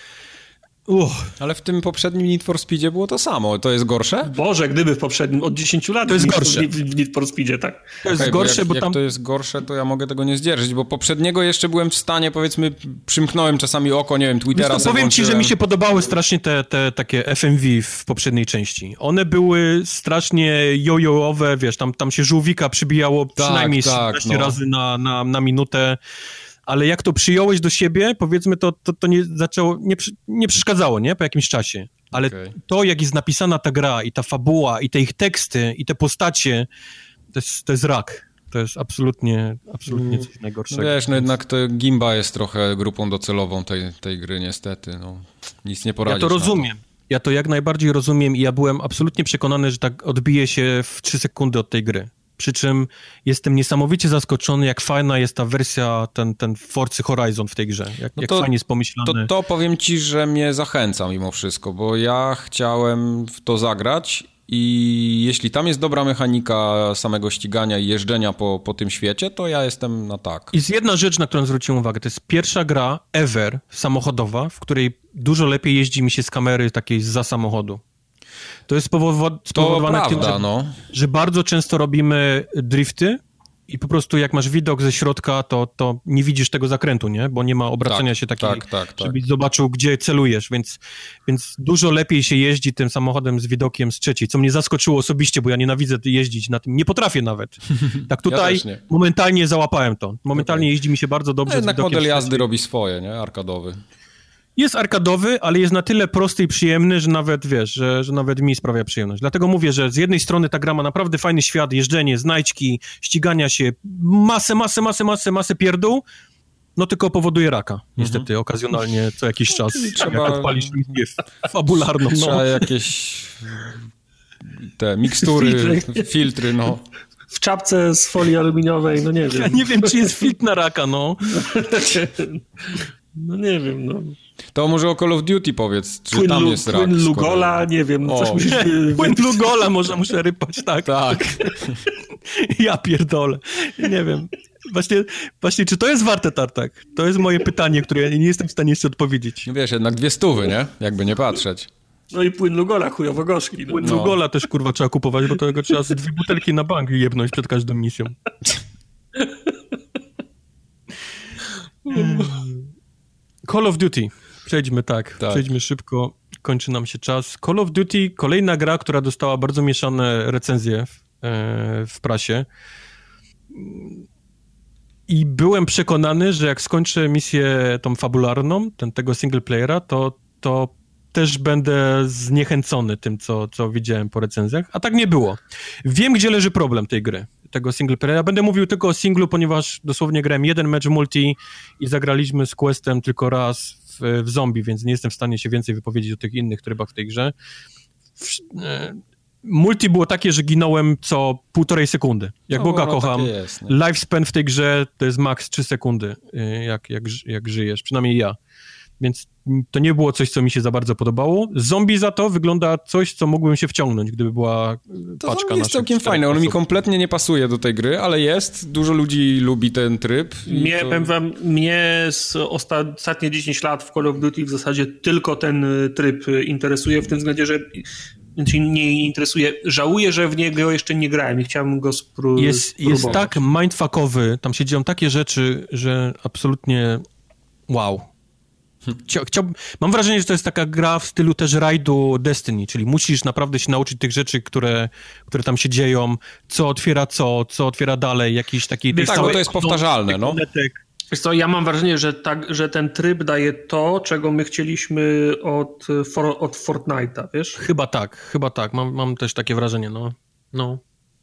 Uch. Ale w tym poprzednim Need for Speedzie było to samo. To jest gorsze? Boże, gdyby w poprzednim, od dziesięciu lat to jest w gorsze. W Need for Speedzie, tak. To jest okay, gorsze, bo, jak, bo jak tam... to jest gorsze, to ja mogę tego nie zdzierżyć, bo poprzedniego jeszcze byłem w stanie, powiedzmy, przymknąłem czasami oko, nie wiem, Twittera sobie powiem ci, że mi się podobały strasznie te, te takie F M V w poprzedniej części. One były strasznie jojowe, wiesz, tam, tam się żółwika przybijało tak, przynajmniej tak, szesnaście no. razy na, na, na minutę. Ale jak to przyjąłeś do siebie, powiedzmy, to, to, to nie zaczęło, nie, nie przeszkadzało, nie? Po jakimś czasie. Ale okay. to, jak jest napisana ta gra i ta fabuła, i te ich teksty, i te postacie, to jest, to jest rak. To jest absolutnie, absolutnie coś najgorszego. No wiesz, no jednak to Gimba jest trochę grupą docelową tej, tej gry, niestety. No, nic nie poradzisz. Ja to rozumiem. To. Ja to jak najbardziej rozumiem i ja byłem absolutnie przekonany, że tak odbije się w trzy sekundy od tej gry. Przy czym jestem niesamowicie zaskoczony, jak fajna jest ta wersja, ten, ten Forza Horizon w tej grze. Jak, no to, jak fajnie jest pomyślane. To, to powiem ci, że mnie zachęca mimo wszystko, bo ja chciałem w to zagrać i jeśli tam jest dobra mechanika samego ścigania i jeżdżenia po, po tym świecie, to ja jestem na tak. I jest jedna rzecz, na którą zwróciłem uwagę. To jest pierwsza gra ever samochodowa, w której dużo lepiej jeździ mi się z kamery takiej zza samochodu. To jest spowodowane to tym, prawda, że, no. że bardzo często robimy drifty i po prostu jak masz widok ze środka, to, to nie widzisz tego zakrętu, nie? Bo nie ma obracania tak, się takiego, tak, tak, tak. żebyś zobaczył, gdzie celujesz, więc, więc dużo lepiej się jeździ tym samochodem z widokiem z trzeciej, co mnie zaskoczyło osobiście, bo ja nienawidzę jeździć na tym, nie potrafię nawet. Tak tutaj ja momentalnie załapałem to. Momentalnie okay. jeździ mi się bardzo dobrze. No jednak z widokiem model jazdy robi swoje, nie? Arkadowy. Jest arkadowy, ale jest na tyle prosty i przyjemny, że nawet, wiesz, że, że nawet mi sprawia przyjemność. Dlatego mówię, że z jednej strony ta gra ma naprawdę fajny świat, jeżdżenie, znajdźki, ścigania się, masę, masę, masę, masę, masę pierdół, no tylko powoduje raka, niestety, mhm. okazjonalnie co jakiś czas, Czyli jak trzeba... odpalisz linię fabularną. Trzeba no. jakieś te mikstury, filtry, filtry no. w czapce z folii aluminiowej, no nie wiem. Ja nie wiem, czy jest fit na raka, no. No nie wiem, no. To może o Call of Duty powiedz, czy Płyn tam lu, jest rak? Płyn Lugola, nie wiem, no coś musisz... Płyn Lugola może muszę rypać, tak. Tak. Ja pierdolę. Nie wiem. Właśnie, właśnie, czy to jest warte tartak? To jest moje pytanie, które ja nie jestem w stanie jeszcze odpowiedzieć. No wiesz, jednak dwie stówy, nie? Jakby nie patrzeć. No i płyn Lugola, chujowo gorzki. No. Płyn Lugola też, kurwa, trzeba kupować, bo to jego trzeba z dwie butelki na bank jebnąć przed każdą misją. Call of Duty. Przejdźmy tak, tak, przejdźmy szybko, kończy nam się czas. Call of Duty, kolejna gra, która dostała bardzo mieszane recenzje w, e, w prasie. I byłem przekonany, że jak skończę misję tą fabularną, ten, tego single playera, to, to też będę zniechęcony tym, co, co widziałem po recenzjach, a tak nie było. Wiem, gdzie leży problem tej gry, tego single playera. Będę mówił tylko o singlu, ponieważ dosłownie grałem jeden mecz multi i zagraliśmy z Questem tylko raz w, w zombie, więc nie jestem w stanie się więcej wypowiedzieć o tych innych trybach w tej grze. W, e, multi było takie, że ginąłem co półtorej sekundy. Jak no, Boga no, kocham. Jest, lifespan w tej grze to jest max trzy sekundy, jak, jak, jak żyjesz, przynajmniej ja. Więc to nie było coś, co mi się za bardzo podobało. Zombie za to wygląda coś, co mógłbym się wciągnąć, gdyby była to paczka To jest całkiem fajne. On mi kompletnie nie pasuje do tej gry, ale jest. Dużo ludzi lubi ten tryb. Mnie, to... powiem wam, mnie z ostatnie dziesięć lat w Call of Duty w zasadzie tylko ten tryb interesuje, w tym względzie, że nie interesuje. Żałuję, że w niego jeszcze nie grałem i chciałem go spró- jest, spróbować. Jest tak mindfuckowy, tam się dzieją takie rzeczy, że absolutnie wow. Chcia, chciałbym, mam wrażenie, że to jest taka gra w stylu też rajdu Destiny, czyli musisz naprawdę się nauczyć tych rzeczy, które, które tam się dzieją, co otwiera co, co otwiera dalej, jakiś taki... Tak, bo to jest powtarzalne, no. Wiesz co, ja mam wrażenie, że, tak, że ten tryb daje to, czego my chcieliśmy od, for, od Fortnite'a, wiesz? Chyba tak, chyba tak, mam, mam też takie wrażenie, no. no.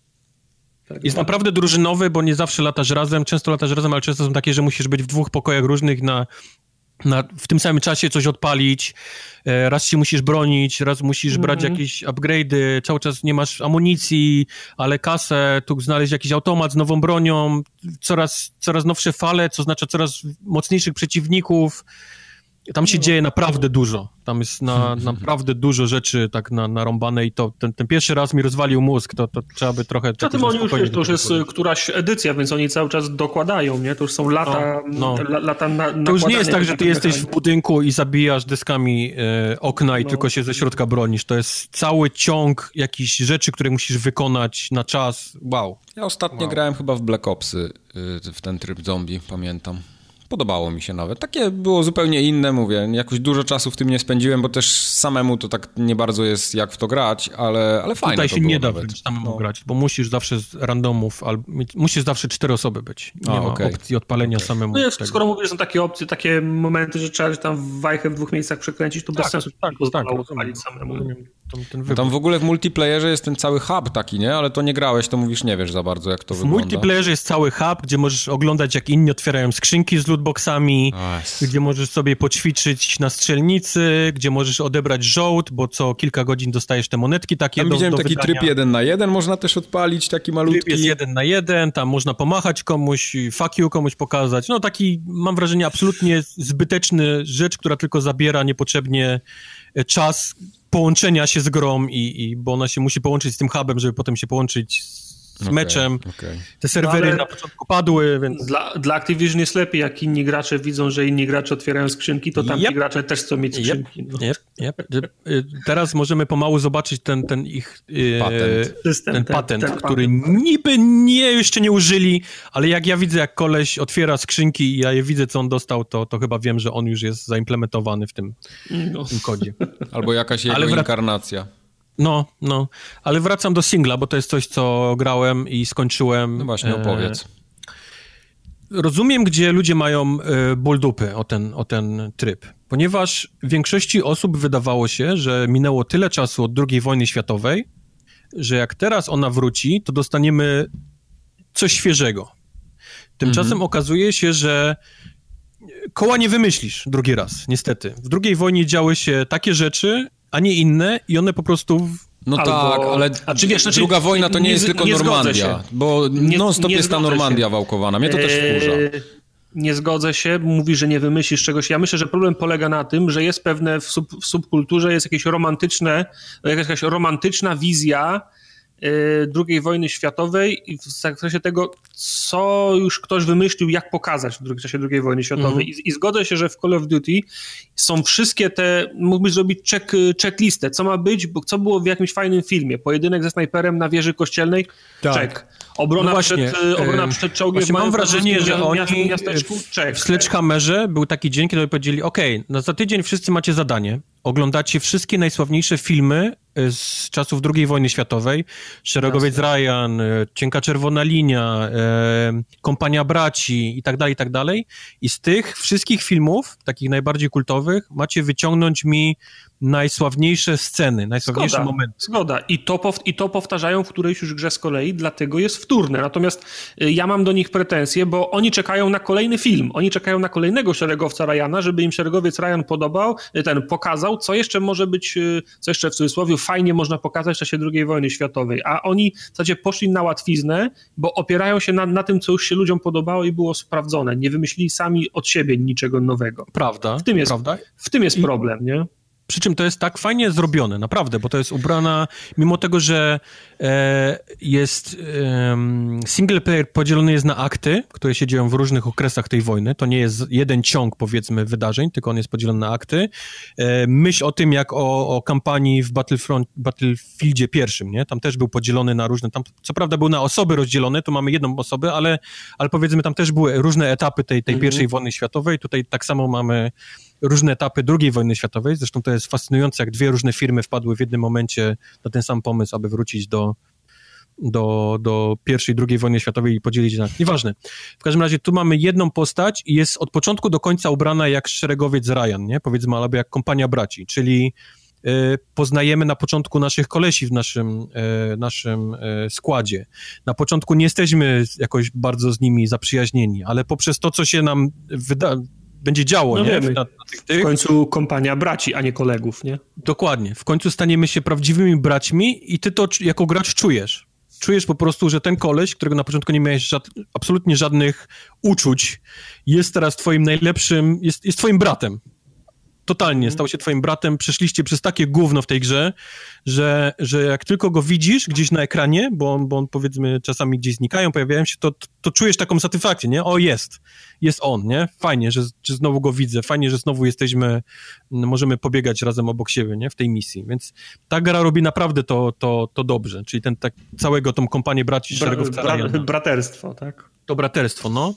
Tak, jest no. naprawdę drużynowy, bo nie zawsze latasz razem, często latasz razem, ale często są takie, że musisz być w dwóch pokojach różnych na... Na, w tym samym czasie coś odpalić, raz się musisz bronić, raz musisz mm-hmm. brać jakieś upgrade'y, cały czas nie masz amunicji, ale kasę, tu znaleźć jakiś automat z nową bronią, coraz, coraz nowsze fale, co oznacza coraz mocniejszych przeciwników. Tam się dzieje naprawdę dużo. Tam jest na, naprawdę dużo rzeczy tak na, narąbane i to ten, ten pierwszy raz mi rozwalił mózg, to, to trzeba by trochę... Co tym oni już, wiesz, to już jest powiedzieć. Któraś edycja, więc oni cały czas dokładają, nie? To już są lata, no, no. La, lata na, To już nie jest tak, że ty jesteś w budynku i zabijasz deskami e, okna i no. tylko się ze środka bronisz. To jest cały ciąg jakichś rzeczy, które musisz wykonać na czas. Wow. Ja ostatnio wow. grałem chyba w Black Opsy, y, w ten tryb zombie, pamiętam. Podobało mi się nawet. Takie było zupełnie inne, mówię. Jakoś dużo czasu w tym nie spędziłem, bo też samemu to tak nie bardzo jest jak w to grać, ale, ale fajne Tutaj to się było nie da nawet. samemu no. grać, bo musisz zawsze z randomów, albo musisz zawsze cztery osoby być. Nie A, ma okay. opcji odpalenia okay. samemu. No jest, skoro mówisz, że są takie opcje, takie momenty, że trzeba tam wajchę w dwóch miejscach przekręcić, to tak, bez sensu. Tak, tak, odpalić samemu. Tam, ten no tam w ogóle w multiplayerze jest ten cały hub taki, nie? Ale to nie grałeś, to mówisz, nie wiesz za bardzo, jak to w wygląda. W multiplayerze jest cały hub, gdzie możesz oglądać, jak inni otwierają skrzynki z lootboxami, nice. Gdzie możesz sobie poćwiczyć na strzelnicy, gdzie możesz odebrać żołd, bo co kilka godzin dostajesz te monetki takie tam do, widziałem do taki wydania. Tryb jeden na jeden można też odpalić, taki malutki. Tryb jest jeden na jeden, tam można pomachać komuś, fuck you komuś pokazać. No taki, mam wrażenie, absolutnie zbyteczny rzecz, która tylko zabiera niepotrzebnie czas połączenia się z grą, i, i, bo ona się musi połączyć z tym hubem, żeby potem się połączyć z okay, meczem. Okay. Te serwery no, na początku padły, więc... Dla, dla Activision jest lepiej, jak inni gracze widzą, że inni gracze otwierają skrzynki, to tamci yep. gracze też chcą mieć skrzynki. Yep. No. Yep. Yep. Teraz możemy pomału zobaczyć ten, ten ich patent, e, System, ten, ten patent, ten który patent. niby nie, jeszcze nie użyli, ale jak ja widzę, jak koleś otwiera skrzynki i ja je widzę, co on dostał, to, to chyba wiem, że on już jest zaimplementowany w tym, no. w tym kodzie. Albo jakaś jego wrac- inkarnacja. No, no, ale wracam do singla, bo to jest coś, co grałem i skończyłem. No właśnie, opowiedz. E, rozumiem, gdzie ludzie mają e, ból dupy o ten, o ten tryb, ponieważ większości osób wydawało się, że minęło tyle czasu od drugiej wojny światowej, że jak teraz ona wróci, to dostaniemy coś świeżego. Tymczasem mhm. okazuje się, że koła nie wymyślisz drugi raz, niestety. W drugiej wojnie działy się takie rzeczy, a nie inne i one po prostu No albo... tak, ale A czy wiesz, znaczy, druga wojna to nie, nie jest tylko nie Normandia, bo non-stop jest ta Normandia się. wałkowana. Mnie to też wkurza. Nie zgodzę się, mówi, że nie wymyślisz czegoś. Ja myślę, że problem polega na tym, że jest pewne w, sub, w subkulturze jest jakieś romantyczne, jakaś romantyczna wizja drugiej wojny światowej i w zakresie tego, co już ktoś wymyślił, jak pokazać w czasie drugiej wojny światowej. Mm-hmm. I, I zgodzę się, że w Call of Duty są wszystkie te, mógłbyś zrobić check, checklistę, co ma być, bo co było w jakimś fajnym filmie. Pojedynek ze snajperem na wieży kościelnej, tak. Check. Obrona, no właśnie, przed, obrona przed czołgiem. Mam wrażenie, że oni miasteczku, check. w Sledgehammerze był taki dzień, kiedy powiedzieli, okej, okay, no za tydzień wszyscy macie zadanie, oglądacie wszystkie najsławniejsze filmy z czasów drugiej wojny światowej, Szeregowiec Jasne. Ryan, Cienka czerwona linia, e, Kompania braci i tak dalej, i tak dalej. I z tych wszystkich filmów, takich najbardziej kultowych, macie wyciągnąć mi najsławniejsze sceny, najsławniejsze zgoda, momenty. Zgoda. I to, pow- I to powtarzają w którejś już grze z kolei, dlatego jest wtórne. Natomiast ja mam do nich pretensje, bo oni czekają na kolejny film. Oni czekają na kolejnego szeregowca Ryana, żeby im szeregowiec Ryan podobał, ten pokazał, co jeszcze może być, co jeszcze w cudzysłowie fajnie można pokazać w czasie drugiej wojny światowej. A oni w zasadzie poszli na łatwiznę, bo opierają się na, na tym, co już się ludziom podobało i było sprawdzone. Nie wymyślili sami od siebie niczego nowego. Prawda. W tym jest, prawda? W tym jest I... problem, nie? Przy czym to jest tak fajnie zrobione, naprawdę, bo to jest ubrana, mimo tego, że e, jest e, single player podzielony jest na akty, które się dzieją w różnych okresach tej wojny, to nie jest jeden ciąg, powiedzmy, wydarzeń, tylko on jest podzielony na akty. E, myśl o tym, jak o, o kampanii w Battlefront, Battlefieldzie pierwszym, nie? Tam też był podzielony na różne, tam co prawda był na osoby rozdzielone, tu mamy jedną osobę, ale, ale powiedzmy, tam też były różne etapy tej, tej mhm. pierwszej wojny światowej, tutaj tak samo mamy różne etapy drugiej wojny światowej, zresztą to jest fascynujące, jak dwie różne firmy wpadły w jednym momencie na ten sam pomysł, aby wrócić do, do, do pierwszej, drugiej wojny światowej i podzielić na... Nieważne. W każdym razie tu mamy jedną postać i jest od początku do końca ubrana jak szeregowiec Ryan, nie? Powiedzmy, albo jak kompania braci, czyli y, poznajemy na początku naszych kolesi w naszym, y, naszym y, składzie. Na początku nie jesteśmy jakoś bardzo z nimi zaprzyjaźnieni, ale poprzez to, co się nam wyda... będzie działo, no nie? Wiemy. Na, na tych, tych. W końcu kompania braci, a nie kolegów, nie? Dokładnie. W końcu staniemy się prawdziwymi braćmi i ty to jako gracz czujesz. Czujesz po prostu, że ten koleś, którego na początku nie miałeś żad... absolutnie żadnych uczuć, jest teraz twoim najlepszym, jest, jest twoim bratem. Totalnie, stał się twoim bratem, przeszliście przez takie gówno w tej grze, że, że jak tylko go widzisz gdzieś na ekranie, bo on, bo on powiedzmy czasami gdzieś znikają, pojawiają się, to, to czujesz taką satysfakcję, nie? O, jest, jest on, nie? Fajnie, że, że znowu go widzę, fajnie, że znowu jesteśmy, możemy pobiegać razem obok siebie, nie? W tej misji, więc ta gra robi naprawdę to, to, to dobrze, czyli ten tak całego tą kompanię braci Bra- szeregowca bra- Braterstwo, tak? To braterstwo, no.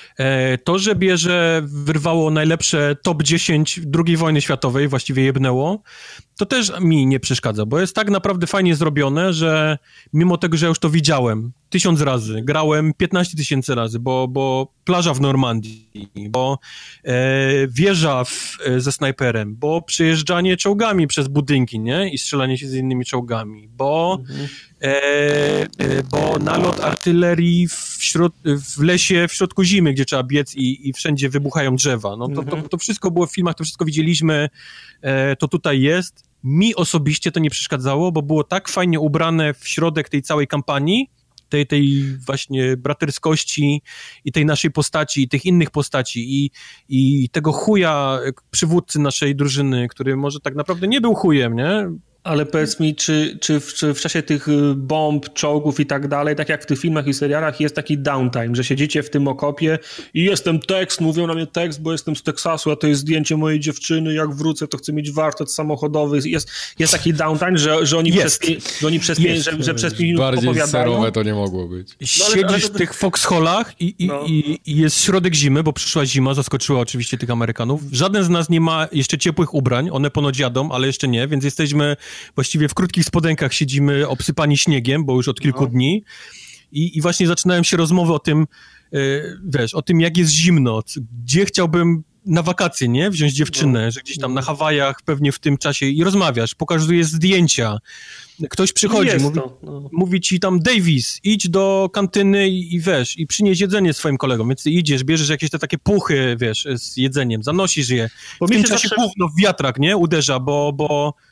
To, że bierze, wyrwało najlepsze top dziesięć drugiej wojny światowej, właściwie jebnęło, to też mi nie przeszkadza, bo jest tak naprawdę fajnie zrobione, że mimo tego, że ja już to widziałem tysiąc razy, grałem piętnaście tysięcy razy, bo, bo plaża w Normandii, bo e, wieża w, e, ze snajperem, bo przejeżdżanie czołgami przez budynki, nie? I strzelanie się z innymi czołgami, bo, mhm. e, e, bo nalot artylerii w, środ, w lesie w środku zimy, gdzie trzeba biec i, i wszędzie wybuchają drzewa. No to, mhm. to, to wszystko było w filmach, to wszystko widzieliśmy, e, to tutaj jest. Mi osobiście to nie przeszkadzało, bo było tak fajnie ubrane w środek tej całej kampanii, tej, tej właśnie braterskości i tej naszej postaci, i tych innych postaci i, i tego chuja przywódcy naszej drużyny, który może tak naprawdę nie był chujem, nie? Ale powiedz mi, czy, czy, w, czy w czasie tych bomb, czołgów i tak dalej, tak jak w tych filmach i serialach, jest taki downtime, że siedzicie w tym okopie i jestem tekst, mówią na mnie tekst, bo jestem z Teksasu, a to jest zdjęcie mojej dziewczyny, jak wrócę, to chcę mieć warsztat samochodowy. Jest, jest taki downtime, że, że oni jest. przez, że oni przez, pięć, że, że przez pięć minut bardziej opowiadają. Bardziej serowe to nie mogło być. No, Siedzisz ale, ale to... w tych foxholach i, i, no. i, i jest środek zimy, bo przyszła zima, zaskoczyła oczywiście tych Amerykanów. Żaden z nas nie ma jeszcze ciepłych ubrań, one ponoć jadą, ale jeszcze nie, więc jesteśmy właściwie w krótkich spodenkach, siedzimy obsypani śniegiem, bo już od kilku no. dni I, i właśnie zaczynają się rozmowy o tym, yy, wiesz, o tym jak jest zimno, gdzie chciałbym na wakacje, nie? Wziąć dziewczynę, no. że gdzieś tam na Hawajach pewnie w tym czasie i rozmawiasz, pokazujesz zdjęcia, ktoś przychodzi, mówi, no. mówi ci tam Davis, idź do kantyny i, i wiesz, i przynieś jedzenie swoim kolegom, więc ty idziesz, bierzesz jakieś te takie puchy, wiesz, z jedzeniem, zanosisz je, bo w tym czasie zawsze... gówno w wiatrak, nie? Uderza, bo, bo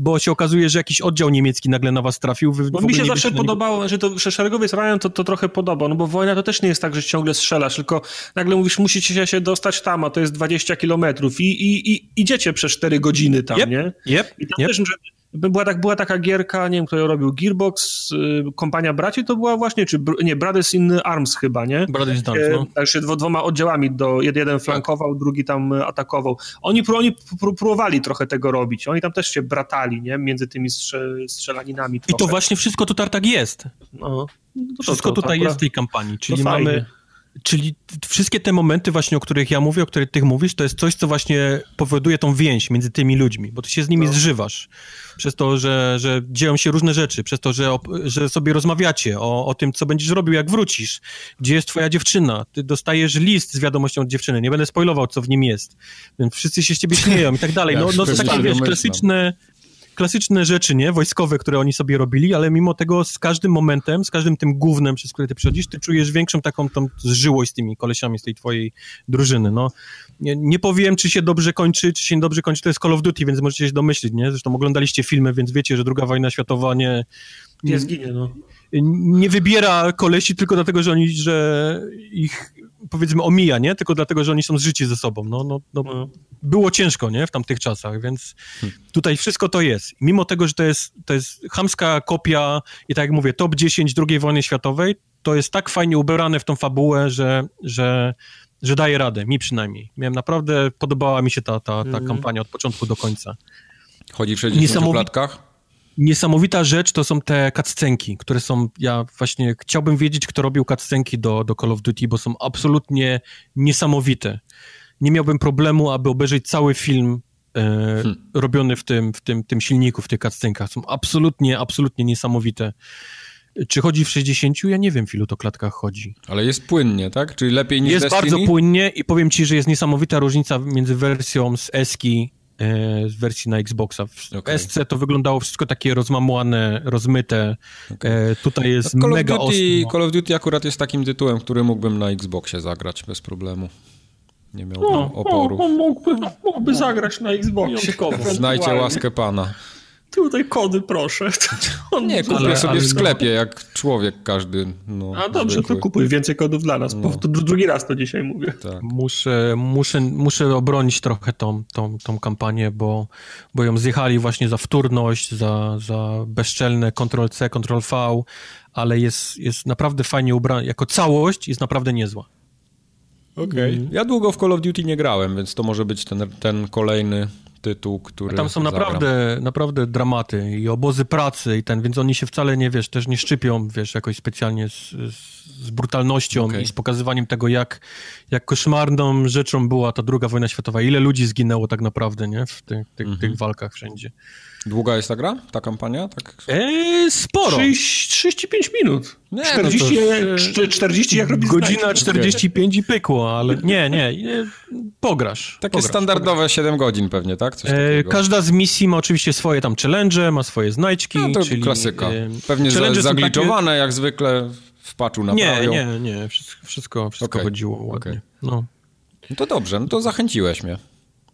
bo się okazuje, że jakiś oddział niemiecki nagle na was trafił. Wy bo mi się zawsze podobało, że to że szeregowiec Ryan to, to trochę podoba, no bo wojna to też nie jest tak, że ciągle strzelasz, tylko nagle mówisz, musicie się dostać tam, a to jest dwadzieścia kilometrów i, i, i idziecie przez cztery godziny tam, yep, nie? Yep, I tam yep. też, że była, tak, była taka gierka, nie wiem, kto ją robił, Gearbox, y, Kompania Braci, to była właśnie, czy nie, Brothers in Arms chyba, nie? Brothers in Arms, no. Także dwo, dwoma oddziałami, do, jeden flankował, drugi tam atakował. Oni, oni pró- próbowali trochę tego robić, oni tam też się bratali, nie? Między tymi strze, strzelaninami trochę. I to właśnie wszystko tutaj tak jest. No, to, wszystko to, to, tutaj to, jest w tej kampanii, czyli to mamy... fajnie. Czyli wszystkie te momenty właśnie, o których ja mówię, o których ty mówisz, to jest coś, co właśnie powoduje tą więź między tymi ludźmi, bo ty się z nimi no. zżywasz. Przez to, że, że dzieją się różne rzeczy, przez to, że, że sobie rozmawiacie o, o tym, co będziesz robił, jak wrócisz, gdzie jest twoja dziewczyna. Ty dostajesz list z wiadomością od dziewczyny, nie będę spoilował, co w nim jest. Więc wszyscy się z ciebie śmieją i tak dalej. No, no to takie, wiesz, klasyczne... klasyczne rzeczy, nie? Wojskowe, które oni sobie robili, ale mimo tego z każdym momentem, z każdym tym gównem, przez który ty przechodzisz, ty czujesz większą taką tą zżyłość z tymi kolesiami z tej twojej drużyny, no. Nie, nie powiem, czy się dobrze kończy, czy się dobrze kończy, to jest Call of Duty, więc możecie się domyślić, nie? Zresztą oglądaliście filmy, więc wiecie, że druga wojna światowa nie... Nie zginie, no. Nie wybiera kolesi tylko dlatego, że oni, że ich, powiedzmy, omija, nie? Tylko dlatego, że oni są zżyci ze sobą, no, no, no. no. Było ciężko, nie? W tamtych czasach, więc tutaj wszystko to jest. Mimo tego, że to jest, to jest chamska kopia i tak jak mówię, top dziesięć drugiej wojny światowej, to jest tak fajnie ubrane w tą fabułę, że, że, że daje radę, mi przynajmniej. Miałem naprawdę, podobała mi się ta, ta, ta mm. kampania od początku do końca. Chodzi w sześćdziesięciu klatkach? Niesamowita rzecz to są te cutscenki, które są, ja właśnie chciałbym wiedzieć, kto robił cutscenki do, do Call of Duty, bo są absolutnie niesamowite. Nie miałbym problemu, aby obejrzeć cały film e, hmm. robiony w tym, w tym, tym silniku, w tych cutscenkach. Są absolutnie, absolutnie niesamowite. Czy chodzi w sześćdziesięciu? Ja nie wiem, w ilu to klatkach chodzi. Ale jest płynnie, tak? Czyli lepiej niż Jest Destiny? bardzo płynnie i powiem ci, że jest niesamowita różnica między wersją z Eski, e, z wersji na Xboxa. W okay. S C to wyglądało wszystko takie rozmamłane, rozmyte. Okay. E, tutaj jest Call mega of Duty, ostro. Call of Duty akurat jest takim tytułem, który mógłbym na Xboxie zagrać bez problemu. Nie miałbym no, oporu. No, mógłby, mógłby zagrać na Xboxie. Znajcie łaskę Pana. Tutaj kody, proszę. On nie, kupię ale, sobie ale w sklepie, no. jak człowiek każdy. No, A dobrze, zwykły. To kupuj więcej kodów dla nas. No. To drugi raz to dzisiaj mówię. Tak. Muszę, muszę, muszę obronić trochę tą, tą, tą kampanię, bo, bo ją zjechali właśnie za wtórność, za, za bezczelne kontrol C, kontrol V, ale jest, jest naprawdę fajnie ubrana. Jako całość jest naprawdę niezła. Okej. Okay. Mm. Ja długo w Call of Duty nie grałem, więc to może być ten, ten kolejny tytuł, który A tam są zagram. naprawdę, naprawdę dramaty i obozy pracy i ten, więc oni się wcale nie, wiesz, też nie szczypią, wiesz, jakoś specjalnie z, z, z brutalnością okay. i z pokazywaniem tego, jak, jak koszmarną rzeczą była ta druga wojna światowa. Ile ludzi zginęło tak naprawdę, nie? W tych, tych, mm-hmm. tych walkach wszędzie. Długa jest ta gra? Ta kampania? Tak? Eee, sporo. trzydzieści pięć minut. Nie, czterdzieści, no to, czterdzieści jak robi Godzina znajdź. czterdzieści pięć i pykło, ale nie, nie, nie pograsz. Takie pograsz, standardowe pograsz. siedem godzin pewnie, tak? Coś e, każda z misji ma oczywiście swoje tam challenge, ma swoje znajdźki. No to czyli, klasyka. E, pewnie zagliczowane takie... jak zwykle w patchu naprawią. Nie, nie, nie. Wszystko, wszystko, wszystko okay. chodziło ładnie. Okay. No. no to dobrze, no to zachęciłeś mnie.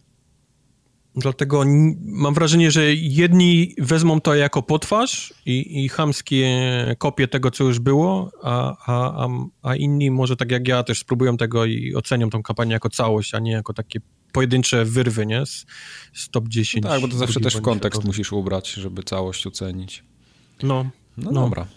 Dlatego mam wrażenie, że jedni wezmą to jako potwarz i, i chamskie kopie tego, co już było, a, a, a inni może tak jak ja też spróbują tego i ocenią tą kampanię jako całość, a nie jako takie pojedyncze wyrwy, nie? Z, z top dziesięć. Tak, bo to zawsze też w kontekst światowy. Musisz ubrać, żeby całość ocenić. No. No, no. dobra.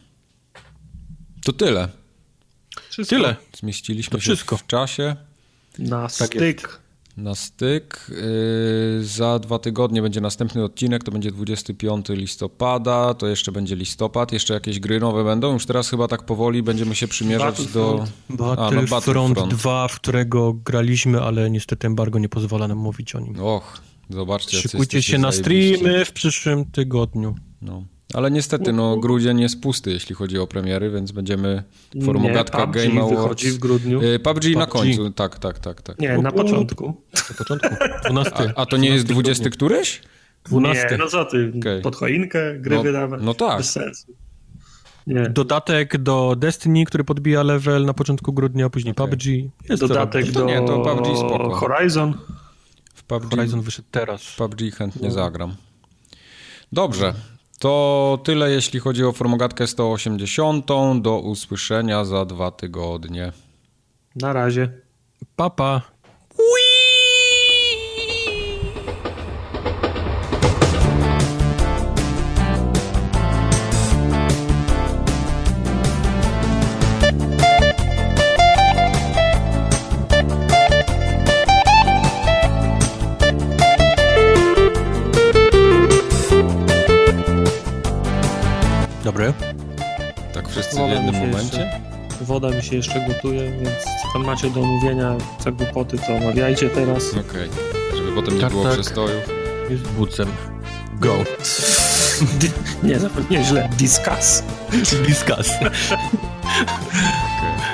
To tyle. Wszystko. Tyle. Zmieściliśmy to się wszystko. w czasie. Na styk. Na styk. Yy, za dwa tygodnie będzie następny odcinek, to będzie dwudziestego piątego listopada, to jeszcze będzie listopad, jeszcze jakieś gry nowe będą. Już teraz chyba tak powoli będziemy się przymierzać Battlefront. do... Battlefront, no, Battlefront dwa, w którego graliśmy, ale niestety embargo nie pozwala nam mówić o nim. Och, zobaczcie. Szykujcie się na streamy w przyszłym tygodniu. No. Ale niestety, no, grudzień jest pusty, jeśli chodzi o premiery, więc będziemy formogatka Game Awards. Wychodzi w grudniu. P U B G, P U B G na końcu, tak, tak, tak. tak. Nie, na początku. Na początku, dwunasty. A, a to nie jest dwudziesty któryś? dwunasty. Nie, no co ty, okay. Pod choinkę gry no, wydawać? No tak. Bez sensu. Nie. Dodatek do Destiny, który podbija level na początku grudnia, a później okay. P U B G. Jest Dodatek to do nie, to P U B G spoko. Horizon. W P U B G, Horizon wyszedł teraz. W P U B G chętnie no. zagram. Dobrze. To tyle, jeśli chodzi o Formogatkę sto osiemdziesiąt. Do usłyszenia za dwa tygodnie. Na razie. Pa, pa. Dobry. Tak wszyscy Woda w jednym mi momencie? Jeszcze, woda mi się jeszcze gotuje, więc co tam macie do omówienia, co głupoty, to omawiajcie teraz. Okej, okay. Żeby potem nie tak, było tak. przestojów. Jest bucem. Go. Nie, nawet nie źle. Discuss. Discuss. Okay.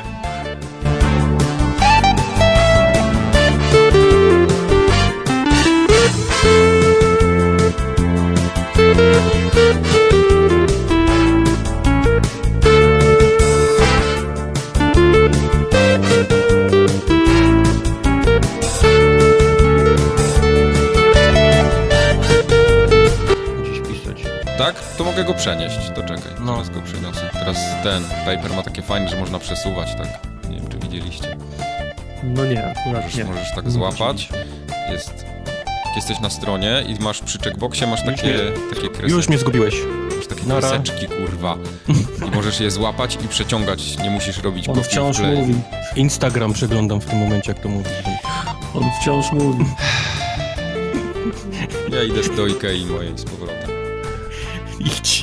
Tak? To mogę go przenieść. To czekaj, no. Teraz go przeniosę. Teraz ten paper ma takie fajne, że można przesuwać, tak? Nie wiem, czy widzieliście. No nie, akurat możesz, nie. Możesz tak złapać. Jest... Jak jesteś na stronie i masz przy checkboxie, masz takie, takie kreseczki. Już mnie zgubiłeś. Masz takie Nara. kreseczki, kurwa. I możesz je złapać i przeciągać. Nie musisz robić On kopii wciąż w play. mówi. Instagram przeglądam w tym momencie, jak to mówisz. On wciąż mówi. Ja idę do Ikei mojej z powrotem. Idź.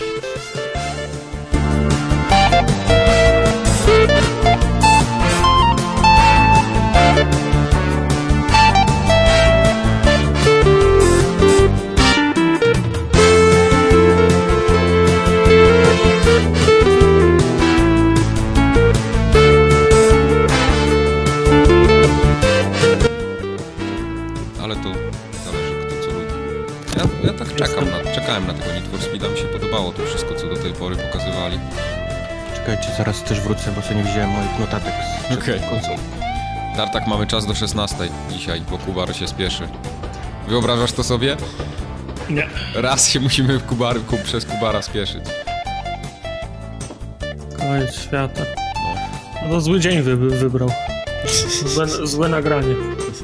Ale to zależy kto co lubi. Ja, ja tak czekam na, czekałem na tego Need for Speeda, mi się podobało to wszystko, co do tej pory pokazywali. Czekajcie, zaraz też wrócę, bo sobie nie wziąłem moich notatek z Okej. konsoli. Tartak, mamy czas do szesnastej dzisiaj, bo Kubar się spieszy. Wyobrażasz to sobie? Nie. Raz się musimy w Kubar, ku, przez Kubara spieszyć. Koniec świata. No. No to zły dzień wy, wybrał. Złe, złe nagranie.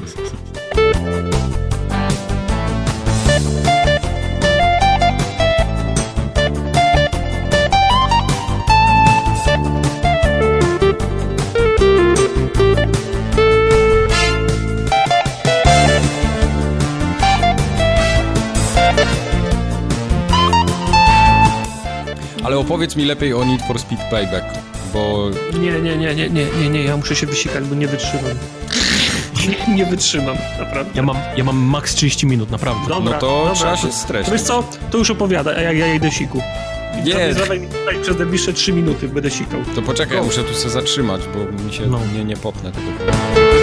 Ale opowiedz mi lepiej o Need for Speed Payback, bo... Nie, nie, nie, nie, nie, nie, nie, ja muszę się wysikać, bo nie wytrzymam. Nie, nie wytrzymam, naprawdę. Ja mam, ja mam maks trzydzieści minut, naprawdę. Dobra, no to dobra. trzeba się streścić. Wiesz co, to już opowiada, jak ja idę siku. Nie. Zadaj mi tutaj przez najbliższe trzy minuty, będę sikał. To poczekaj, Go. muszę tu się zatrzymać, bo mi się No. nie, nie popnę tego.